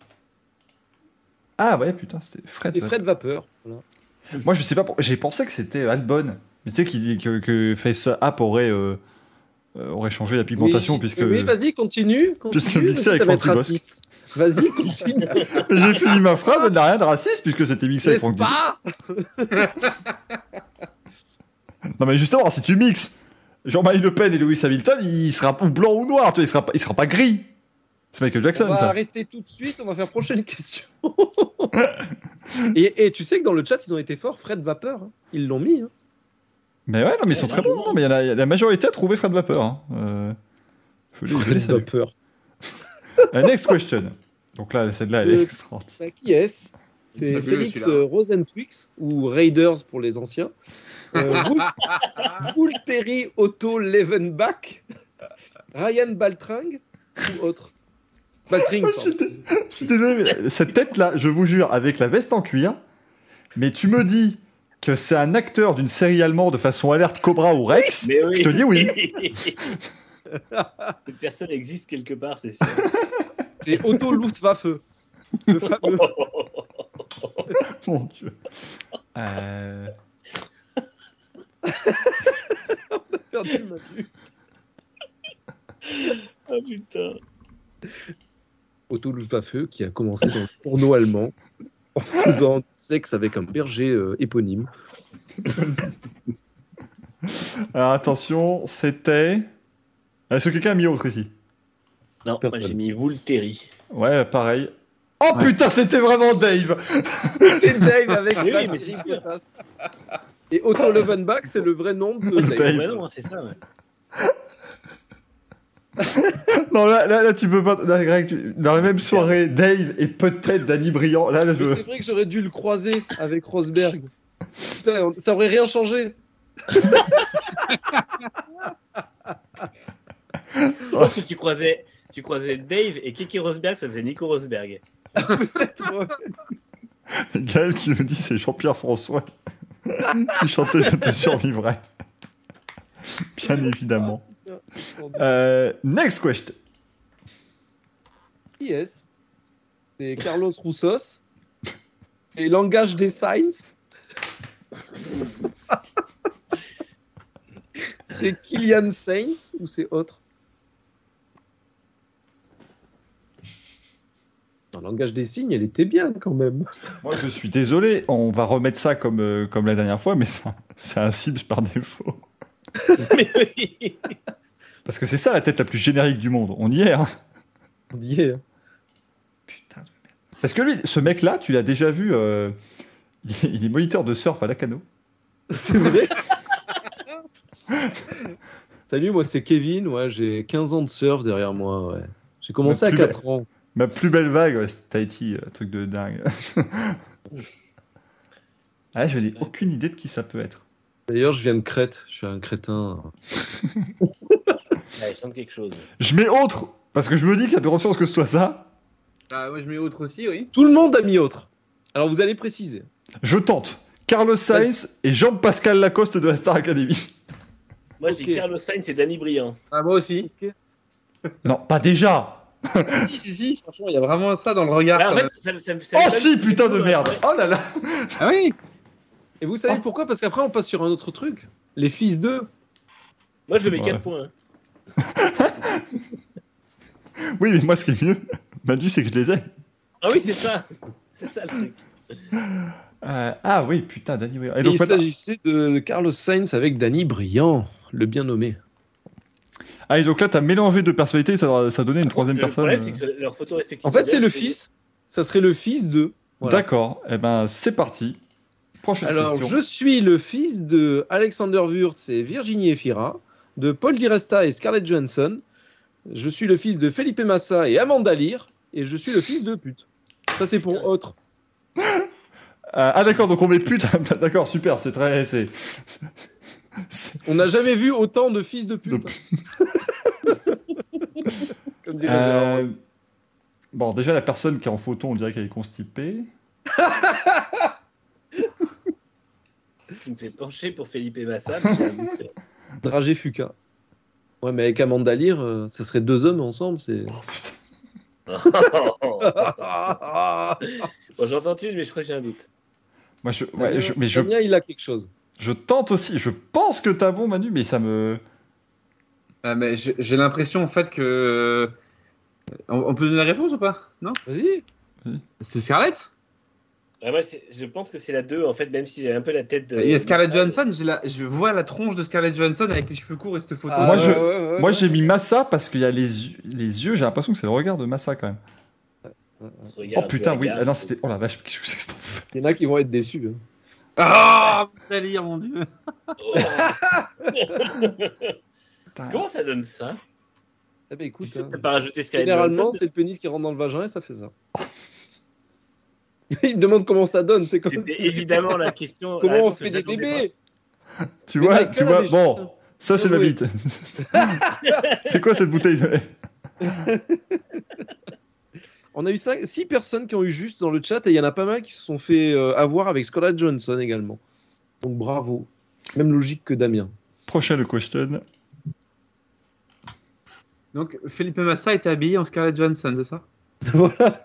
Ah ouais, putain, c'était Fred. Et Fred Vapeur. Voilà. Moi, je sais pas, j'ai pensé que c'était Albon. Mais tu sais que Face App aurait changé la pigmentation, Oui, puisque... Oui, vas-y, continue. Puisque mixé avec ça va être Franck Dubosc. raciste. Vas-y, continue. J'ai fini ma phrase, elle n'a rien de raciste, puisque c'était mixé avec N'est-ce Franck Dubosc. pas? Non mais justement, si tu mixes Jean-Marie Le Pen et Lewis Hamilton, il sera ou blanc ou noir, tu vois, il sera pas gris. C'est Michael Jackson, On va ça. arrêter tout de suite, on va faire prochaine question. et tu sais que dans le chat, ils ont été forts, Fred Vapeur. Hein. Ils l'ont mis. Hein. Mais ouais, non, mais ils sont très bons. Non, mais la majorité a trouvé Fred Vapeur. Hein. Je les salue. Vapeur. Next question. Donc là, celle-là, elle est extraordinaire. Bah, qui est-ce? C'est Fabuleux, Félix celui-là. Rosentwix, ou Raiders pour les anciens. Vulteri Otto Levenbach, Ryan Baltring ou autre. Baltring, Moi, pardon. je suis désolé, mais cette tête-là, je vous jure, avec la veste en cuir, mais tu me dis que c'est un acteur d'une série allemande de façon alerte Cobra ou Rex, Mais oui. je te dis oui. Cette personne existe quelque part, c'est sûr. C'est Otto Luftwaffe, le fameux. Mon Dieu. On a perdu ma vue. Ah putain. Otto Luftwaffe qui a commencé dans le porno allemand en faisant du sexe avec un berger éponyme. Alors attention, c'était... Est-ce que quelqu'un a mis autre ici? Non, Personne. moi j'ai mis Vulteri. Ouais, pareil. Oh putain, c'était vraiment Dave. C'est Dave avec Oui, Baltring mais c'est sûr. Potas. Et Otto Levenbach, c'est le vrai nom de Dave. Dave. Ouais, non, c'est ça, ouais. Non, là, tu peux pas... Là, Greg, dans la même soirée, Dave et peut-être Danny Briand. Là, Mais je... c'est vrai que j'aurais dû le croiser avec Rosberg. Putain, ça aurait rien changé. Je pense que tu croisais tu croisais Dave et Kiki Rosberg, ça faisait Nico Rosberg. Gaël qui me dit c'est Jean-Pierre François qui chantait Je te survivrai. Bien évidemment. Next question. Yes. C'est Carlos Roussos. C'est Langage des Signs. C'est Kylian Sainz ou c'est autre? Le langage des signes, elle était bien quand même. Moi, je suis désolé, on va remettre ça comme la dernière fois, mais c'est un Sims par défaut. Mais oui. Parce que c'est ça la tête la plus générique du monde. On y est, hein. On y est. Putain de merde. Parce que lui, ce mec-là, tu l'as déjà vu, il est moniteur de surf à Lacanau. C'est vrai. Salut, moi c'est Kevin, ouais, j'ai 15 ans de surf derrière moi. Ouais. J'ai commencé à 4 ans. Ma plus belle vague, ouais, c'était Tahiti, truc de dingue. Ah, je n'ai aucune idée de qui ça peut être. D'ailleurs, je viens de Crète, je suis un crétin. Ouais, je sens quelque chose. Je mets autre, parce que je me dis qu'il y a de grandes chances que ce soit ça. Ah, moi je mets autre aussi, oui. Tout le monde a mis autre. Alors vous allez préciser. Je tente. Carlos Sainz et Jean-Pascal Lacoste de la Star Academy. Moi, je dis Carlos Sainz et Danny Briand. Ah, moi aussi. Okay. Non, pas déjà. si, franchement, il y a vraiment ça dans le regard. Bah, en fait, ça Oh si, putain de merde. Oh là là. Ah oui. Et vous savez pourquoi? Parce qu'après on passe sur un autre truc. Les fils d'eux. Moi, je mets Ouais. 4 points. Oui, mais moi, ce qui est mieux, Manu, c'est que je les ai. Ah oui, c'est ça. C'est ça le truc. Ah oui, putain, Danny Briand. Et donc, il s'agissait de Carlos Sainz avec Danny Briand, le bien nommé. Ah, et donc là, t'as mélangé deux personnalités, ça donnait une troisième personne. Le problème, c'est que leur photo respective. En fait, c'est le fils. Ça serait le fils de. Voilà. D'accord. Eh ben, c'est parti. Prochaine Alors, question. je suis le fils de Alexander Wurz et Virginie Efira, de Paul Di Resta et Scarlett Johansson. Je suis le fils de Felipe Massa et Amanda Lear. Et je suis le fils de pute. Ça, c'est pour autre. Ah, d'accord, donc on met pute. D'accord, super, c'est très. On n'a jamais vu autant de fils de pute. Comme dirait Gérard. Bon, déjà, la personne qui est en photo, on dirait qu'elle est constipée. Ce qui me fait pencher pour Felipe Massa. Mais j'ai un doute. Dragé Fuka. Ouais, mais avec Amanda Lear, ça serait deux hommes ensemble. C'est. Oh, putain. Bon, j'entends une, mais je crois que j'ai un doute. Moi, Damien, il a quelque chose. je tente aussi. Je pense que t'as bon, Manu, mais ça me. Ah, mais j'ai l'impression en fait que. On peut donner la réponse ou pas? Non? Vas-y. C'est Scarlett? Ah, moi, je pense que c'est la 2, en fait, même si j'ai un peu la tête de. Il y a Scarlett Johansson, je vois la tronche de Scarlett Johansson avec les cheveux courts et cette photo. Ah, Moi, j'ai mis Massa parce qu'il y a les yeux, j'ai l'impression que c'est le regard de Massa quand même. Oh putain, oui. Ah non, c'était. Oh la vache, qu'est-ce que c'est que cette affaire? Il y en a qui vont être déçus. Hein. Ah, délire, mon dieu. Comment ça donne ça? Eh ben écoute, Tu t'as pas rajouté Scarlett généralement, Johansson? c'est le pénis qui rentre dans le vagin et ça fait ça. Il me demande comment ça donne. C'est comme C'était évidemment la question. Comment la on réponse fait que des j'attendais bébés? Tu Mais vois, Michael avait bon, juste- ça c'est Bien ma joué. bite. C'est quoi cette bouteille de lait? On a eu 6 personnes qui ont eu juste dans le chat et il y en a pas mal qui se sont fait avoir avec Scarlett Johansson également. Donc bravo. Même logique que Damien. Prochaine question. Donc, Felipe Massa était habillé en Scarlett Johansson, c'est ça? Voilà.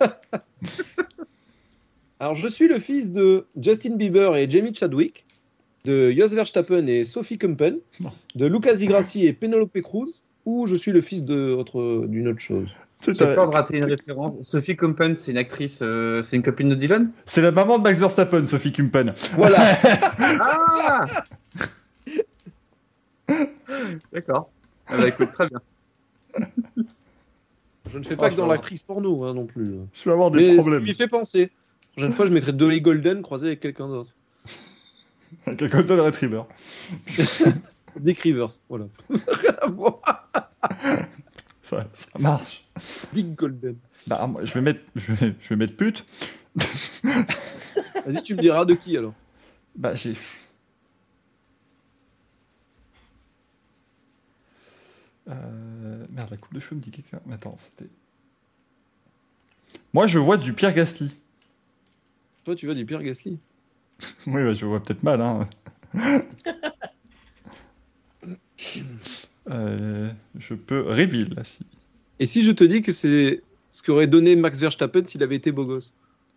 Alors je suis le fils de Justin Bieber et Jamie Chadwick, de Jos Verstappen et Sophie Kumpen, de Lucas Di Grassi et Penelope Cruz, ou je suis le fils d'une autre chose. C'est J'ai peur de rater une référence. Sophie Kumpen, c'est une actrice, c'est une copine de Dylan? c'est la maman de Max Verstappen, Sophie Kumpen. Voilà. Ah. D'accord. Ah bah écoute, très bien. Je ne fais pas que dans ça va. l'actrice porno hein, non plus. Je vais avoir des Mais problèmes. ça lui fait penser. La prochaine fois, je mettrai Dolly Golden croisé avec quelqu'un d'autre. Avec un Golden Retriever. Dick Rivers, voilà. Rien à voir. Ça marche. Dick Golden. Bah, moi, je vais mettre pute. Vas-y, tu me diras de qui alors. Bah, j'ai. Merde, la coupe de cheveux me dit quelqu'un. Mais attends, c'était... Moi, je vois du Pierre Gasly. Toi, tu vois du Pierre Gasly. Oui, bah, je vois peut-être mal, hein. Je peux reveal, là, si. Et si je te dis que c'est ce qu'aurait donné Max Verstappen s'il avait été beau gosse?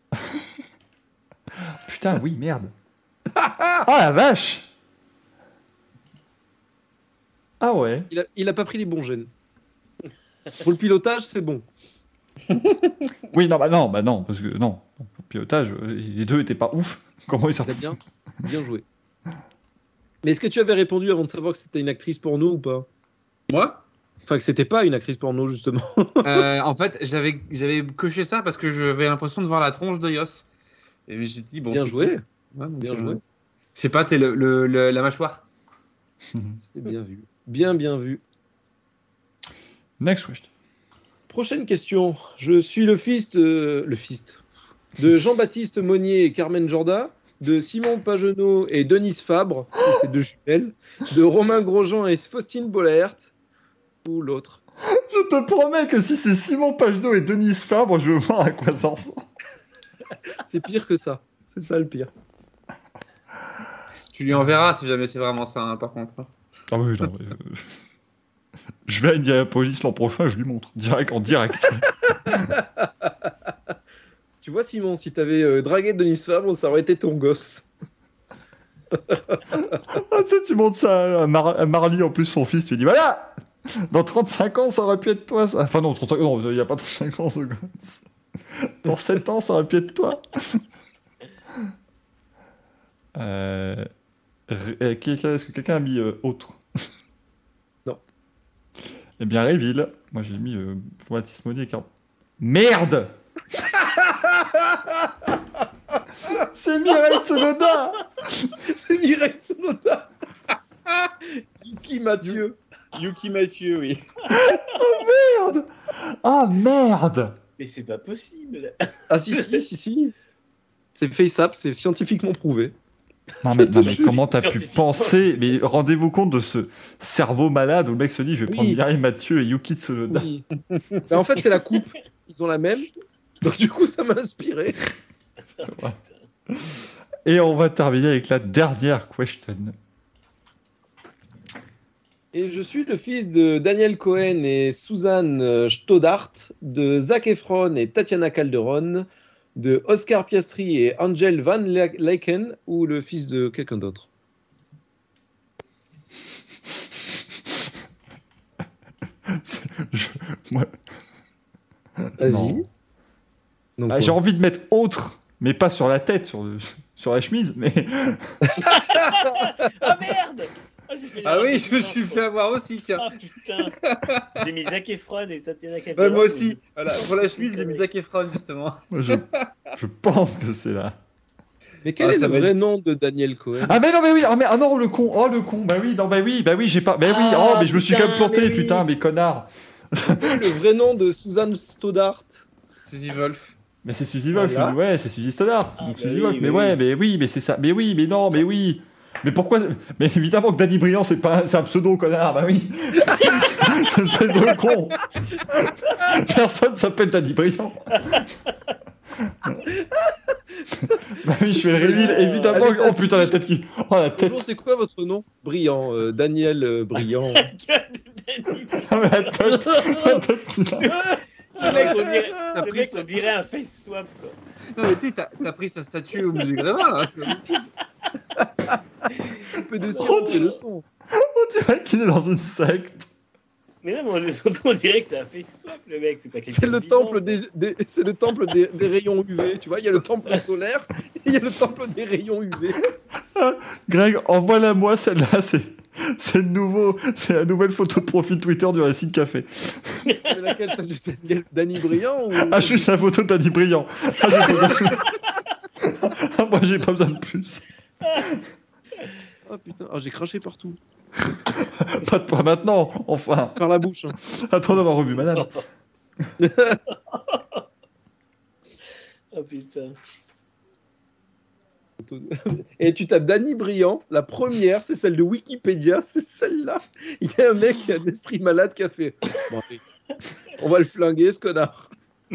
Putain, oui, merde. Ah, la vache! Ah ouais. Il a pas pris les bons gènes. Pour le pilotage, c'est bon. Oui, non, parce que non, pour le pilotage, les deux étaient pas ouf. Comment ils sortent? Bien joué. Mais est-ce que tu avais répondu avant de savoir que c'était une actrice porno ou pas? Moi Enfin, que c'était pas une actrice porno, justement. En fait, j'avais coché ça parce que j'avais l'impression de voir la tronche de Yos. Et j'ai dit, bon, Bien c'est joué. qui, ouais, donc, Bien joué. Je sais pas, t'es la mâchoire. C'est bien vu. Bien vu. Next question. Prochaine question. Je suis le fils de Jean-Baptiste Monnier et Carmen Jorda, de Simon Pagenaud et Denise Fabre, et ses deux jumelles, de Romain Grosjean et Faustine Bollaert, ou l'autre. Je te promets que si c'est Simon Pagenaud et Denise Fabre, je veux voir à quoi ça ressemble. C'est pire que ça. C'est ça le pire. Tu lui enverras si jamais c'est vraiment ça, hein, par contre. Ah oui, non, je vais à Indianapolis l'an prochain, je lui montre. En direct. Tu vois, Simon, si t'avais dragué Denise Fabre, ça aurait été ton gosse. Ah, tu sais, tu montres ça à Marley, en plus, son fils, tu lui dis, voilà, dans 35 ans, ça aurait pu être toi, ça. Enfin non, 35 ans, il n'y a pas 35 ans, ce gosse. Dans 7 ans, ça aurait pu être toi. Est-ce que quelqu'un a mis autre? Non. Eh bien, Réville. Moi, j'ai mis Baptiste Monnier et Carmen. Merde. C'est Mireille Tsunoda. C'est Mireille Tsunoda. Yuki Mathieu. Yuki Mathieu, oui. Merde. Ah, merde. Mais c'est pas possible. Ah si. C'est FaceApp, c'est scientifiquement prouvé. Non mais comment t'as pu penser? Mais rendez-vous compte de ce cerveau malade où le mec se dit je vais prendre Mireille Mathieu et Yuki Tsunoda. Oui. Bah, en fait, c'est la coupe. Ils ont la même. Donc du coup, ça m'a inspiré. Et on va terminer avec la dernière question. Et je suis le fils de Daniel Cohen et Suzanne Stoddart, de Zac Efron et Tatiana Calderon, de Oscar Piastri et Angel Van Lyken, ou le fils de quelqu'un d'autre. Moi... Vas-y. Ah, j'ai envie de mettre autre, mais pas sur la tête, sur la chemise, mais... Ah merde! Ah oui, je me suis fait avoir aussi, tiens. Ah putain. J'ai mis Zac Efron et Tatiana Calderon. Moi aussi. Voilà, pour la chemise, j'ai mis Zac Efron, justement. Moi, je pense que c'est là. Mais quel est le vrai nom de Daniel Cohen? Ah mais non mais oui, ah non le con, bah oui, j'ai pas, mais je me suis quand même planté, putain, mais connard. Le vrai nom de Suzanne Stoddart? Suzy Wolf. Mais c'est Suzy Wolf, voilà. Ouais, c'est Suzy Stoddart. Ah, donc bah Suzy oui, Wolf, mais oui. ouais, mais oui, mais c'est ça, mais oui, mais non, mais oui. Mais pourquoi? Mais évidemment que Danny Briand, c'est un pseudo, connard, bah oui. Espèce de con. Personne s'appelle Danny Briand. Bah oui, je fais le reveal, évidemment. Allez, oh putain, la tête qui. Oh la tête. Bonjour, c'est quoi votre nom? Brillant, Daniel Brillant. Ah, mais la tête qui. Le mec, on dirait un face swap, quoi. Non, mais tu sais, t'as pris sa statue au musée Grévin, hein, c'est pas possible. Un peu de son, On dirait qu'il est dans une secte. Mais non, on dirait que c'est un face swap, le mec. C'est pas quelqu'un C'est le de vivant, temple ça. c'est le temple des rayons UV. Tu vois, il y a le temple solaire et il y a le temple des rayons UV. Greg, envoie-la-moi celle-là, c'est la nouvelle photo de profil Twitter du Racing Café. Mais laquelle, celle de Danny Briand ou... Ah, juste la photo de Danny Briand. Ah, j'ai pas besoin de plus. Ah, moi, j'ai pas besoin de plus. Ah putain, j'ai craché partout. Pas maintenant, enfin. Par la bouche. Hein. Attends d'avoir revu madame. Oh putain. Et tu tapes Danny Briand, la première, c'est celle de Wikipédia, c'est celle-là. Il y a un mec qui a un esprit malade qui a fait bon, allez, on va le flinguer, ce connard.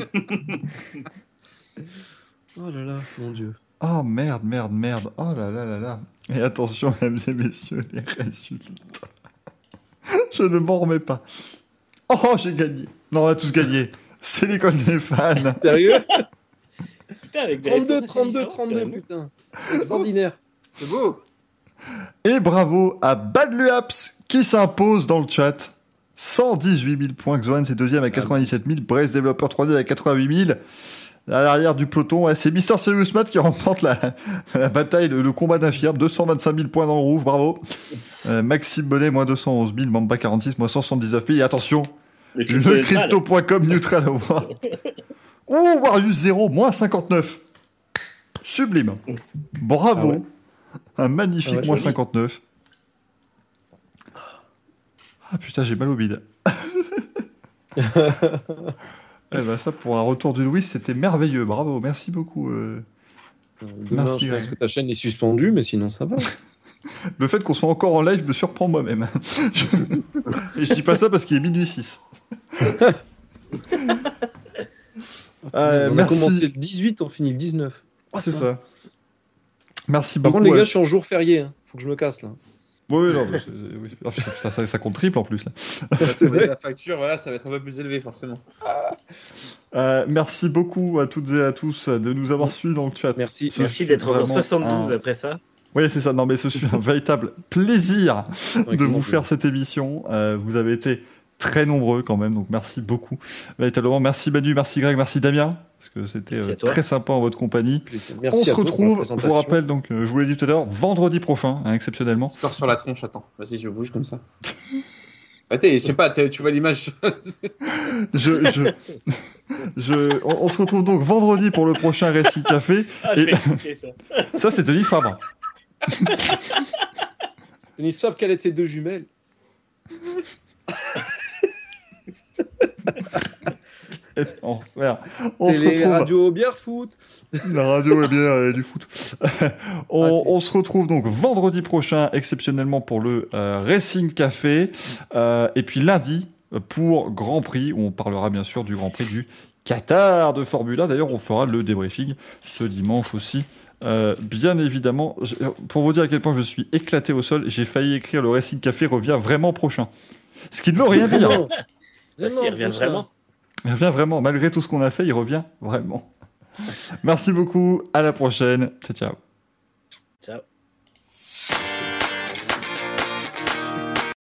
Oh là là, mon Dieu. Oh merde. Oh là là. Et attention, mesdames et messieurs, les résultats. Je ne m'en remets pas. Oh, j'ai gagné. Non, on a tous gagné. C'est l'école des fans. Sérieux? Putain, avec des 32, réponses assez différentes, quand même. putain. Extraordinaire. C'est beau. Et bravo à Badluaps qui s'impose dans le chat. 118 000 points. Xoan, c'est deuxième avec 97 000. Brace Developer 3D avec 88 000. À l'arrière du peloton, ouais, c'est Mister Serious Matt qui remporte la bataille, le combat d'infirme. 225 000 points dans le rouge, bravo. Maxime Bonnet, moins 211 000. Mamba 46, moins 179 000. Et attention, le crypto.com neutral award. Oh, Warius 0, moins 59. Sublime. Bravo. Ah ouais. Un magnifique moins joli. 59. Ah putain, j'ai mal au bide. Eh ben ça, pour un retour du Louis, c'était merveilleux. Bravo, merci beaucoup. Demain, Merci, je pense Greg. que ta chaîne est suspendue, mais sinon ça va. Le fait qu'on soit encore en live me surprend moi-même. Et je dis pas ça parce qu'il est minuit 6. On a merci. commencé le 18, on finit le 19. Oh, C'est ça. Merci Par beaucoup. contre, les gars, je suis en jour férié. Hein. Faut que je me casse là. Oui, non, mais oui. Oh, putain, ça compte triple en plus. Là. La facture, voilà, ça va être un peu plus élevé, forcément. Merci beaucoup à toutes et à tous de nous avoir suivis dans le chat. Merci. Ce Merci fut d'être en vraiment 72 après ça. Oui, c'est ça. Non, mais ce fut un véritable plaisir de Excellent. vous faire cette émission. Vous avez été très nombreux quand même, donc merci beaucoup. Véritablement, merci Manu, merci Greg, merci Damien, parce que c'était Merci à toi. très sympa en votre compagnie. Merci On se à toi pour la retrouve, je présentation. vous rappelle, donc, je vous l'ai dit tout à l'heure, vendredi prochain, hein, exceptionnellement. Score sur la tronche, attends. Vas-y, je bouge comme ça. Attends, je sais pas, tu vois l'image. On se retrouve donc vendredi pour le prochain Récit Café. Ah, je Et vais écouter ça. ça, c'est Denis Fabre. Denis Swap, quelle est de ces deux jumelles? On se les retrouve. radios bière foot. La radio est bien et du foot. On se retrouve donc vendredi prochain, exceptionnellement pour le Racing Café. Et puis lundi, pour Grand Prix, où on parlera bien sûr du Grand Prix du Qatar de Formule 1. D'ailleurs, on fera le débriefing ce dimanche aussi. Bien évidemment, pour vous dire à quel point je suis éclaté au sol, j'ai failli écrire le Racing Café revient vraiment prochain. Ce qui ne veut rien dire. Bah, si, il revient vraiment. Il revient vraiment. Malgré tout ce qu'on a fait, il revient vraiment. Merci beaucoup. À la prochaine. Ciao, ciao.